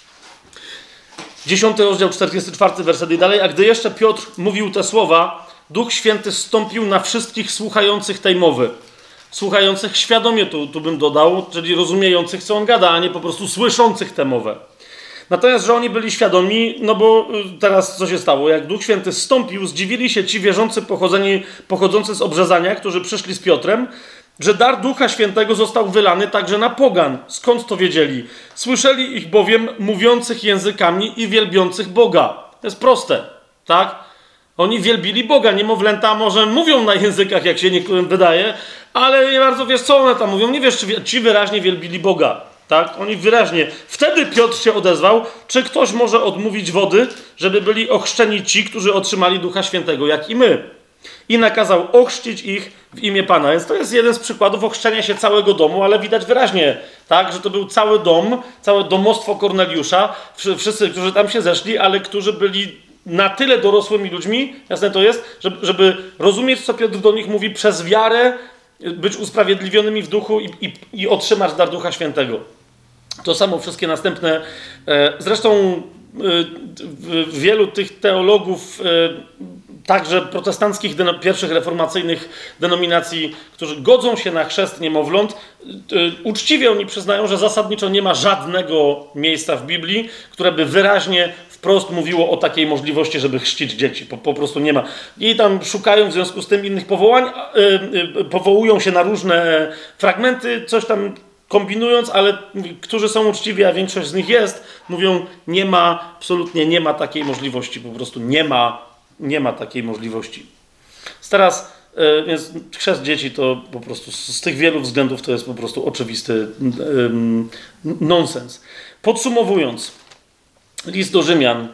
Dziesiąty rozdział, czterdziesty czwarty werset i dalej. A gdy jeszcze Piotr mówił te słowa, Duch Święty zstąpił na wszystkich słuchających tej mowy. Słuchających świadomie, tu, tu bym dodał, czyli rozumiejących, co on gada, a nie po prostu słyszących tę mowę. Natomiast, że oni byli świadomi, no bo teraz co się stało? Jak Duch Święty zstąpił, zdziwili się ci wierzący pochodzeni, pochodzący z obrzezania, którzy przyszli z Piotrem, że dar Ducha Świętego został wylany także na pogan. Skąd to wiedzieli? Słyszeli ich bowiem mówiących językami i wielbiących Boga. To jest proste, tak? Oni wielbili Boga. Niemowlęta może mówią na językach, jak się niektórym wydaje, ale nie bardzo wiesz, co one tam mówią. Nie wiesz, czy ci wyraźnie wielbili Boga. Tak? Oni wyraźnie. Wtedy Piotr się odezwał, czy ktoś może odmówić wody, żeby byli ochrzczeni ci, którzy otrzymali Ducha Świętego, jak i my. I nakazał ochrzcić ich w imię Pana. Więc to jest jeden z przykładów ochrzczenia się całego domu, ale widać wyraźnie, tak, że to był cały dom, całe domostwo Korneliusza, wszyscy, którzy tam się zeszli, ale którzy byli na tyle dorosłymi ludźmi, jasne to jest, żeby, żeby rozumieć, co Piotr do nich mówi, przez wiarę być usprawiedliwionymi w duchu i, i, i otrzymać dar Ducha Świętego. To samo wszystkie następne. Zresztą wielu tych teologów, także protestanckich, pierwszych reformacyjnych denominacji, którzy godzą się na chrzest niemowląt, uczciwie oni przyznają, że zasadniczo nie ma żadnego miejsca w Biblii, które by wyraźnie wprost mówiło o takiej możliwości, żeby chrzcić dzieci. Po, po prostu nie ma. I tam szukają w związku z tym innych powołań, yy, yy, powołują się na różne fragmenty, coś tam kombinując, ale którzy są uczciwi, a większość z nich jest, mówią, nie ma, absolutnie nie ma takiej możliwości. Po prostu nie ma, nie ma takiej możliwości. Teraz, yy, więc chrzest dzieci to po prostu z, z tych wielu względów to jest po prostu oczywisty yy, nonsens. Podsumowując, list do Rzymian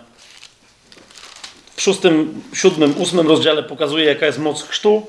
w szóstym, siódmym, ósmym rozdziale pokazuje, jaka jest moc chrztu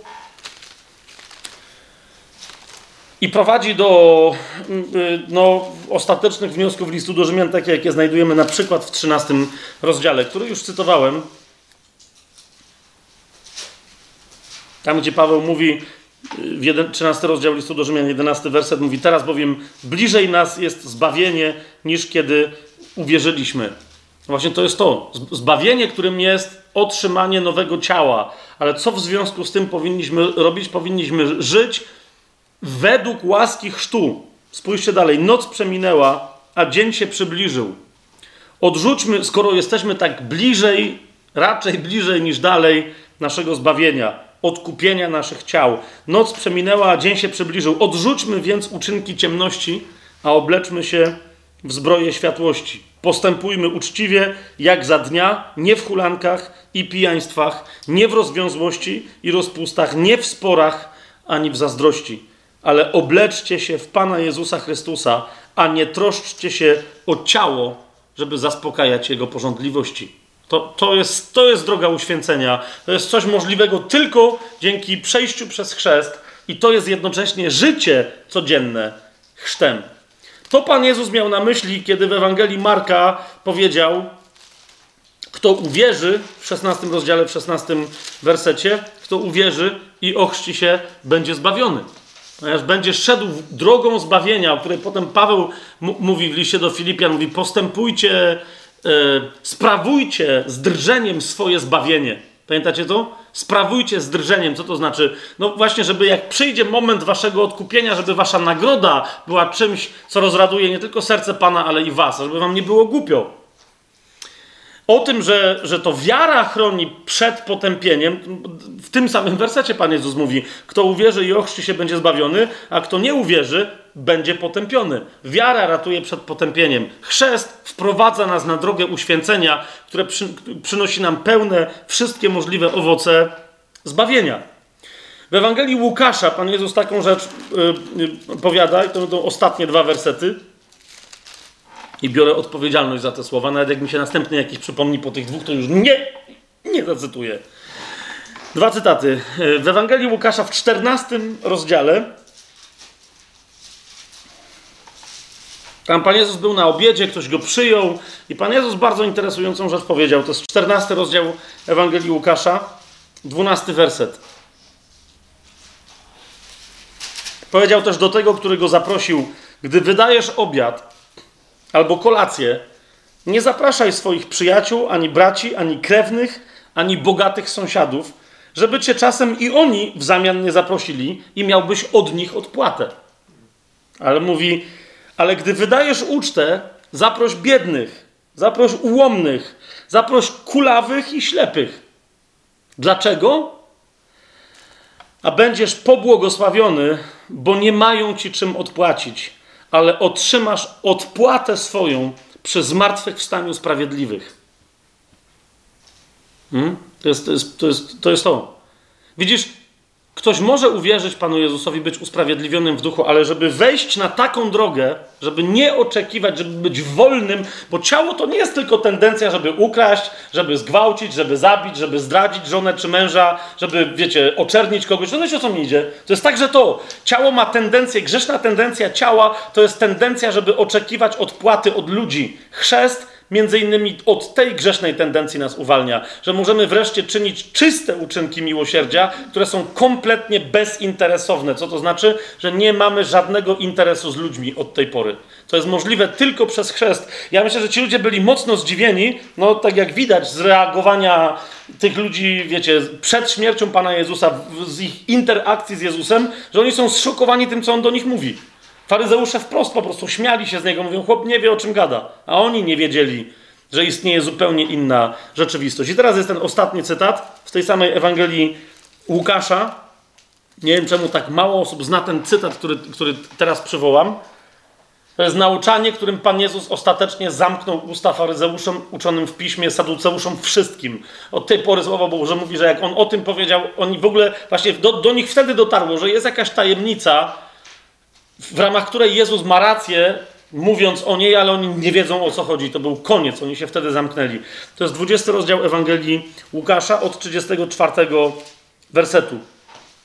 i prowadzi do no, ostatecznych wniosków listu do Rzymian, takie jakie znajdujemy na przykład w trzynastym rozdziale, który już cytowałem. Tam, gdzie Paweł mówi, trzynasty rozdział listu do Rzymian, jedenasty werset mówi: teraz bowiem bliżej nas jest zbawienie, niż kiedy uwierzyliśmy. Właśnie to jest to. Zbawienie, którym jest otrzymanie nowego ciała. Ale co w związku z tym powinniśmy robić? Powinniśmy żyć według łaski chrztu. Spójrzcie dalej. Noc przeminęła, a dzień się przybliżył. Odrzućmy, skoro jesteśmy tak bliżej, raczej bliżej niż dalej naszego zbawienia, odkupienia naszych ciał. Noc przeminęła, a dzień się przybliżył. Odrzućmy więc uczynki ciemności, a obleczmy się w zbroję światłości. Postępujmy uczciwie, jak za dnia, nie w hulankach i pijaństwach, nie w rozwiązłości i rozpustach, nie w sporach, ani w zazdrości. Ale obleczcie się w Pana Jezusa Chrystusa, a nie troszczcie się o ciało, żeby zaspokajać Jego pożądliwości. To, to, jest, to jest droga uświęcenia. To jest coś możliwego tylko dzięki przejściu przez chrzest i to jest jednocześnie życie codzienne chrztem. To Pan Jezus miał na myśli, kiedy w Ewangelii Marka powiedział: kto uwierzy, w szesnastym rozdziale, w szesnastym wersecie, kto uwierzy i ochrzci się, będzie zbawiony. Ponieważ będzie szedł drogą zbawienia, o której potem Paweł m- mówi w liście do Filipian, mówi: postępujcie, e, sprawujcie z drżeniem swoje zbawienie. Pamiętacie to? Sprawujcie z drżeniem. Co to znaczy? No właśnie, żeby jak przyjdzie moment waszego odkupienia, żeby wasza nagroda była czymś, co rozraduje nie tylko serce Pana, ale i was, żeby wam nie było głupio. O tym, że, że to wiara chroni przed potępieniem, w tym samym wersecie Pan Jezus mówi: kto uwierzy i ochrzci się, będzie zbawiony, a kto nie uwierzy, będzie potępiony. Wiara ratuje przed potępieniem. Chrzest wprowadza nas na drogę uświęcenia, które przy, przynosi nam pełne, wszystkie możliwe owoce zbawienia. W Ewangelii Łukasza Pan Jezus taką rzecz yy, yy, powiada, i to będą ostatnie dwa wersety. I biorę odpowiedzialność za te słowa, nawet jak mi się następny jakiś przypomni po tych dwóch, to już nie, nie zacytuję. Dwa cytaty. W Ewangelii Łukasza w czternastym rozdziale, tam Pan Jezus był na obiedzie, ktoś go przyjął i Pan Jezus bardzo interesującą rzecz powiedział. To jest czternasty rozdział Ewangelii Łukasza, dwunasty werset. Powiedział też do tego, który go zaprosił: gdy wydajesz obiad albo kolację, nie zapraszaj swoich przyjaciół, ani braci, ani krewnych, ani bogatych sąsiadów, żeby cię czasem i oni w zamian nie zaprosili i miałbyś od nich odpłatę. Ale mówi: ale gdy wydajesz ucztę, zaproś biednych, zaproś ułomnych, zaproś kulawych i ślepych. Dlaczego? A będziesz pobłogosławiony, bo nie mają ci czym odpłacić, ale otrzymasz odpłatę swoją przy zmartwychwstaniu sprawiedliwych. Hmm? To jest, to jest, to jest, to jest to. Widzisz, ktoś może uwierzyć Panu Jezusowi, być usprawiedliwionym w duchu, ale żeby wejść na taką drogę, żeby nie oczekiwać, żeby być wolnym, bo ciało to nie jest tylko tendencja, żeby ukraść, żeby zgwałcić, żeby zabić, żeby zdradzić żonę czy męża, żeby, wiecie, oczernić kogoś. No wiecie, o co mi idzie? To jest tak, że to ciało ma tendencję, grzeszna tendencja ciała to jest tendencja, żeby oczekiwać odpłaty od ludzi. Chrzest między innymi od tej grzesznej tendencji nas uwalnia, że możemy wreszcie czynić czyste uczynki miłosierdzia, które są kompletnie bezinteresowne. Co to znaczy? Że nie mamy żadnego interesu z ludźmi od tej pory. To jest możliwe tylko przez chrzest. Ja myślę, że ci ludzie byli mocno zdziwieni, no tak jak widać z reagowania tych ludzi, wiecie, przed śmiercią Pana Jezusa, z ich interakcji z Jezusem, że oni są zszokowani tym, co On do nich mówi. Faryzeusze wprost po prostu śmiali się z niego, mówią: chłop nie wie, o czym gada. A oni nie wiedzieli, że istnieje zupełnie inna rzeczywistość. I teraz jest ten ostatni cytat z tej samej Ewangelii Łukasza. Nie wiem, czemu tak mało osób zna ten cytat, który, który teraz przywołam. To jest nauczanie, którym Pan Jezus ostatecznie zamknął usta faryzeuszom, uczonym w piśmie, saduceuszom, wszystkim. Od tej pory Słowo Boże mówi, że jak On o tym powiedział, oni w ogóle, właśnie do, do nich wtedy dotarło, że jest jakaś tajemnica, w ramach której Jezus ma rację, mówiąc o niej, ale oni nie wiedzą, o co chodzi. To był koniec, oni się wtedy zamknęli. To jest dwudziesty rozdział Ewangelii Łukasza od trzydziestego czwartego wersetu.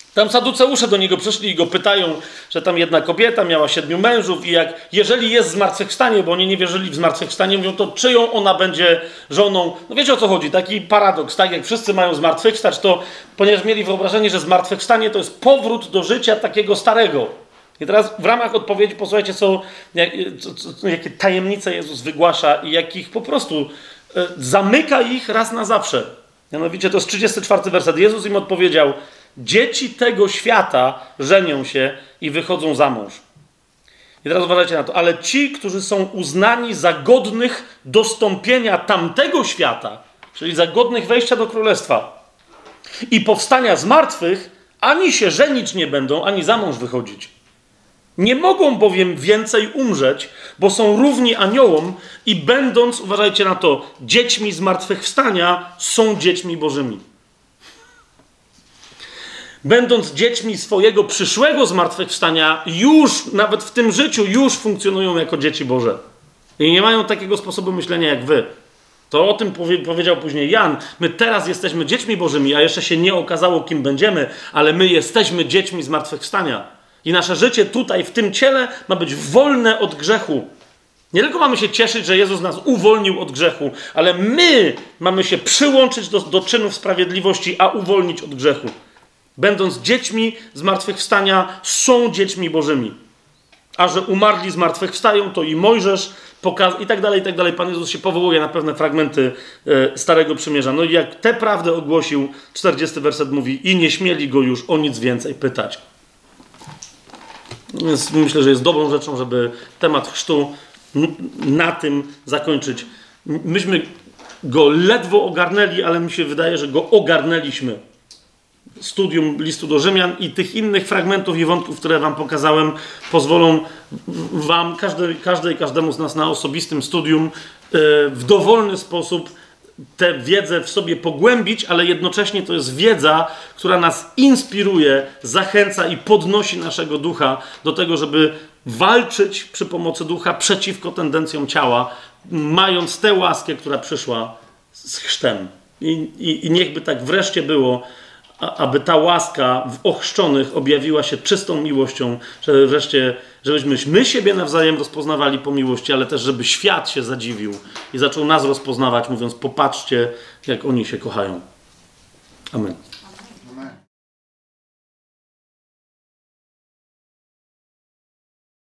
Tam Saduceusze do niego przyszli i go pytają, że tam jedna kobieta miała siedmiu mężów i jak, jeżeli jest zmartwychwstanie, bo oni nie wierzyli w zmartwychwstanie, mówią, to czyją ona będzie żoną. No wiecie, o co chodzi, taki paradoks, tak jak wszyscy mają zmartwychwstać, to ponieważ mieli wyobrażenie, że zmartwychwstanie to jest powrót do życia takiego starego. I teraz w ramach odpowiedzi posłuchajcie, co, jak, co, co, jakie tajemnice Jezus wygłasza i jakich po prostu e, zamyka ich raz na zawsze. Mianowicie to jest trzydziesty czwarty werset. Jezus im odpowiedział: dzieci tego świata żenią się i wychodzą za mąż. I teraz uważajcie na to. Ale ci, którzy są uznani za godnych dostąpienia tamtego świata, czyli za godnych wejścia do królestwa i powstania z martwych, ani się żenić nie będą, ani za mąż wychodzić. Nie mogą bowiem więcej umrzeć, bo są równi aniołom i będąc, uważajcie na to, dziećmi zmartwychwstania, są dziećmi bożymi. Będąc dziećmi swojego przyszłego zmartwychwstania, już, nawet w tym życiu, już funkcjonują jako dzieci Boże. I nie mają takiego sposobu myślenia jak wy. To o tym powie, powiedział później Jan. My teraz jesteśmy dziećmi Bożymi, a jeszcze się nie okazało, kim będziemy, ale my jesteśmy dziećmi zmartwychwstania. I nasze życie tutaj, w tym ciele, ma być wolne od grzechu. Nie tylko mamy się cieszyć, że Jezus nas uwolnił od grzechu, ale my mamy się przyłączyć do, do czynów sprawiedliwości, a uwolnić od grzechu. Będąc dziećmi zmartwychwstania, są dziećmi Bożymi. A że umarli zmartwychwstają, to i Mojżesz pokazał i tak dalej, i tak dalej. Pan Jezus się powołuje na pewne fragmenty e, Starego Przymierza. No i jak tę prawdę ogłosił, czterdziesty werset mówi: i nie śmieli go już o nic więcej pytać. Więc myślę, że jest dobrą rzeczą, żeby temat chrztu na tym zakończyć. Myśmy go ledwo ogarnęli, ale mi się wydaje, że go ogarnęliśmy. Studium listu do Rzymian i tych innych fragmentów i wątków, które wam pokazałem, pozwolą wam, każdej, każdej każdemu z nas na osobistym studium w dowolny sposób tę wiedzę w sobie pogłębić, ale jednocześnie to jest wiedza, która nas inspiruje, zachęca i podnosi naszego ducha do tego, żeby walczyć przy pomocy ducha przeciwko tendencjom ciała, mając tę łaskę, która przyszła z chrztem. I, i, i niechby tak wreszcie było, a, aby ta łaska w ochrzczonych objawiła się czystą miłością, żeby wreszcie, żebyśmy my siebie nawzajem rozpoznawali po miłości, ale też żeby świat się zadziwił i zaczął nas rozpoznawać, mówiąc: popatrzcie, jak oni się kochają. Amen.